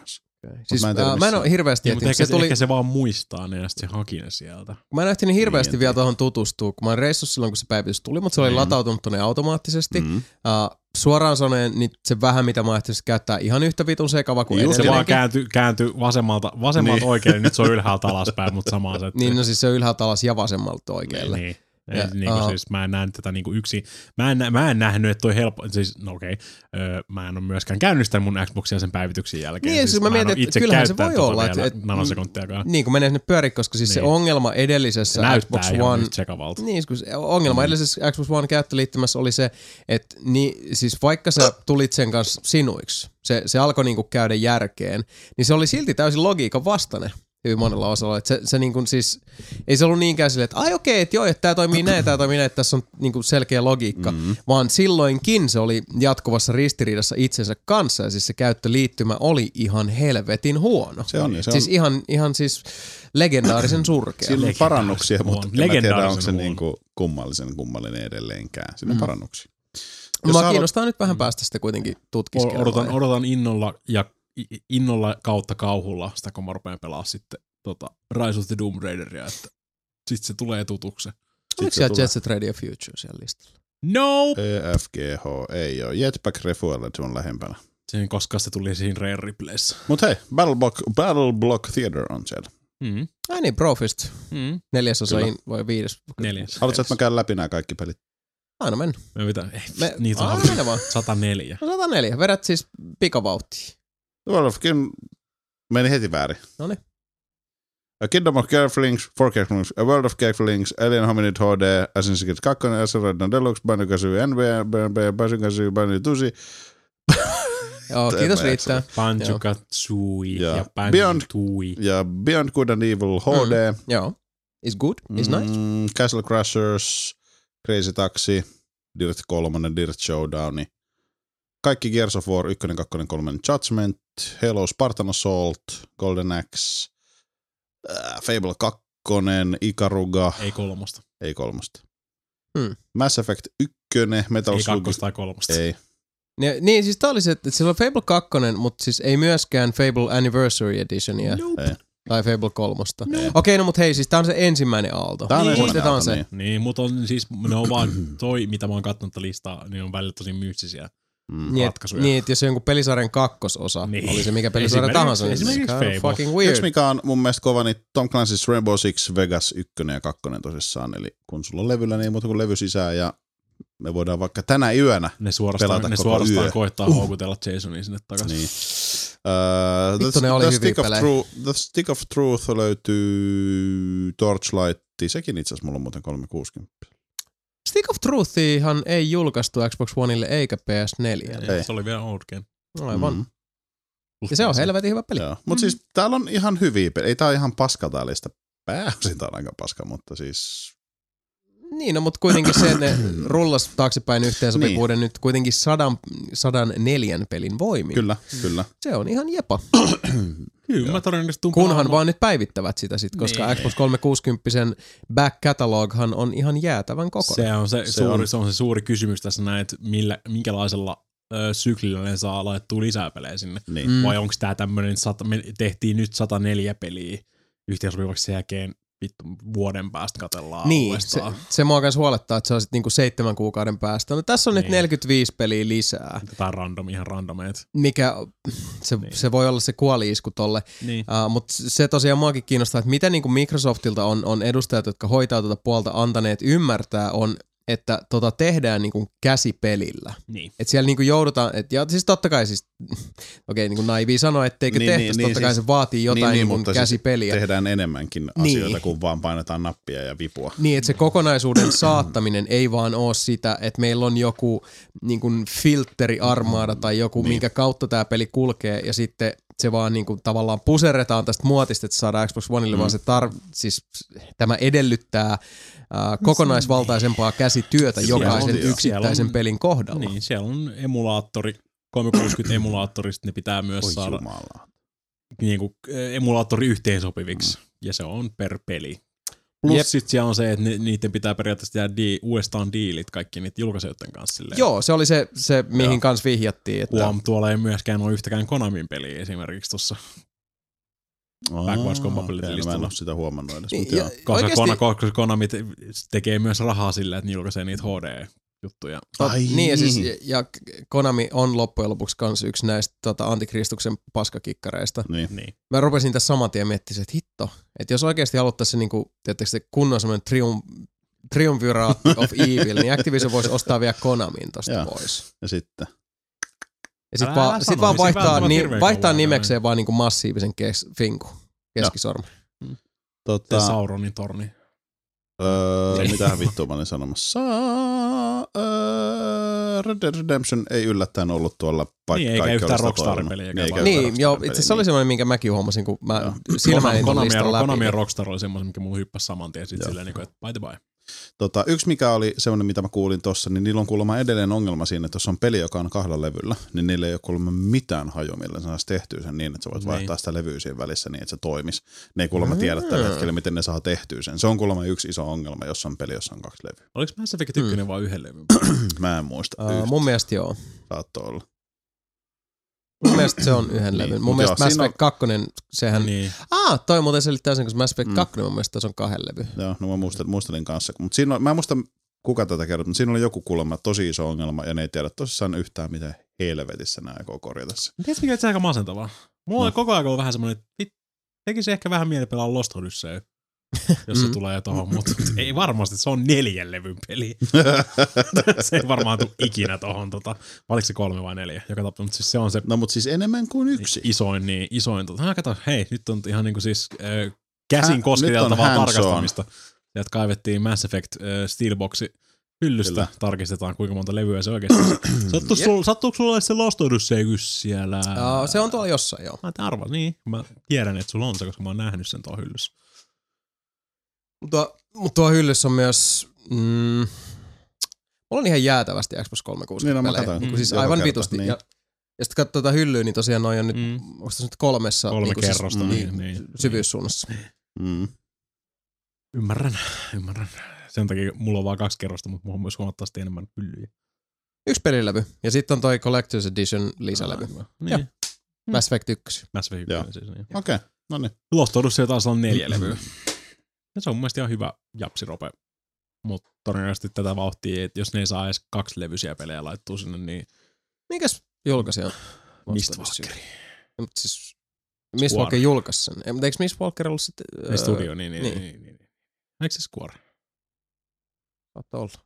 Siis mä en ole hirveästi ehtinyt. Ehkä se vaan muistaa ne ja sitten se haki ne sieltä. Mä en ehtinyt hirveästi vielä tuohon tutustua, kun mä olin reissussa silloin, kun se päivitys tuli, mutta se oli latautunut tuonne automaattisesti. Suoraan sanoen, niin se vähän mitä mä ehtinyt käyttää ihan yhtä vitun sekava kuin edelleenkin. Se vaan kääntyi vasemmalta oikealle, nyt se on ylhäältä alaspäin, mutta samaa se. Niin, no siis se on ylhäältä alas ja vasemmalta oikealle. Niin. Siis mä en nähnyt tätä niinku yksin. Mä en nähnyt, että toi helppo. Siis, no okei. Mä en ole myöskään käynnistänyt mun Xboxia sen päivityksen jälkeen. Niin, siis mä mietin, että kyllähän se voi olla. Nanosekuntiakaan. Niin, kun menee sinne pyörikkoon, siis se ongelma edellisessä Xbox One. Niin, se ongelma edellisessä Xbox One käyttöliittymässä oli se, että siis vaikka sä tulit sen kanssa sinuiksi, se alkoi niinku käydä järkeen, niin se oli silti täysin logiikan vastainen. Hyvin monella osalla. Että se niin kuin siis, ei se ollut niinkään silleen, että okei, että joo, että tää toimii näin, että tässä on niin kuin selkeä logiikka, vaan silloinkin se oli jatkuvassa ristiriidassa itsensä kanssa, ja siis se käyttöliittymä oli ihan helvetin huono. Se on. Siis ihan siis legendaarisen surkea. Siinä on parannuksia, mutta en tiedä, onko se niin kuin kummallinen edelleenkään. Siinä on parannuksia. Mua kiinnostaa nyt vähän päästä sitä kuitenkin tutkiskelemaan. Odotan innolla kautta kauhulla sitä, kun mä rupean pelaamaan sitten Rise of the Tomb Raideria, että sitten se tulee tutuksi. Oliko siellä Jet Set Radio Future siellä listalla? Nope! EFGH ei ole. Jetpack Refueled on lähempänä. Sen koska se tuli siinä Rare Replayssä. Mut hei, Battleblock Theater on siellä. Ai niin, Brofist. 4. vai 5. 4. Haluatko, että mä käyn läpi nämä kaikki pelit? Aina mennä. Niitä on mennä vaan. 104. No 104. Vedät siis pikavauhtia. World of meni heti väärin. Noniin. A Kingdom of Careflings, For Careflings, A World of Careflings, Alien Hominid HD, Assassin's Creed 2, Azeroth Deluxe, Banjo-Kazooie NBA, Banjo-Kazooie, Banjo-Tooie. Joo, kiitos riittää. Banjo-Kazooie ja Banjo-Tooie. Ja Beyond Good and Evil HD. Joo. Is good, is nice. Castle Crashers, Crazy Taxi, Dirt 3, Dirt Showdown. Kaikki Gears of War 1, 2, 3 Judgment, Halo Spartan Assault, Golden Axe, Fable 2, Ikaruga. Ei kolmosta. Mass Effect 1, Metal Slug. Ei kakkosta tai kolmosta. Ei. Niin, siis tää oli se, että siellä on Fable 2, mutta siis ei myöskään Fable Anniversary Editionia. Nope. Tai Fable 3. Okei, no mut hei, siis tää on se ensimmäinen aalto. Muistetaan se. Niin, mutta on siis, ne on vaan mitä mä oon katsonut listaa, niin on välillä tosi mystisiä. Ratkaisuja. Niin, että jos se jonkun pelisarjan kakkososa, niin. oli se mikä pelisarja tahansa, niin se on fucking weird. Yksi mikä on mun mielestä kova, niin Tom Clancy's Rainbow Six Vegas 1 ja 2 tosissaan, eli kun sulla on levyllä niin muuta kuin levy sisään ja me voidaan vaikka tänä yönä pelata koko yö. Koittaa houkutella Jasonia sinne takaisin. Niin. The Stick of Truth löytyy Torchlight, sekin itse asiassa mulla on muuten 360. Stick of Truthihan ei julkaistu Xbox Oneille eikä PS4. Ei. Se oli vielä old game. Aivan. Ja se on helvetin hyvä peli. Mutta siis täällä on ihan hyviä peliä. Ei tää ole ihan paska tää lista. Pääosin tää on aika paska, mutta siis... Niin, no mutta kuitenkin se, että ne rullas taaksepäin yhteensopivuuden nyt kuitenkin 104 pelin voimin. Kyllä. Se on ihan jepa. Kyllä, mä todennäköisesti kunhan vaan nyt päivittävät sitä sit, koska Xbox 360 back cataloghan on ihan jäätävän kokoinen. Se on se suuri kysymys tässä näin, että minkälaisella syklillä ne saa laittua lisää pelejä sinne. Niin. Vai onko tää tämmönen, tehtiin nyt 104 peliä yhteensopivaksi sen jälkeen vuoden päästä katsellaan uudestaan. Niin, se mua myös huolettaa, että se on sitten niinku 7 kuukauden päästä. No tässä on nyt 45 peliä lisää. Tätä on ihan randomeet. Mikä, se voi olla se kuoli-isku tolle. Niin. Mutta se tosiaan muakin kiinnostaa, että miten niinku Microsoftilta on edustajat, jotka hoitaa tuota puolta antaneet ymmärtää, on että tehdään niinku käsipelillä. Niin. Että siellä niinku joudutaan, ja siis totta kai siis, niinku naivi sanoa, etteikö tehtäisi, totta kai se vaatii jotain niinku käsipeliä. Siis tehdään enemmänkin asioita, kuin vaan painetaan nappia ja vipua. Niin, että se kokonaisuuden saattaminen ei vaan ole sitä, että meillä on joku niinku filtteriarmaada tai joku, minkä kautta tämä peli kulkee, ja sitten se vaan niinku tavallaan puserretaan tästä muotista, että saadaan Xbox Oneille, vaan se siis tämä edellyttää kokonaisvaltaisempaa käsityötä jokaisen yksittäisen pelin kohdalla. Niin, siellä on emulaattori, 360 emulaattorista ne pitää myös saada niinku, emulaattori yhteensopiviksi, ja se on per peli. Plus sitten siellä on se, että niiden pitää periaatteessa tehdä uudestaan diilit kaikki niiden julkaisijoiden kanssa. Silleen. Joo, se oli se mihin kanssa vihjattiin. Että... tuolla ei myöskään ole yhtäkään Konamin peliä esimerkiksi tuossa backwards compatibility Mä en ole sitä huomannut edes. Niin, koska Konami tekee myös rahaa sillä, että ne julkaisee niitä HD-juttuja. Niin, ja, siis, ja Konami on loppujen lopuksi kans yksi näistä antikristuksen paskakikkareista. Niin. Mä rupesin tässä saman tien miettimään, että hitto, että jos oikeasti haluttaisiin se, niinku, se kunnon semmoinen Triumvirate of Evil, niin Activision voisi ostaa vielä Konamin tosta pois. Ja sitten? Ja sit vaan vaihtaa nimekseen vaan niinku massiivisen finku, keskisormen. Se Sauronin torni. Mitähän vittua mä olin sanomassa? Red Dead Redemption ei yllättäen ollut tuolla niin, eikä yhtään Rockstar-peliä. Niin, joo, itse asiassa se oli semmoinen, minkä mäkin huomasin, kun mä silmäilin ton listan läpi. Konami ja Rockstar oli semmoinen, mikä mulla hyppäsi saman tien sit silleen, että by the by. Yksi mikä oli semmoinen, mitä mä kuulin tossa, niin niillä on kuulemma edelleen ongelma siinä, että jos on peli, joka on 2 levyllä, niin niillä ei ole kuulemma mitään haju, millä se saisi tehtyä sen niin, että sä voit vaihtaa sitä levyä siinä välissä niin, että se toimisi. Ne ei kuulemma tiedä tällä hetkellä, miten ne saa tehtyä sen. Se on kuulemma yksi iso ongelma, jos on peli, jossa on 2 levyä. Oliko Mass Effect 1 vaan 1 levy? Mä en muista. Mun mielestä joo. Saattoi olla. Mun mielestä se on 1 levyn. Mun mielestä Mass Effect 2, sehän... Niin. Toi muuten selittää sen, koska Mass Effect 2 mun mielestä se on 2 levy. Joo, no mä muistelin kanssa. Mutta siinä on, mä en muista kuka tätä kertoo, mutta siinä oli joku kuulemma tosi iso ongelma, ja ne ei tiedä tosissaan yhtään, miten helvetissä nämä aikoo korjata se. Tiedätkö mikä on aika masentavaa? Mulla on koko ajan ollut vähän semmoinen, että tekisi ehkä vähän mieli pelaa Lost Odyssey, jos se tulee tohon, mutta ei varmasti, se on 4 levyn peli. Se ei varmaan tule ikinä tohon, oliko se 3 vai 4, joka tapauksessa, mutta siis se on se... No mutta siis enemmän kuin 1. Isoin. Kato, hei, nyt on ihan niinku siis käsin kosketeltavaa tarkastamista. Sieltä kaivettiin Mass Effect Steelboxi hyllystä, tarkistetaan kuinka monta levyä se oikeasti. Sattuuko sulla se Lost Odyssey siellä? Se on tuolla jossain, joo. Mä arvan, niin. Mä tiedän, että sulla on se, koska mä oon nähnyt sen tuolla hyllyssä. Mutta tuo hyllyssä on myös... mulla on ihan jäätävästi Xbox 360 pelejä. Niin, siis aivan vitusti. Niin. Ja sitten katsoo tätä hyllyä, niin tosiaan noi on nyt, onko tässä nyt 3 niin kerrosta niin, syvyyssuunnassa. Ymmärrän. Sen takia mulla on vaan 2 kerrosta, mutta mulla on myös huomattavasti enemmän hyllyjä. 1 pelilevy. Ja sitten on toi Collector's Edition lisälevy. Niin. Mass Effect 1. Mass Effect 1 siis. Niin. Okei, no niin. Lost Odyssey taas on 4 levyä. Ja se on mun mielestä ihan hyvä japsirope. Mutta todennäköisesti tätä vauhtia, että jos ne ei saa edes 2 levyisiä pelejä laittua sinne, niin... Mikäs julkaisija on? Mistwalkeri. Mutta siis... Mistwalker julkaisi sen. Mutta eikö Mistwalker ollut sitten... Studio, niin. Eikö se Square? Saattaa olla.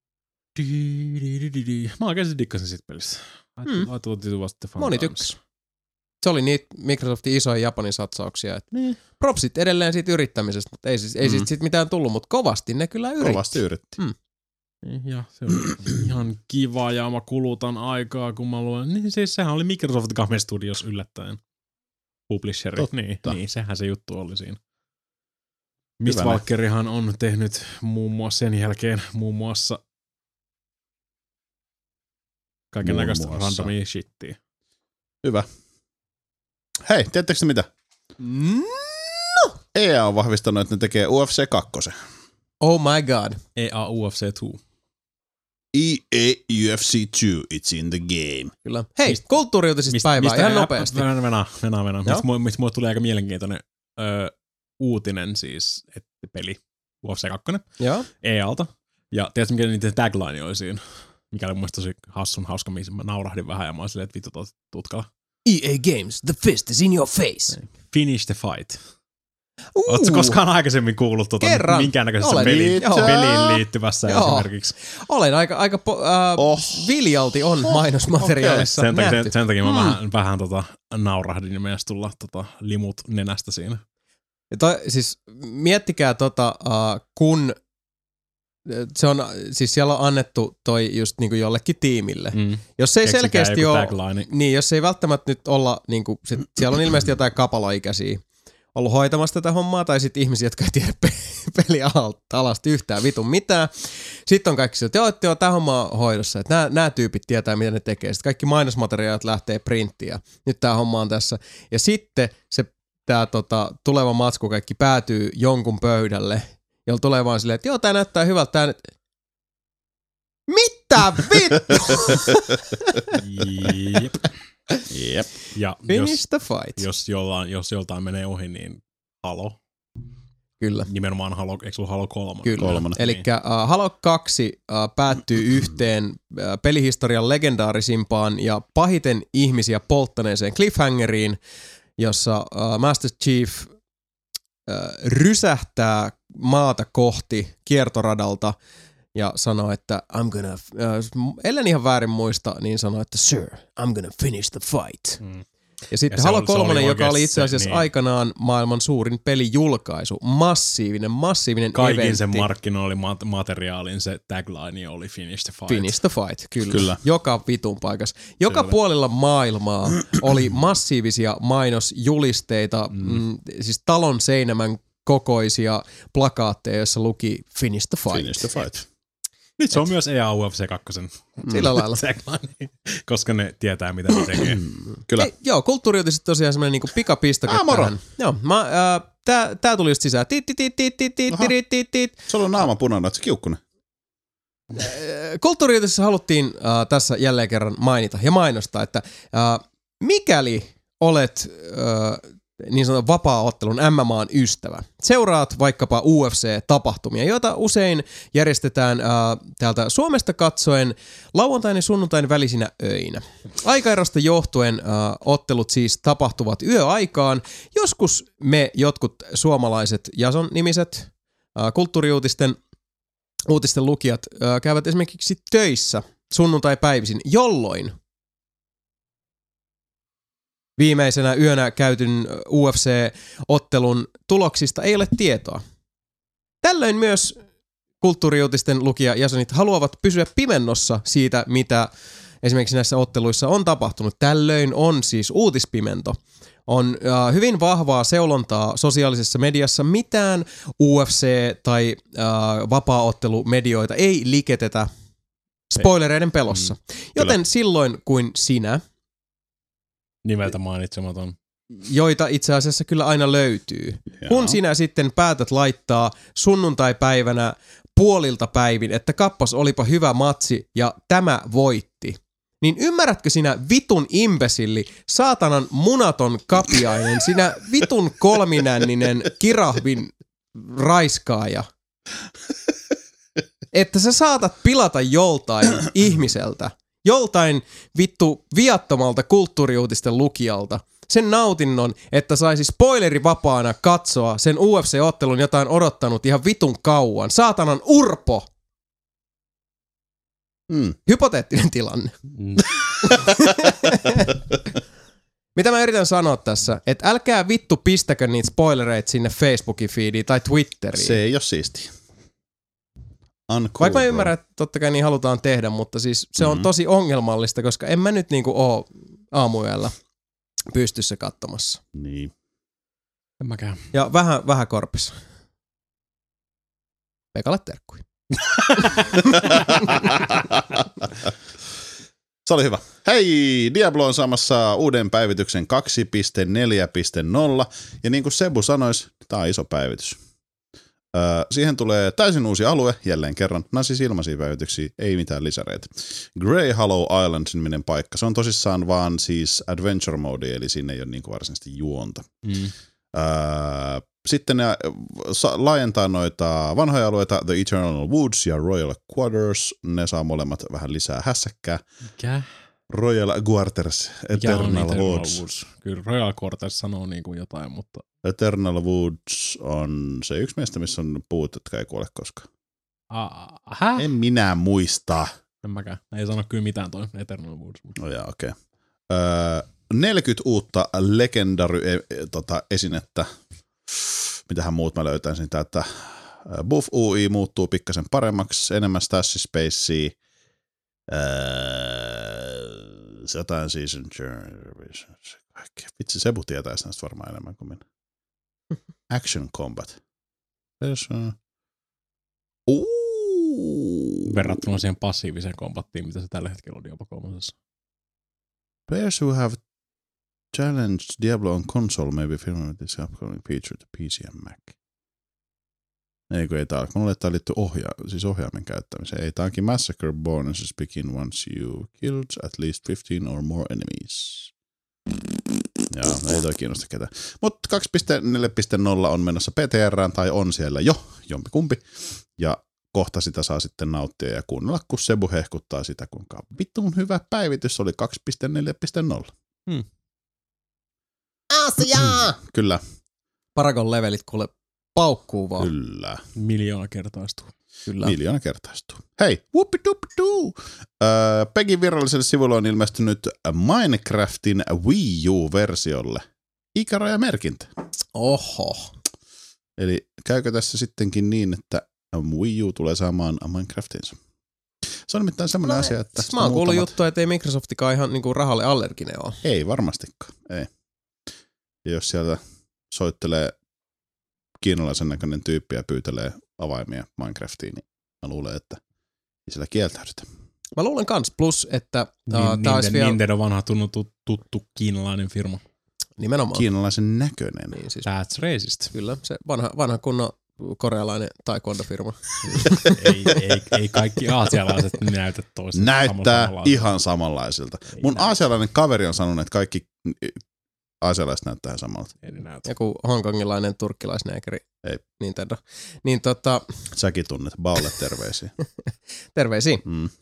Mä oikeasti dikkasin siitä pelistä. Moni tykkäsi. Se oli niitä Microsoftin isoja Japanin satsauksia. Niin. Propsit edelleen siitä yrittämisestä, mutta ei siitä mitään tullut, mutta kovasti ne kyllä yritti. Kovasti yritti. Ja se oli ihan kiva ja mä kulutan aikaa, kun mä luen. Niin siis sehän oli Microsoft Game Studios yllättäen. Publisheri. Niin, sehän se juttu oli siinä. Mistwalkerihan on tehnyt muun muassa sen jälkeen kaiken näköistä randomia shittiä. Hyvä. Hei, tiedättekö mitä? No! EA on vahvistanut, että ne tekee UFC 2. Oh my god. EA UFC 2. EA UFC 2, it's in the game. Kyllä. Hei, kulttuuriutisista päivää ihan nopeasti. Venä. Mistä mulle tuli aika mielenkiintoinen uutinen siis, että peli UFC 2 EAlta. Ja tiedätkö, mikä niiden tagline oli siinä? Mikä oli mun mielestä tosi hauska, missä mä naurahdin vähän ja mä olin silleen, että vittu tutkalla. EA Games, the fist is in your face. Finish the fight. Oletko koskaan aikaisemmin kuullut minkäännäköisessä peliin liittyvässä esimerkiksi? Olen aika viljalti on mainosmateriaalissa nähty. Sen takia mä vähän naurahdin ja meidän tulla limut nenästä siinä. Siis miettikää kun se on, siis siellä on annettu toi just niinku jollekin tiimille. Jos ei selkeästi ole, niin jos ei välttämättä nyt olla, niinku, siellä on ilmeisesti jotain kapaloikäisiä ollut hoitamassa tätä hommaa, tai sitten ihmisiä, jotka ei tiedä pelialasta yhtään vitun mitään. Sitten on kaikki että joo, tämä homma on hoidossa, että nämä tyypit tietää, mitä ne tekee. Sitten kaikki mainosmateriaalit lähtee printtiin, ja nyt tämä homma on tässä. Ja sitten tämä tuleva matsku kaikki päätyy jonkun pöydälle, jolla tulee vaan silleen, että joo, tää näyttää hyvältä, Mitä vittu? Jep. Ja Finish the fight. Jos joltain menee ohi, niin Halo. Kyllä. Nimenomaan Halo, eikö sulla Halo 3? Kyllä. Elikkä Halo 2 päättyy yhteen pelihistorian legendaarisimpaan ja pahiten ihmisiä polttaneeseen cliffhangeriin, jossa Master Chief rysähtää maata kohti kiertoradalta ja sanoo, että I'm gonna, ellen ihan väärin muista, niin sanoo, että Sir, I'm gonna finish the fight. Ja sitten Halo 3, joka oli itse asiassa aikanaan maailman suurin pelijulkaisu. Massiivinen kaikin eventti. sen markkinointimateriaalin se tagline oli Finish the Fight. Finish the fight, kyllä. Joka vitun paikassa. Joka puolella maailmaa oli massiivisia mainosjulisteita, siis talon seinämän kokoisia plakaatteja, joissa luki Finish the fight. Finish the fight. Nyt se on myös EA UFC 2. Sillä lailla. Koska ne tietää, mitä ne tekee. Kyllä. Ei, joo, kulttuuriuutiset tosiaan semmoinen niinku pikapistake tähän. Joo, tää tuli just sisään. Se on naama punainen, että se kiukkunen. Kulttuuriuutisissa haluttiin tässä jälleen kerran mainita ja mainostaa, että mikäli olet niin sanotun vapaa-ottelun MMA:n ystävä. Seuraat vaikkapa UFC-tapahtumia, joita usein järjestetään täältä Suomesta katsoen lauantain ja sunnuntain välisinä öinä. Aikaerosta johtuen ottelut siis tapahtuvat yöaikaan. Joskus me jotkut suomalaiset Jason-nimiset kulttuuriuutisten lukijat käyvät esimerkiksi töissä sunnuntai-päivisin, jolloin viimeisenä yönä käytyn UFC-ottelun tuloksista ei ole tietoa. Tällöin myös kulttuuriuutisten lukija Jasonit haluavat pysyä pimennossa siitä, mitä esimerkiksi näissä otteluissa on tapahtunut. Tällöin on siis uutispimento. On hyvin vahvaa seulontaa sosiaalisessa mediassa. Mitään UFC- tai vapaa-ottelumedioita ei liketetä spoilereiden pelossa. Joten silloin kuin sinä, nimeltä mainitsematon, joita itse asiassa kyllä aina löytyy. Kun sinä sitten päätät laittaa sunnuntai-päivänä puolilta päivin, että kappas olipa hyvä matsi ja tämä voitti, niin ymmärrätkö sinä vitun imbesilli, saatanan munaton kapiainen, sinä vitun kolminänninen kirahvin raiskaaja, että sä saatat pilata joltain ihmiseltä, joltain vittu viattomalta kulttuuriuutisten lukijalta sen nautinnon, että saisi spoilerivapaana katsoa sen UFC-ottelun, jota on odottanut ihan vitun kauan. Saatanan urpo! Hypoteettinen tilanne. Mitä mä yritän sanoa tässä? Että älkää vittu pistäkö niitä spoilereita sinne Facebookin feediin tai Twitteriin. Se ei ole siistiä. Vaikka mä ymmärrän, että totta kai niin halutaan tehdä, mutta siis se on tosi ongelmallista, koska en mä nyt niinku oo aamuyöllä pystyssä katsomassa. Niin. En mäkään. Ja vähän korpissa. Pekalle terkkui. Se oli hyvä. Hei, Diablo on saamassa uuden päivityksen 2.4.0, ja niin kuin Sebu sanoisi, tää on iso päivitys. Siihen tulee täysin uusi alue, jälleen kerran. Nämä siis ilmaisia päivityksiä, ei mitään lisäreitä. Grey Hollow Island-niminen paikka. Se on tosissaan vaan siis adventure mode, eli siinä ei ole niin kuin varsinaisesti juonta. Sitten ne laajentaa noita vanhoja alueita, The Eternal Woods ja Royal Quarters. Ne saa molemmat vähän lisää hässäkkää. Mikä? Royal Quarters, Eternal Woods. Kyllä Royal Quarters sanoo niin kuin jotain, mutta Eternal Woods on se yksi meistä, missä on puut, jotka ei kuole koskaan. En minä muista. En mäkään. Ei sano kyllä mitään toi Eternal Woods. No jaa, okei. 40 uutta legendary-esinettä. Mitähän muut mä löytäisin täältä. Buff UI muuttuu pikkasen paremmaksi, enemmän stash spacea. Jotain season kaikkea. Vitsi, Sebu tietäisi näistä varmaan enemmän kuin minä. Action combat. Verrattuna siihen passiiviseen kombattiin, mitä se tällä hetkellä on Diablo 3. Players who have challenged Diablo on console may be filmed with this upcoming feature to PC and Mac. Ei tää. Mulle tää liittyy ohjaimen käyttämiseen. Ei, tää onkin Massacre bonuses begin once you killed at least 15 or more enemies. Joo, ei toi kiinnosta ketään. Mutta 2.4.0 on menossa PTR:ään tai on siellä jo, jompikumpi. Ja kohta sitä saa sitten nauttia ja kuunnella, kun Sebu hehkuttaa sitä, kuinka vittuun hyvä päivitys oli 2.4.0. Asiaa! Kyllä. Paragon levelit kuule paukkuu vaan. Kyllä. 1,000,000 kertaistuu. Kyllä. 1,000,000 kertaistuu. Hei, whoopidoopadoo! Pegin viralliselle sivulle on ilmestynyt Minecraftin Wii U-versiolle ikärajamerkintä. Oho. Eli käykö tässä sittenkin niin, että Wii U tulee saamaan Minecraftinsa? Se on nimittäin semmoinen asia, että... Mä oon kuullut juttua, että ei Microsoftikaan ihan niinku rahalle allerginen ole. Ei varmastikaan, ei. Ja jos sieltä soittelee kiinalaisen näköinen tyyppi ja pyytelee avaimia Minecraftiin, niin mä luulen, että ei siellä kieltäydytä. Mä luulen kans, plus että taas vielä... Nintendo vanha tuttu kiinalainen firma. Nimenomaan. Kiinalaisen näköinen. Niin, siis, That's racist. kyllä, se vanha kunnon korealainen taekwondo-firma. ei kaikki aasialaiset näytä toisensa. Näyttää ihan samanlaisilta. Mun aasialainen kaveri on sanonut, että kaikki aasialaiset näyttää ihan samalta. Joku hongkongilainen turkkilaisnäkeri. Ei. Nintendo. Niin Säkin tunnet. Baulle terveisiä. Terveisiä.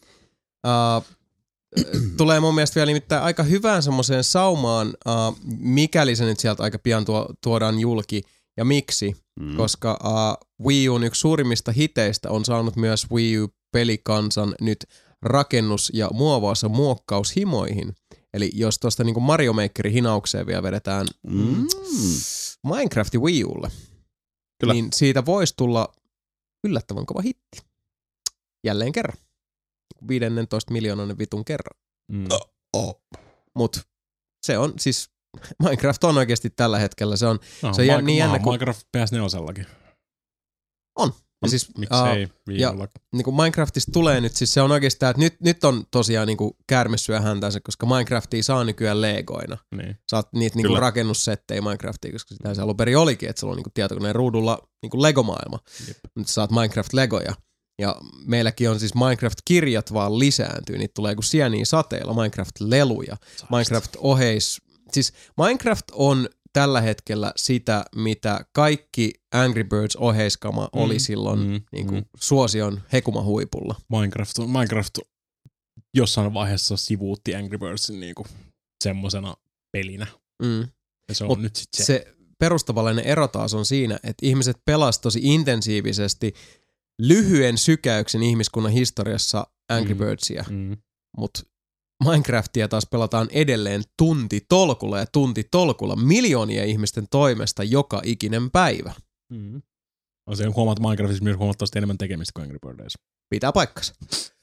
Tulee mun mielestä vielä nimittäin aika hyvään semmoiseen saumaan, mikäli se nyt sieltä aika pian tuodaan julki ja miksi, koska Wii U:n yksi suurimmista hiteistä on saanut myös Wii U-pelikansan nyt rakennus- ja muokkaushimoihin. Eli jos tuosta niinku Mario Makerin hinaukseen vielä vedetään Minecraftin Wii Ulle, niin siitä voisi tulla yllättävän kova hitti. Jälleen kerran. 15 miljoonan vitun kerran. Mut se on siis, Minecraft on oikeasti tällä hetkellä, se on niin jännä kuin... Minecraft PS4-sellakin. On. Ja siis, miksei niin kuin Minecraftista tulee nyt, siis se on oikeasti tämä, että nyt on tosiaan niin kuin käärmesyä häntänsä, koska Minecraftia saa nykyään legoina. Niin. Saat niitä niin kuin rakennussettejä Minecraftia, koska sitä se alun perin olikin, että se on niin kuin tietokoneen ruudulla niin kuin Lego-maailma. Nyt saat Minecraft-legoja. Ja meilläkin on siis Minecraft-kirjat vaan lisääntyy, niitä tulee kuin sieniä sateilla, Minecraft-leluja, Minecraft-oheis. Siis Minecraft on tällä hetkellä sitä, mitä kaikki Angry Birds oheiskama oli silloin niin kuin suosion hekumahuipulla. Minecraft jossain vaiheessa sivuutti Angry Birdsin niin kuin semmosena pelinä. Ja se on nyt sit se perustavallinen ero taas on siinä, että ihmiset pelasivat tosi intensiivisesti lyhyen sykäyksen ihmiskunnan historiassa Angry Birdsia, mutta Minecraftia taas pelataan edelleen tuntitolkulla miljoonien ihmisten toimesta joka ikinen päivä. On se huomaat Minecraftissa myös huomattavasti enemmän tekemistä kuin Angry Birds. Pitää paikkansa.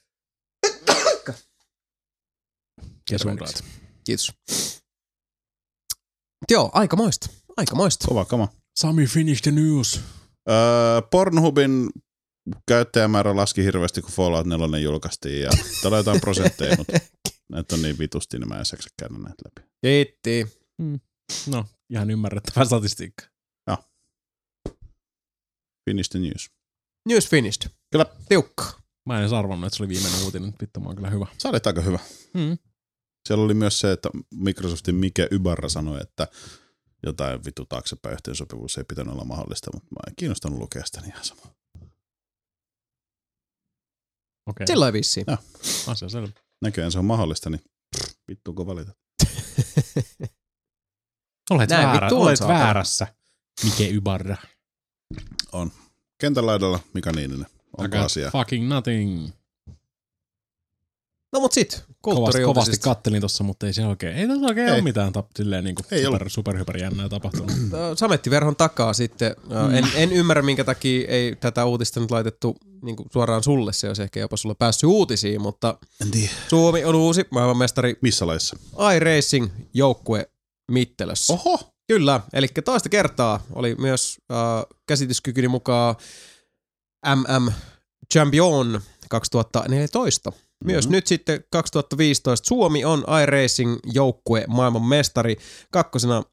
Kesunraat. Kiitos. Joo, aikamoista. Kova kama. Sami, finish the news. Pornhubin käyttäjämäärä laski hirveästi, kun Fallout 4 julkaistiin. Ja täällä on jotain prosentteja, mutta näitä on niin vitusti, niin mä en jaksa käydä näitä läpi. Kiitti. No, ihan ymmärrettävä statistiikka. Joo. Finish the news. News finished. Kyllä. Tiukka. Mä en edes arvannut, että se oli viimeinen uutinen. Vittu, mä oon kyllä hyvä. Sä olit aika hyvä. Siellä oli myös se, että Microsoftin Mike Ybarra sanoi, että jotain vittu taaksepäin yhteensopivuus ei pitänyt olla mahdollista, mutta mä en kiinnostanut lukea sitä niin ihan sama. Okay. Silloin vissiin. Asia selvä. Näköjään se on mahdollista, niin vittuuko valitat? Olet väärässä, Mike Ybarra. On. Kentän laidalla Mika Niininen. Onko asia? Fucking nothing. No mut sit, kulttuuriuutisista. Kovasti kattelin tossa, mutta ei se oikein. Ei tässä oikein ole mitään silleen niinku super jännää tapahtunut. Samettiverhon takaa sitten. En ymmärrä, minkä takia ei tätä uutista nyt laitettu niinku suoraan sulle. Se olisi ehkä jopa sulle päässyt uutisiin, mutta Suomi on uusi maailmanmestari. Missä laissa? iRacing-joukkue mittelössä. Oho! Kyllä, eli toista kertaa oli myös käsityskykyni mukaan MM Champion 2014. Myös nyt sitten 2015 Suomi on iRacing-joukkue maailman mestari. Kakkosena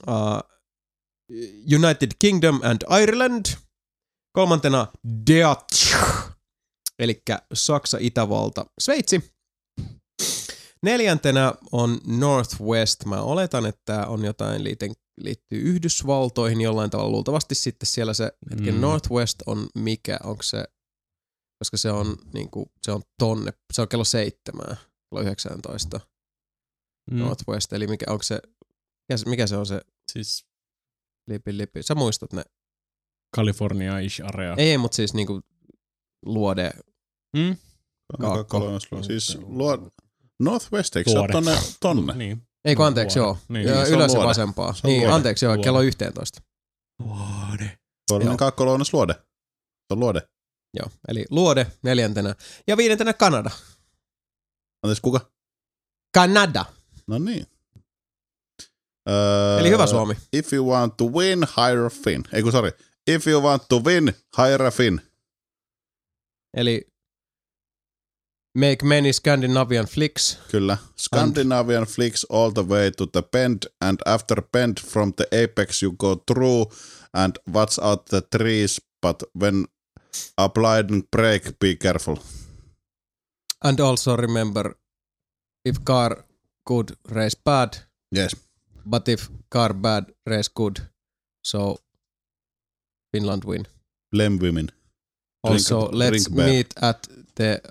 United Kingdom and Ireland. Kolmantena Deutsch, eli Saksa, Itävalta, Sveitsi. Neljäntenä on Northwest. Mä oletan, että tää on jotain liittyy Yhdysvaltoihin jollain tavalla. Luultavasti sitten siellä se hetken Northwest on mikä, onko se, koska se on niinku, se on tonne, se on kello 7, kello 19. Northwest, eli mikä, onko se, mikä se on se? Siis lipi. Sä muistat ne? California-ish area. Ei, mutta siis niinku luode. Kaakko. Siis Northwest, eikö se ole tonne? Niin. Eikö anteeksi, joo. Niin. Ylös ja vasempaa. Niin, luode. Anteeksi, joo, kello 11. Luode. Toinen kaakko lounas luode. Se on luode. Joo, eli luode 4. Ja 5. Kanada. Anteeksi, kuka? Kanada. No niin. Eli hyvä Suomi. If you want to win, hire a Finn. If you want to win, hire a Finn. Eli make many Scandinavian flicks. Kyllä. Scandinavian flicks all the way to the bend, and after bend from the apex you go through and watch out the trees, but when applying brake, be careful. And also remember, if car good, race bad. Yes. But if car bad, race good. So Finland win. Blame women. Also, let's meet at the...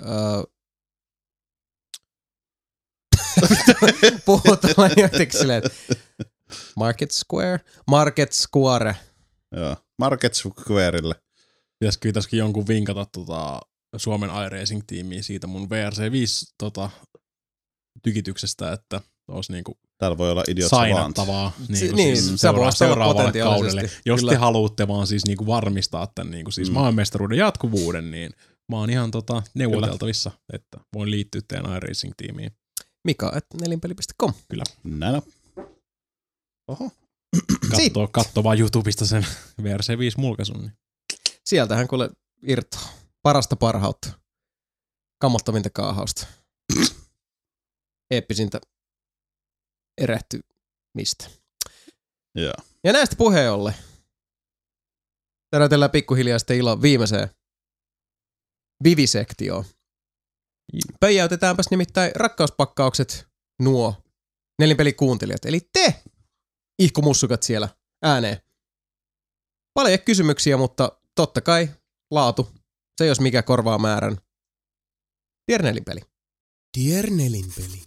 puhutaan jotenkin silleen, Market Square. Joo, Market Squarelle. Pitäisikö jonkun vinkata Suomen iRacing-tiimiä siitä mun VRC5 tykityksestä, että olisi niinku täällä voi olla sainattavaa seuraavalle kaudelle. Jos te haluatte vaan siis niinku varmistaa tämän niinku siis maailmanmestaruuden jatkuvuuden, niin mä oon ihan neuvoteltavissa, että voin liittyä teidän iRacing-tiimiin. Mika@nelinpeli.com. Kyllä. Näin on. Oho. Katso vaan YouTubesta sen VRC5-mulkaisun. Niin. Sieltähän kuule irtoaa. Parasta parhautta. Kammottavinta kaahausta. Eeppisintä erehtymistä. Yeah. Ja näistä puheen ollen. Tärätellään pikkuhiljaa sitten ilon viimeiseen vivisektioon. Pöijäytetäänpäs nimittäin rakkauspakkaukset nuo nelinpelikuuntelijat. Eli te, ihkumussukat siellä ääneen. Paljon kysymyksiä, mutta totta kai laatu. Se jos mikä korvaa määrän. Dear Nelinpeli. Dear Nelinpeli.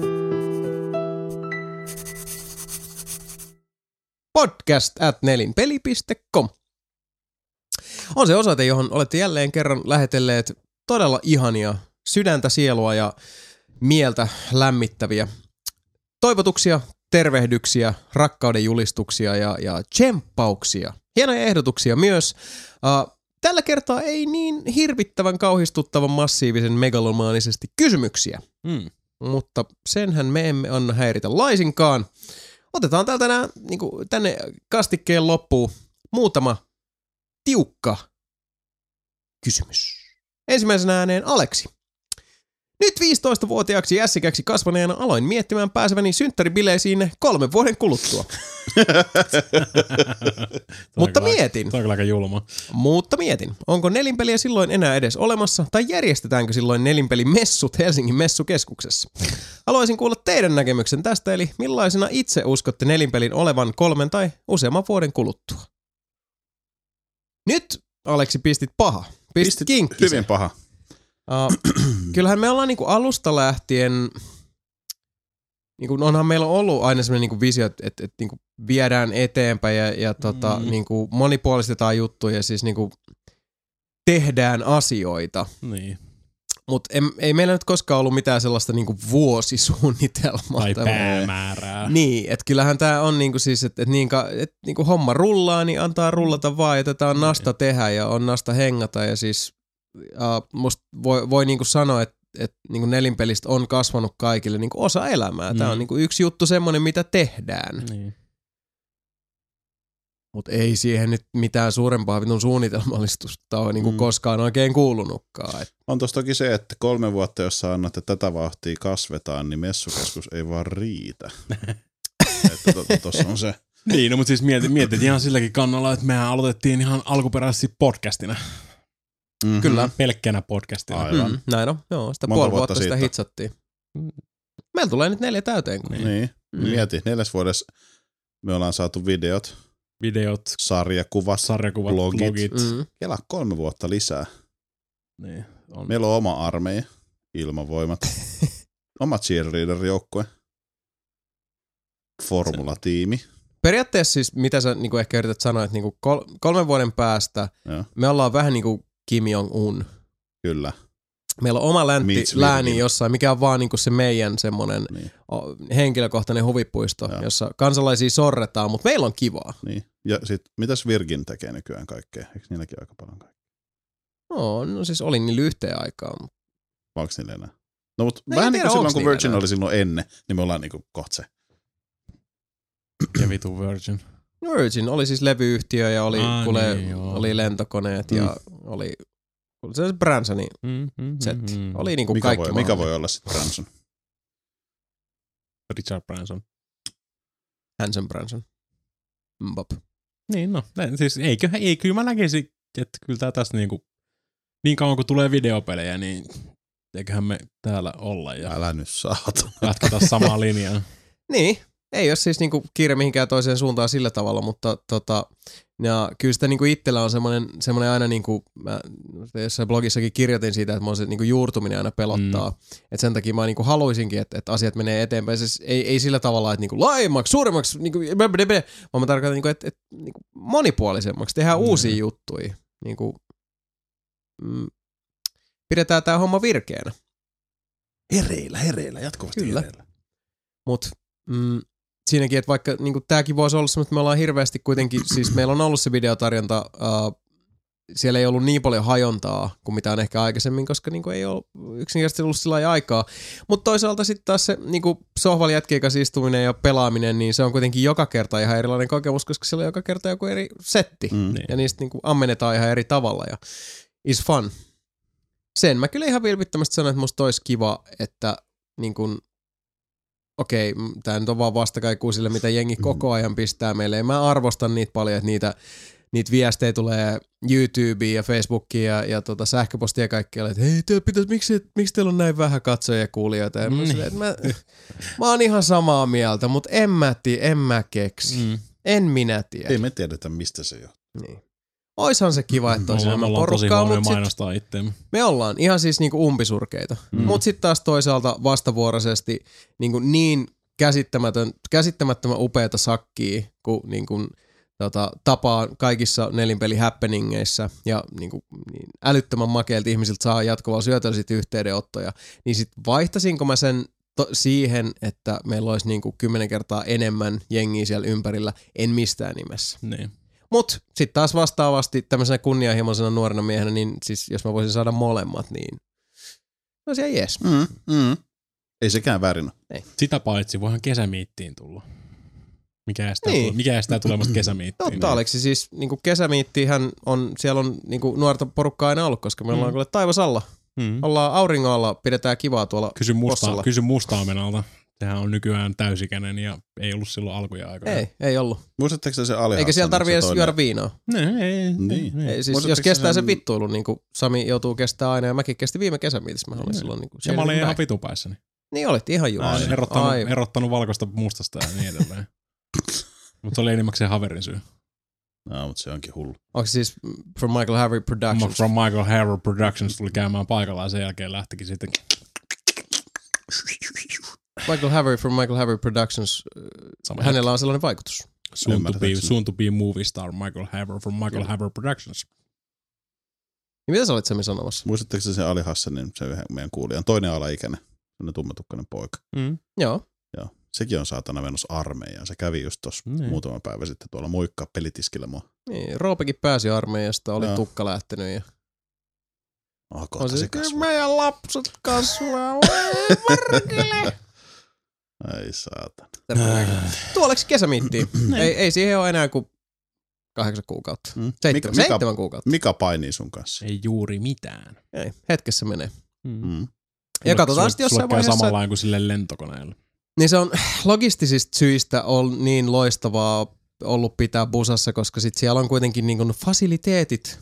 podcast@nelinpeli.com on se osoite, johon olette jälleen kerran lähetelleet todella ihania sydäntä, sielua ja mieltä lämmittäviä toivotuksia, tervehdyksiä, rakkauden julistuksia ja tsemppauksia. Hienoja ehdotuksia myös. Tällä kertaa ei niin hirvittävän kauhistuttavan massiivisen megalomaanisesti kysymyksiä, mutta senhän me emme anna häiritä laisinkaan. Otetaan täältä tänne kastikkeen loppuun muutama tiukka kysymys. Ensimmäisenä ääneen Aleksi. Nyt 15-vuotiaaksi jässikäksi kasvaneena aloin miettimään pääseväni synttäribileisiin 3 vuoden kuluttua. Mutta mietin. Tämä on kyllä aika julma. Mutta mietin, onko nelinpeliä silloin enää edes olemassa tai järjestetäänkö silloin nelinpelimessut Helsingin messukeskuksessa? Haluaisin kuulla teidän näkemyksen tästä, eli millaisena itse uskotte nelinpelin olevan 3 tai useamman vuoden kuluttua? Nyt, Aleksi, pistit paha. Pistit kinkkisen. Hyvin paha. Kyllähän me ollaan niinku alusta lähtien, niinku onhan meillä ollut aina sellainen niinku visio, että niinku viedään eteenpäin ja niinku monipuolistetaan juttuja ja siis niinku tehdään asioita. Niin. Mutta ei meillä nyt koskaan ollut mitään sellaista niinku vuosisuunnitelmaa. Tai päämäärää. Niin, että kyllähän tää on niinku siis, että niinku homma rullaa, niin antaa rullata vaan, että tää on nasta tehdä ja on nasta hengata ja siis musta voi niinku sanoa, että niinku nelinpelistä on kasvanut kaikille niinku osa elämää. Tää on niinku yksi juttu semmonen, mitä tehdään. Niin. Mutta ei siihen nyt mitään suurempaa vitun suunnitelmallistusta ole niinku koskaan oikein kuulunutkaan. On tossa toki se, että 3 vuotta, jos sä annat, että tätä vauhtia kasvetaan, niin messukeskus ei vaan riitä. Että tossa on se. Niin, no mutta siis mietit ihan silläkin kannalla, että mehän aloitettiin ihan alkuperäisesti podcastina. Kyllä. Pelkkänä podcastina. Aivan. Näin on. Joo, sitä puoli vuotta sitä hitsattiin. Meillä tulee nyt 4 täyteen. Niin. Mieti, 4 vuodessa me ollaan saatu videot, sarjakuvat, blogit. Kela 3 vuotta lisää. Niin, on. Meillä on oma armeija, ilmavoimat, oma cheerleader-joukkue, formulatiimi. Periaatteessa siis, mitä sä niinku ehkä yrität sanoa, että niinku 3 vuoden päästä me ollaan vähän niinku Kim Jong-un. Kyllä. Meillä on oma lääni jossain, mikä on vaan niinku se meidän semmoinen henkilökohtainen huvipuisto, jossa kansalaisia sorretaan, mutta meillä on kivaa. Niin. Ja sit, mitäs Virgin tekee nykyään kaikkea? Eikö niilläkin aika paljon kaikkea? No siis oli niillä yhteen aikaan. Onko niillä enää? No mutta vähän niin kuin silloin, kun Virgin oli silloin ennen, niin me ollaan niinku kohta se. Ja vitu Virgin. Virgin oli siis levyyhtiö ja oli lentokoneet ja oli se Bransoni setti. Oli niinku kaikki mikä voi olla sitten Branson? Richard Branson. Hanson Branson. Mbop. Niin no, siis ei kyllä mä näkisin, että kyllä tää tässä niinku, niin kauan kun tulee videopelejä, niin eiköhän me täällä olla ja älä nyt saatana. Jatketaan samaa linjaa. Niin. Ei ole siis niinku kiire mihinkään toiseen suuntaan sillä tavalla, mutta ja kyllä sitä niinku itsellä on semmoinen aina niinku, mä jossain blogissakin kirjoitin siitä, että mua se niinku juurtuminen aina pelottaa. Että sen takia mä niinku haluaisinkin, että asiat menee eteenpäin. Siis ei sillä tavalla, että niinku laajemmaksi, suuremmaksi, niinku, vaan mä tarkoitan, niinku, että niinku monipuolisemmaksi, tehdään uusia juttuja. Niinku, pidetään tää homma virkeänä. Hereillä, jatkuvasti kyllä. Hereillä. Mut siinäkin, että vaikka niin tämäkin voisi olla semmoista, että me ollaan hirveästi kuitenkin, siis meillä on ollut se videotarjonta, siellä ei ollut niin paljon hajontaa kuin mitä on ehkä aikaisemmin, koska niin ei ole yksinkertaisesti ollut sillä aikaa. Mutta toisaalta sitten taas se niin sohvalla jätkien kanssa istuminen ja pelaaminen, niin se on kuitenkin joka kerta ihan erilainen kokemus, koska siellä on joka kerta joku eri setti. Ja niistä niin ammennetaan ihan eri tavalla ja is fun. Sen mä kyllä ihan vilpittömästi sanon, että musta olisi kiva, että niin kuin okei, tää nyt on vaan vastakaikuu sille, mitä jengi koko ajan pistää meille. Ja mä arvostan niitä paljon, että niitä viestejä tulee YouTubeen ja Facebookiin ja sähköpostia ja kaikkialle, että hei, miksi teillä on näin vähän katsojia ja kuulijoita? Ja mä oon ihan samaa mieltä, mutta en mä keksi. En minä tiedä. Ei me tiedetä, mistä se johtuu. Niin. Oishan se kiva, että olisi enemmän porukkaa, mutta me ollaan ihan siis niinku umpisurkeita. Mutta sitten taas toisaalta vastavuoroisesti niin käsittämättömän upeata sakkia, kun niinku, tapaa kaikissa nelinpeli-happeningeissä ja niin älyttömän makeilta ihmisiltä saa jatkuvalla syötöllä sit yhteydenottoja, niin sitten vaihtasinko mä sen siihen, että meillä olisi niinku 10 kertaa enemmän jengiä siellä ympärillä, en mistään nimessä. Niin. Mut sitten taas vastaavasti tämmöisenä kunnianhimoisena nuorena miehenä, niin siis jos mä voisin saada molemmat, niin no se jees. Ei sekään väärin. Ei. Sitä paitsi voihan kesämiittiin tulla. Mikä estää tulemasta kesämiittiin? Totta, Aleksi, siis niinku kesämiittiinhän on, siellä on niinku nuorta porukkaa aina ollut, koska me ollaan kuule taivas alla. Ollaan auringon alla, pidetään kivaa tuolla Possalla. Kysy Mustaamenalta. Sehän on nykyään täysikäinen ja ei ollut silloin alkuja aikaa. Ei ollut. Muistatteko se Alihassan? Eikä siellä tarvitse edes juoda viinaa. Ei. Siis jos kestää se vittuilu, niin kuin Sami joutuu kestää aina ja mäkin kestin viime kesämiitissä. Mä olin silloin niin kuin ja mä olin ihan vitupäissäni. Niin olit ihan juuri. Erottanut valkoista mustasta ja niin edelleen. Mutta se oli enimmäkseen haverin syy. No, mutta se onkin hullu. Onko siis From Michael Harvey Productions? From Michael Harvey Productions tuli käymään paikalla ja sen jälkeen lähtikin sitten. Michael Harvey from Michael Harvey Productions, hänellä on sellainen vaikutus. Soon to be movie star Michael Harvey from Michael Harvey Productions. Ja mitä sä olit Sami sanomassa? Muistatteko se Ali Hassanin, se meidän kuulijan, toinen alaikäinen, sellainen tummatukkainen poika? Joo. Sekin on saatana menossa armeijaan. Se kävi just tuossa muutama päivä sitten tuolla moikkaa pelitiskillä mua. Niin, Roopekin pääsi armeijasta, oli tukka lähtenyt ja kohta se kasvaa. Meidän lapset kasvaa. Ai saatana. Tuoleksi kesämiittiin. ei siihen ole enää kuin 8 kuukautta. 7 kuukautta. Mikä painii sun kanssa? Ei juuri mitään. Ei, hetkessä menee. Ja katsotaan sitten jossain vaiheessa. Sulla samalla kuin sille lentokoneelle. Niin se on logistisista syistä on niin loistavaa ollut pitää busassa, koska sit siellä on kuitenkin niin kuin fasiliteetit.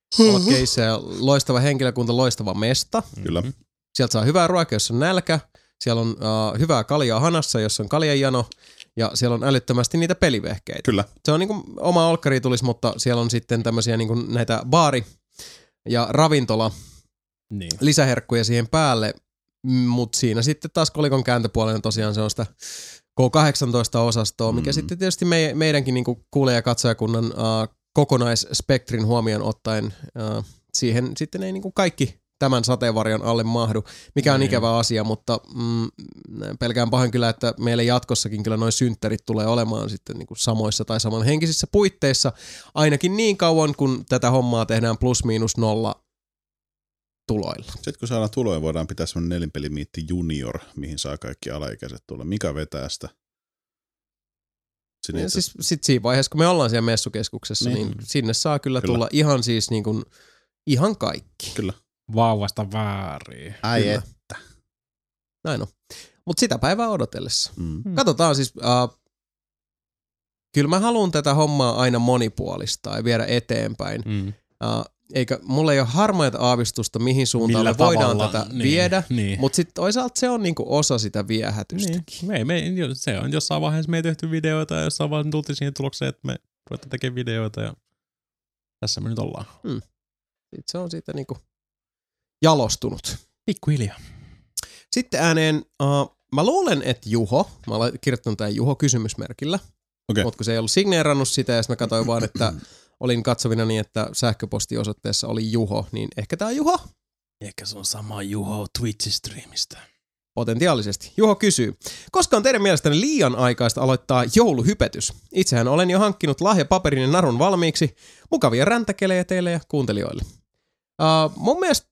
Loistava henkilökunta, loistava mesta. Kyllä. Sieltä saa hyvää ruokaa, jos on nälkä. Siellä on hyvää kaljaa hanassa, jossa on kaljanjano, ja siellä on älyttömästi niitä pelivehkeitä. Kyllä. Se on niin kuin oma olkkari tulisi, mutta siellä on sitten tämmöisiä niin kuin näitä baari- ja ravintola lisäherkkuja siihen päälle, mutta siinä sitten taas kolikon kääntöpuolella tosiaan se on sitä K18-osastoa, mikä sitten tietysti meidänkin niin kuin kuulija- ja katsojakunnan kokonaisspektrin huomioon ottaen siihen sitten ei niin kuin kaikki tämän sateenvarjon alle mahdu, mikä on ikävä asia, mutta pelkään pahoin kyllä, että meille jatkossakin kyllä noin synttärit tulee olemaan sitten niin kuin samoissa tai samanhenkisissä puitteissa, ainakin niin kauan, kun tätä hommaa tehdään plus miinus nolla tuloilla. Sitten kun saadaan tuloja, voidaan pitää semmoinen nelinpelimiitti junior, mihin saa kaikki alaikäiset tulla. Mikä vetää sitä? Siis sitten siinä vaiheessa, kun me ollaan siellä messukeskuksessa, niin sinne saa kyllä tulla ihan siis niin kuin, ihan kaikki. Kyllä. Vauvasta vääriin. Ai kyllä. Että. Näin on. Mutta sitä päivää odotellessa. Katsotaan siis, kyllä mä haluan tätä hommaa aina monipuolistaa ja viedä eteenpäin. Eikä mulla ei ole harmaita aavistusta, mihin suuntaan me voidaan tätä viedä, mutta sitten toisaalta se on niinku osa sitä viehätystäkin. Se on jossain vaiheessa me ei tehty videoita ja jossain vaiheessa tultiin siihen tulokseen, että me ruvetaan tekemään videoita ja tässä me nyt ollaan. Sitten se on siitä niinku jalostunut. Pikkuhiljaa. Sitten ääneen, mä luulen, että Juho, mä olen kirjoittanut tämän Juho kysymysmerkillä, mutta kun se ei ollut signeerannut sitä ja sitten mä katsoin vaan, että olin katsovina niin, että sähköpostiosoitteessa oli Juho, niin ehkä tää on Juho. Ehkä se on sama Juho Twitch-striimistä. Potentiaalisesti. Juho kysyy, koska on teidän mielestänne liian aikaista aloittaa jouluhypetys? Itsehän olen jo hankkinut lahjapaperin ja narun valmiiksi. Mukavia räntäkelejä teille ja kuuntelijoille. Mun mielestä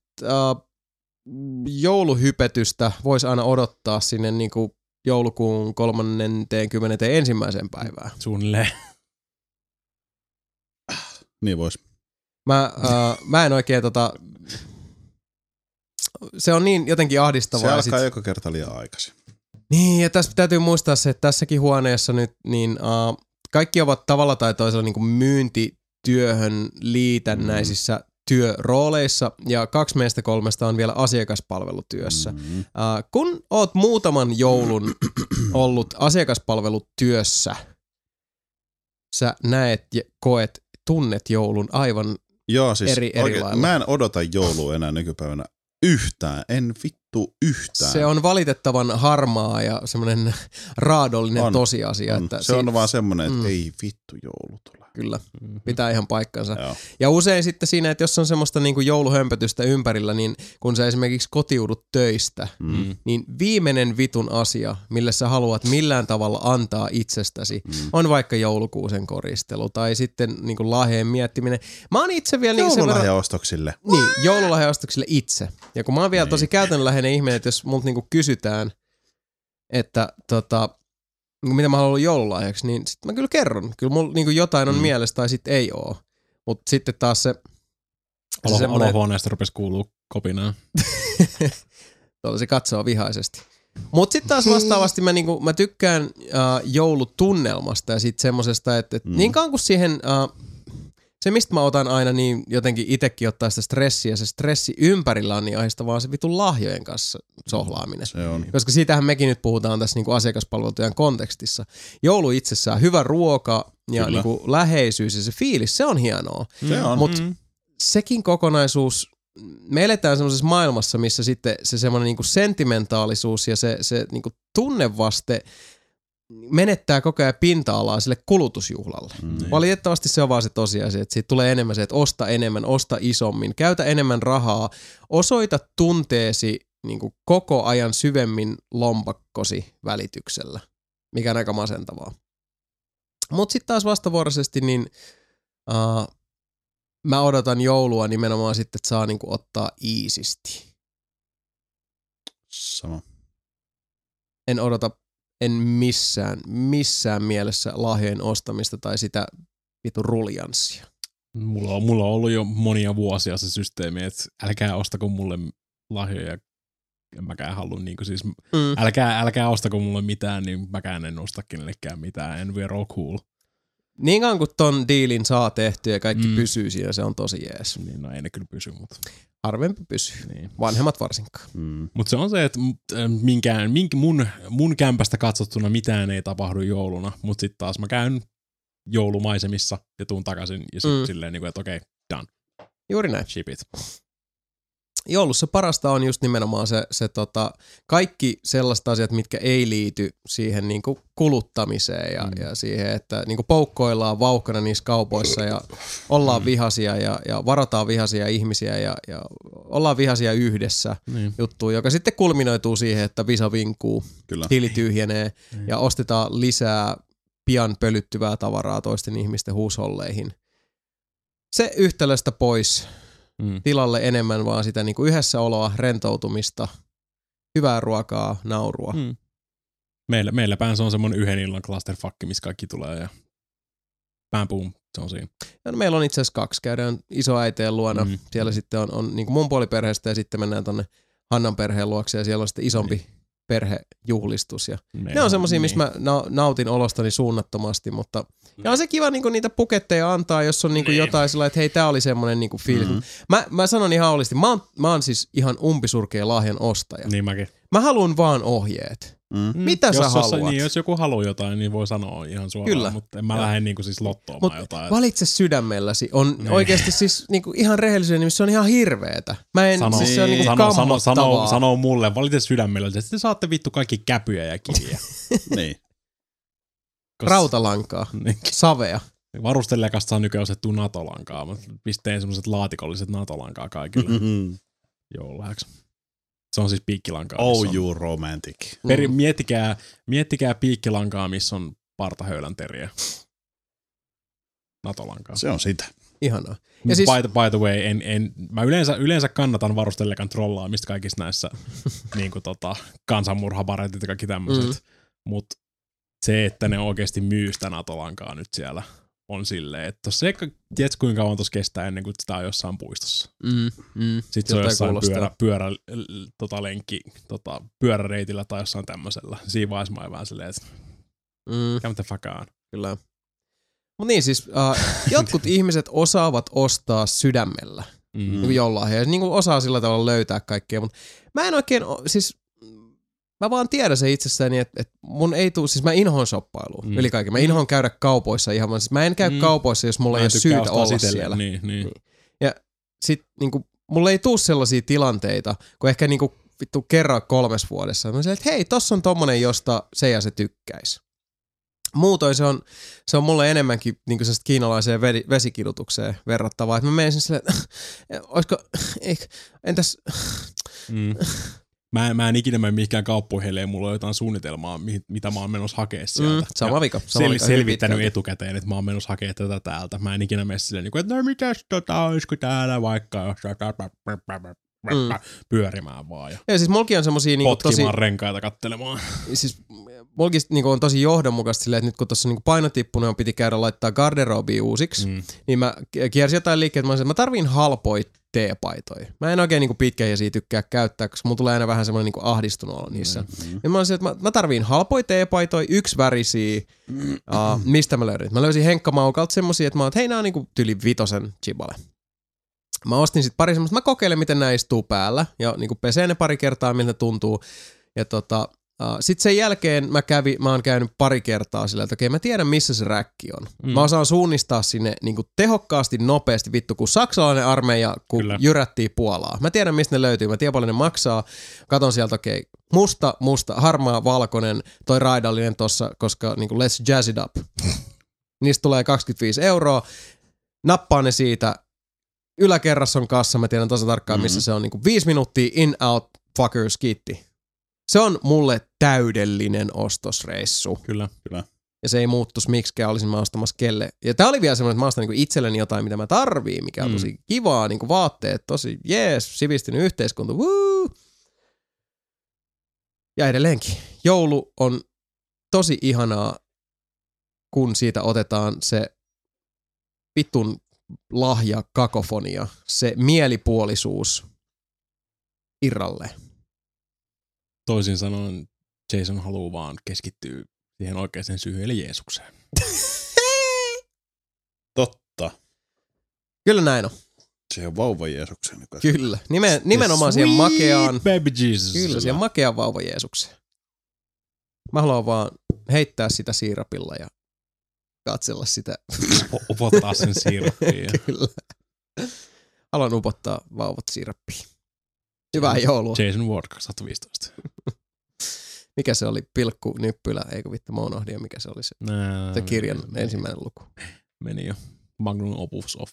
jouluhypetystä voisi aina odottaa sinne niinku joulukuun 31. päivään. Suunnilleen. Niin vois. Mä en oikein se on niin jotenkin ahdistavaa. Se alkaa joka kerta liian aikaisin. Niin, ja tässä täytyy muistaa se, että tässäkin huoneessa nyt niin kaikki ovat tavalla tai toisella niin kuin myyntityöhön liitännäisissä työrooleissa, ja 2 meistä 3 on vielä asiakaspalvelutyössä. Kun oot muutaman joulun ollut asiakaspalvelutyössä, sä näet ja tunnet joulun aivan eri lailla. Mä en odota joulua enää nykypäivänä yhtään, en vittu yhtään. Se on valitettavan harmaa ja semmoinen raadollinen tosiasia. Että se on vaan semmoinen, että ei vittu joulu tule. Kyllä, pitää ihan paikkansa. Joo. Ja usein sitten siinä, että jos on semmoista niin kuin jouluhömpötystä ympärillä, niin kun sä esimerkiksi kotiudut töistä, niin viimeinen vitun asia, millä sä haluat millään tavalla antaa itsestäsi, on vaikka joulukuusen koristelu tai sitten niin kuin lahjeen miettiminen. Mä oon itse vielä joululahjaostoksille. Niin, joululahjaostoksille itse. Ja kun mä oon vielä tosi käytännönläheinen ihminen, että jos multa niin kuin kysytään, että mitä mä haluan joululahjaksi, niin sit mä kyllä kerron. Kyllä mulla niin jotain on mielessä tai sit ei oo. Mut sitten taas se Olohuoneesta rupesi kuuluu kopinaa. Tuolla se katsoo vihaisesti. Mut sit taas vastaavasti mä tykkään joulutunnelmasta ja sit semmosesta, että niin kauan kuin siihen se, mistä mä otan aina niin jotenkin itekin ottaa sitä stressiä, se stressi ympärillä on niin ahdistavaa se vitun lahjojen kanssa sohlaaminen. Se on. Koska siitähän mekin nyt puhutaan tässä niinku asiakaspalvelutyön kontekstissa. Joulu itsessään, hyvä ruoka ja niinku läheisyys ja se fiilis, se on hienoa. Se on. Mutta sekin kokonaisuus, me eletään semmoisessa maailmassa, missä sitten se semmoinen niinku sentimentaalisuus ja se niinku tunnevaste menettää koko ajan pinta-alaa sille kulutusjuhlalle. Valitettavasti se on vaan se tosiasia, että siitä tulee enemmän se, että osta enemmän, osta isommin, käytä enemmän rahaa, osoita tunteesi niin kuin koko ajan syvemmin lompakkosi välityksellä, mikä on aika masentavaa. Mutta sitten taas vastavuoroisesti, niin mä odotan joulua nimenomaan sitten, että saa niin kuin ottaa iisisti. Sama. En missään mielessä lahjojen ostamista tai sitä vitun ruljanssia. Mulla on ollut jo monia vuosia se systeemi, että älkää ostako mulle lahjoja, en mäkään halua niinku siis, älkää ostako mulle mitään, niin mäkään en osta kenellekään mitään, and we're all cool. Niin kauan kun ton diilin saa tehtyä ja kaikki pysyy siinä, se on tosi jees. Niin, no ei ne kyllä pysy, mutta harvempi pysyy. Niin. Vanhemmat varsinkaan. Mutta se on se, että mun kämpästä katsottuna mitään ei tapahdu jouluna, mutta sitten taas mä käyn joulumaisemissa ja tuun takaisin ja sitten silleen, että okei, done. Juuri näin. Ship it. Joulussa parasta on just nimenomaan se kaikki sellaiset asiat, mitkä ei liity siihen niinku kuluttamiseen ja siihen, että niinku poukkoillaan vauhkana niissä kaupoissa ja ollaan vihaisia ja varataan vihaisia ihmisiä ja ollaan vihaisia yhdessä juttuun, joka sitten kulminoituu siihen, että visa vinkuu, tili tyhjenee ja ostetaan lisää pian pölyttyvää tavaraa toisten ihmisten huusholleihin. Se yhtälöstä pois. Tilalle enemmän vaan sitä niinku yhdessäoloa, rentoutumista, hyvää ruokaa, naurua. Meillä päin se on semmoinen yhden illan clusterfuck, missä kaikki tulee ja pään puum, se on siinä. Ja meillä on itse asiassa 2. Käydään isoäiteen luona. Siellä sitten on niinku mun puoliperheestä ja sitten mennään tonne Hannan perheen luokse ja siellä on sitten isompi perhejuhlistus. Ja ne on semmosia, missä mä nautin olostani suunnattomasti, mutta ja on se kiva niinku niitä puketteja antaa, jos on niinku jotain sillä, että hei, tää oli semmonen niinku fiilis. Mä sanon ihan olisti, mä oon siis ihan umpisurkea lahjan ostaja. Niin mäkin. Mä haluun vaan ohjeet. Mitä sä haluat? Jos joku haluaa jotain, niin voi sanoa ihan suoraan, kyllä. Mutta en mä lähde niinku siis lottoamaan jotain. Valitse sydämelläsi on oikeasti siis niinku ihan rehellisyyden nimissä se on ihan hirveetä. Siis se on niinku kammottavaa. Sano mulle, valitse sydämelläsi, sitten saatte vittu kaikki käpyjä ja kiviä. Niin. Rautalankaa, savea. Varusteljakasta saa nykyään osettua NATO-lankaa. Mä pisteen semmoset laatikolliset NATO-lankaa kaikille joululahjaksi. Se on siis piikkilankaa. Oh, you romantic. Miettikää piikkilankaa, missä on partahöylänteriä. NATO-lankaa. Se on sitä. Ihanaa. Ja siis, by the way, mä yleensä kannatan varustelijakan trollaamista kaikissa näissä niinku kansanmurhabaretit ja kaikki tämmöiset. Mutta se, että ne oikeasti myy sitä NATO-lankaa nyt siellä, on silleen, että tiedätkö kuinka kauan tuossa kestää ennen kuin sitä on jossain puistossa. Sitten se on jossain lenkki, pyöräreitillä tai jossain tämmöisellä. Siinä vaiheessa mä oon vähän silleen, että come the fuck on. Kyllä. Mut niin siis, jotkut ihmiset osaavat ostaa sydämellä joululahjoja. Niin kuin osaa sillä tavalla löytää kaikkea, mutta mä en oikein, siis mä vaan tiedän se itsessäni, että mun ei tuu, siis mä inhoon shoppailuun yli kaiken. Mä inhoon käydä kaupoissa ihan vaan, siis mä en käy kaupoissa, jos mulla ei ole syytä olla siellä. Niin. Ja sit niinku, mulla ei tuu sellaisia tilanteita, kun ehkä niinku vittu kerran 3 vuodessa. Mä sanoin, että hei, tossa on tommonen, josta se ja se tykkäisi. Muutoin se on mulle enemmänkin niinku sellaista kiinalaiseen vesikidutukseen verrattavaa, että mä menisin silleen, oisko, entäs... Mä en ikinä mene mihinkään kauppoihin, ellei mulla ole jotain suunnitelmaa, mitä mä oon menossa hakemaan sieltä. Sama vika. Selvittänyt etukäteen, että mä oon menossa hakemaan tätä täältä. Mä en ikinä mene silleen, että no mitäs olisiko täällä vaikka jossain pyörimään vaan. Ja siis mulki on semmosia niinku potkimaan renkaita kattelemaan. Siis mulki niinku on tosi johdonmukaista silleen, että nyt kun tuossa niinku paino tippunut, piti käydä laittaa garderobia uusiksi, niin mä kiersin jotain liikkeet, että mä tarviin halpoja teepaitoja. Mä en oikein niinku pitkähiäisiä tykkää käyttää, koska mulla tulee aina vähän semmoinen niinku ahdistunut olo niissä. Ja mä olisin, että mä tarviin halpoja teepaitoja, yksivärisiä, mistä mä löydin. Mä löysin Henkkamaukalta semmosia, että mä oon, että hei, nää on niinku tyli 5 chibale. Mä ostin sit pari semmoista, mä kokeilen miten nää istuu päällä ja niinku peseen ne pari kertaa, miltä ne tuntuu. Ja sit sen jälkeen mä oon käynyt pari kertaa sillä, että okei, mä tiedän missä se räkki on. Mä osaan suunnistaa sinne niinku tehokkaasti, nopeasti, vittu, kun saksalainen armeija, kun jyrättiin Puolaa. Mä tiedän mistä ne löytyy, mä tiedän paljon ne maksaa. Katon sieltä, okei, musta, harmaa, valkoinen, toi raidallinen tossa, koska niinku let's jazz it up. Niistä tulee 25 €. Nappaan ne siitä. Yläkerrassa on kassa, mä tiedän tosi tarkkaan, missä se on niinku 5 minuuttia in, out, fuckers, kiitti. Se on mulle täydellinen ostosreissu. Kyllä. Ja se ei muuttuisi miksikään, olisin mä ostamassa kelle. Ja tää oli vielä semmoinen, että mä ostan niinku itselleni jotain, mitä mä tarviin, mikä on tosi kivaa, niinku vaatteet, tosi jees, sivistynyt yhteiskunta, woo! Ja edelleenkin, joulu on tosi ihanaa, kun siitä otetaan se vitun lahja, kakofonia, se mielipuolisuus irralle. Toisin sanoen Jason haluaa vaan keskittyä siihen oikeaan syyhyn, eli Jeesukseen. Totta. Kyllä näin on. Siihen vauva Jeesukseen. Kyllä. Nimenomaan siihen makeaan. Baby Jesus. Kyllä, siihen makeaan vauva Jeesukseen. Mä haluan vaan heittää sitä siirapilla ja katsella sitä. Upottaa sen siirappiin. Kyllä. Haluan upottaa vauvat siirappiin. Hyvää joulua. Jason Ward 2015. Mikä se oli? Pilkku, nyppylä, eikö vittu, mä unohdin jo, mikä se oli se kirjan ensimmäinen luku. Meni jo. Magnum Opus of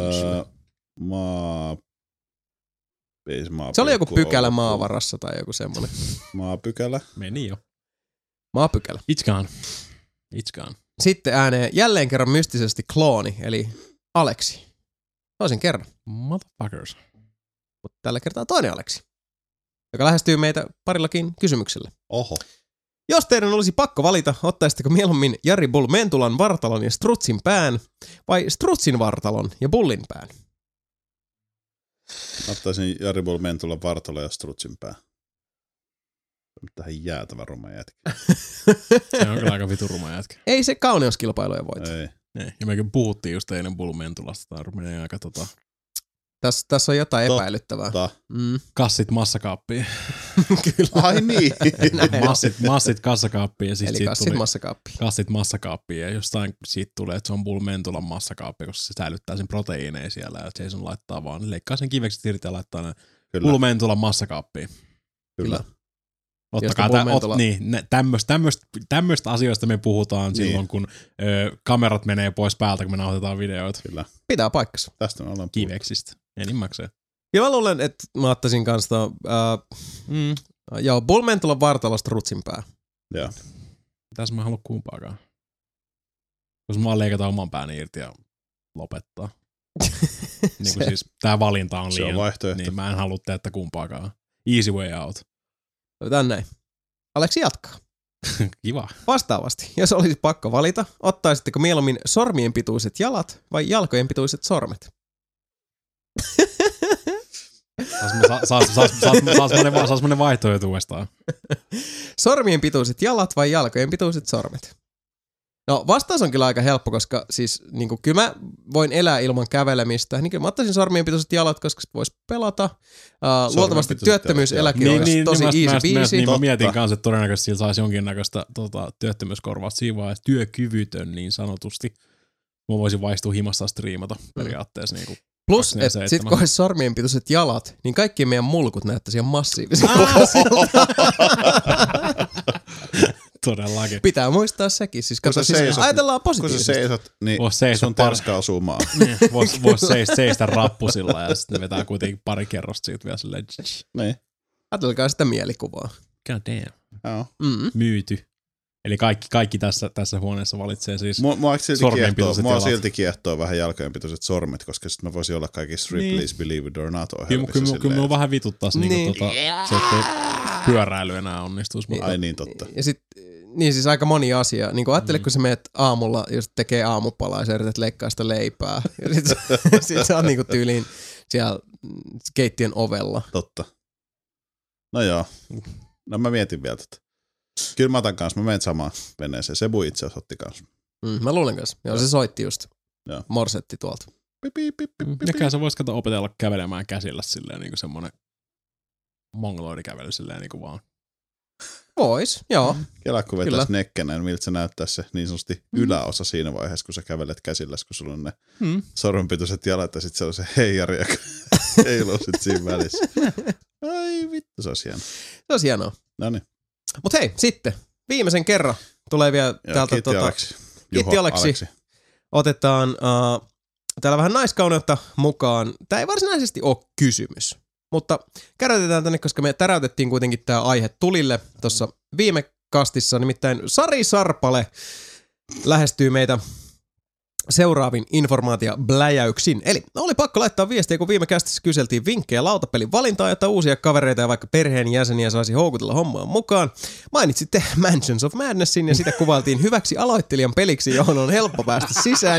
Se oli joku pykälä maavarassa tai joku semmoinen. Maapykälä. Meni jo. Maapykälä. It's gone. Sitten ääneen jälleen kerran mystisesti klooni, eli Aleksi. Toisen kerran. Motherfuckers. Mutta tällä kertaa toinen Aleksi, joka lähestyy meitä parillakin kysymyksellä. Oho. Jos teidän olisi pakko valita, ottaisitteko mieluummin Jari Bull Mentulan vartalon ja Strutsin pään vai Strutsin vartalon ja Bullin pään? Ottaisin Jari Bull Mentulan vartalon ja Strutsin pään. Tähän jäätävä ruma jätkä. Se on kyllä aika vitu ruma jätkä. Ei se kauneuskilpailuja voita. Ei. Ja mekin puhuttiin just eilen Bull Mentulasta. Tämä menee aika Tässä on jotain epäilyttävää. Kassit massakaappiin. Kyllä. Ai niin. massit kassakaappiin. Ja eli kassit massakaappiin. Kassit massakaappiin. Ja jostain siitä tulee, että se on Bull Mentulan massakaappi, koska se säilyttää sen proteiineja siellä. Ja Jason laittaa vaan, leikkaa sen kiveksi irti ja laittaa ne Bull Mentulan massakaappiin. Kyllä. Ottakaa tämmöistä asioista me puhutaan silloin, kun kamerat menee pois päältä, kun me nauhoitetaan videoita. Kyllä. Pitää paikkansa. Tästä me ollaan kiveksistä. Enimmäkseen. Ja mä luulen, että mä ottaisin kanssa joo, Bull Mentulan vartalosta Strutsin pää. Joo. Tässä mä haluan kumpaakaan. Koska mä leikataan oman pääni irti ja lopettaa. Niin kuin siis tää valinta on liian. Se on vaihtoehto. Niin mä en halua tehdä kumpaakaan. Easy way out. Otetaan näin. Aleksi jatkaa. Kiva. Vastaavasti, jos olisi pakko valita, ottaisitteko mieluummin sormien pituiset jalat vai jalkojen pituiset sormet? Saas monen vaihtoehto uudestaan. Sormien pituiset jalat vai jalkojen pituiset sormet? No vastaus on kyllä aika helppo, koska siis niin kuin, kyllä mä voin elää ilman kävelemistä. Niin kyllä mä ottaisin sormien pituiset jalat, koska sit vois pelata. Luultavasti työttömyyseläke olisi tosi easy biisi. Niin mä mietin kanssa, että todennäköisesti sillä saisi jonkinnäköistä työttömyyskorvausta siinä vaiheessa. Työkyvytön niin sanotusti. Mä voisin vaihtua himasta striimata periaatteessa. Niin kuin plus, että sit kun olisi sormien pituiset jalat, niin kaikki meidän mulkut näyttäisi ihan massiivisesti. Todellakin. Pitää muistaa sekin. Siis ajatellaan positiivisesti. Kun sä seisot, niin sun parska osuu maahan. Vois seistä rappusilla ja sitten vetää kuitenkin pari kerrosta siitä vielä silleen. Niin. Ajatelkaa sitä mielikuvaa. God damn. Joo. Myyty. Eli kaikki tässä huoneessa valitsee siis Mua silti kiehtoo vähän jalkojenpituiset sormet, koska sitten mä voisin olla kaikissa Ripley's Believe It or Not -ohjelmissa. Kyllä minua vähän vituttaisi se, ettei pyöräily enää onnistuisi. Ai niin, totta. Ja sit, niin siis aika moni asia. Niin ajattele, kun sä menet aamulla, jos tekee aamupalaa ja sä yrität leikkaa sitä leipää. Ja sit sä oot niinku tyyliin siellä keittiön ovella. Totta. No joo. No mä mietin vielä tätä. Kyllä mä otan kanssa. Mä menen samaan veneeseen. Sebu itse asiassa otti kanssa. Mä luulen kanssa. Joo, se soitti just. Joo. Morsetti tuolta. Ja sä vois opetella kävelemään käsillä silleen niinku semmonen mongoloidikävely silleen niinku vaan. Vois, joo. Kela kun vetäis nekkenään, miltä se näyttää se niin sanotusti yläosa siinä vaiheessa, kun sä kävelet käsillä, kun sulla on ne sormenpituiset jalat ja sit se on se heijari, joka heiluu sit siinä välissä. Ai vittu, se on hienoa. Se on hienoa. Noniin. Mut hei, sitten viimeisen kerran tulee vielä täältä Kiitti Aleksi. Otetaan täällä vähän naiskauneutta mukaan. Tää ei varsinaisesti ole kysymys, mutta käräytetään tänne, koska me täräytettiin kuitenkin tää aihe tulille tuossa viime kastissa. Nimittäin Sari Sarpale lähestyy meitä seuraavin informaatiobläjäyksin. Eli oli pakko laittaa viestiä, kun viime kästissä kyseltiin vinkkejä lautapelin valintaan, jotta uusia kavereita ja vaikka perheenjäseniä saisi houkutella hommaan mukaan. Mainitsitte Mansions of Madnessin ja sitä kuvailtiin hyväksi aloittelijan peliksi, johon on helppo päästä sisään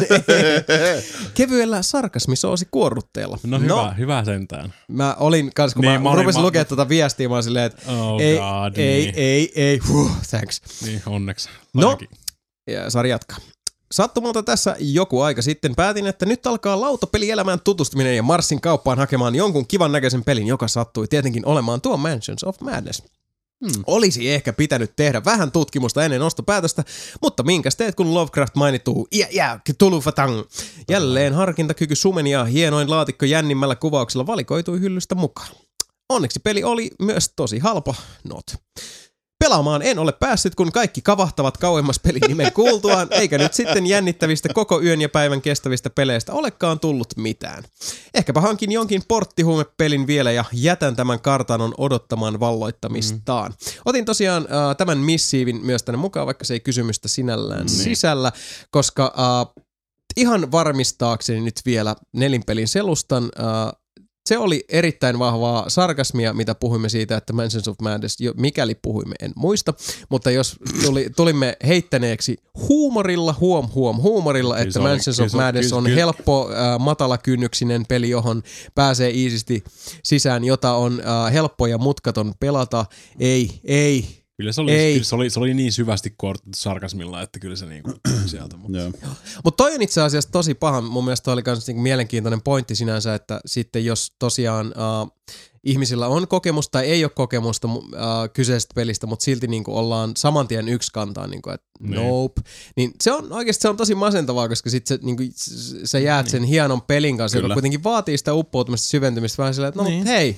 kevyellä sarkasmisoosi kuorrutteella. No hyvä sentään. Mä olin kanssa, kun mä rupesin lukemaan tuota viestiä, mä olin silleen, että ei, thanks. Niin, onneksi. No, ja Sari jatkaa. sattumalta tässä joku aika sitten päätin, että nyt alkaa lautapelielämään tutustuminen ja marssin kauppaan hakemaan jonkun kivan näköisen pelin, joka sattui tietenkin olemaan tuo Mansions of Madness. Olisi ehkä pitänyt tehdä vähän tutkimusta ennen ostopäätöstä, mutta minkäs teet, kun Lovecraft mainittuu Cthulhu-Fatang. Jälleen harkintakyky sumeni ja hienoin laatikko jännimmällä kuvauksella valikoitui hyllystä mukaan. Onneksi peli oli myös tosi halpa, Pelaamaan en ole päässyt, kun kaikki kavahtavat kauemmas pelin nimen kuultuaan, eikä nyt sitten jännittävistä koko yön ja päivän kestävistä peleistä olekaan tullut mitään. Ehkäpä hankin jonkin porttihuumepelin vielä ja jätän tämän kartanon odottamaan valloittamistaan. Otin tosiaan tämän missiivin myös tänne mukaan, vaikka se ei kysymystä sinällään sisällä, koska ihan varmistaakseni nyt vielä nelinpelin selustan, se oli erittäin vahvaa sarkasmia, mitä puhuimme siitä, että Mansions of Madness, mikäli puhuimme, en muista, mutta jos tulimme heittäneeksi huumorilla, huumorilla, että Mansions of Madness on helppo, matalakynnyksinen peli, johon pääsee easysti sisään, jota on helppo ja mutkaton pelata, ei. Kyllä se oli niin syvästi koordittu sarkasmilla, että kyllä se niinku sieltä. Mutta toi on itse asiassa tosi paha. Mun mielestä toi oli myös niinku mielenkiintoinen pointti sinänsä, että sitten jos tosiaan ihmisillä on kokemusta tai ei ole kokemusta kyseisestä pelistä, mutta silti niinku ollaan saman tien yksi kantaa, niinku, että nope. Niin se on oikeasti tosi masentavaa, koska sitten niinku, sä jäät sen hienon pelin kanssa, joka kuitenkin vaatii sitä uppoutumista, syventymistä vähän silleen, että hei,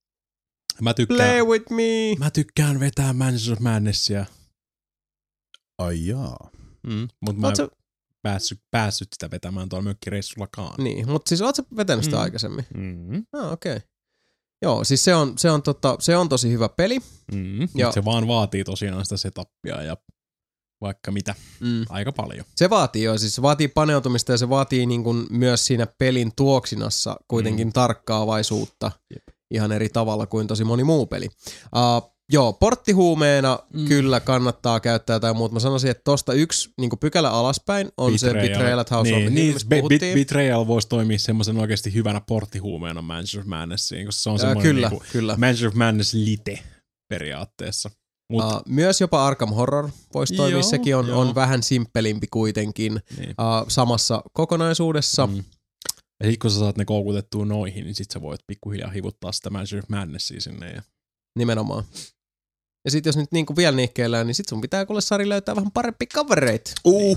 play with me. Mä tykkään vetää Mansions of Madnessia. Ai jaa. Mutta mä en päässyt sitä vetämään tuolla mökkireissullakaan. Niin, mutta siis oot sä vetänyt sitä aikaisemmin? Okei. Joo, siis se on tosi hyvä peli. Ja se vaan vaatii tosiaan sitä setupia ja vaikka mitä. Aika paljon. Se vaatii siis se vaatii paneutumista ja se vaatii niin kuin myös siinä pelin tuoksinassa kuitenkin tarkkaavaisuutta. Ihan eri tavalla kuin tosi moni muu peli. Porttihuumeena kyllä kannattaa käyttää jotain muuta. Mä sanoisin, että tosta yksi niin pykälä alaspäin on Betrayal. Se Betrayal at House of the Hill, mistä puhuttiin. Betrayal voisi toimia semmoisen oikeasti hyvänä porttihuumeena Mansions of Madnessiin, koska se on semmoinen kyllä. Mansions of Madness lite periaatteessa. Myös jopa Arkham Horror voisi toimia. Sekin on vähän simppelimpi kuitenkin samassa kokonaisuudessa. Ja sit kun sä saat ne koukutettua noihin, niin sit sä voit pikkuhiljaa hivuttaa sitä Mansions of Madnessia sinne. Ja nimenomaan. Ja sit jos nyt niinku vielä niikkeellään, niin sit sun pitää kuule Sari löytää vähän parempi kavereita.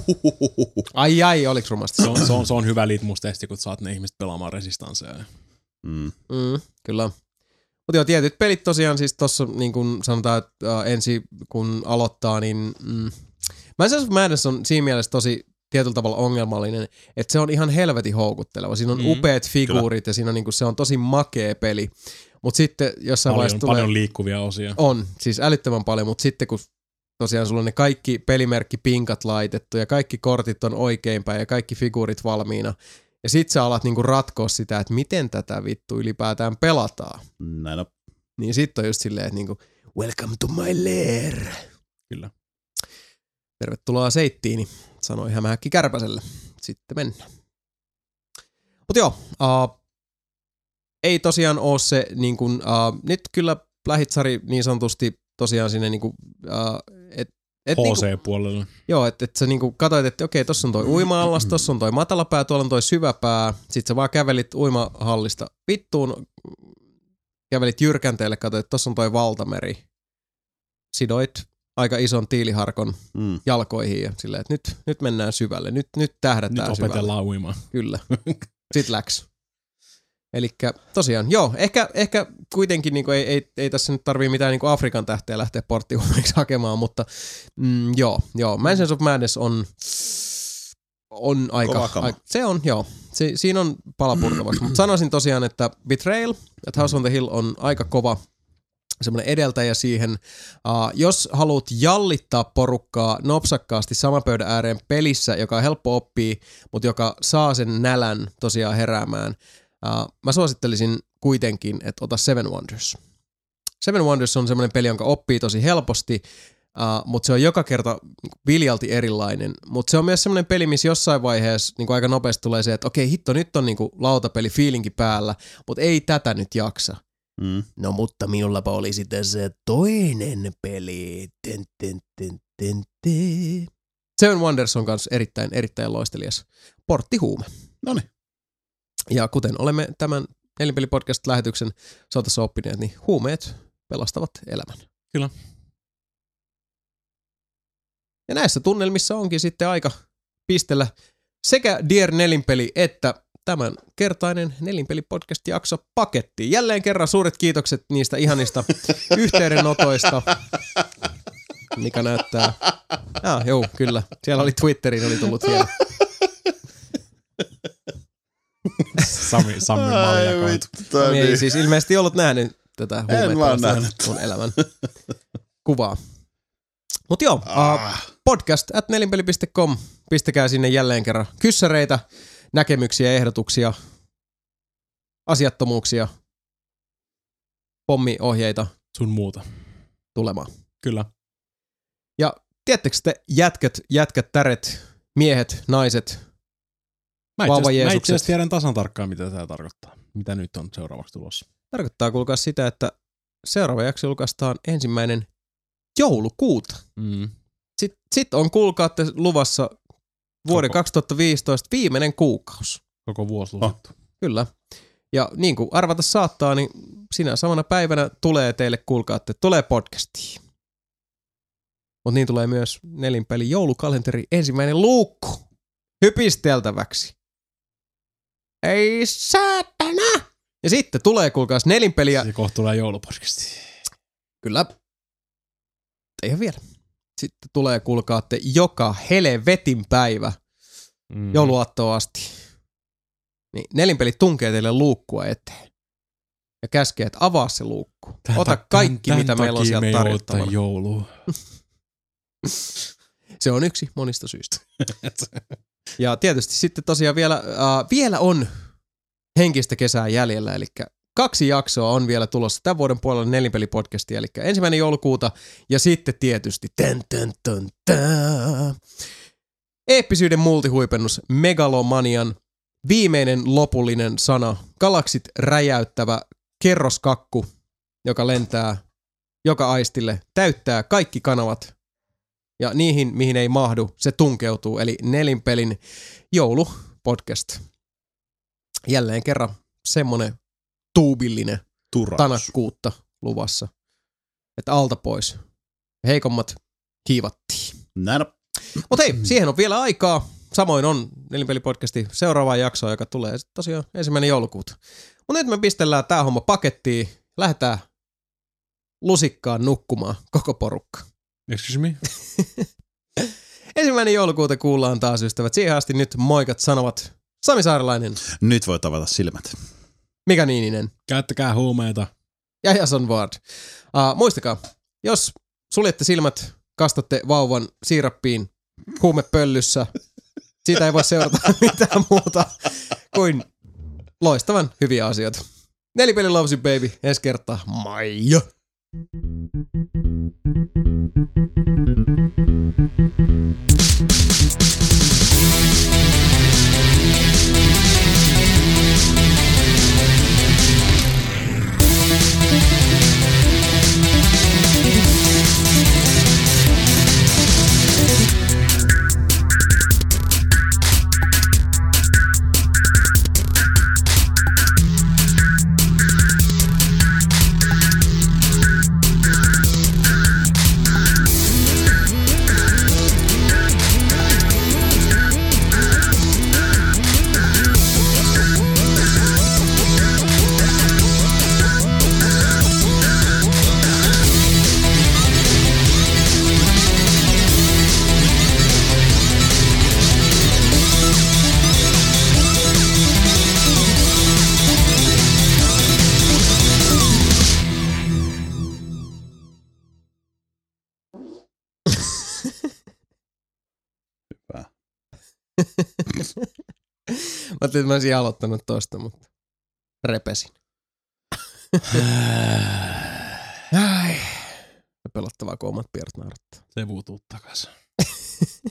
Ai, oliks rumasti? Se on hyvä litmustesti, kun saat ne ihmiset pelaamaan Resistancea. Kyllä. Mutta joo, tietyt pelit tosiaan siis tossa niin kuin sanotaan, että ensi kun aloittaa, niin Mansions of Madness on siinä mielessä tosi tietyllä tavalla ongelmallinen, että se on ihan helvetin houkutteleva. Siinä on upeat figuurit ja siinä on niinku, se on tosi makea peli. Mutta sitten jossain vaiheessa tulee paljon liikkuvia osia. On, siis älyttömän paljon, mutta sitten kun tosiaan sulla on ne kaikki pelimerkkipinkat laitettu ja kaikki kortit on oikeinpäin ja kaikki figuurit valmiina. Ja sit sä alat niinku ratkoa sitä, että miten tätä vittu ylipäätään pelataan. Näin on. Niin sit on just silleen, että niinku, welcome to my lair. Kyllä. Tervetuloa seittiini, sanoi Hämähäkki Kärpäselle. Sitten mennään. Mut joo, ei tosiaan oo se niin kuin, nyt kyllä lähit Sari niin sanotusti tosiaan sinne niin kuin, HC-puolella. Niinku, joo, että sä niinku katsoit, että okei, tossa on toi uima-allas, tossa on toi matalapää, tuolla on toi syväpää. Sit sä vaan kävelit uimahallista vittuun, kävelit jyrkänteelle, katsoit, että tossa on toi valtameri. Sidoit aika ison tiiliharkon jalkoihin ja silleen, että nyt mennään syvälle, nyt tähdätään nyt syvälle. Nyt opetellaan uimaan. Kyllä. Sitten läks. Elikkä tosiaan, joo, ehkä kuitenkin niinku ei tässä nyt tarvii mitään niinku Afrikan tähteä lähteä porttihuumeiksi hakemaan, mutta joo, Mansions of Madness on aika se on, joo, siinä on palapurtavaksi, mutta sanoisin tosiaan, että Betrayal at House on the Hill on aika kova semmoinen edeltäjä siihen. Jos haluat jallittaa porukkaa nopsakkaasti saman pöydän ääreen pelissä, joka on helppo oppia, mutta joka saa sen nälän tosiaan heräämään, mä suosittelisin kuitenkin, että ota Seven Wonders. Seven Wonders on semmoinen peli, jonka oppii tosi helposti, mutta se on joka kerta viljalti erilainen. Mutta se on myös semmoinen peli, missä jossain vaiheessa niin aika nopeasti tulee se, että okei, hitto, nyt on niin lautapeli fiilinki päällä, mutta ei tätä nyt jaksa. No mutta minullapa olisi tässä toinen peli. Seven Wonders on myös erittäin loistelias porttihuume. Noniin. Ja kuten olemme tämän Nelinpeli-podcast-lähetyksen saatossa oppineet, niin huumeet pelastavat elämän. Kyllä. Ja näissä tunnelmissa onkin sitten aika pistellä sekä Dear Nelinpeli että tämän kertainen Nelinpeli-podcast-jakso pakettiin. Jälleen kerran suuret kiitokset niistä ihanista yhteydenotoista, mikä näyttää... Joo, kyllä. Siellä oli Twitteriin oli tullut hieno. Sami maljakoon. Sami ei siis ilmeisesti ollut nähnyt tätä huumeet mun elämän kuvaa. Mut joo, podcast@nelinpeli.com. Pistäkää sinne jälleen kerran kyssäreitä, näkemyksiä, ehdotuksia, asiattomuuksia, pommiohjeita. Sun muuta. Tulemaan. Kyllä. Ja tiedättekö te jätkät, täret, miehet, naiset, vauva Jeesukset? Mä itse asiassa tiedän tasan tarkkaan, mitä tämä tarkoittaa. Mitä nyt on seuraavaksi tulossa. Tarkoittaa kuulkaa sitä, että seuraava jakso julkaistaan 1. joulukuuta. Sitten on kuulkaatte luvassa vuoden 2015 viimeinen kuukausi. Koko vuosi luvattu. Kyllä. Ja niin kuin arvata saattaa, niin sinä samana päivänä tulee teille kuulkaatte, tulee podcastiin. Mutta niin tulee myös Nelinpeli joulukalenteri 1. luukku hypisteltäväksi. Ei saatana! Ja sitten tulee kuulkaas Nelinpeliä. Se kohta tulee joulupodcasti. Kyllä. Eihän vielä. Sitten tulee kuulkaatte joka helvetin päivä jouluaattoon asti. Niin Nelinpeli tunkee teille luukkua eteen. Ja käskee, että avaa se luukku. Ota kaikki, mitä meillä on sieltä tarjottavana. Joulua. Se on yksi monista syistä. Ja tietysti sitten tosiaan vielä on henkistä kesää jäljellä, eli 2 jaksoa on vielä tulossa tämän vuoden puolella Nelinpeli-podcastia, eli 1. joulukuuta ja sitten tietysti eeppisyyden multihuipennus Megalomanian viimeinen lopullinen sana, galaksit räjäyttävä kerroskakku, joka lentää joka aistille, täyttää kaikki kanavat ja niihin, mihin ei mahdu, se tunkeutuu, eli Nelinpelin joulupodcast. Jälleen kerran semmonen tuubillinen tanakkuutta luvassa, että alta pois. Heikommat kiivattiin. Näin. Mutta hei, siihen on vielä aikaa. Samoin on Nelinpeli-podcastin seuraava jakso, joka tulee tosiaan 1. joulukuuta. Mutta nyt me pistellään tää homma pakettiin. Lähdetään lusikkaan nukkumaan koko porukka. Excuse me? 1. joulukuuta kuullaan taas, ystävät. Siihen asti nyt moikat sanovat Sami Saarelainen. Nyt voi tavata silmät. Mika Niininen. Käyttäkää huumeita. Ja Jason Ward. Muistakaa, jos suljette silmät, kastatte vauvan siirappiin huumepöllyssä, siitä ei voi seurata mitään muuta kuin loistavan hyviä asioita. Nelinpeli loves you baby. Ensi kertaa. Maija. Mä ajattelin, että mä olisin aloittanut tosta, mutta repesin. Ai. Pelottavaa, kun omat pierut naurattaa. Se vuutuu takas.